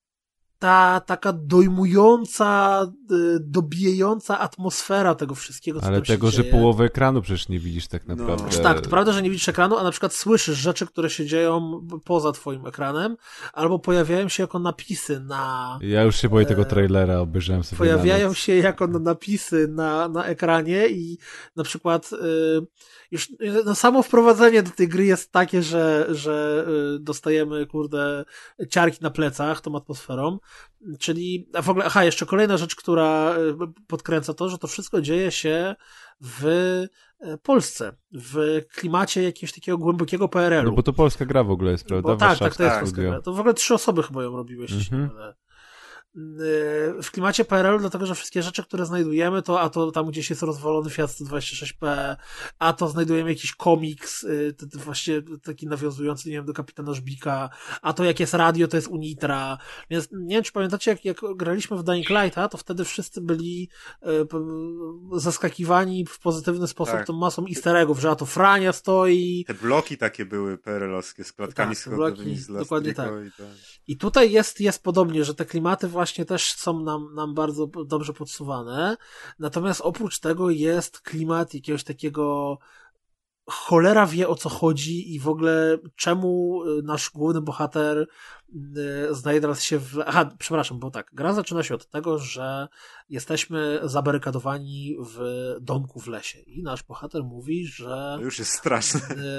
ta taka dojmująca, dobijająca atmosfera tego wszystkiego, co ale tam się tego, dzieje. że połowę ekranu przecież nie widzisz tak naprawdę. No. Tak, to prawda, że nie widzisz ekranu, a na przykład słyszysz rzeczy, które się dzieją poza twoim ekranem, albo pojawiają się jako napisy na... Ja już się boję e... tego trailera, obejrzałem sobie Pojawiają nawet. się jako napisy na, na ekranie i na przykład y, już no, samo wprowadzenie do tej gry jest takie, że, że y, dostajemy, kurde, ciarki na plecach tą atmosferą. Czyli, a w ogóle, aha, jeszcze kolejna rzecz, która podkręca to, że to wszystko dzieje się w Polsce, w klimacie jakiegoś takiego głębokiego P R L u. No bo to polska gra w ogóle jest, prawda? Bo tak, tak, to jest polska gra. To w ogóle trzy osoby chyba ją robiły, jeśli się nie mylę. w klimacie P R L u, dlatego że wszystkie rzeczy, które znajdujemy, to a to tam gdzieś jest rozwalony Fiat sto dwadzieścia sześć P, a to znajdujemy jakiś komiks, to, to właśnie taki nawiązujący, nie wiem, do Kapitana Żbika, a to jak jest radio, to jest Unitra. Więc nie wiem, czy pamiętacie, jak, jak graliśmy w Dying Lighta, to wtedy wszyscy byli e, zaskakiwani w pozytywny sposób tak. tą masą easter eggów, że a to Frania stoi. Te bloki takie były P R L-owskie z klatkami tak, schodowymi z dokładnie tak. I, tak. I tutaj jest, jest podobnie, że te klimaty właśnie też są nam, nam bardzo dobrze podsuwane. Natomiast oprócz tego jest klimat jakiegoś takiego cholera wie, o co chodzi i w ogóle czemu nasz główny bohater znajdzie się w... Aha, przepraszam, bo tak, gra zaczyna się od tego, że jesteśmy zabarykadowani w domku w lesie i nasz bohater mówi, że to już jest straszne.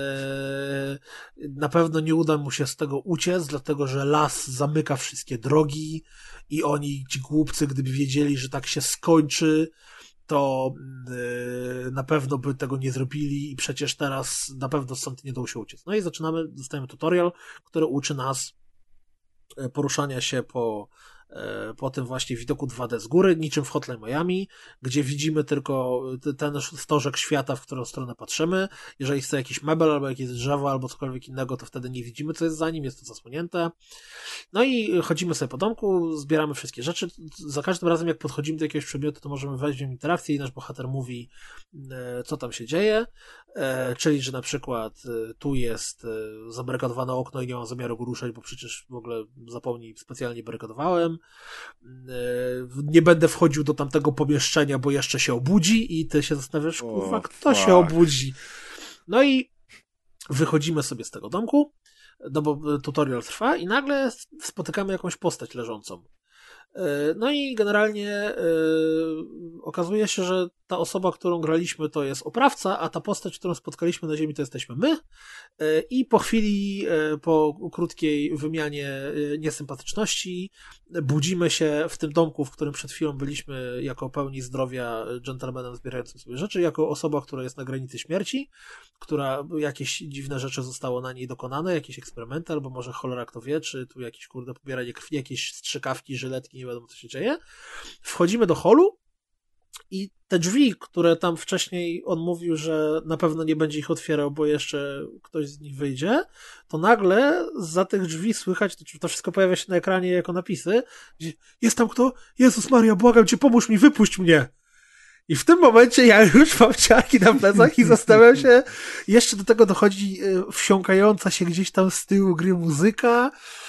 Na pewno nie uda mu się z tego uciec, dlatego że las zamyka wszystkie drogi i oni, ci głupcy, gdyby wiedzieli, że tak się skończy, to yy, na pewno by tego nie zrobili i przecież teraz na pewno stąd nie dało się uciec. No i zaczynamy, dostajemy tutorial, który uczy nas poruszania się po, po tym właśnie widoku dwa D z góry, niczym w Hotline Miami, gdzie widzimy tylko ten stożek świata, w którą stronę patrzymy. Jeżeli jest to jakiś mebel, albo jakieś drzewo, albo cokolwiek innego, to wtedy nie widzimy, co jest za nim, jest to zasłonięte. No i chodzimy sobie po domku, zbieramy wszystkie rzeczy. Za każdym razem, jak podchodzimy do jakiegoś przedmiotu, to możemy wejść w interakcję i nasz bohater mówi, co tam się dzieje, czyli, że na przykład tu jest zabarykadowane okno i nie mam zamiaru go ruszać, bo przecież w ogóle zapomnij, specjalnie barykadowałem. Nie będę wchodził do tamtego pomieszczenia, bo jeszcze się obudzi i ty się zastanawiasz, kurwa, kto się obudzi? No i wychodzimy sobie z tego domku, no bo tutorial trwa i nagle spotykamy jakąś postać leżącą. No i generalnie yy, okazuje się, że ta osoba, którą graliśmy, to jest oprawca, a ta postać, którą spotkaliśmy na ziemi, to jesteśmy my. Yy, I po chwili, yy, po krótkiej wymianie yy, niesympatyczności, budzimy się w tym domku, w którym przed chwilą byliśmy jako pełni zdrowia dżentelmenem zbierającym sobie rzeczy, jako osoba, która jest na granicy śmierci, która jakieś dziwne rzeczy zostało na niej dokonane, jakieś eksperymenty, albo może cholera kto wie, czy tu jakieś kurde pobieranie krwi, jakieś strzykawki, żyletki, nie wiadomo co się dzieje. Wchodzimy do holu i te drzwi, które tam wcześniej on mówił, że na pewno nie będzie ich otwierał, bo jeszcze ktoś z nich wyjdzie, to nagle za tych drzwi słychać, to, to wszystko pojawia się na ekranie jako napisy, gdzie jest tam kto? Jezus Maria, błagam cię, pomóż mi, wypuść mnie! I w tym momencie ja już mam ciarki na plecach i zastanawiam się, jeszcze do tego dochodzi wsiąkająca się gdzieś tam z tyłu gry muzyka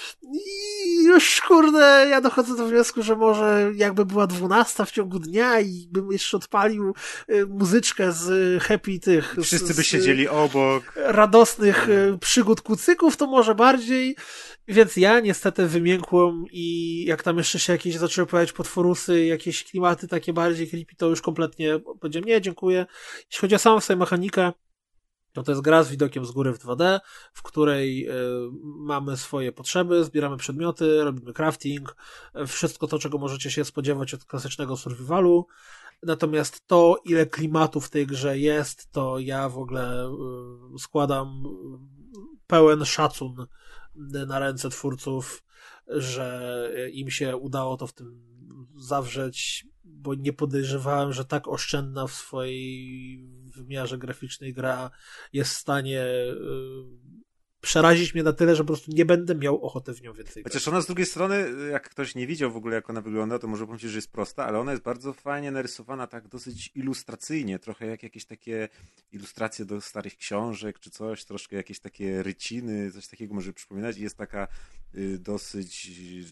i już kurde, ja dochodzę do wniosku, że może jakby była dwunasta w ciągu dnia i bym jeszcze odpalił muzyczkę z happy tych... Wszyscy z, by siedzieli obok. Radosnych przygód kucyków, to może bardziej... Więc ja niestety wymiękłem i jak tam jeszcze się jakieś zaczęły pojawiać potworusy, jakieś klimaty takie bardziej creepy, to już kompletnie powiedziałem nie, dziękuję. Jeśli chodzi o samą sobie mechanikę, to to jest gra z widokiem z góry w dwa D, w której y, mamy swoje potrzeby, zbieramy przedmioty, robimy crafting, wszystko to, czego możecie się spodziewać od klasycznego survivalu. Natomiast to, ile klimatu w tej grze jest, to ja w ogóle y, składam pełen szacun na ręce twórców, że im się udało to w tym zawrzeć, bo nie podejrzewałem, że tak oszczędna w swojej wymiarze graficznej gra jest w stanie yy, przerazić mnie na tyle, że po prostu nie będę miał ochoty w nią więcej grać. Chociaż ona z drugiej strony, jak ktoś nie widział w ogóle, jak ona wygląda, to może pomyśleć, że jest prosta, ale ona jest bardzo fajnie narysowana, tak dosyć ilustracyjnie, trochę jak jakieś takie ilustracje do starych książek, czy coś, troszkę jakieś takie ryciny, coś takiego może przypominać i jest taka y, dosyć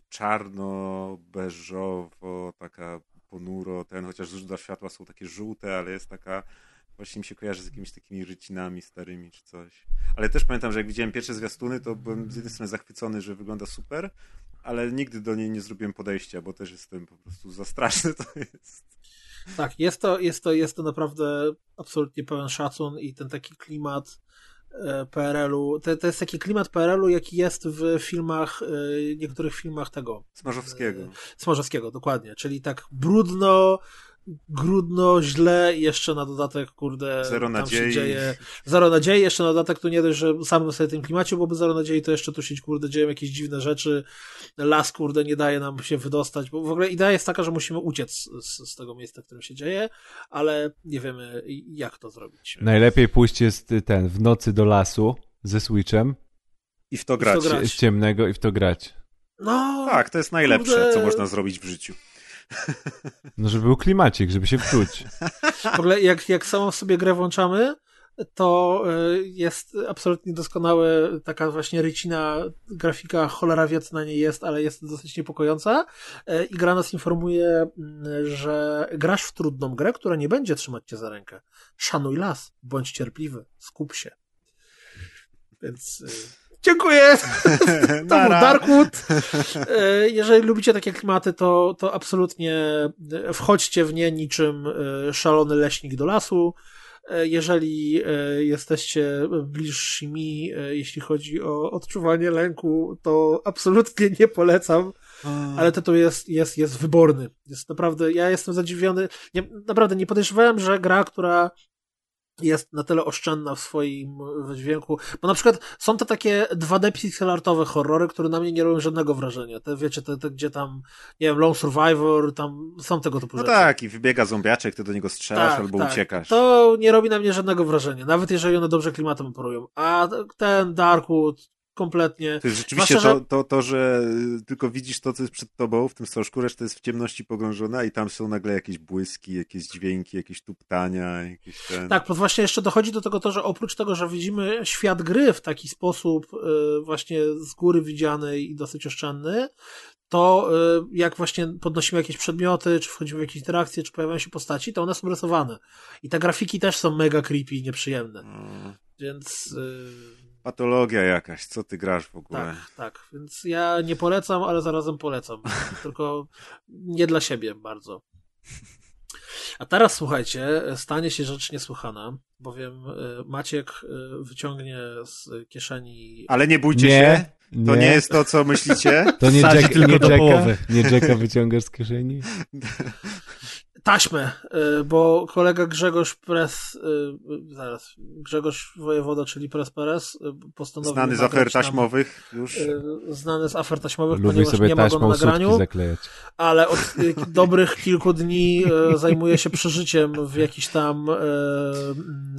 czarno-beżowo, taka ponuro, ten, chociaż źródła światła są takie żółte, ale jest taka właśnie mi się kojarzy z jakimiś takimi rycinami starymi czy coś. Ale też pamiętam, że jak widziałem pierwsze zwiastuny, to byłem z jednej strony zachwycony, że wygląda super, ale nigdy do niej nie zrobiłem podejścia, bo też jestem po prostu za straszny to jest. Tak, jest to, jest to, jest to naprawdę absolutnie pełen szacun i ten taki klimat P R L u, to, to jest taki klimat P R L u, jaki jest w filmach, niektórych filmach tego. Smarzowskiego. Smarzowskiego, dokładnie, czyli tak brudno, grudno, źle i jeszcze na dodatek, kurde, zero tam nadziei. się dzieje. Zero nadziei, jeszcze na dodatek tu nie dość, że samym sobie tym klimacie byłoby zero nadziei, to jeszcze tu się, kurde, dzieją jakieś dziwne rzeczy. Las, kurde, nie daje nam się wydostać, bo w ogóle idea jest taka, że musimy uciec z, z tego miejsca, w którym się dzieje, ale nie wiemy, jak to zrobić. Najlepiej pójść jest ten, w nocy do lasu ze Switchem. I w to grać. I w to grać. Z ciemnego i w to grać. No, Tak, to jest najlepsze, kurde. co można zrobić w życiu. No, żeby był klimacik, żeby się wczuć. W ogóle jak, jak samą sobie grę włączamy, to jest absolutnie doskonałe, taka właśnie rycina, grafika, cholera wie co na niej jest, ale jest dosyć niepokojąca i gra nas informuje, że grasz w trudną grę, która nie będzie trzymać cię za rękę. Szanuj las, bądź cierpliwy, skup się. Więc... Dziękuję! To był Darkwood. Jeżeli lubicie takie klimaty, to, to absolutnie wchodźcie w nie niczym szalony leśnik do lasu. Jeżeli jesteście bliżsi mi, jeśli chodzi o odczuwanie lęku, to absolutnie nie polecam, ale tytuł jest, jest, jest wyborny. Jest naprawdę, ja jestem zadziwiony. Nie, naprawdę nie podejrzewałem, że gra, która jest na tyle oszczędna w swoim wydźwięku, bo na przykład są to takie dwa D pixelartowe horrory, które na mnie nie robią żadnego wrażenia. Te, wiecie, te, te gdzie tam, nie wiem, Lone Survivor, tam są tego typu no rzeczy. No tak, i wybiega zombiaczek, ty do niego strzelasz tak, albo tak. uciekasz. To nie robi na mnie żadnego wrażenia, nawet jeżeli one dobrze klimatem operują. A ten Darkwood kompletnie. To jest rzeczywiście Zwłaszcza, to, to, to, że tylko widzisz to, co jest przed tobą w tym stożku, reszta jest w ciemności pogrążona i tam są nagle jakieś błyski, jakieś dźwięki, jakieś tuptania, jakieś ten... Tak, bo właśnie jeszcze dochodzi do tego to, że oprócz tego, że widzimy świat gry w taki sposób yy, właśnie z góry widziany i dosyć oszczędny, to yy, jak właśnie podnosimy jakieś przedmioty, czy wchodzimy w jakieś interakcje, czy pojawiają się postaci, to one są rysowane. I te grafiki też są mega creepy i nieprzyjemne. Hmm. Więc... Yy... Patologia jakaś, co ty grasz w ogóle? Tak, tak, więc ja nie polecam, ale zarazem polecam. Tylko nie dla siebie bardzo. A teraz słuchajcie, stanie się rzecz niesłychana, bowiem Maciek wyciągnie z kieszeni... Ale nie bójcie nie, się, nie. to nie jest to, co myślicie. To nie Sadzi Jack, tylko nie do Jacka, połowy. nie Jacka wyciągasz z kieszeni? Taśmę, bo kolega Grzegorz Pres, zaraz, Grzegorz Wojewoda, czyli Pres Perez, postanowił... Znany z afer taśmowych już. Znany z afer taśmowych, Lubi ponieważ sobie nie ma go na nagraniu, zaklejać. ale od dobrych kilku dni zajmuje się przeżyciem w jakichś tam e, e,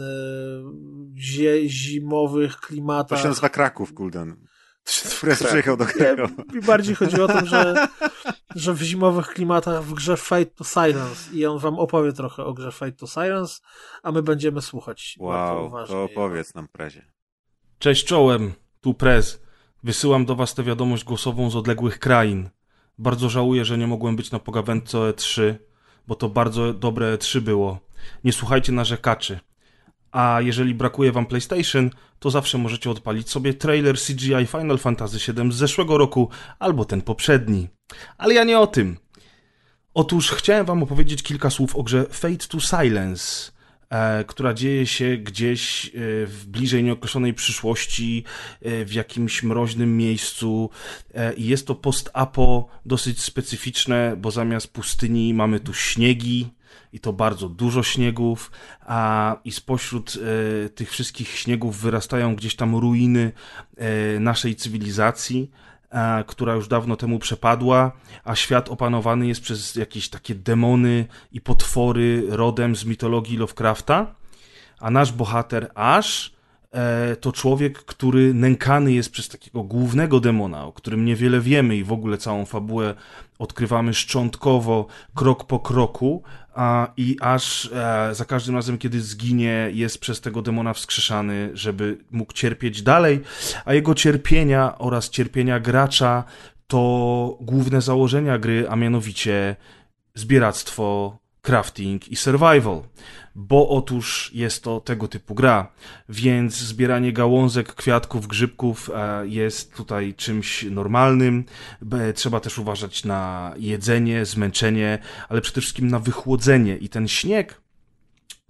zie, zimowych klimatach. To się nazywa Kraków, Kuldan. Pres przyjechał do Krakowa. Mi bardziej chodzi o to, że, że w zimowych klimatach w grze Fate to Silence i on wam opowie trochę o grze Fate to Silence, a my będziemy słuchać. Wow, to opowiedz nam, Prezie. Cześć czołem, tu Prez. Wysyłam do was tę wiadomość głosową z odległych krain. Bardzo żałuję, że nie mogłem być na pogawędce o E trzy, bo to bardzo dobre E trzy było. Nie słuchajcie narzekaczy. A jeżeli brakuje wam PlayStation, to zawsze możecie odpalić sobie trailer C G I Final Fantasy siedem z zeszłego roku, albo ten poprzedni. Ale ja nie o tym. Otóż chciałem wam opowiedzieć kilka słów o grze Fate to Silence, e, która dzieje się gdzieś e, w bliżej nieokreślonej przyszłości, e, w jakimś mroźnym miejscu. E, I jest to post-apo dosyć specyficzne, bo zamiast pustyni mamy tu śniegi, i to bardzo dużo śniegów, a i spośród e, tych wszystkich śniegów wyrastają gdzieś tam ruiny e, naszej cywilizacji, a, która już dawno temu przepadła, a świat opanowany jest przez jakieś takie demony i potwory rodem z mitologii Lovecrafta, a nasz bohater Ash e, to człowiek, który nękany jest przez takiego głównego demona, o którym niewiele wiemy i w ogóle całą fabułę odkrywamy szczątkowo, krok po kroku, a, i aż e, za każdym razem, kiedy zginie, jest przez tego demona wskrzeszany, żeby mógł cierpieć dalej, a jego cierpienia oraz cierpienia gracza to główne założenia gry, a mianowicie zbieractwo, crafting i survival, bo otóż jest to tego typu gra, więc zbieranie gałązek, kwiatków, grzybków jest tutaj czymś normalnym. Trzeba też uważać na jedzenie, zmęczenie, ale przede wszystkim na wychłodzenie i ten śnieg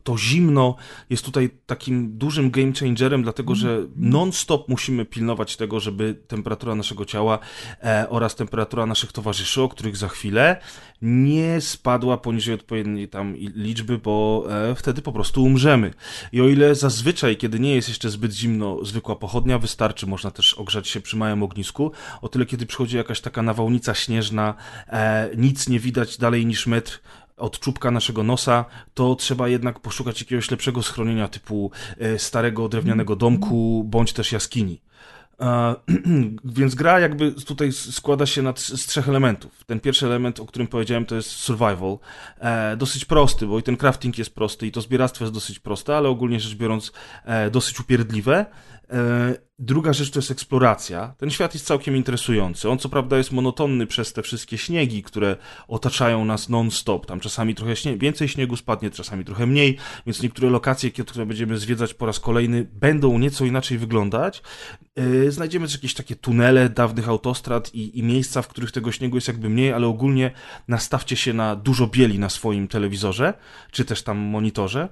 to zimno jest tutaj takim dużym game changerem, dlatego że non-stop musimy pilnować tego, żeby temperatura naszego ciała e, oraz temperatura naszych towarzyszy, o których za chwilę, nie spadła poniżej odpowiedniej tam liczby, bo e, wtedy po prostu umrzemy. I o ile zazwyczaj, kiedy nie jest jeszcze zbyt zimno, zwykła pochodnia wystarczy, można też ogrzać się przy małym ognisku, o tyle kiedy przychodzi jakaś taka nawałnica śnieżna, e, nic nie widać dalej niż metr od czubka naszego nosa, to trzeba jednak poszukać jakiegoś lepszego schronienia typu e, starego drewnianego domku, bądź też jaskini. E, więc gra jakby tutaj składa się na, z trzech elementów. Ten pierwszy element, o którym powiedziałem, to jest survival. E, dosyć prosty, bo i ten crafting jest prosty, i to zbieractwo jest dosyć proste, ale ogólnie rzecz biorąc e, dosyć upierdliwe. E, druga rzecz to jest eksploracja. Ten świat jest całkiem interesujący. On co prawda jest monotonny przez te wszystkie śniegi, które otaczają nas non-stop. Tam czasami trochę śnie- więcej śniegu spadnie, czasami trochę mniej, więc niektóre lokacje, które będziemy zwiedzać po raz kolejny, będą nieco inaczej wyglądać. E, znajdziemy też jakieś takie tunele dawnych autostrad i, i miejsca, w których tego śniegu jest jakby mniej, ale ogólnie nastawcie się na dużo bieli na swoim telewizorze, czy też tam monitorze.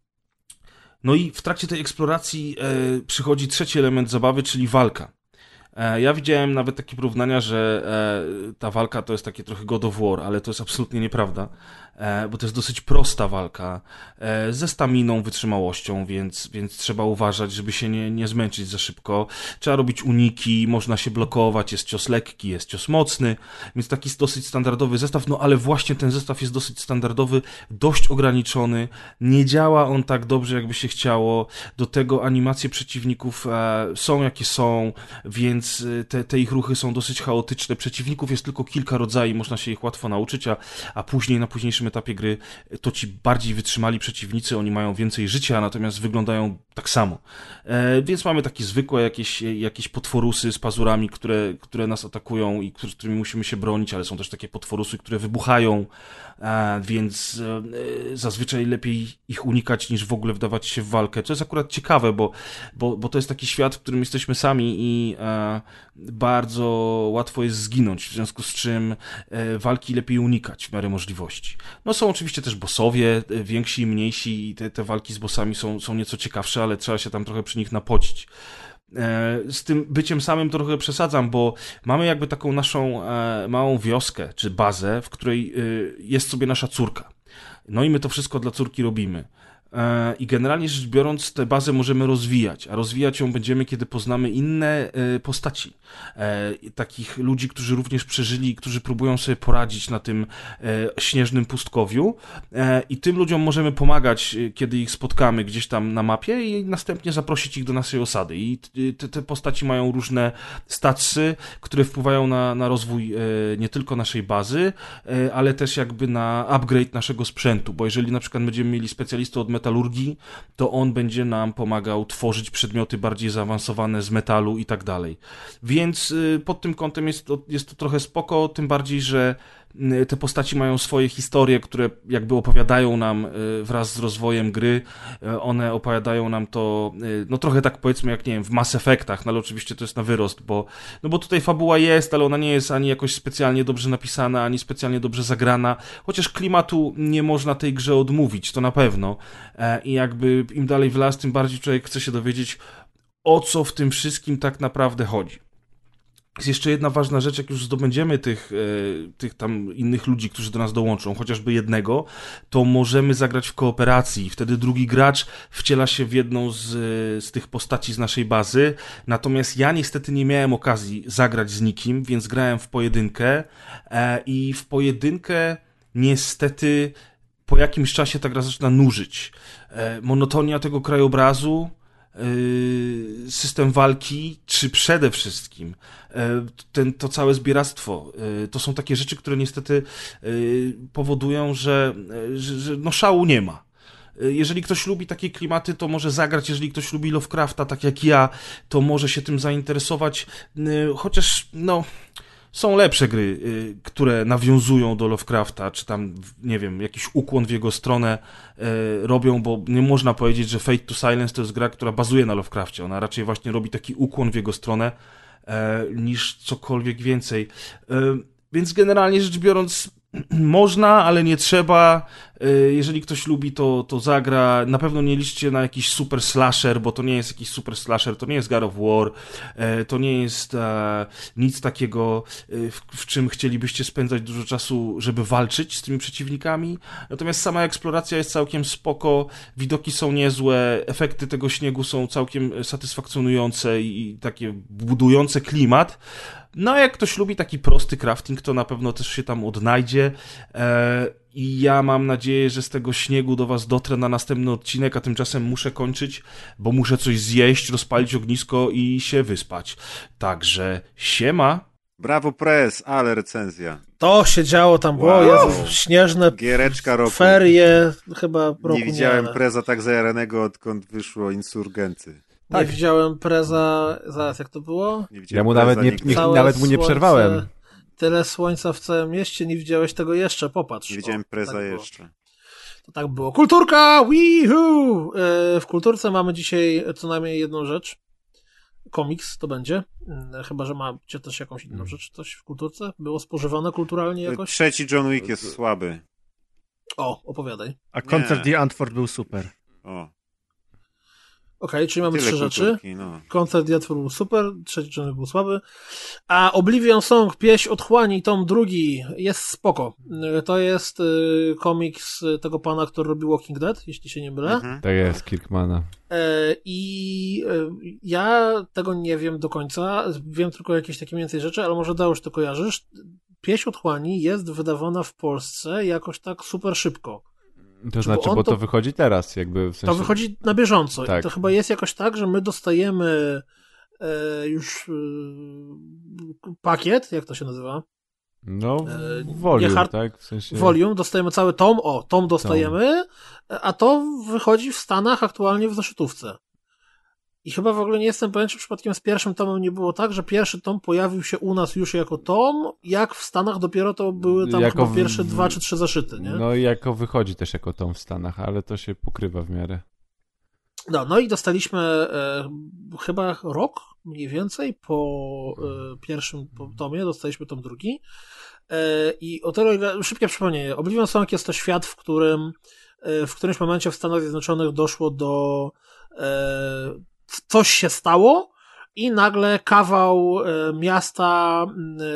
No i w trakcie tej eksploracji e, przychodzi trzeci element zabawy, czyli walka. E, ja widziałem nawet takie porównania, że e, ta walka to jest takie trochę God of War, ale to jest absolutnie nieprawda, e, bo to jest dosyć prosta walka, e, ze staminą, wytrzymałością, więc, więc trzeba uważać, żeby się nie, nie zmęczyć za szybko. Trzeba robić uniki, można się blokować, jest cios lekki, jest cios mocny, więc taki dosyć standardowy zestaw, no ale właśnie ten zestaw jest dosyć standardowy, dość ograniczony, nie działa on tak dobrze, jakby się chciało, do tego animacje przeciwników e, są jakie są, więc te, te ich ruchy są dosyć chaotyczne, przeciwników jest tylko kilka rodzajów, można się ich łatwo nauczyć, a, a później na późniejszym etapie gry to ci bardziej wytrzymali przeciwnicy, oni mają więcej życia, natomiast wyglądają tak samo. E, więc mamy takie zwykłe jakieś, jakieś potworusy z pazurami, które, które nas atakują i z którymi musimy się bronić, ale są też takie potworusy, które wybuchają, e, więc e, zazwyczaj lepiej ich unikać niż w ogóle wdawać się w walkę, co jest akurat ciekawe, bo, bo, bo to jest taki świat, w którym jesteśmy sami i e, bardzo łatwo jest zginąć, w związku z czym e, walki lepiej unikać w miarę możliwości. No są oczywiście też bossowie, e, więksi i mniejsi, i te, te walki z bossami są, są nieco ciekawsze, ale trzeba się tam trochę przy nich napocić. E, z tym byciem samym to trochę przesadzam, bo mamy jakby taką naszą e, małą wioskę, czy bazę, w której e, jest sobie nasza córka. No i my to wszystko dla córki robimy. I generalnie rzecz biorąc, tę bazę możemy rozwijać, a rozwijać ją będziemy, kiedy poznamy inne postaci. Takich ludzi, którzy również przeżyli, którzy próbują sobie poradzić na tym śnieżnym pustkowiu i tym ludziom możemy pomagać, kiedy ich spotkamy gdzieś tam na mapie i następnie zaprosić ich do naszej osady. I te, te postaci mają różne statsy, które wpływają na, na rozwój nie tylko naszej bazy, ale też jakby na upgrade naszego sprzętu, bo jeżeli na przykład będziemy mieli specjalistę od metalurgii, to on będzie nam pomagał tworzyć przedmioty bardziej zaawansowane z metalu i tak dalej. Więc pod tym kątem jest to, jest to trochę spoko, tym bardziej, że te postaci mają swoje historie, które jakby opowiadają nam wraz z rozwojem gry, one opowiadają nam to, no trochę tak powiedzmy jak, nie wiem, w Mass Effectach, no ale oczywiście to jest na wyrost, bo, no bo tutaj fabuła jest, ale ona nie jest ani jakoś specjalnie dobrze napisana, ani specjalnie dobrze zagrana, chociaż klimatu nie można tej grze odmówić, to na pewno. I jakby im dalej w las, tym bardziej człowiek chce się dowiedzieć, o co w tym wszystkim tak naprawdę chodzi. Jest jeszcze jedna ważna rzecz, jak już zdobędziemy tych, e, tych tam innych ludzi, którzy do nas dołączą, chociażby jednego, to możemy zagrać w kooperacji. Wtedy drugi gracz wciela się w jedną z, z tych postaci z naszej bazy. Natomiast ja niestety nie miałem okazji zagrać z nikim, więc grałem w pojedynkę e, i w pojedynkę niestety po jakimś czasie ta gra zaczyna nużyć. E, monotonia tego krajobrazu, system walki, czy przede wszystkim ten, to całe zbieractwo. To są takie rzeczy, które niestety powodują, że, że, że no szału nie ma. Jeżeli ktoś lubi takie klimaty, to może zagrać, jeżeli ktoś lubi Lovecrafta, tak jak ja, to może się tym zainteresować, chociaż no... Są lepsze gry, y, które nawiązują do Lovecrafta, czy tam, nie wiem, jakiś ukłon w jego stronę y, robią, bo nie można powiedzieć, że Fate to Silence to jest gra, która bazuje na Lovecrafcie. Ona raczej właśnie robi taki ukłon w jego stronę y, niż cokolwiek więcej. Y, więc generalnie rzecz biorąc, można, ale nie trzeba. Jeżeli ktoś lubi, to, to zagra. Na pewno nie liczcie na jakiś super slasher, bo to nie jest jakiś super slasher, to nie jest God of War, to nie jest e, nic takiego, w, w czym chcielibyście spędzać dużo czasu, żeby walczyć z tymi przeciwnikami. Natomiast sama eksploracja jest całkiem spoko, widoki są niezłe, efekty tego śniegu są całkiem satysfakcjonujące i, i takie budujące klimat. No a jak ktoś lubi taki prosty crafting, to na pewno też się tam odnajdzie. E, I ja mam nadzieję, że z tego śniegu do was dotrę na następny odcinek, a tymczasem muszę kończyć, bo muszę coś zjeść, rozpalić ognisko i się wyspać. Także siema. Brawo Press, ale recenzja. To się działo tam, było, Wow. Jezu, śnieżne Giereczka roku. ferie, chyba roku Nie widziałem nie, Preza tak zajaranego, odkąd wyszło Insurgency. nie Tak. widziałem Preza, zaraz jak to było? Nie Ja widziałem mu Preza nawet nie, nigdy. nie, Całe nawet mu nie słońce, przerwałem. Tyle słońca w całym mieście, nie widziałeś tego jeszcze, popatrz. Nie widziałem O, Preza tak było. jeszcze. To tak było. Kulturka! Wihoo! E, W kulturce mamy dzisiaj co najmniej jedną rzecz. Komiks to będzie. E, Chyba, że macie też jakąś inną rzecz. Coś w kulturce? Było spożywane kulturalnie jakoś? Trzeci John Wick jest słaby. O, opowiadaj. A koncert Nie. The Antwoord był super. O, Okej, czyli mamy tyle trzy rzeczy. kulturki, no. Koncert Jatwór był super, trzeci Johnny był słaby. A Oblivion Song, Pieśń Otchłani, tom drugi jest spoko. E, To jest y, komiks tego pana, który robił Walking Dead, jeśli się nie mylę. Mhm. Tak jest, Kirkmana. E, I e, ja tego nie wiem do końca, wiem tylko jakieś takie więcej rzeczy, ale może Deusz to kojarzysz. Pieśń Otchłani jest wydawana w Polsce jakoś tak super szybko. To znaczy, on bo to to- wychodzi teraz, jakby w sensie... To wychodzi na bieżąco. Tak. I to chyba jest jakoś tak, że my dostajemy e, już e, pakiet, jak to się nazywa? No, E, volume, nie hard- tak? W sensie... Volume, dostajemy cały tom, o, tom dostajemy, a to wychodzi w Stanach aktualnie w zeszytówce. I chyba w ogóle nie jestem pewien, czy przypadkiem z pierwszym tomem nie było tak, że pierwszy tom pojawił się u nas już jako tom, jak w Stanach dopiero to były tam Jako chyba w- pierwsze dwa czy trzy zeszyty, nie? No i jako wychodzi też jako tom w Stanach, ale to się pokrywa w miarę. No, no i dostaliśmy e, chyba rok mniej więcej po e, pierwszym po tomie, dostaliśmy tom drugi. E, I o tyle szybkie przypomnienie. Oblivion Song jest to świat, w którym e, w którymś momencie w Stanach Zjednoczonych doszło do e, coś się stało i nagle kawał e, miasta,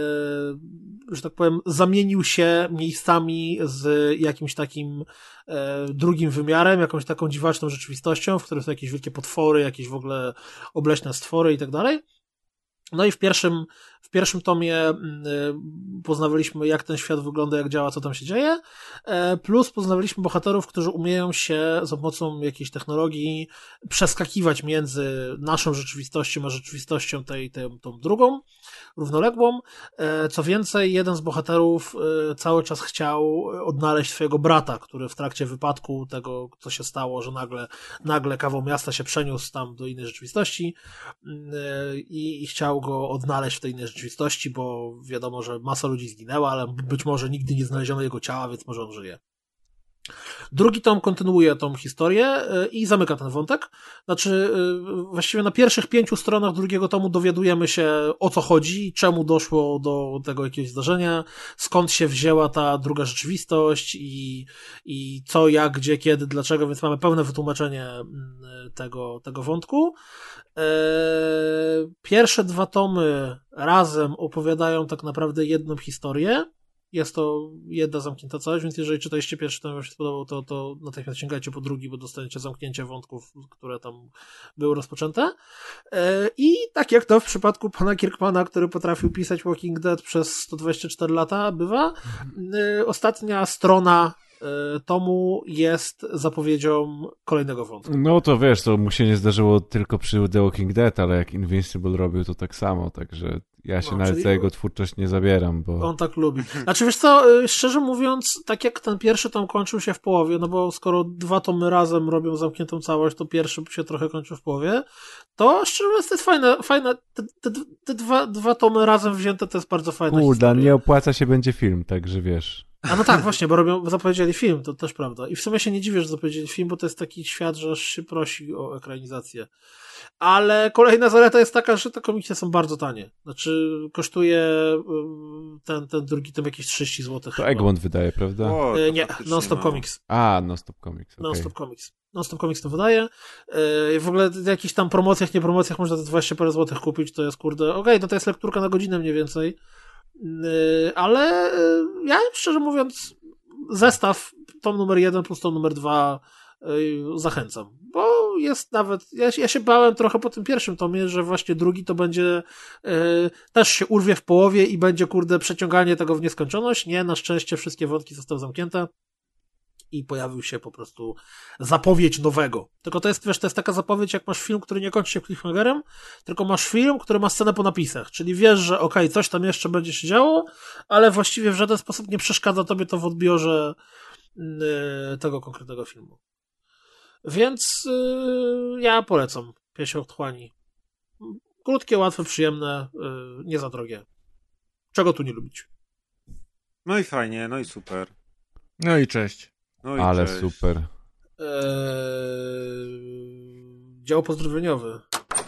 e, że tak powiem, zamienił się miejscami z jakimś takim e, drugim wymiarem, jakąś taką dziwaczną rzeczywistością, w której są jakieś wielkie potwory, jakieś w ogóle obleśne stwory i tak dalej. No i w pierwszym, w pierwszym tomie y, poznawaliśmy, jak ten świat wygląda, jak działa, co tam się dzieje, e, plus poznawaliśmy bohaterów, którzy umieją się za pomocą jakiejś technologii przeskakiwać między naszą rzeczywistością a rzeczywistością tej, tej, tą drugą, równoległą. E, co więcej, jeden z bohaterów e, cały czas chciał odnaleźć swojego brata, który w trakcie wypadku tego, co się stało, że nagle, nagle kawał miasta się przeniósł tam do innej rzeczywistości e, i, i chciał go odnaleźć w tej innej rzeczywistości, bo wiadomo, że masa ludzi zginęła, ale być może nigdy nie znaleziono jego ciała, więc może on żyje. Drugi tom kontynuuje tą historię i zamyka ten wątek. Znaczy, właściwie na pierwszych pięciu stronach drugiego tomu dowiadujemy się, o co chodzi, czemu doszło do tego jakiegoś zdarzenia, skąd się wzięła ta druga rzeczywistość i, i co, jak, gdzie, kiedy, dlaczego, więc mamy pełne wytłumaczenie tego, tego wątku. Pierwsze dwa tomy razem opowiadają tak naprawdę jedną historię. Jest to jedna zamknięta całość, więc jeżeli czytaliście pierwszy tom, wam się spodobał, to, to natychmiast sięgajcie po drugi, bo dostaniecie zamknięcie wątków, które tam były rozpoczęte. I tak jak to w przypadku pana Kirkmana, który potrafił pisać Walking Dead przez sto dwadzieścia cztery lata, bywa, ostatnia strona tomu jest zapowiedzią kolejnego wątku. No to wiesz, to mu się nie zdarzyło tylko przy The Walking Dead, ale jak Invincible robił, to tak samo, także ja się No, nawet czyli- za jego twórczość nie zabieram, bo... On tak lubi. Znaczy wiesz co, szczerze mówiąc, tak jak ten pierwszy tom kończył się w połowie, no bo skoro dwa tomy razem robią zamkniętą całość, to pierwszy się trochę kończył w połowie, to szczerze mówiąc to jest fajne, fajne te, te, te dwa, dwa tomy razem wzięte to jest bardzo fajna Kurde, historia. nie opłaca się będzie film, także wiesz. A no tak, właśnie, bo robią, zapowiedzieli film, to też prawda. I w sumie się nie dziwię, że zapowiedzieli film, bo to jest taki świat, że aż się prosi o ekranizację. Ale kolejna zaleta jest taka, że te komiksy są bardzo tanie. Znaczy, kosztuje ten, ten drugi tom jakieś trzydzieści złotych. To Egmont wydaje, prawda? O, e, nie, Non-Stop Comics. A, Non-Stop Comics, okay. Non-Stop Comics. Non-Stop Comics to wydaje. E, w ogóle w jakichś tam promocjach, nie promocjach można za dwadzieścia parę złotych kupić, to jest kurde, okej, okay, no to jest lekturka na godzinę mniej więcej. E, ale e, ja szczerze mówiąc zestaw tom numer jeden plus tom numer dwa zachęcam, bo jest nawet, ja, ja się bałem trochę po tym pierwszym tomie, że właśnie drugi to będzie yy, też się urwie w połowie i będzie kurde przeciąganie tego w nieskończoność. Nie, na szczęście wszystkie wątki zostały zamknięte i pojawił się po prostu zapowiedź nowego. Tylko to jest, wiesz, to jest taka zapowiedź, jak masz film, który nie kończy się cliffhangerem, tylko masz film, który ma scenę po napisach, czyli wiesz, że okej, okay, coś tam jeszcze będzie się działo, ale właściwie w żaden sposób nie przeszkadza tobie to w odbiorze yy, tego konkretnego filmu. Więc yy, ja polecam Pieśń Otchłani. Krótkie, łatwe, przyjemne, yy, nie za drogie. Czego tu nie lubić? No i fajnie, no i super. No i cześć. No i Ale cześć. super. Eee, dział pozdrowieniowy.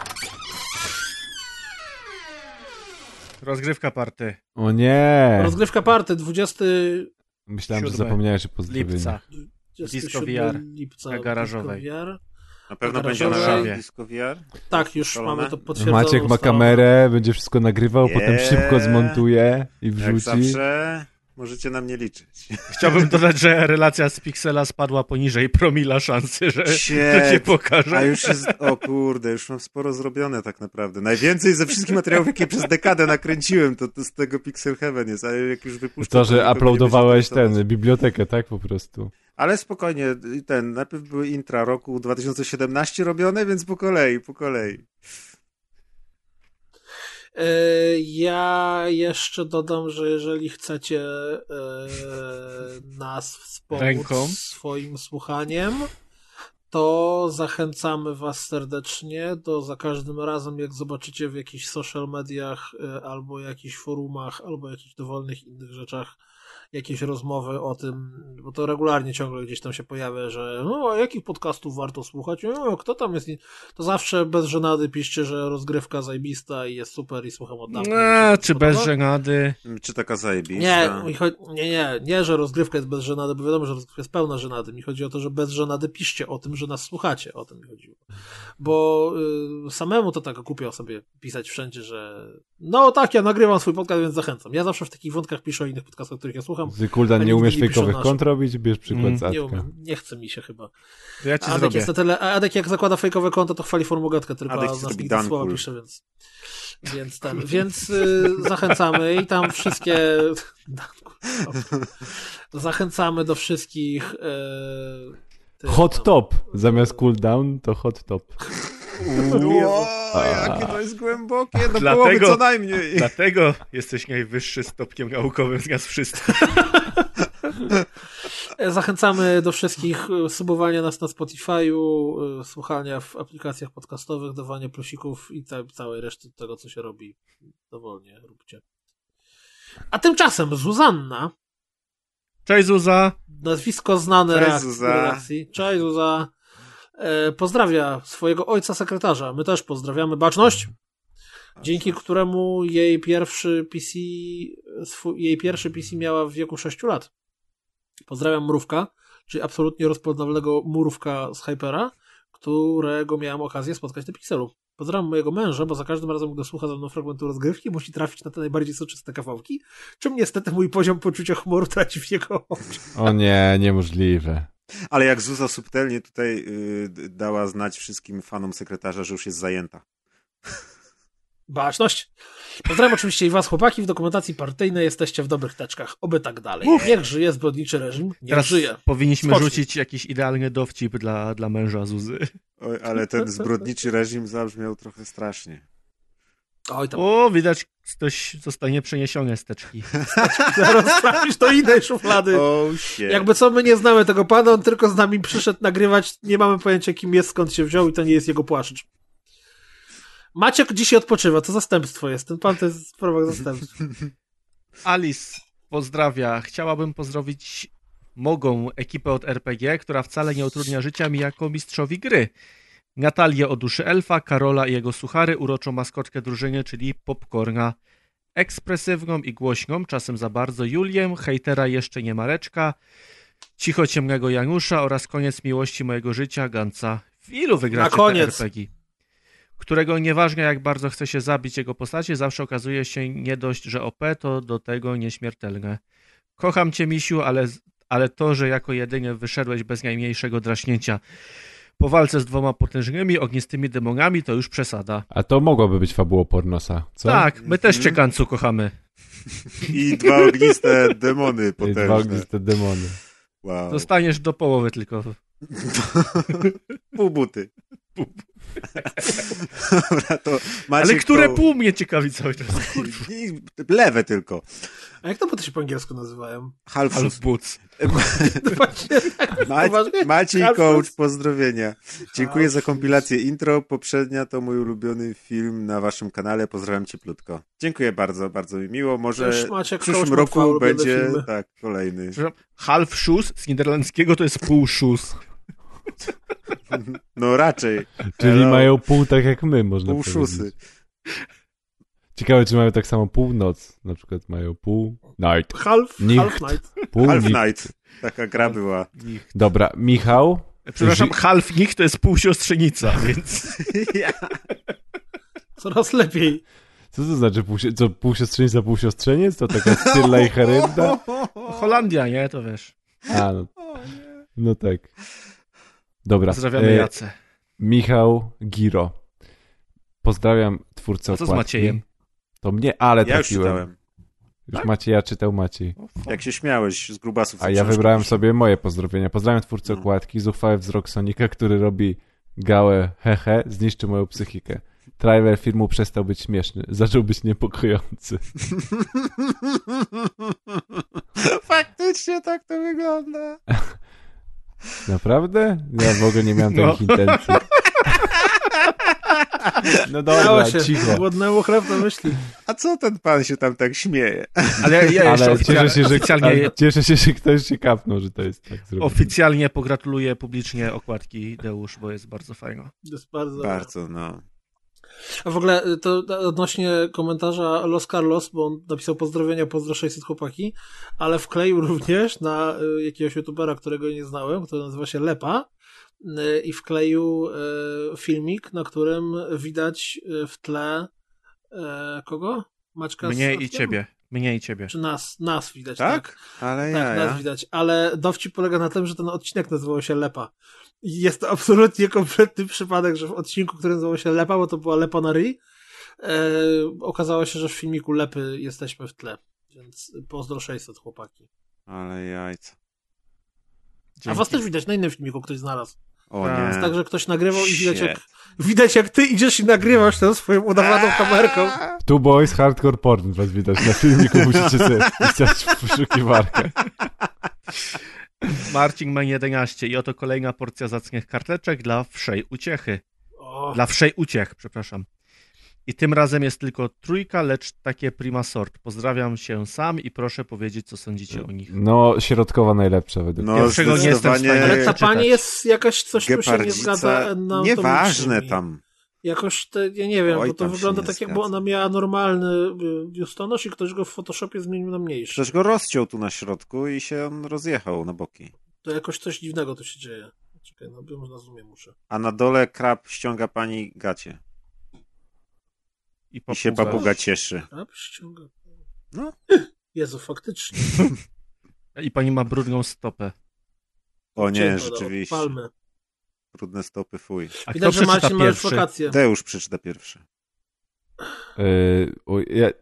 Rozgrywka party. O nie! Rozgrywka party, dwudziestego Myślałem, że zapomniałeś o pozdrowieniu. Lipca. Disco V R. Lipca, Na garażowej. Disco V R. Na pewno Na będzie na garażowej. Disco V R? Tak, już Ustalone? mamy to potwierdzone. Maciek ma ustalone. kamerę, będzie wszystko nagrywał, Yeah. potem szybko zmontuje i Jak wrzuci. zawsze możecie na mnie liczyć. Chciałbym dodać, że relacja z Pixela spadła poniżej promila szansy, że Shit. to się pokaże. A już jest, o kurde, już mam sporo zrobione tak naprawdę. Najwięcej ze wszystkich materiałów, jakie przez dekadę nakręciłem, to, to z tego Pixel Heaven jest, ale jak już wypuszczę... To, że nikogo nie uploadowałeś będzie interesować. ten, bibliotekę, tak po prostu. Ale spokojnie, ten, najpierw były intra roku dwa tysiące siedemnaście robione, więc po kolei, po kolei. Ja jeszcze dodam, że jeżeli chcecie e, nas wspomóc Ręką. swoim słuchaniem, to zachęcamy was serdecznie do za każdym razem, jak zobaczycie w jakichś social mediach e, albo jakichś forumach, albo jakichś dowolnych innych rzeczach jakieś rozmowy o tym, bo to regularnie ciągle gdzieś tam się pojawia, że no, a jakich podcastów warto słuchać? No, kto tam jest? To zawsze bez żenady piszcie, że rozgrywka zajebista i jest super i słucham od dawna. No, czy bez żenady? Czy taka zajebista? Nie, mi chodzi, nie, nie, nie, że rozgrywka jest bez żenady, bo wiadomo, że rozgrywka jest pełna żenady. Mi chodzi o to, że bez żenady piszcie o tym, że nas słuchacie. O tym mi chodziło. Bo y, samemu to tak kupię sobie pisać wszędzie, że no tak, ja nagrywam swój podcast, więc zachęcam. Ja zawsze w takich wątkach piszę o innych podcastach, których ja słucham. Ty, Kuldan, A nie nigdy umiesz nie piszą fejkowych naszym. kont robić? Bierz przykład Mm, z Adka. Nie umiem, nie chce mi się chyba. To ja ci Adek, zrobię. jest na tyle, a Adek jak zakłada fejkowe konto, to chwali formogatkę, tylko Adek a ci nas zrobi nigdy Dan słowa Cool. pisze, więc więc ten, więc y, zachęcamy i tam wszystkie Dan Cool. Zachęcamy do wszystkich y, tych, Hot tam, top. Zamiast cooldown to hot top. O, jakie to jest głębokie, do Dlatego- połowy co najmniej. Dlatego jesteś najwyższy stopniem naukowym z nas wszystkich. Zachęcamy do wszystkich subowania nas na Spotify'u, y, słuchania w aplikacjach podcastowych, dawania plusików i ca- całej reszty tego, co się robi. Dowolnie róbcie. A tymczasem Zuzanna, Cześć Zuza. nazwisko znane Cześć, reakcji, Zuza. reakcji. Cześć Zuza. E, pozdrawia swojego ojca sekretarza. My też pozdrawiamy. Baczność! Dzięki któremu jej pierwszy P C, swój, jej pierwszy P C miała w wieku sześciu lat. Pozdrawiam Mrówka, czyli absolutnie rozpoznawalnego Mrówka z Hypera, którego miałem okazję spotkać na Pixelu. Pozdrawiam mojego męża, bo za każdym razem, gdy słucha ze mną fragmentu rozgrywki, musi trafić na te najbardziej soczyste kawałki, czym niestety mój poziom poczucia humoru traci w jego oczach. O nie, niemożliwe. Ale jak Zuza subtelnie tutaj y, dała znać wszystkim fanom sekretarza, że już jest zajęta. Baczność! Pozdrawiam oczywiście i was, chłopaki. W dokumentacji partyjnej jesteście w dobrych teczkach. Oby tak dalej. Niech żyje zbrodniczy reżim. Niech Teraz żyje. powinniśmy Spocznij. rzucić jakiś idealny dowcip dla, dla męża Zuzy. Oj, ale ten zbrodniczy reżim zabrzmiał trochę strasznie. Oj tam. O, widać, ktoś zostanie przeniesione z teczki. Zaraz trafisz do innej szuflady. Oh shit. Jakby co, my nie znamy tego pana, on tylko z nami przyszedł nagrywać. Nie mamy pojęcia, kim jest, skąd się wziął i to nie jest jego płaszcz. Maciek dzisiaj odpoczywa, to zastępstwo jest. Ten pan to jest w sprawach zastępstw. Alice Pozdrawia. Chciałabym pozdrowić mogą ekipę od er pe gie, która wcale nie utrudnia życia mi jako mistrzowi gry. Natalię o duszy elfa, Karola i jego suchary, uroczą maskotkę drużyny, czyli Popcorna. Ekspresywną i głośną, czasem za bardzo, Julię, hejtera jeszcze nie Mareczka, cicho ciemnego Janusza oraz koniec miłości mojego życia, Ganca. W ilu wygracie te er pe gie? Którego nieważne jak bardzo chce się zabić jego postacie, zawsze okazuje się nie dość, że o pe, to do tego nieśmiertelne. Kocham cię, misiu, ale, ale to, że jako jedynie wyszedłeś bez najmniejszego draśnięcia po walce z dwoma potężnymi, ognistymi demonami, to już przesada. A to mogłoby być fabuła pornosa, co? Tak, my też cię, Gancu, kochamy. I dwa ogniste demony potężne. I dwa ogniste demony. Wow. Zostaniesz do połowy tylko. Pół buty. Dobra, to Maciek, ale które to... pół mnie ciekawi cały czas. Lewe tylko. A jak to buty się po angielsku nazywają? Half, Half boots. No właśnie, tak, Mac- Maciej Half Coach, boots. pozdrowienia. Dziękuję Half za kompilację intro. Poprzednia to mój ulubiony film na waszym kanale. Pozdrawiam cieplutko. Dziękuję bardzo, bardzo mi miło. Może Też w Maciek przyszłym Coach ma dwa roku ulubione będzie filmy. tak, kolejny. Half shoes z niderlandzkiego to jest pół shoes. No raczej. Czyli Hello. mają pół tak jak my, można Pół powiedzieć. szusy. Ciekawe, czy mają tak samo północ. Na przykład mają pół night. Half, Nikt. half night. Pół Half nikt. Night. Taka gra była. Dobra, Michał. Przepraszam, Ży- half nich to jest pół siostrzenica, więc... Coraz lepiej. Co to znaczy pół, si- co, pół siostrzenica, pół siostrzeniec? To taka Scylla i Charybda? Holandia, nie? To wiesz. A, no, no tak. Dobra. Pozdrawiamy e, Jacę. Michał Giro. Pozdrawiam twórcę A co z okładki. Maciejem? To mnie, ale Ja już trafiłem. czytałem. Już Macieja czytał Maciej. Jak się śmiałeś z grubasów. A co ja książki wybrałem pisze. sobie moje pozdrowienia. Pozdrawiam twórcę No. okładki, zuchwały wzrok Sonika, który robi gałę hehe, zniszczy moją psychikę. Trailer filmu przestał być śmieszny, zaczął być niepokojący. Faktycznie tak to wygląda. Naprawdę? Ja w ogóle nie miałem No. takich intencji. No dobra, Dało się. cicho. Głodnemu chleb na myśli. A co ten pan się tam tak śmieje? Ale ja, ja jeszcze Ale oficjalnie, cieszę się, że, oficjalnie, ale cieszę się, że ktoś się kapnął, że to jest tak zrobione. oficjalnie pogratuluję publicznie okładki Deusz, bo jest bardzo fajna. To jest bardzo... Bardzo, no. A w ogóle to odnośnie komentarza Los Carlos, bo on napisał pozdrowienia, pozdro sześćset chłopaki, ale wkleił również na y, jakiegoś youtubera, którego nie znałem, który nazywa się Lepa, y, i wkleił y, filmik, na którym widać y, w tle y, kogo? Maćka z Mnie i Sławkiem? ciebie. Mnie i ciebie. Czy nas, nas widać, tak? Tak? Ale Tak, ja, nas ja. widać, ale dowcip polega na tym, że ten odcinek nazywał się Lepa. I jest to absolutnie kompletny przypadek, że w odcinku, który nazywał się Lepa, bo to była Lepa na ryj, e, okazało się, że w filmiku Lepy jesteśmy w tle. Więc pozdro sześćset chłopaki. Ale jajca. A was też widać na innym filmiku, ktoś znalazł. O Tak. nie. Jest tak, że ktoś nagrywał i widać Shit. jak, widać jak ty idziesz i nagrywasz tę swoją udawaną kamerką. Two Boys Hardcore Porn was widać na filmiku, musicie sobie wpisać w wyszukiwarkę. Marcin Ma jedenaście i oto kolejna porcja zacnych karteczek dla wszej uciechy. O, Dla wszej uciech, przepraszam. I tym razem jest tylko trójka, lecz takie prima sort. Pozdrawiam się sam i proszę powiedzieć, co sądzicie o nich. No, środkowa najlepsza według mnie. No, Pierwszego nie jestem w zdecydowanie stanie ale ta przeczytać. pani jest jakaś, coś tu się nie Gepardzica. zgadza. na Nieważne automatycznie. tam. Jakoś to, ja nie wiem, Oj, bo to tam się wygląda nie tak, jakby zgadza. ona miała normalny y, biustonosz i ktoś go w Photoshopie zmienił na mniejszy. Przecież go rozciął tu na środku i się on rozjechał na boki. To jakoś coś dziwnego tu się dzieje. Czekaj, no bym na zoomie muszę. A na dole krab ściąga pani gacie. I I się papuga. papuga cieszy. Krab ściąga. No. Jezu, faktycznie. I pani ma brudną stopę. O nie, Cięto, rzeczywiście. no, Palmy. Brudne stopy, fuj. A kto Widać, że przeczyta Marcin ma już pierwszy? wakacje. Deusz przeczyta pierwszy. Yy, o, ja,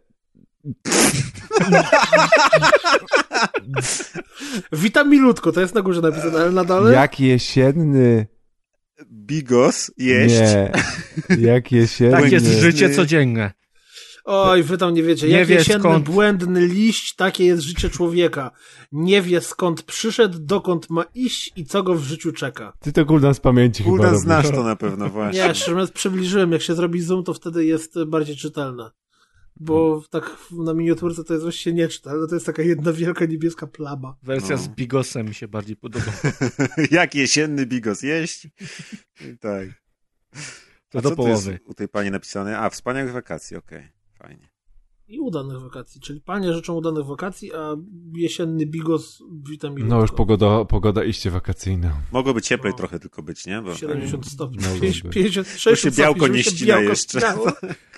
Witam milutko, to jest na górze napisane, ale na dole? jak jesienny... Bigos jeść. Nie. Jak jesienny... Tak jest Błędny. życie codzienne. Oj, wy tam nie wiecie. Nie Jak wie jesienny, skąd. błędny liść, takie jest życie człowieka. Nie wie skąd przyszedł, dokąd ma iść i co go w życiu czeka. Ty to Guldan z pamięci chyba Kuldan robisz. znasz to na pewno właśnie. Nie, szczerze mówiąc, przybliżyłem. Jak się zrobi zoom, to wtedy jest bardziej czytelne. Bo tak na miniaturce to jest właściwie nie czyta, ale to jest taka jedna wielka niebieska plama. Wersja No. z Bigosem mi się bardziej podoba. Jak jesienny bigos jeść? Tak. To A do co tu jest połowy. u tej pani napisane? A, wspaniałych wakacji, okej. Okay. Fajnie. I udanych wakacji, czyli panie życzą udanych wakacji, a jesienny bigos wita mi. No już pogoda, pogoda iście wakacyjna. Mogłoby cieplej No. trochę tylko być, nie? Bo siedemdziesiąt stopni, No, pięćdziesiąt, lubię. pięćdziesiąt, Bo się sześćdziesiąt białko stopni, nie żeby się ścina białko jeszcze. ścinało.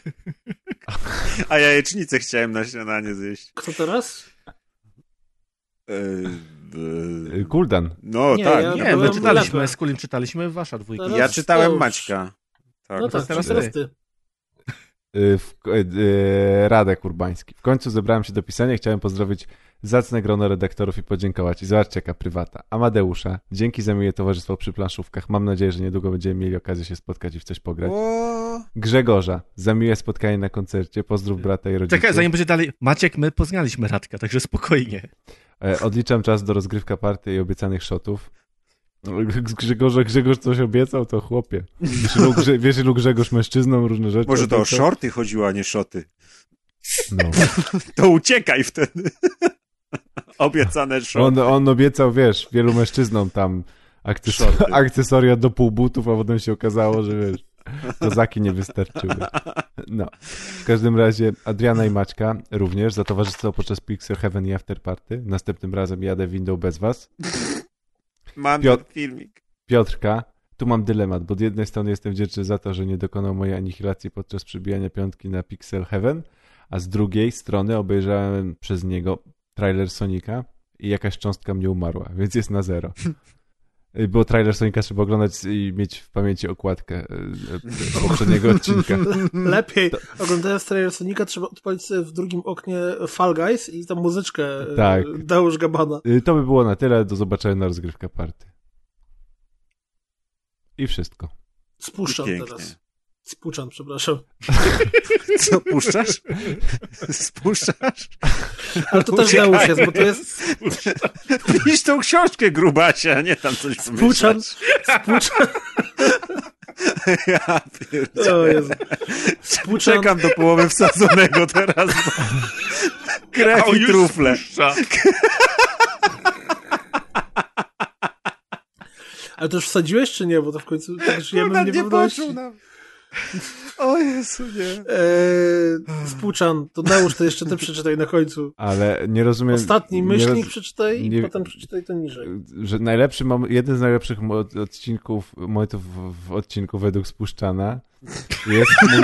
A jajecznicę chciałem na śniadanie zjeść. Kto teraz? Yy, yy. Kuldan. No Nie, tak. ja Nie, byłem my czytaliśmy, lepę. z Kulim czytaliśmy wasza dwójka. Teraz Ja czytałem to już- Maćka. Tak. No to tak, teraz teraz, ty. teraz ty. Y, W, y, Radek Urbański. W końcu zebrałem się do pisania i chciałem pozdrowić zacne grono redaktorów i podziękować. I zobaczcie jaka prywata. Amadeusza, dzięki za miłe towarzystwo przy planszówkach. Mam nadzieję, że niedługo będziemy mieli okazję się spotkać i w coś pograć. O, Grzegorza, za miłe spotkanie na koncercie. Pozdrów brata i rodziców. Czekaj, zanim będzie dalej. Maciek, my poznaliśmy Radka, także spokojnie. E, Odliczam czas do rozgrywka party i obiecanych shotów. Grzegorze, Grzegorz coś obiecał, to chłopie. Wiesz, ilu, Grze, wiesz, ilu Grzegorz mężczyzną różne rzeczy może to o obiecał? shorty chodziło, a nie szoty. No. To uciekaj wtedy. Obiecane shorty. On, on obiecał, wiesz, wielu mężczyznom tam akcesor- Shorty. akcesoria do pół butów, a potem się okazało, że wiesz, kozaki nie wystarczyły. No. W każdym razie Adriana i Maćka również za towarzystwo podczas Pixel Heaven i After Party. Następnym razem jadę windą bez was. Mam Piotr- ten filmik. Piotrka, tu mam dylemat, bo z jednej strony jestem wdzięczny za to, że nie dokonał mojej anihilacji podczas przybijania piątki na Pixel Heaven, a z drugiej strony obejrzałem przez niego trailer Sonika i jakaś cząstka mnie umarła, więc jest na zero. Bo trailer Sonika trzeba oglądać i mieć w pamięci okładkę e, poprzedniego odcinka. Lepiej. Oglądając trailer Sonika trzeba odpalić sobie w drugim oknie Fall Guys i tam muzyczkę Tak. tak. Deusz Gabana. Y, To by było na tyle, do zobaczenia na rozgrywka party. I wszystko. Spuszczam Pięknie. teraz. Spuszczam, przepraszam. Co, puszczasz? Spuszczasz? Ale to też Uciekaj. Deusz jest, bo to jest Pisz tą książkę, grubasie, a nie tam coś Spuszczam. wymyślać. Spuszczam. Ja pierdolę. O Jezu. Spuszczam. Czekam do połowy wsadzonego teraz. Bo... Krew O, i już trufle. spuszcza. Ale to już wsadziłeś, czy nie? Bo to w końcu tak żyjemy Kurwa, w nie niepewności. poczuł nam. O Jezu, nie. Eee, Spuczan, to Deusz, to jeszcze ty przeczytaj na końcu. Ale nie rozumiem... Ostatni nie myślnik roz- przeczytaj i nie- potem przeczytaj to niżej. że najlepszy, mom- jeden z najlepszych mo- odcinków, momentów w, w odcinku według Spuszczana jest mój,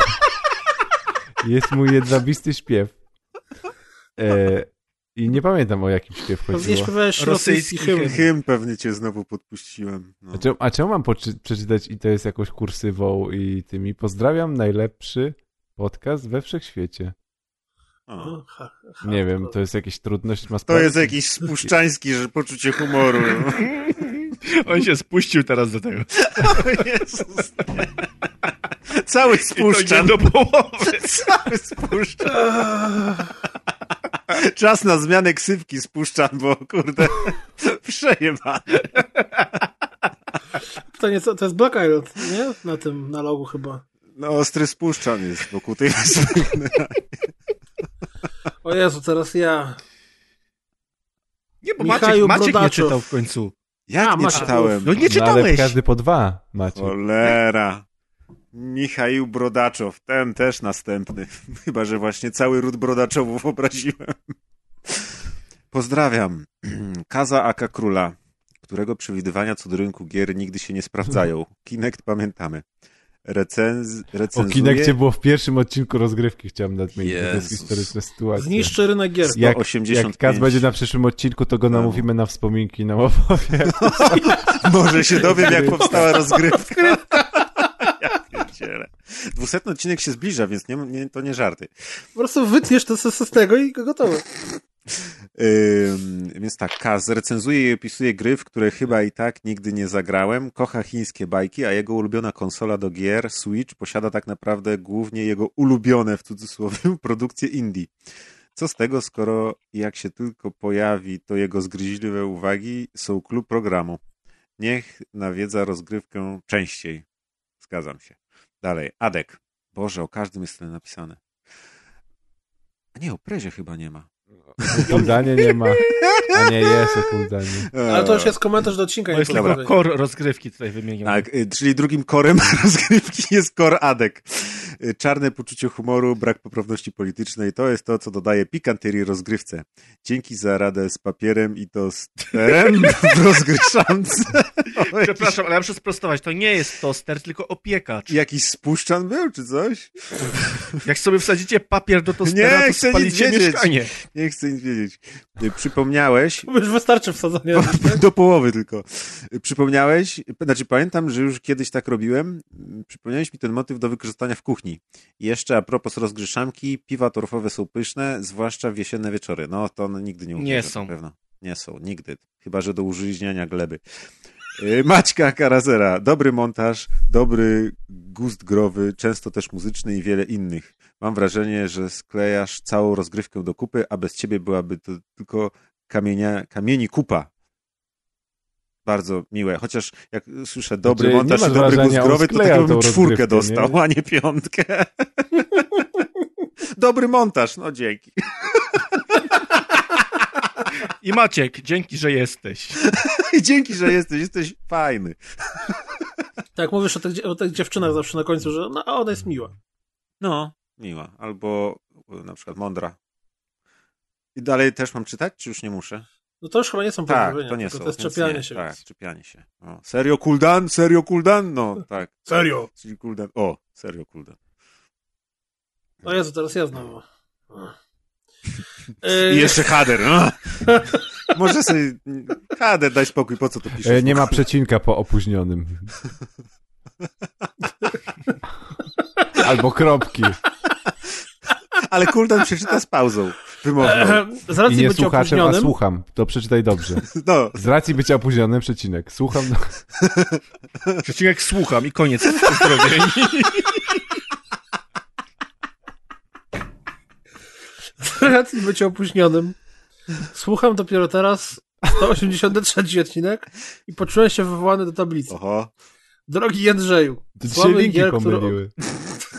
jest mój jedwabisty śpiew. E, I nie pamiętam, o jakim śpiew Pewnie chodziło. śpiewałeś Rosyjski rosyjski hymn. Hymn pewnie cię znowu podpuściłem. No. A czemu, a czemu mam poczy- przeczytać i to jest jakąś kursywą i tymi? Pozdrawiam, najlepszy podcast we wszechświecie. O. Ha, ha, Nie wiem, to jest jakieś trudność ma To sprawy? jest jakiś spuszczański że poczucie humoru. On się spuścił teraz do tego. O Jezus. Cały I to spuszczan. idzie do połowy. Cały spuszczan. Czas na zmianę ksywki spuszczan, bo kurde, przejebane. Pytanie, co, to jest Black Island, nie? Na tym, na logu chyba. No ostry spuszczan jest wokół tej wyspy. O Jezu, teraz ja. Nie, bo Michaju Maciek, Maciek nie Brodaczow. czytał w końcu. Jak A, nie masz- czytałem? No nie No ale czytałeś. każdy po dwa macie. Cholera. Michał Brodaczow, ten też następny. Chyba, że właśnie cały ród Brodaczowów obraziłem. Pozdrawiam. Kaza aka Króla, którego przewidywania co do rynku gier nigdy się nie sprawdzają. Kinect pamiętamy. Recenz... O Recenzuje... Kinekcie było w pierwszym odcinku rozgrywki, chciałem nadmienić, bo to jest Jezus. historyczna sytuacja. Zniszczy rynek gier. Jak, sto osiemdziesiąt jak Kaz pięć. będzie na przyszłym odcinku, to go No. namówimy na wspominki, na opowie. Może się dowiem, jak powstała rozgrywka. Ja pierdzielę. Dwusetny odcinek się zbliża, więc nie, nie, to nie żarty. Po prostu wytniesz to z tego i gotowe. Ym, więc tak, Kaz recenzuje i opisuje gry, w które chyba i tak nigdy nie zagrałem. Kocha chińskie bajki, a jego ulubiona konsola do gier, Switch, posiada tak naprawdę głównie jego ulubione, w cudzysłowie, produkcje indie. Co z tego, skoro jak się tylko pojawi, to jego zgryźliwe uwagi są klub programu. Niech nawiedza rozgrywkę częściej. Zgadzam się. Dalej, Adek. Boże, o każdym jest tyle napisane. A nie, o prezie chyba nie ma. O Kuldanie nie ma. A nie, jest o Kuldanie. Ale to już jest komentarz do odcinka. To jest tylko core rozgrywki tutaj wymieniony. Tak, czyli drugim korem rozgrywki jest core Adek. Czarne poczucie humoru, brak poprawności politycznej, to jest to, co dodaje pikanterii rozgrywce. Dzięki za radę z papierem i tosterem w rozgryszance. Przepraszam, ale ja muszę sprostować, to nie jest toster, tylko opiekacz. Jakiś spuszczan był, czy coś? Jak sobie wsadzicie papier do tostera, nie, to chcę spalicie nic mieszkanie. Nie chcę nic wiedzieć. Przypomniałeś... Już wystarczy wsadzenia. Do, do połowy tylko. Przypomniałeś, znaczy pamiętam, że już kiedyś tak robiłem, przypomniałeś mi ten motyw do wykorzystania w kuchni. I jeszcze a propos rozgryszanki, piwa torfowe są pyszne, zwłaszcza w jesienne wieczory. No to one nigdy nie uwierzę. Nie są. Na pewno. Nie są, nigdy. Chyba że do użyźniania gleby. Maćka Karazera. Dobry montaż, dobry gust growy, często też muzyczny i wiele innych. Mam wrażenie, że sklejasz całą rozgrywkę do kupy, a bez ciebie byłaby to tylko kamienia, kamieni kupa. Bardzo miłe. Chociaż jak słyszę dobry Znaczy, montaż i dobry wrażenia, gust growy, to taką bym czwórkę dostał, nie? a nie piątkę. Dobry montaż, no dzięki. I Maciek, dzięki, że jesteś. I dzięki, że jesteś. Jesteś fajny. Tak, mówisz o tych, o tych dziewczynach zawsze na końcu, że no, ona jest miła. No, miła. Albo na przykład mądra. I dalej też mam czytać, czy już nie muszę? No to już chyba nie są Tak, pozdrowienia, to nie tylko są. to jest więc czepianie nie, się. Tak, Więc... czepianie się. O, serio Kuldan? Serio Kuldan? No, tak. Serio? Czyli Kuldan. O, serio Kuldan. O Jezu, teraz ja znowu. I jeszcze Hader. No. Może sobie... Hader, daj spokój, po co to piszesz? E, nie ma przecinka po opóźnionym. Albo kropki. Ale Kuldan przeczyta z pauzą wymowną. Z racji I nie bycia słuchaczem, a opóźnionym... słucham. To przeczytaj dobrze. No. Z racji bycia opóźnionym, przecinek. Słucham. No. Przecinek słucham i koniec pozdrowień. Z racji bycia opóźnionym słucham dopiero teraz sto osiemdziesiąty trzeci odcinek i poczułem się wywołany do tablicy. Oho. Drogi Jędrzeju, To dzisiaj słaby linki gier, pomyliły. który...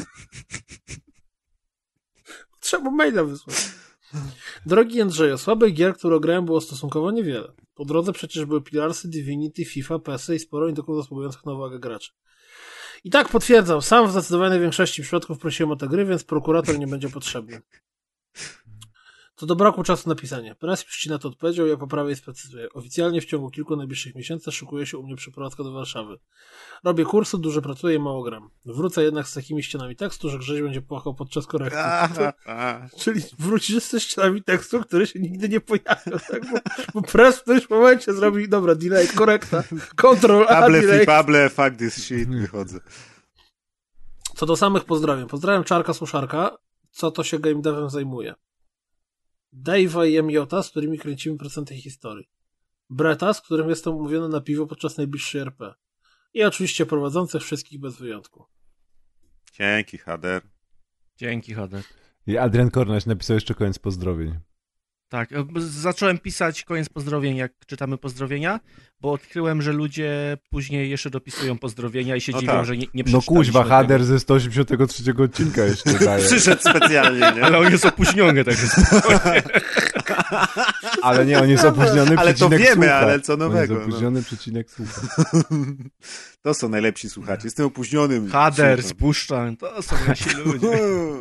Trzeba maila wysłać. Drogi Jędrzeju, słabych gier, które grałem, było stosunkowo niewiele. Po drodze przecież były Pilarsy, Divinity, FIFA, P S y i sporo indyków zasługujących na uwagę graczy. I tak potwierdzam, sam w zdecydowanej większości przypadków prosiłem o te gry, więc prokurator nie będzie potrzebny. Co do braku czasu na pisanie. Press już ci na to odpowiedział, ja poprawię i sprecyzuję. Oficjalnie w ciągu kilku najbliższych miesięcy szykuje się u mnie przeprowadzka do Warszawy. Robię kursy, dużo pracuję i mało gram. Wrócę jednak z takimi ścianami tekstu, że Grześ będzie płakał podczas korekty. Czyli wrócisz ze ścianami tekstu, który się nigdy nie pojawił. Tak? Bo, bo Press w którymś momencie zrobi, dobra, delay, korekta, control A, Pable, delay. flipable, fuck this shit, wychodzę. Co do samych pozdrawiam. Pozdrawiam Czarka Suszarka, co to się game devem zajmuje. Dave'a i Emiota, z którymi kręcimy procenty historii. Breta, z którym jestem umówiony na piwo podczas najbliższej R P. I oczywiście prowadzących wszystkich bez wyjątku. Dzięki, Hader. Dzięki, Hader. I Adrian Kornaś napisał jeszcze koniec pozdrowień. Tak, zacząłem pisać koniec pozdrowień, jak czytamy pozdrowienia, bo odkryłem, że ludzie później jeszcze dopisują pozdrowienia i się No dziwią, tak. że nie, nie No przeczytaliśmy kuźwa, tego. Hader ze sto osiemdziesiątego trzeciego odcinka jeszcze daje. Przyszedł specjalnie, nie? Ale on jest opóźniony, także spokojnie. Ale nie, on jest opóźniony, Ale to przecinek wiemy, słucha. ale co On nowego, jest opóźniony, przecinek słucha. To są najlepsi słuchacze. Jestem opóźnionym. Hader, Słucham. Spuszczan, to są nasi ludzie.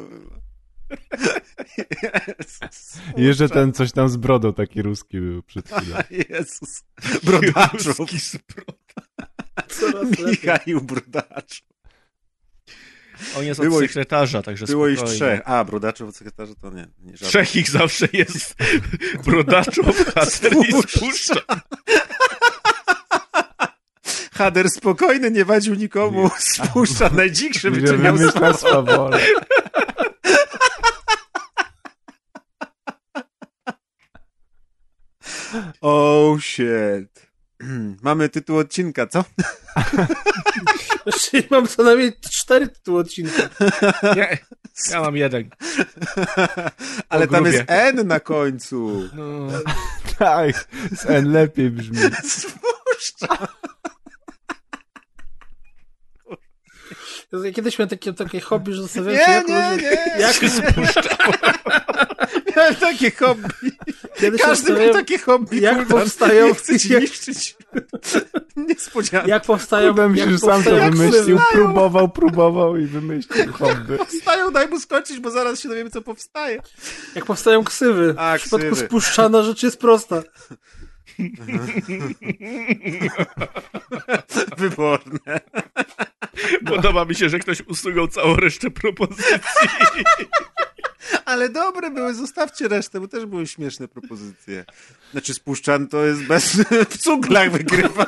Jezus. I jeszcze ten coś tam z brodą taki ruski był przed chwilą. Jezus. Brodaczów. Ruski sprot. Coraz lepiej. Michał Brodacz. On jest Było od ich- sekretarza, także Było ich spokojnie. trzech. A, Brodaczów od sekretarza to nie. nie żaden. Trzech ich zawsze jest. Brodaczów, Hader i Spuszczan. Hader spokojny, nie wadził nikomu. Spuszcza najdzikszy, wyczyniał Wymyśla słowo. swawolę. Oh shit. Mamy tytuł odcinka, co? Czyli mam co najmniej cztery tytuły odcinka. Nie, ja mam jeden. Ale tam grubie. jest N na końcu. No. Tak, z N lepiej brzmi. Spuszcza. Ja kiedyś miałem takie, takie hobby, że zastanawiałem Nie, się, jak nie, ludzie... nie. Jak Miałem takie hobby. Kiedyś Każdy miał takie hobby. jak Kuldan. powstają- Nie chcę ci jak- niszczyć. Niespodzianka. Jak powstają... Kurde, mi jak się sam to powstają wymyślił, ksywy. próbował, próbował i wymyślił hobby. Powstają, daj mu skończyć, bo zaraz się dowiemy, co powstaje. Jak powstają ksywy. A, w przypadku ksywy. spuszczana rzecz jest prosta. Wyborne. Podoba mi się, że ktoś usunął całą resztę propozycji. Ale dobre były, zostawcie resztę, bo też były śmieszne propozycje. Znaczy spuszczan to jest bez... w cuglach wygrywa.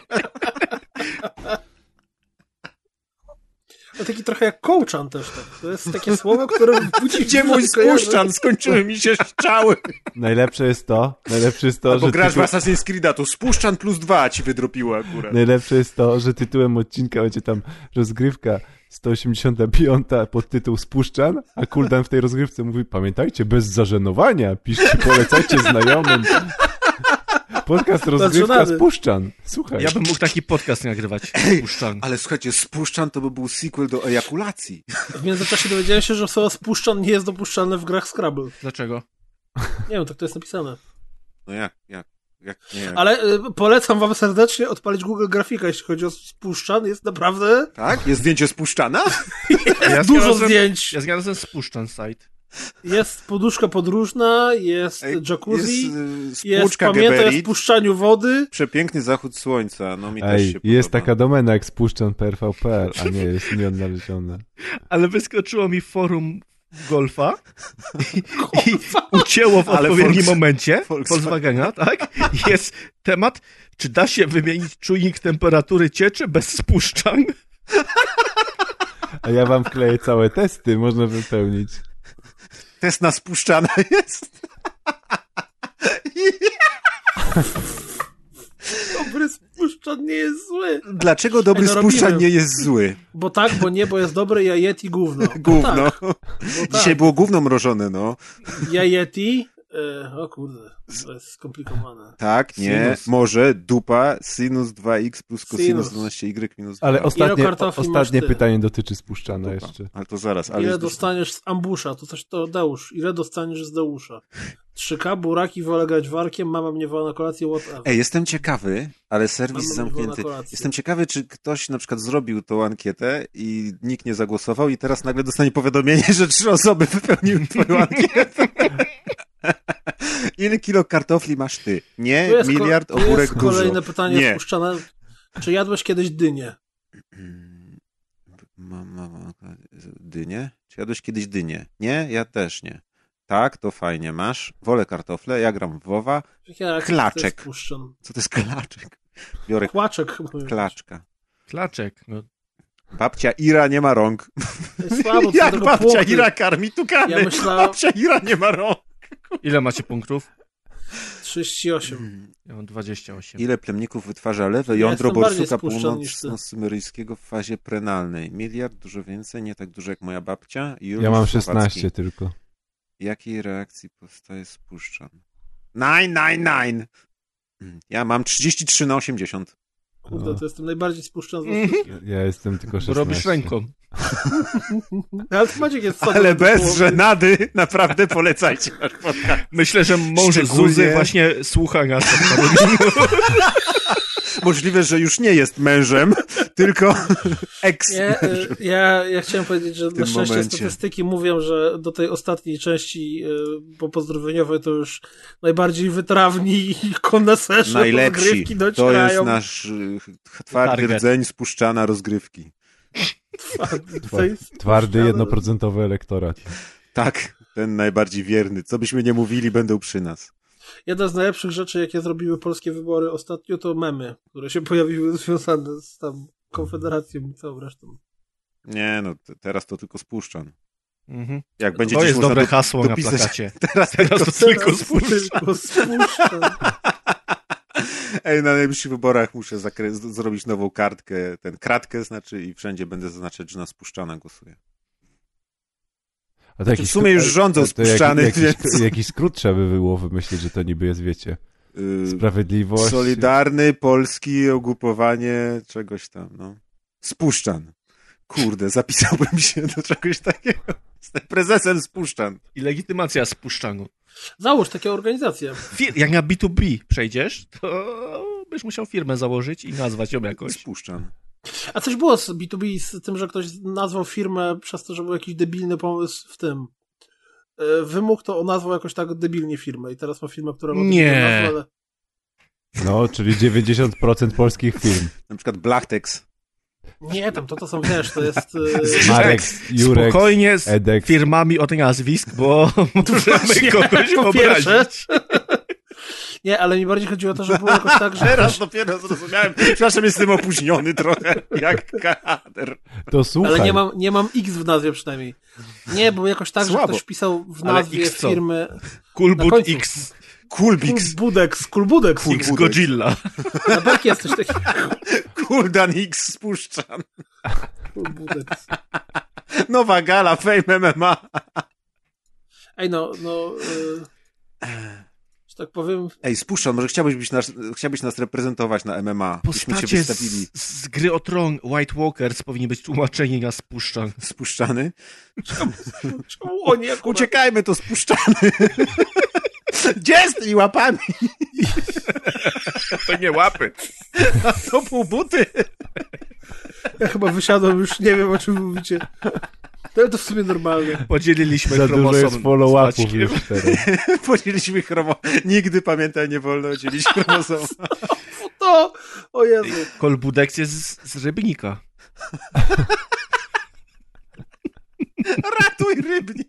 No taki trochę jak kołczan też. Tak. To jest takie słowo, które budzi... Gdzie mój spuszczan? Skończyły mi się strzały. Najlepsze jest to, najlepsze jest to, Albo że grasz w tytuł- Assassin's Creed'a, to spuszczan plus dwa ci wydropiło akurat. najlepsze jest to, że tytułem odcinka będzie tam rozgrywka sto osiemdziesiąta piąta pod tytuł Spuszczan, a Kuldan w tej rozgrywce mówi, pamiętajcie, bez zażenowania, piszcie, polecajcie znajomym. Podcast rozgrywka żenady. Spuszczan. Słuchaj. Ja bym mógł taki podcast nagrywać. Puszczan. Ale słuchajcie, spuszczan to by był sequel do ejakulacji. W międzyczasie dowiedziałem się, że słowo spuszczan nie jest dopuszczalne w grach Scrabble. Dlaczego? Nie wiem, tak to jest napisane. No jak, jak, jak, nie jak. Ale y, polecam wam serdecznie odpalić Google Grafika, jeśli chodzi o spuszczan. Jest naprawdę Tak? Jest zdjęcie spuszczana? Ja dużo znalazłem- zdjęć. Ja znalazłem Spuszczan site. Jest poduszka podróżna, jest Ej, jacuzzi, Jest, jest, y, jest spłuczka pamiętaj o Geberit. spuszczaniu wody. Przepiękny zachód słońca. No mi też Ej, się jest podoba. taka domena jak spuszczan kropka p r v kropka p l, a nie, jest nieodnaleziona. Ale wyskoczyło mi forum golfa i, i ucięło w Ale odpowiednim Volks- momencie Volkswagen. Volkswagena, tak? Jest temat, czy da się wymienić czujnik temperatury cieczy bez spuszczan? A ja wam wkleję całe testy, można wypełnić. Test na spuszczane jest. Dobry spuszczan nie jest zły. Dlaczego dobry Ej, no spuszczan robimy. nie jest zły? Bo tak, bo nie, bo jest dobre Yeti gówno. Bo Gówno. Tak, bo tak. Dzisiaj było gówno mrożone, no. Yeti, e, o kurde, to jest skomplikowane. Tak, nie, Sinus. może dupa sinus dwa x plus cosinus Sinus. dwanaście y minus dwa. Ale Ile ostatnie, kartofli masz ostatnie ty? pytanie dotyczy spuszczana Dupa. jeszcze. Ale to zaraz. Ale Ile jest dostaniesz z ambusza? To coś to Deusz. Ile dostaniesz z Deusza? trzy K, buraki, wolę grać warkiem, mama mnie woła na kolację, whatever. Ej, jestem ciekawy, ale serwis Mamy zamknięty. na kolację. Jestem ciekawy, czy ktoś na przykład zrobił tą ankietę i nikt nie zagłosował i teraz nagle dostanie powiadomienie, że trzy osoby wypełniły twoją ankietę. Ile kilo kartofli masz ty? Nie, Tu jest ko- miliard, tu jest ogórek dużo. kolejne pytanie Nie. spuszczane. Czy jadłeś kiedyś dynię? Mam, mam, mam, dynię? Czy jadłeś kiedyś dynię? Nie? Ja też nie. Tak, to fajnie masz. Wolę kartofle, ja gram w WoWa. Jak Klaczek. to jest spuszczan? Co to jest klaczek? Biorę Kłaczek chyba. mówię. klaczka. Klaczek. No. Babcia Ira nie ma rąk. To jest słabo, to Jak tego babcia punkty. Ira karmi tukany? Ja myślałem- Babcia Ira nie ma rąk. Ile macie punktów? trzydzieści osiem. Ja mam dwadzieścia osiem. Ile plemników wytwarza lewe Ja jądro jestem bardziej borsuka spuszczony niż ty. północno-symeryjskiego w fazie prenalnej? Miliard, dużo więcej, nie tak dużo jak moja babcia. I Ja Juliusz mam Słowacki. szesnaście tylko. Jakiej reakcji powstaje spuszczan? Nine, nine, nine. Ja mam trzydzieści trzy na osiemdziesiąt. Kurde, to jestem najbardziej spuszczany z was. Ja, ja jestem tylko Bo szesnaście. robisz ręką. Ale to Maciek jest sobą Ale do bez połowy. żenady, naprawdę polecajcie nasz podcast. Myślę, że mąż Szczególnie- Zuzy właśnie słucha nas. Możliwe, że już nie jest mężem, tylko ex. Nie, y, ja, ja chciałem powiedzieć, że na tym szczęście momencie. statystyki mówią, że do tej ostatniej części y, po pozdrowieniowej to już najbardziej wytrawni i koneserzy Najlepsi. rozgrywki To docierają. jest nasz y, twardy Target. rdzeń spuszczana rozgrywki. To jest Twardy, spuszczane. jednoprocentowy elektorat. Tak, ten najbardziej wierny. Co byśmy nie mówili, będą przy nas. Jedna z najlepszych rzeczy, jakie zrobiły polskie wybory ostatnio, to memy, które się pojawiły związane z tam Konfederacją i całą resztą. Nie, no te- teraz to tylko spuszczan. Mhm. Jak będzie To gdzieś jest można dobre do- hasło na dopisać- plakacie. Teraz, Teraz tylko to tylko Teraz spuszczam. tylko spuszczam. Ej, na najbliższych wyborach muszę zakre- z- zrobić nową kartkę, ten kratkę znaczy i wszędzie będę zaznaczać, że na spuszczana głosuję. A to w sumie już rządzą to spuszczany, jakiś, więc- jakiś skrót trzeba by było wymyślić, że to niby jest, wiecie, Yy, sprawiedliwość. Solidarny, polski, ogrupowanie czegoś tam, no. Spuszczan. Kurde, zapisałbym się do czegoś takiego. Jestem prezesem Spuszczan. I legitymacja Spuszczanu. Załóż takie organizacje. Fir- jak na B dwa B przejdziesz, to byś musiał firmę założyć i nazwać ją jakoś. Spuszczan. A coś było z B dwa B z tym, że ktoś nazwał firmę przez to, że był jakiś debilny pomysł w tym. Wymóg to nazwał jakoś tak debilnie firmę i teraz ma firmę, która ma Nie. nazwę, ale... No, czyli dziewięćdziesiąt procent polskich firm. Na przykład Blachtex. Nie, tam to, to są, wiesz, to jest... Marek, Jurek, Spokojnie z Edek. firmami od nazwisk, bo możemy kogoś po pierwsze. obrazić. Nie, ale mi bardziej chodziło o to, że było jakoś tak, że... Teraz dopiero zrozumiałem. Przepraszam, jestem opóźniony trochę, jak kader. To słuchaj. Ale nie mam, nie mam X w nazwie przynajmniej. Nie, bo jakoś tak, Słabo. że ktoś wpisał w Ale nazwie X co? firmy... Na Kulbut końcu. X. Kulbix. Kulbudex, Kulbudex. X Godzilla. Na barki jest coś takiego. Kuldan X Spuszczan. Kulbudex. Nowa gala, Fame M M A. Ej, no, no... Y... że tak powiem... Ej, Spuszczan, może chciałbyś, być nas, chciałbyś nas reprezentować na M M A? Byśmy cię Postacie z, wystawili. z gry o Tron, White Walkers powinni być tłumaczeni na Spuszczan. Spuszczany? Czemu oni akurat... Uciekajmy, to Spuszczany. Gdzie z tymi łapami? To nie łapy. To półbuty. Ja chyba wysiadłem, już nie wiem, o czym mówicie. To, to w sumie normalne. Podzieliliśmy Za dużo chromosom jest z follow-upów Maćkiem. już teraz. Podzieliliśmy chromo... Nigdy, pamiętaj, nie wolno dzielić chromosomów. To! O Jezu. Kolbudex jest z, z Rybnika. Ratuj rybnik.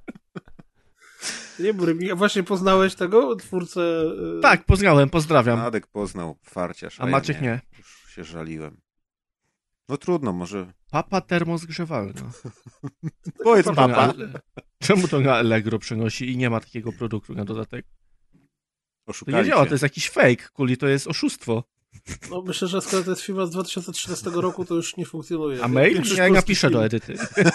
Nie był rybnik. A właśnie poznałeś tego twórcę? y, Tak, poznałem, pozdrawiam. Adek poznał, farciarz. A ja Maciek nie. Już się żaliłem. No trudno, może... Papa termozgrzewalna. Powiedz Czemu to papa. na- Czemu to na Allegro przenosi i nie ma takiego produktu na dodatek? To Oszukali nie działa, cię. to jest jakiś fake, kuli, to jest oszustwo. No myślę, że skoro to jest firma z dwa tysiące trzynastego roku, to już nie funkcjonuje. A mail? Większość Ja polskich napiszę firm. do Edyty.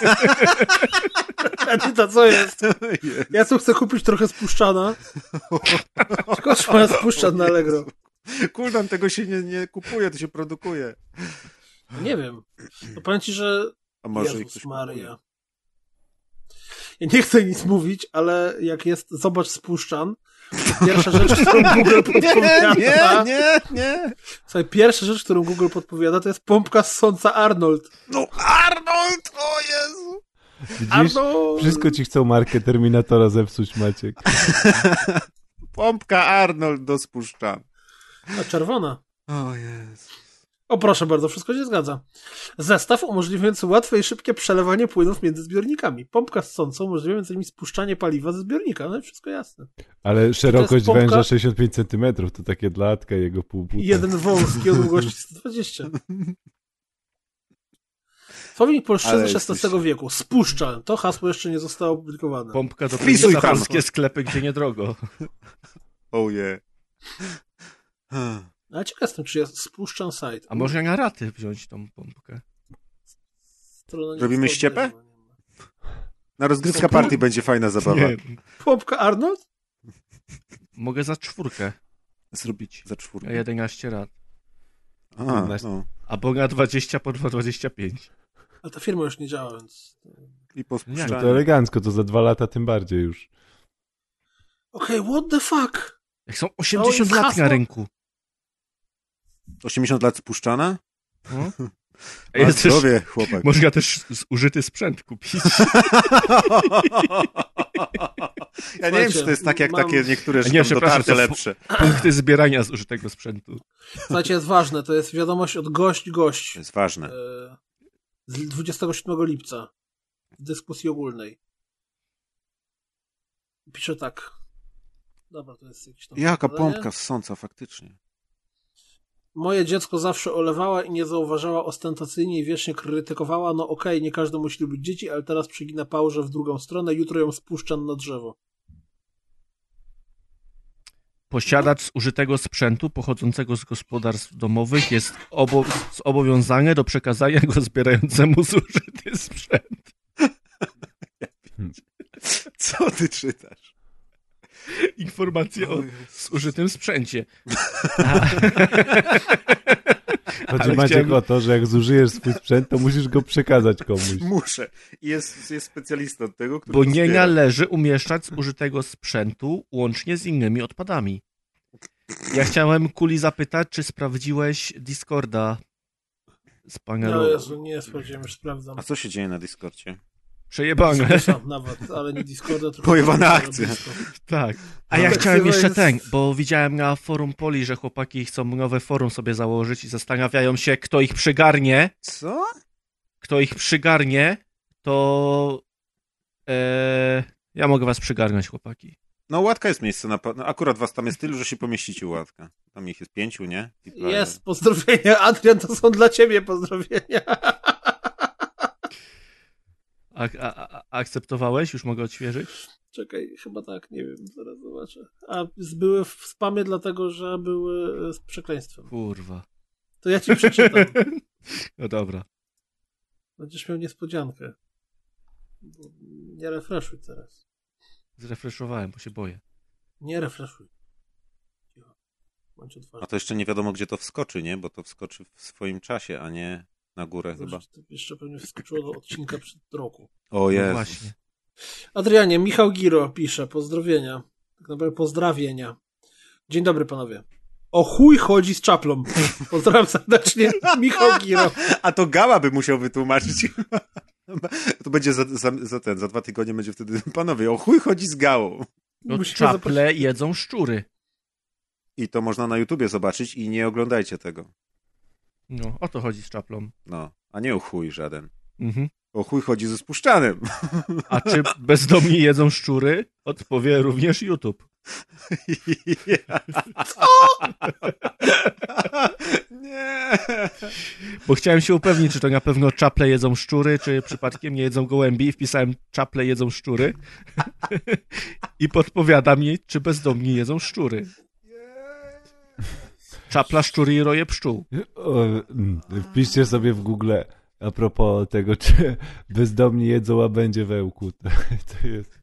Edyta, co jest? Ja tu chcę kupić trochę spuszczana. Tylko trzeba spuszczać na Allegro. Kuldan tego się nie, nie kupuje, to się produkuje. Nie wiem. No powiem ci, że... A może i Jezus ktoś Maria. kupuje. Ja nie chcę nic mówić, ale jak jest zobacz spuszczan, pierwsza rzecz, którą Google podpowiada... Nie, nie, nie. Słuchaj, pierwsza rzecz, którą Google podpowiada, to jest pompka ssąca Arnold. No Arnold, o Jezu. Widzisz? Arnold! Wszystko ci chcą markę Terminatora zepsuć, Maciek. Pompka Arnold do spuszcza. A czerwona. O Jezu. O proszę bardzo, wszystko się zgadza. Zestaw umożliwiający łatwe i szybkie przelewanie płynów między zbiornikami. Pompka ssąca umożliwia między innymi spuszczanie paliwa ze zbiornika. No i wszystko jasne. Ale szerokość pompka- węża sześćdziesiąt pięć centymetrów, to takie dla Atka jego półbuta. I jeden wąski o długości sto dwadzieścia. Słownik polszczyzny Ale szesnastego jesteś- wieku. Spuszczan. To hasło jeszcze nie zostało opublikowane. Pompka do Wpisuj na tam. polskie sklepy, gdzie niedrogo. Oh yeah. Hmm. Ale ciekaw jestem, czy jest spuszczan site. A może na raty wziąć tą pompkę? Strona nie Robimy została ściepę? znaleziona. Na rozgrywka partii będzie fajna zabawa. Nie, Pompka Arnold? mogę za czwórkę Zrobić za na czwórkę. jedenaście lat. A, no. Albo na dwadzieścia po dwadzieścia pięć. Ale ta firma już nie działa, więc... I po Jak No spuszczaniu. to elegancko, to za dwa lata tym bardziej już. Okej, okay, what the fuck? Jak są osiemdziesiąt To jest lat hasło? na rynku. osiemdziesiąt lat spuszczana? No. A A jest też, zdrowie, chłopak. można też zużyty sprzęt kupić. Ja nie wiem, czy to jest tak jak Mam- takie niektóre, że Nie, tam przepraszam, dotarte to- lepsze. Punkty zbierania zużytego sprzętu. Słuchajcie, jest ważne, to jest wiadomość od gość, gość. To jest ważne. e, Z dwudziestego siódmego lipca. W dyskusji ogólnej. Pisze tak. Dobra, to jest jakiś tam... Jaka zadanie. pompka ssąca, faktycznie. Moje dziecko zawsze olewała i nie zauważała ostentacyjnie i wiecznie krytykowała. No okej, nie każdy musi lubić dzieci, ale teraz przygina pałże w drugą stronę. Jutro ją spuszczam na drzewo. Posiadacz zużytego sprzętu pochodzącego z gospodarstw domowych jest obo- zobowiązany do przekazania go zbierającemu zużyty sprzęt. Co ty czytasz? Informacje o O Jezu. zużytym sprzęcie. A, Chodzi Maciek chciałem... o to, że jak zużyjesz swój sprzęt, to musisz go przekazać komuś. Muszę. I jest, jest specjalista od tego, który Bo nie zbiera. Należy umieszczać zużytego sprzętu łącznie z innymi odpadami. Ja chciałem Kuli zapytać, czy sprawdziłeś Discorda z panelu. No Jezu, nie sprawdziłem, już sprawdzam. A co się dzieje na Discordzie? Przejebane. Nawet, ale nie Discorda, tylko... Pojebana akcja. Tak. A ja chciałem jeszcze ten, bo widziałem na forum Poli, że chłopaki chcą nowe forum sobie założyć i zastanawiają się, kto ich przygarnie. Co? Kto ich przygarnie, to... E... Ja mogę was przygarnąć, chłopaki. No łatka jest miejsce na... No, akurat was tam jest tylu, że się pomieścicie łatka. Tam ich jest pięciu, nie? Jest, pozdrowienia. Adrian, to są dla ciebie pozdrowienia. A, a, a akceptowałeś? Już mogę odświeżyć? Czekaj, chyba tak, nie wiem, zaraz zobaczę. A były w spamie dlatego, że były z przekleństwem. Kurwa. To ja ci przeczytam. No dobra. Będziesz miał niespodziankę. Nie refreshuj teraz. Zrefreshowałem, bo się boję. Nie refreshuj. Cicho. Bądź otwarty. A to jeszcze nie wiadomo, gdzie to wskoczy, nie? Bo to wskoczy w swoim czasie, a nie na górę chyba. To jeszcze pewnie wskoczyło do odcinka przed roku. O Jezus. No właśnie. Adrianie, Michał Giro pisze, pozdrowienia. Tak naprawdę pozdrawienia. Dzień dobry panowie. O chuj chodzi z czaplą. Pozdrawiam serdecznie, Michał Giro. A to Gała by musiał wytłumaczyć. To będzie za, za, za ten, za dwa tygodnie będzie wtedy, panowie, o chuj chodzi z Gałą. No, czaple zaprosić... jedzą szczury. I to można na YouTubie zobaczyć i nie oglądajcie tego. No, o to chodzi z czaplą. No, a nie o chuj żaden. Mhm. O chuj chodzi ze spuszczanym. A czy bezdomni jedzą szczury? Odpowie również YouTube. Co? Nie. Bo chciałem się upewnić, czy to na pewno czaple jedzą szczury, czy przypadkiem nie jedzą gołębi. Wpisałem czaple jedzą szczury. I podpowiada mi, czy bezdomni jedzą szczury. Czapla, szczury i roje pszczół. O, wpiszcie sobie w Google a propos tego, czy bezdomni jedzą łabędzie we łku. To, to jest...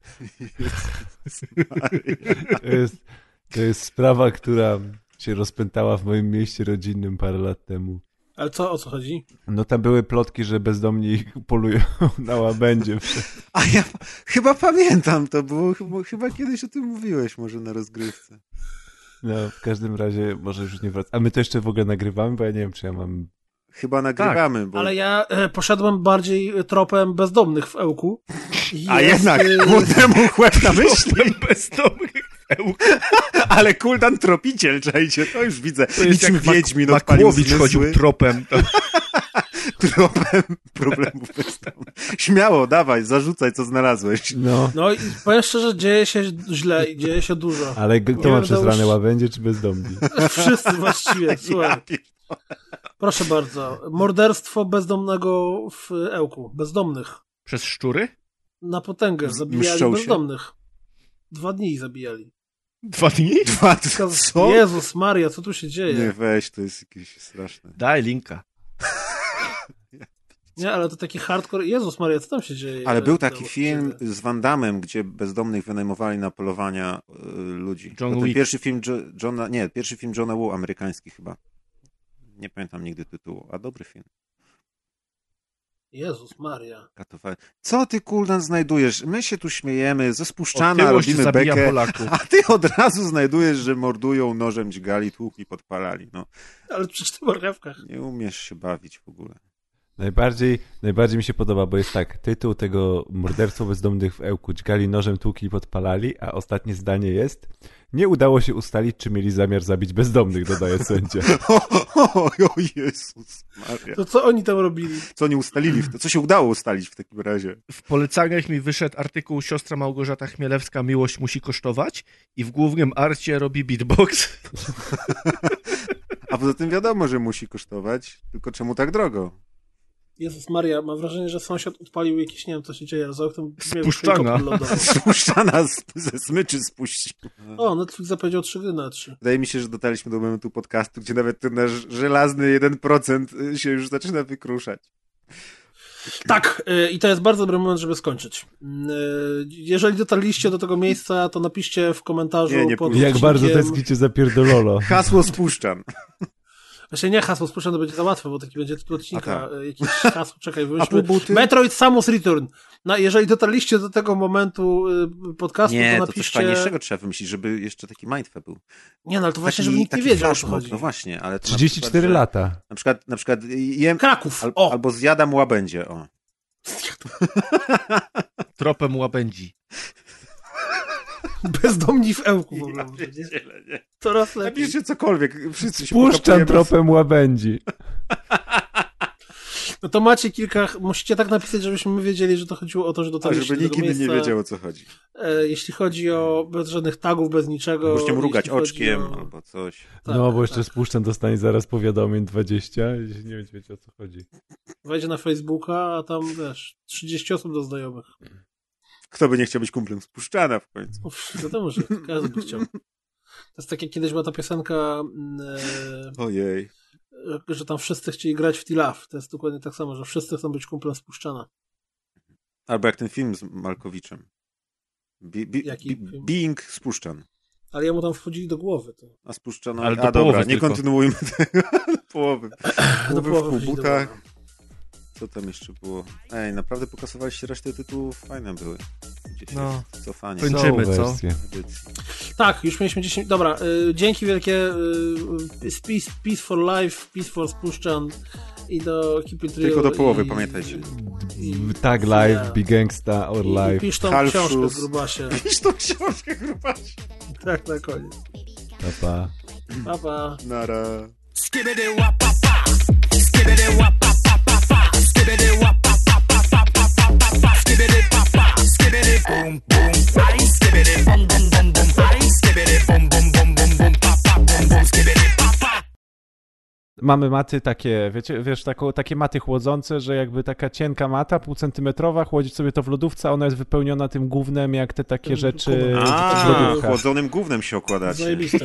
To jest, to jest sprawa, która się rozpętała w moim mieście rodzinnym parę lat temu. Ale co, o co chodzi? No tam były plotki, że bezdomni polują na łabędzie. A ja chyba pamiętam to, było chyba, chyba kiedyś o tym mówiłeś, może na rozgrywce. No, w każdym razie może już nie wracać. A my to jeszcze w ogóle nagrywamy, bo ja nie wiem, czy ja mam... Chyba nagrywamy, tak, bo... Ale ja e, poszedłem bardziej tropem bezdomnych w Ełku. A jest, jednak, e... młodemu chłop na myśli. Bezdomnych w Ełku. Ale Kuldan tropiciel, czajcie, to już widzę. To jest niczym jak Wiedźmin Mak- odpalił Makłowicz chodził tropem. To... Tropem problemów bezdomnych. Śmiało, dawaj, zarzucaj, co znalazłeś. No, no i powiem szczerze, dzieje się źle i dzieje się dużo. Ale kto ma przez rane łabędzie, czy bezdomni? Wszyscy właściwie, słuchaj. Proszę bardzo. Morderstwo bezdomnego w Ełku. Bezdomnych. Przez szczury? Na potęgę. Zabijali bezdomnych. Dwa dni zabijali. Dwa dni? Dwa dni? Co? Jezus Maria, co tu się dzieje? Nie, weź, to jest jakieś straszne. Daj linka. Nie, ale to taki hardcore... Jezus Maria, co tam się dzieje? Ale był taki film z Van Damme, gdzie bezdomnych wynajmowali na polowania y, ludzi. John ten Wick. Pierwszy film jo- Johna... Nie, pierwszy film Johna Woo, amerykański chyba. Nie pamiętam nigdy tytułu, a dobry film. Jezus Maria. Katowali. Co ty, Kuldan, znajdujesz? My się tu śmiejemy, ze spuszczana Otyłość robimy zabija bekę, Polaków. a ty od razu znajdujesz, że mordują nożem, dźgali, tłukli, podpalali. No. Ale przy tych marchewkach. Nie umiesz się bawić w ogóle. Najbardziej, najbardziej mi się podoba, bo jest tak, tytuł tego morderstwo bezdomnych w Ełku, dźgali nożem, tłukli i podpalali, a ostatnie zdanie jest: nie udało się ustalić, czy mieli zamiar zabić bezdomnych, dodaje sędzia. O, o, o Jezus Maria. To co oni tam robili? Co nie ustalili? W co się udało ustalić w takim razie? W polecaniach mi wyszedł artykuł siostra Małgorzata Chmielewska Miłość musi kosztować i w głównym arcie robi beatbox. A poza tym wiadomo, że musi kosztować, tylko czemu tak drogo? Jezus Maria, mam wrażenie, że sąsiad odpalił jakiś, nie wiem co się dzieje, za oknem Spuszczana. Spuszczana z, ze smyczy spuścił. O, Netflix zapowiedział trzy gry na trzy. Wydaje mi się, że dotarliśmy do momentu podcastu, gdzie nawet ten nasz żelazny jeden procent się już zaczyna wykruszać. Tak, i to jest bardzo dobry moment, żeby skończyć. Jeżeli dotarliście do tego miejsca, to napiszcie w komentarzu nie, nie pod Jak bardzo tęsknicie za pierdololo. Hasło spuszczan. Właśnie nie hasło spuszczone, to będzie za łatwe, bo taki będzie tytuł odcinka. A Jakieś hasło, czekaj, wymyślmy. buty? Metroid Samus Return. No, jeżeli dotarliście do tego momentu y, podcastu, Nie, to to coś napiszcie... fajniejszego trzeba wymyślić, żeby jeszcze taki mindfuck był. Nie, no ale to właśnie, Taki- żeby nikt nie taki wiedział, o co flashmob, chodzi. No właśnie, ale to na trzydzieści cztery przykład, że- lata. Na przykład, na przykład jem, Kraków, al, o! albo zjadam łabędzie, o. Tropem łabędzi. Bezdomni w ełku w ogóle. Ja może, nie? pierdzielę, nie. Coraz lepiej. Napiszcie cokolwiek, wszyscy się Puszczam pokopujemy. tropem łabędzi. No to macie kilka, musicie tak napisać, żebyśmy my wiedzieli, że to chodziło o to, że A dotarliście żeby do nikt tego inny miejsca. nie wiedział, o co chodzi. E, jeśli chodzi o bez żadnych tagów, bez niczego. Możecie mrugać jeśli chodzi oczkiem o... albo coś. Tak, No, bo jeszcze tak. spuszczam, dostanie zaraz powiadomień dwadzieścia, jeśli nie wiecie, o co chodzi. Wejdzie na Facebooka, a tam, wiesz, trzydzieści osób do znajomych. Kto by nie chciał być kumplem spuszczana w końcu? Uf, wiadomo, że każdy by chciał. To jest tak jak kiedyś była ta piosenka, e, Ojej. że tam wszyscy chcieli grać w T-Love. To jest dokładnie tak samo, że wszyscy chcą być kumplem spuszczana. Albo jak ten film z Malkowiczem. Be, be, Jaki be, film? being spuszczan. Ale jemu tam wchodzili do głowy. To. A spuszczana... Ale do A dobra, połowy nie tylko. kontynuujmy tego. Do połowy. Do Połowy połowy w wchodzili do półbutach. głowy. Co tam jeszcze było? Ej, naprawdę pokasowaliście resztę tytułów? Fajne były. Gdzieś No. jest cofanie. Kończy- Kończymy, Są co? wersje. Edycji. Tak, już mieliśmy dziesięć. Dobra, y, dzięki wielkie. Y, peace, peace for life, peace for spuszczan i do Keep It Real. Tylko do połowy, i, pamiętajcie. I, Tag live, be gangsta or i, i live. pisz tą Half książkę shoes. w grubasie. Pisz tą książkę, grubasie. Tak, na koniec. Pa, pa. Pa, pa. Nara. Skibbity wop pop pop. Skibbity wop pop pop pop pop. Skibbity wop pop pop pop pop pop pop pop pop. Skibbity pop pop. Skibbity boom boom. Ay, skibbity bum bum bum bum. Ay, skibbity bum bum bum bum bum. Pop pop bum bum. Skibbity pop pop. Mamy maty takie, wiecie, wiesz, taką, takie maty chłodzące, że jakby taka cienka mata, półcentymetrowa, chłodzić sobie to w lodówce, a ona jest wypełniona tym gównem, jak te takie Tym rzeczy gównem. w A, lodówkach. chłodzonym gównem się okładacie. Zajebiste.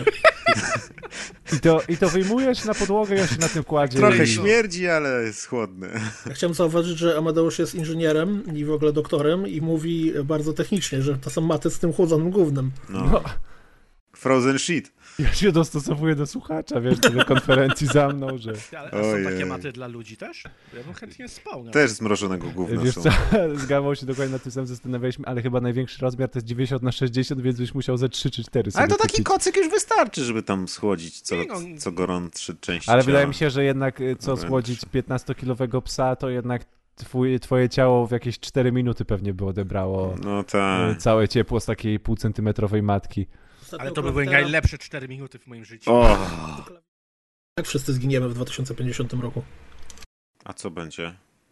I to, I to wyjmujesz na podłogę i on się na tym kładzie. Trochę i... śmierdzi, ale jest chłodne. Ja chciałem zauważyć, że Amadeusz jest inżynierem i w ogóle doktorem i mówi bardzo technicznie, że to są maty z tym chłodzonym gównem. No. No. Frozen shit. Ja się dostosowuję do słuchacza, wiesz, do konferencji za mną, że... Ale a są Ojej. takie maty dla ludzi też? Ja bym chętnie spał. nawet. Też z mrożonego gówna Wiesz są. co, zgawał się dokładnie na tym samym zastanawialiśmy, ale chyba największy rozmiar to jest dziewięćdziesiąt na sześćdziesiąt, więc byś musiał ze trzy czy cztery sobie Ale to taki kupić. kocyk już wystarczy, żeby tam schłodzić co, Nie no. co gorące części Ale ciała. wydaje mi się, że jednak y, co Dobra, schłodzić proszę. piętnastokilowego psa, to jednak twój, twoje ciało w jakieś cztery minuty pewnie by odebrało No y, tak. całe ciepło z takiej półcentymetrowej matki. Ale to by były najlepsze cztery minuty w moim życiu. O, Jak wszyscy zginiemy w dwa tysiące pięćdziesiątym roku. a co będzie?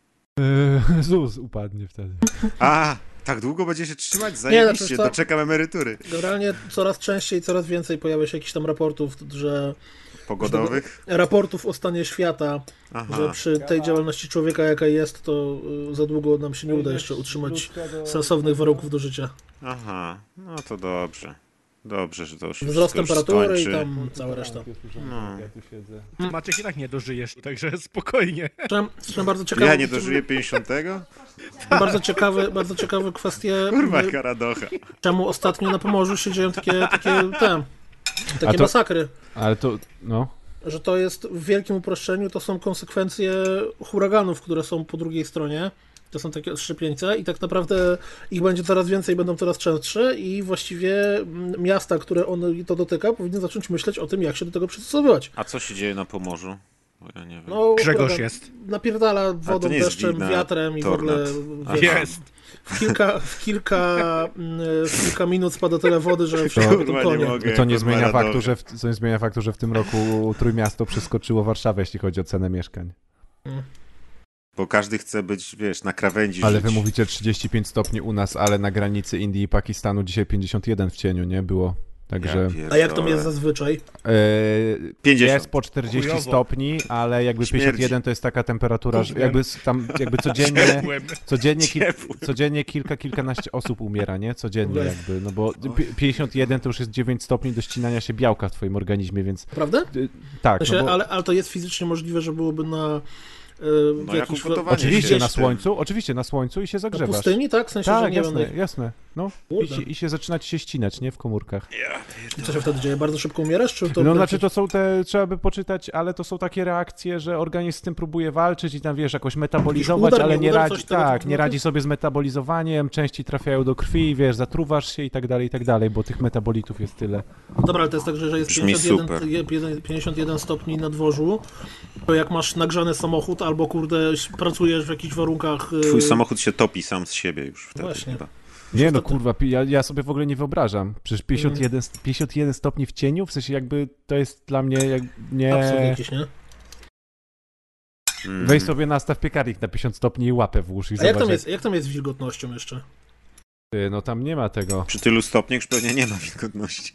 Yy, ZUS upadnie wtedy. A, tak długo będzie się trzymać? Zajebiście, znaczy to- doczekam emerytury. Generalnie coraz częściej, coraz więcej pojawia się jakichś tam raportów, że Pogodowych? raportów o stanie świata, Aha. że przy tej działalności człowieka, jaka jest, to y, za długo nam się nie uda jeszcze utrzymać sensownych warunków do życia. Aha, no to dobrze. Dobrze, że to już Wzrost wszystko już temperatury i skończy. tam cała reszta. No. Ja tu siedzę. Ty Maciek i tak nie dożyjesz, także spokojnie. Zresztą, zresztą bardzo ciekawe, Ja nie dożyję pięćdziesiątego? bardzo ciekawe, bardzo ciekawe kwestie, Kurwa, y, karadocha. czemu ostatnio na Pomorzu się dzieją takie, takie, te, takie A to- masakry. Ale to, no... Że to jest w wielkim uproszczeniu, to są konsekwencje huraganów, które są po drugiej stronie. To są takie odszczepieńce i tak naprawdę ich będzie coraz więcej, będą coraz częstsze i właściwie mm, miasta, które one to dotyka, powinny zacząć myśleć o tym, jak się do tego przystosować. A co się dzieje na Pomorzu? Bo ja nie wiem. No, Grzegorz huragan jest. Napierdala wodą, nie jest deszczem, wina wiatrem i w Tornad. ogóle Aha. wiesz, Jest. w, kilka, w, kilka, mm, w kilka minut spada tyle wody, że wszystko Kurwa, potem nie tonie. mogę. To nie, jako zmienia Maradona. faktu, że w, to nie zmienia faktu, że w tym roku Trójmiasto przeskoczyło Warszawę, jeśli chodzi o cenę mieszkań. Bo każdy chce być, wiesz, na krawędzi Ale żyć. wy mówicie trzydzieści pięć stopni u nas, ale na granicy Indii i Pakistanu dzisiaj pięćdziesiąt jeden w cieniu, nie? Było. Także Ja A jak to pierdolę. jest zazwyczaj? yy, pięćdziesiąt. jest po czterdzieści Chujowo. stopni, ale jakby Śmierdzi. pięćdziesiąt jeden to jest taka temperatura, że Gównem. jakby s- tam jakby codziennie, Ciepłem. codziennie, kil, Ciepłem. codziennie kilka, kilkanaście osób umiera, nie? Codziennie Oj. jakby, no bo pi- pięćdziesiąt jeden to już jest dziewięć stopni do ścinania się białka w twoim organizmie, więc Prawda? y, tak, To się, no bo, ale, ale to jest fizycznie możliwe, że byłoby na w No, jak jakichś ugotowanie Oczywiście się na jeszcze- słońcu, oczywiście na słońcu i się na zagrzewasz. pustyni, tak? W sensie, że Tak, nie jasne, wiem, jasne. No. I Kurde. się, I się zaczyna ci się ścinać, nie? W komórkach. co się wtedy dzieje? Bardzo szybko umierasz? Czy to No znaczy to są te, trzeba by poczytać, ale to są takie reakcje, że organizm z tym próbuje walczyć i tam wiesz, jakoś metabolizować, udar, ale nie nie udar, radzi, coś tego tak, typu nie motyw? radzi sobie z metabolizowaniem, części trafiają do krwi, wiesz, zatruwasz się i tak dalej, i tak dalej, bo tych metabolitów jest tyle. Dobra, ale to jest tak, że że jest Brzmi pięćdziesiąt super. jeden, pięćdziesiąt jeden stopni na dworzu, to jak masz nagrzany samochód albo kurde pracujesz w jakichś warunkach... y, Twój samochód się topi sam z siebie już wtedy Właśnie. chyba. Nie no kurwa, pi- ja, ja sobie w ogóle nie wyobrażam. Przecież Mm. pięćdziesiąt jeden, pięćdziesiąt jeden stopni w cieniu, w sensie jakby to jest dla mnie jak Absurd nie... jakiś, nie? Mm. Weź sobie nastaw piekarnik na pięćdziesiąt stopni i łapę włóż i A jak zobacz. tam jest, jak tam jest z wilgotnością jeszcze? Ty, no tam nie ma tego. Przy tylu stopniach już pewnie nie ma wilgotności.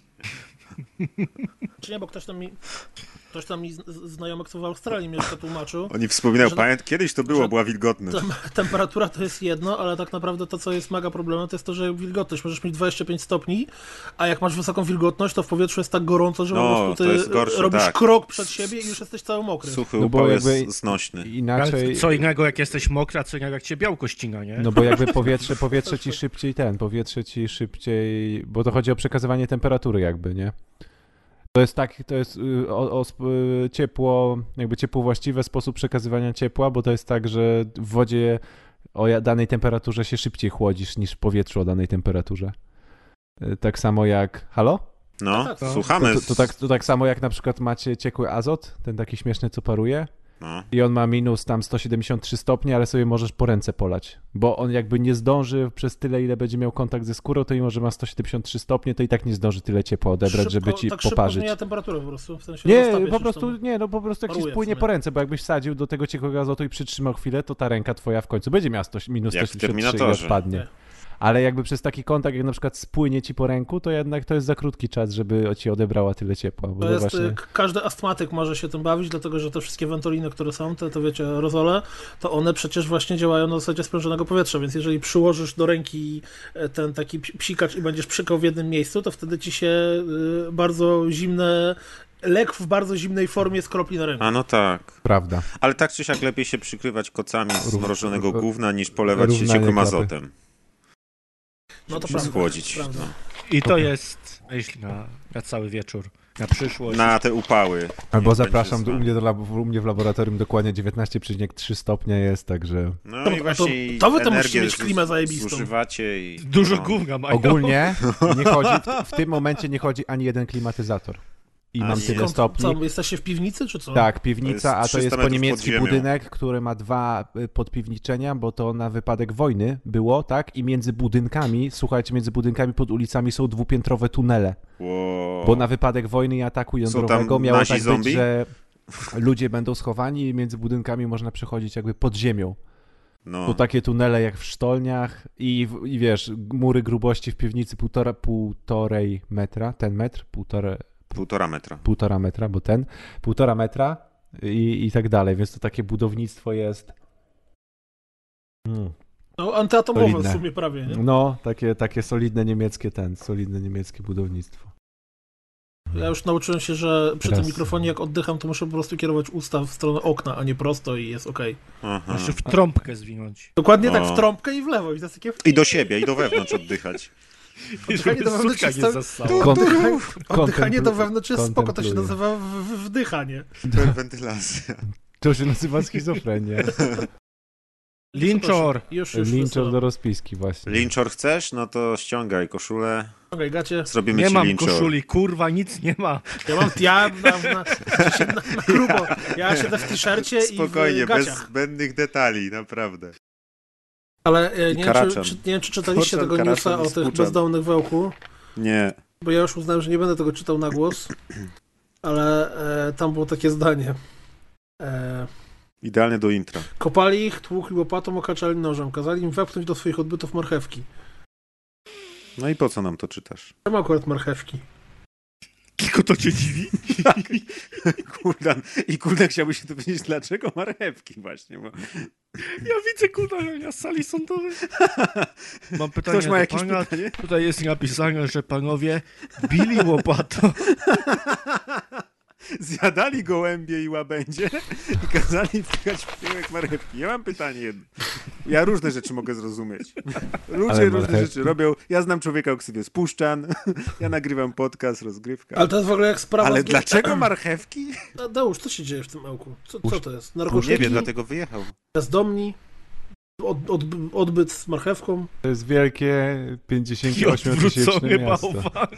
Czy nie, bo ktoś tam mi, ktoś tam mi z- z- znajomek, co w Australii mieszka, tłumaczył, Oni wspominają, Że- pamięt, kiedyś to było, że- była wilgotność. Tem, temperatura to jest jedno, ale tak naprawdę to, co jest mega problemem, to jest to, że wilgotność. Możesz mieć dwadzieścia pięć stopni, a jak masz wysoką wilgotność, to w powietrzu jest tak gorąco, że No, po prostu to ty jest gorsze, robisz tak. krok przed siebie i już jesteś cały mokry. Suchy No bo upał jest jakby- znośny. Inaczej... Ale co innego jak jesteś mokra, co innego jak cię białko ścina, nie? No bo jakby powietrze, powietrze ci szybciej ten, powietrze ci szybciej, bo to chodzi o przekazywanie temperatury jakby, nie? To jest tak, to jest y, o, o sp- y, ciepło, jakby ciepło właściwe, sposób przekazywania ciepła, bo to jest tak, że w wodzie o ja- danej temperaturze się szybciej chłodzisz niż w powietrzu o danej temperaturze. Y, Tak samo jak... Halo? No, Tak, tak. słuchamy. To, to, to, tak, to tak samo jak na przykład macie ciekły azot, ten taki śmieszny, co paruje. No. I on ma minus tam sto siedemdziesiąt trzy stopnie, ale sobie możesz po ręce polać. Bo on jakby nie zdąży przez tyle, ile będzie miał kontakt ze skórą, to mimo, że ma sto siedemdziesiąt trzy stopnie, to i tak nie zdąży tyle ciepła odebrać, Szybko, żeby ci tak szybko poparzyć. zmienia temperaturę po prostu, w sensie Nie, roztapiasz po już prostu, tam. nie, no po prostu jak ci Paruje w spłynie sumie. po ręce, bo jakbyś wsadził do tego ciekłego azotu i przytrzymał chwilę, to ta ręka twoja w końcu będzie miała sto, minus Jak w sto siedemdziesiąt trzy i Terminatorze. odpadnie. Nie. Ale jakby przez taki kontakt, jak na przykład spłynie ci po ręku, to jednak to jest za krótki czas, żeby ci odebrała tyle ciepła. Bo To to jest, właśnie... y, k- każdy astmatyk może się tym bawić, dlatego że te wszystkie wentoliny, które są, te, to wiecie, aerozole, to one przecież właśnie działają na zasadzie sprężonego powietrza, więc jeżeli przyłożysz do ręki e, ten taki psi- psikacz i będziesz przykał w jednym miejscu, to wtedy ci się y, bardzo zimne, lek w bardzo zimnej formie skropli na rękę. A no tak. Prawda. Ale tak czy siak lepiej się przykrywać kocami z Rów- mrożonego rów- gówna niż polewać się równanie ciekłym klapy. azotem. No to Się prawda. schłodzić. prawda. No. I to jest myśl na, na cały wieczór, na przyszłość. Na te upały. Albo Niech zapraszam, będzie do, z u, mnie do lab, u mnie w laboratorium dokładnie dziewiętnaście przecinek trzy stopnia jest, także No To- i to- właśnie i to wy to energię musicie mieć zu- klimę zajebistą. zużywacie i... Dużo no. gówna mają. ogólnie nie chodzi, w, w tym momencie nie chodzi ani jeden klimatyzator. I Ani mam tyle Skąd- stopni. Co, jesteście w piwnicy, czy co? Tak, To piwnica, jest a to jest trzysta po metrów niemiecki pod ziemią. budynek, który ma dwa y, podpiwniczenia, bo to na wypadek wojny było, tak? I między budynkami, słuchajcie, między budynkami pod ulicami są dwupiętrowe tunele. Wow. Bo na wypadek wojny i ataku Są jądrowego tam miało nasi tak zombie? być, że ludzie będą schowani i między budynkami można przechodzić jakby pod ziemią. No. To takie tunele jak w sztolniach i, w- i wiesz, mury grubości w piwnicy półtora, półtorej metra, ten metr, półtora, Półtora metra. półtora metra, bo ten, półtora metra i, i tak dalej, więc to takie budownictwo jest. Mm. No, antyatomowe Solidne. w sumie prawie, nie? No, takie, takie solidne niemieckie ten, solidne niemieckie budownictwo. Ja już nauczyłem się, że przy Teraz- tym mikrofonie jak oddycham, to muszę po prostu kierować usta w stronę okna, a nie prosto i jest okej. Aha. Muszę w trąbkę zwinąć. Dokładnie tak, O. w trąbkę i w lewo. I to jest takie... I do siebie, i do wewnątrz oddychać. Oddychanie do wewnątrz sutka jest nie to- zastało. Kon- Oddychanie do kontemplu- wewnątrz jest spoko, to się kontempluję. nazywa w, w, wdychanie. Hiperwentylacja. To się nazywa schizofrenia. Linczor. Już, już. Linczor do rozpiski właśnie. Linczor chcesz? No to ściągaj koszulę. Okej, gacie. Zrobimy Nie ci mam linczor. koszuli, kurwa, nic nie ma. Ja mam, ja na, na, na, na, na grubo. Ja siedzę w t-shircie Spokojnie, i w bez gaciach. zbędnych detali, naprawdę. Ale e, I nie, wiem, czy, karaczan. czy, nie wiem, czy czytaliście Karaczan, tego newsa karaczan o i tych skuczan. bezdomnych w Ełku, Nie. bo ja już uznałem, że nie będę tego czytał na głos, ale e, tam było takie zdanie. E, Idealnie do intra. kopali ich, tłukli łopatą, okaczali nożem, kazali im wepchnąć do swoich odbytów marchewki. No i po co nam to czytasz? Czemu akurat marchewki? Kiko, to cię dziwi? Kuldan. I Kuldan chciałby się dowiedzieć, dlaczego marchewki właśnie, bo... Ja widzę kudania z sali sądowej. Mam pytanie Ktoś ma do jakieś pana. pytanie? Tutaj jest napisane, że panowie bili łopatą. Zjadali gołębie i łabędzie i kazali wpychać w tyłek marchewki. Ja mam pytanie jedno. Ja różne rzeczy mogę zrozumieć. Ludzie Ale różne marchewki? rzeczy robią. Ja znam człowieka o ksywie Spuszczan. Ja nagrywam podcast, rozgrywka. Ale to jest w ogóle jak sprawa... Ale z- dlaczego marchewki? Tadeusz, co się dzieje w tym ełku? Co, co to jest? No, Narkotyki? nie wiem, dlatego wyjechał. Bezdomni? Od, od, odbyt z marchewką? To jest wielkie I pięćdziesięcioośmiotysięczne odwrócony miasto. bałwan.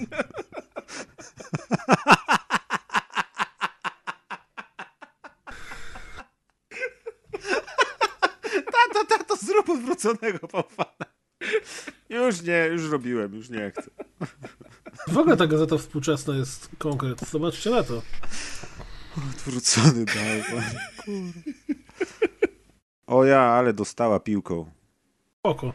Tato, tato, zrób odwróconego bałwana. Już nie, już robiłem, już nie chcę. W ogóle ta gazeta współczesna jest konkret. Zobaczcie na to. Odwrócony bałwan. Kurde. O ja, ale dostała piłką. Oko.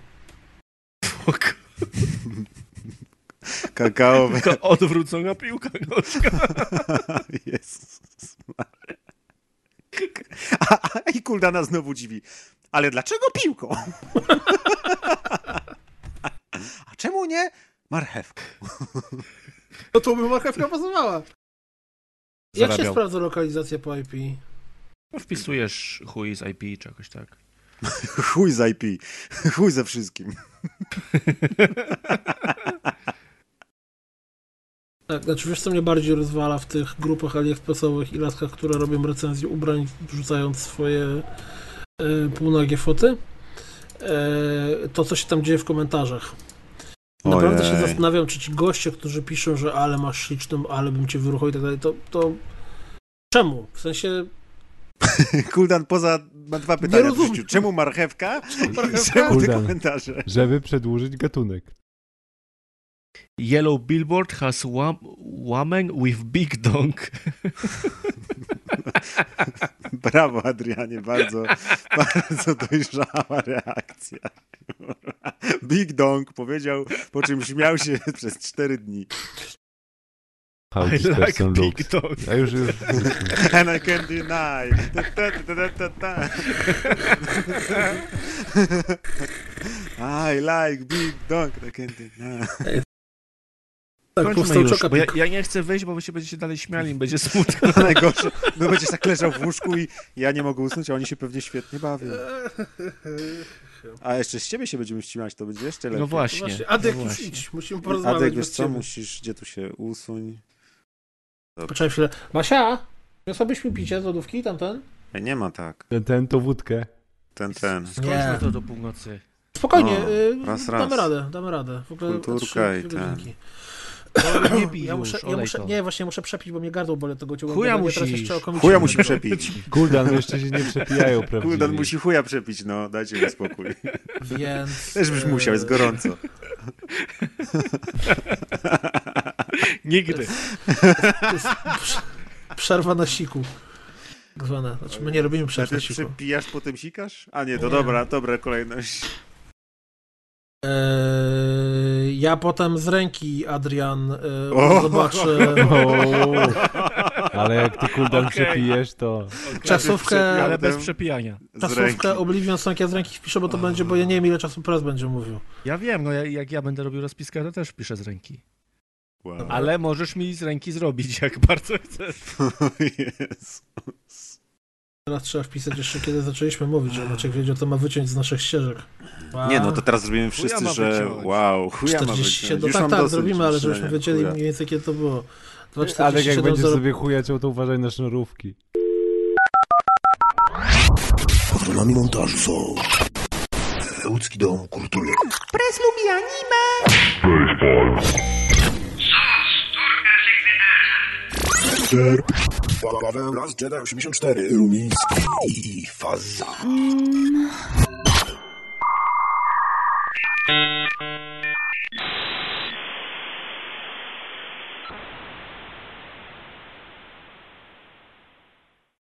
Kakaowe. To odwrócona piłka gorzka. Jezus Maria. A, a, I Kuldana znowu dziwi. Ale dlaczego piłką? A czemu nie marchewką? No to by marchewka pasowała. Jak się Zarabiał. sprawdza lokalizacja po I P? Wpisujesz chuj z I P czy jakoś tak. Chuj z I P. Chuj ze wszystkim. Tak, znaczy wiesz co mnie bardziej rozwala w tych grupach aliexpressowych i laskach, które robią recenzje ubrań, wrzucając swoje e, półnagie foty? E, to, co się tam dzieje w komentarzach. Naprawdę Ojej. się zastanawiam, czy ci goście, którzy piszą, że ale masz śliczną, ale bym cię wyruchał i tak dalej, to, to czemu? W sensie Kuldan poza ma dwa pytania w rozumiem. życiu. Czemu marchewka? marchewka? I czemu te Kuldan. komentarze? Żeby przedłużyć gatunek. Yellow billboard has wom- woman with big dong. Brawo, Adrianie, bardzo, bardzo dojrzała reakcja. Big Dong powiedział, po czym śmiał się przez cztery dni. How I this like person big looks. dong. A już, już. And I can't deny. Ta, ta, ta, ta, ta, ta. I like Big Dong. I can't deny. tak, Kończmy powstał już, bo ja, czokapik. ja nie chcę wyjść, bo wy się będziecie dalej śmiali, będzie smutno. Najgorsze, no będziesz tak leżał w łóżku i ja nie mogę usnąć, a oni się pewnie świetnie bawią. A jeszcze z ciebie się będziemy ściemać, to będzie jeszcze lepiej. No właśnie. Właśnie, Adek, no już właśnie. idź, musimy porozmawiać Adek, wiesz bez co, ciebie. musisz, gdzie tu się usuń? Poczekaj chwilę. Basia, sobie mi picie z lodówki, tamten? Ej, nie ma tak. Ten, ten to wódkę. Ten, ten. Skończmy to do północy. Spokojnie, No, y, raz, damy raz. radę, damy radę. W ogóle Kulturka trzy, i trzy ten. godzinki. Nie bij Ja już, muszę, ja olej muszę, to. nie, właśnie muszę przepić, bo mnie gardło boli od tego ciągu. Chuja gadania, teraz musisz. jeszcze okomicie Chuja nie musi będę. przepić. Kuldan, jeszcze się nie przepijają prawdziwie. Kuldan musi chuja przepić, no, dajcie mi spokój. Więc... Też byś musiał, jest gorąco. Nigdy. To jest prze- przerwa na siku. Tak zwana. Znaczy, my nie robimy przerw na Najpierw siku. przepijasz, potem sikasz? A nie, to Nie. dobra, dobra kolejność. Eee, ja potem z ręki, Adrian, e, O! zobaczę O, ale jak ty Kuldan Okej. przepijesz, to... czasówkę, Ale bez Potem przepijania. z ręki. czasówkę Oblivion Song ja z ręki wpiszę, bo to będzie, bo ja nie wiem ile czasu press będzie mówił. Ja wiem, no ja, jak ja będę robił rozpiskę, to też piszę z ręki. Wow. Ale możesz mi z ręki zrobić, jak bardzo chcesz. Jezus. Teraz trzeba wpisać jeszcze kiedy zaczęliśmy mówić, że Maciek wiedział, to ma wyciąć z naszych ścieżek. Wow. Nie, no to teraz zrobimy Chuja wszyscy, ma że wyciąć. wow, chuja ma czterdzieści siedem, wyciąć. no Już tak, mam tak, dosyć zrobimy, ale myślenia, żebyśmy wiedzieli chuja. mniej więcej kiedy to było. Ale jak będziesz zero- sobie chujać, to uważaj na sznurówki. Patronami montażu są Łódzki Dom Kultury. Pres lubi anime. Baseball. Paweł Raz Jedi osiemdziesiąt cztery, Rumiński i Faza.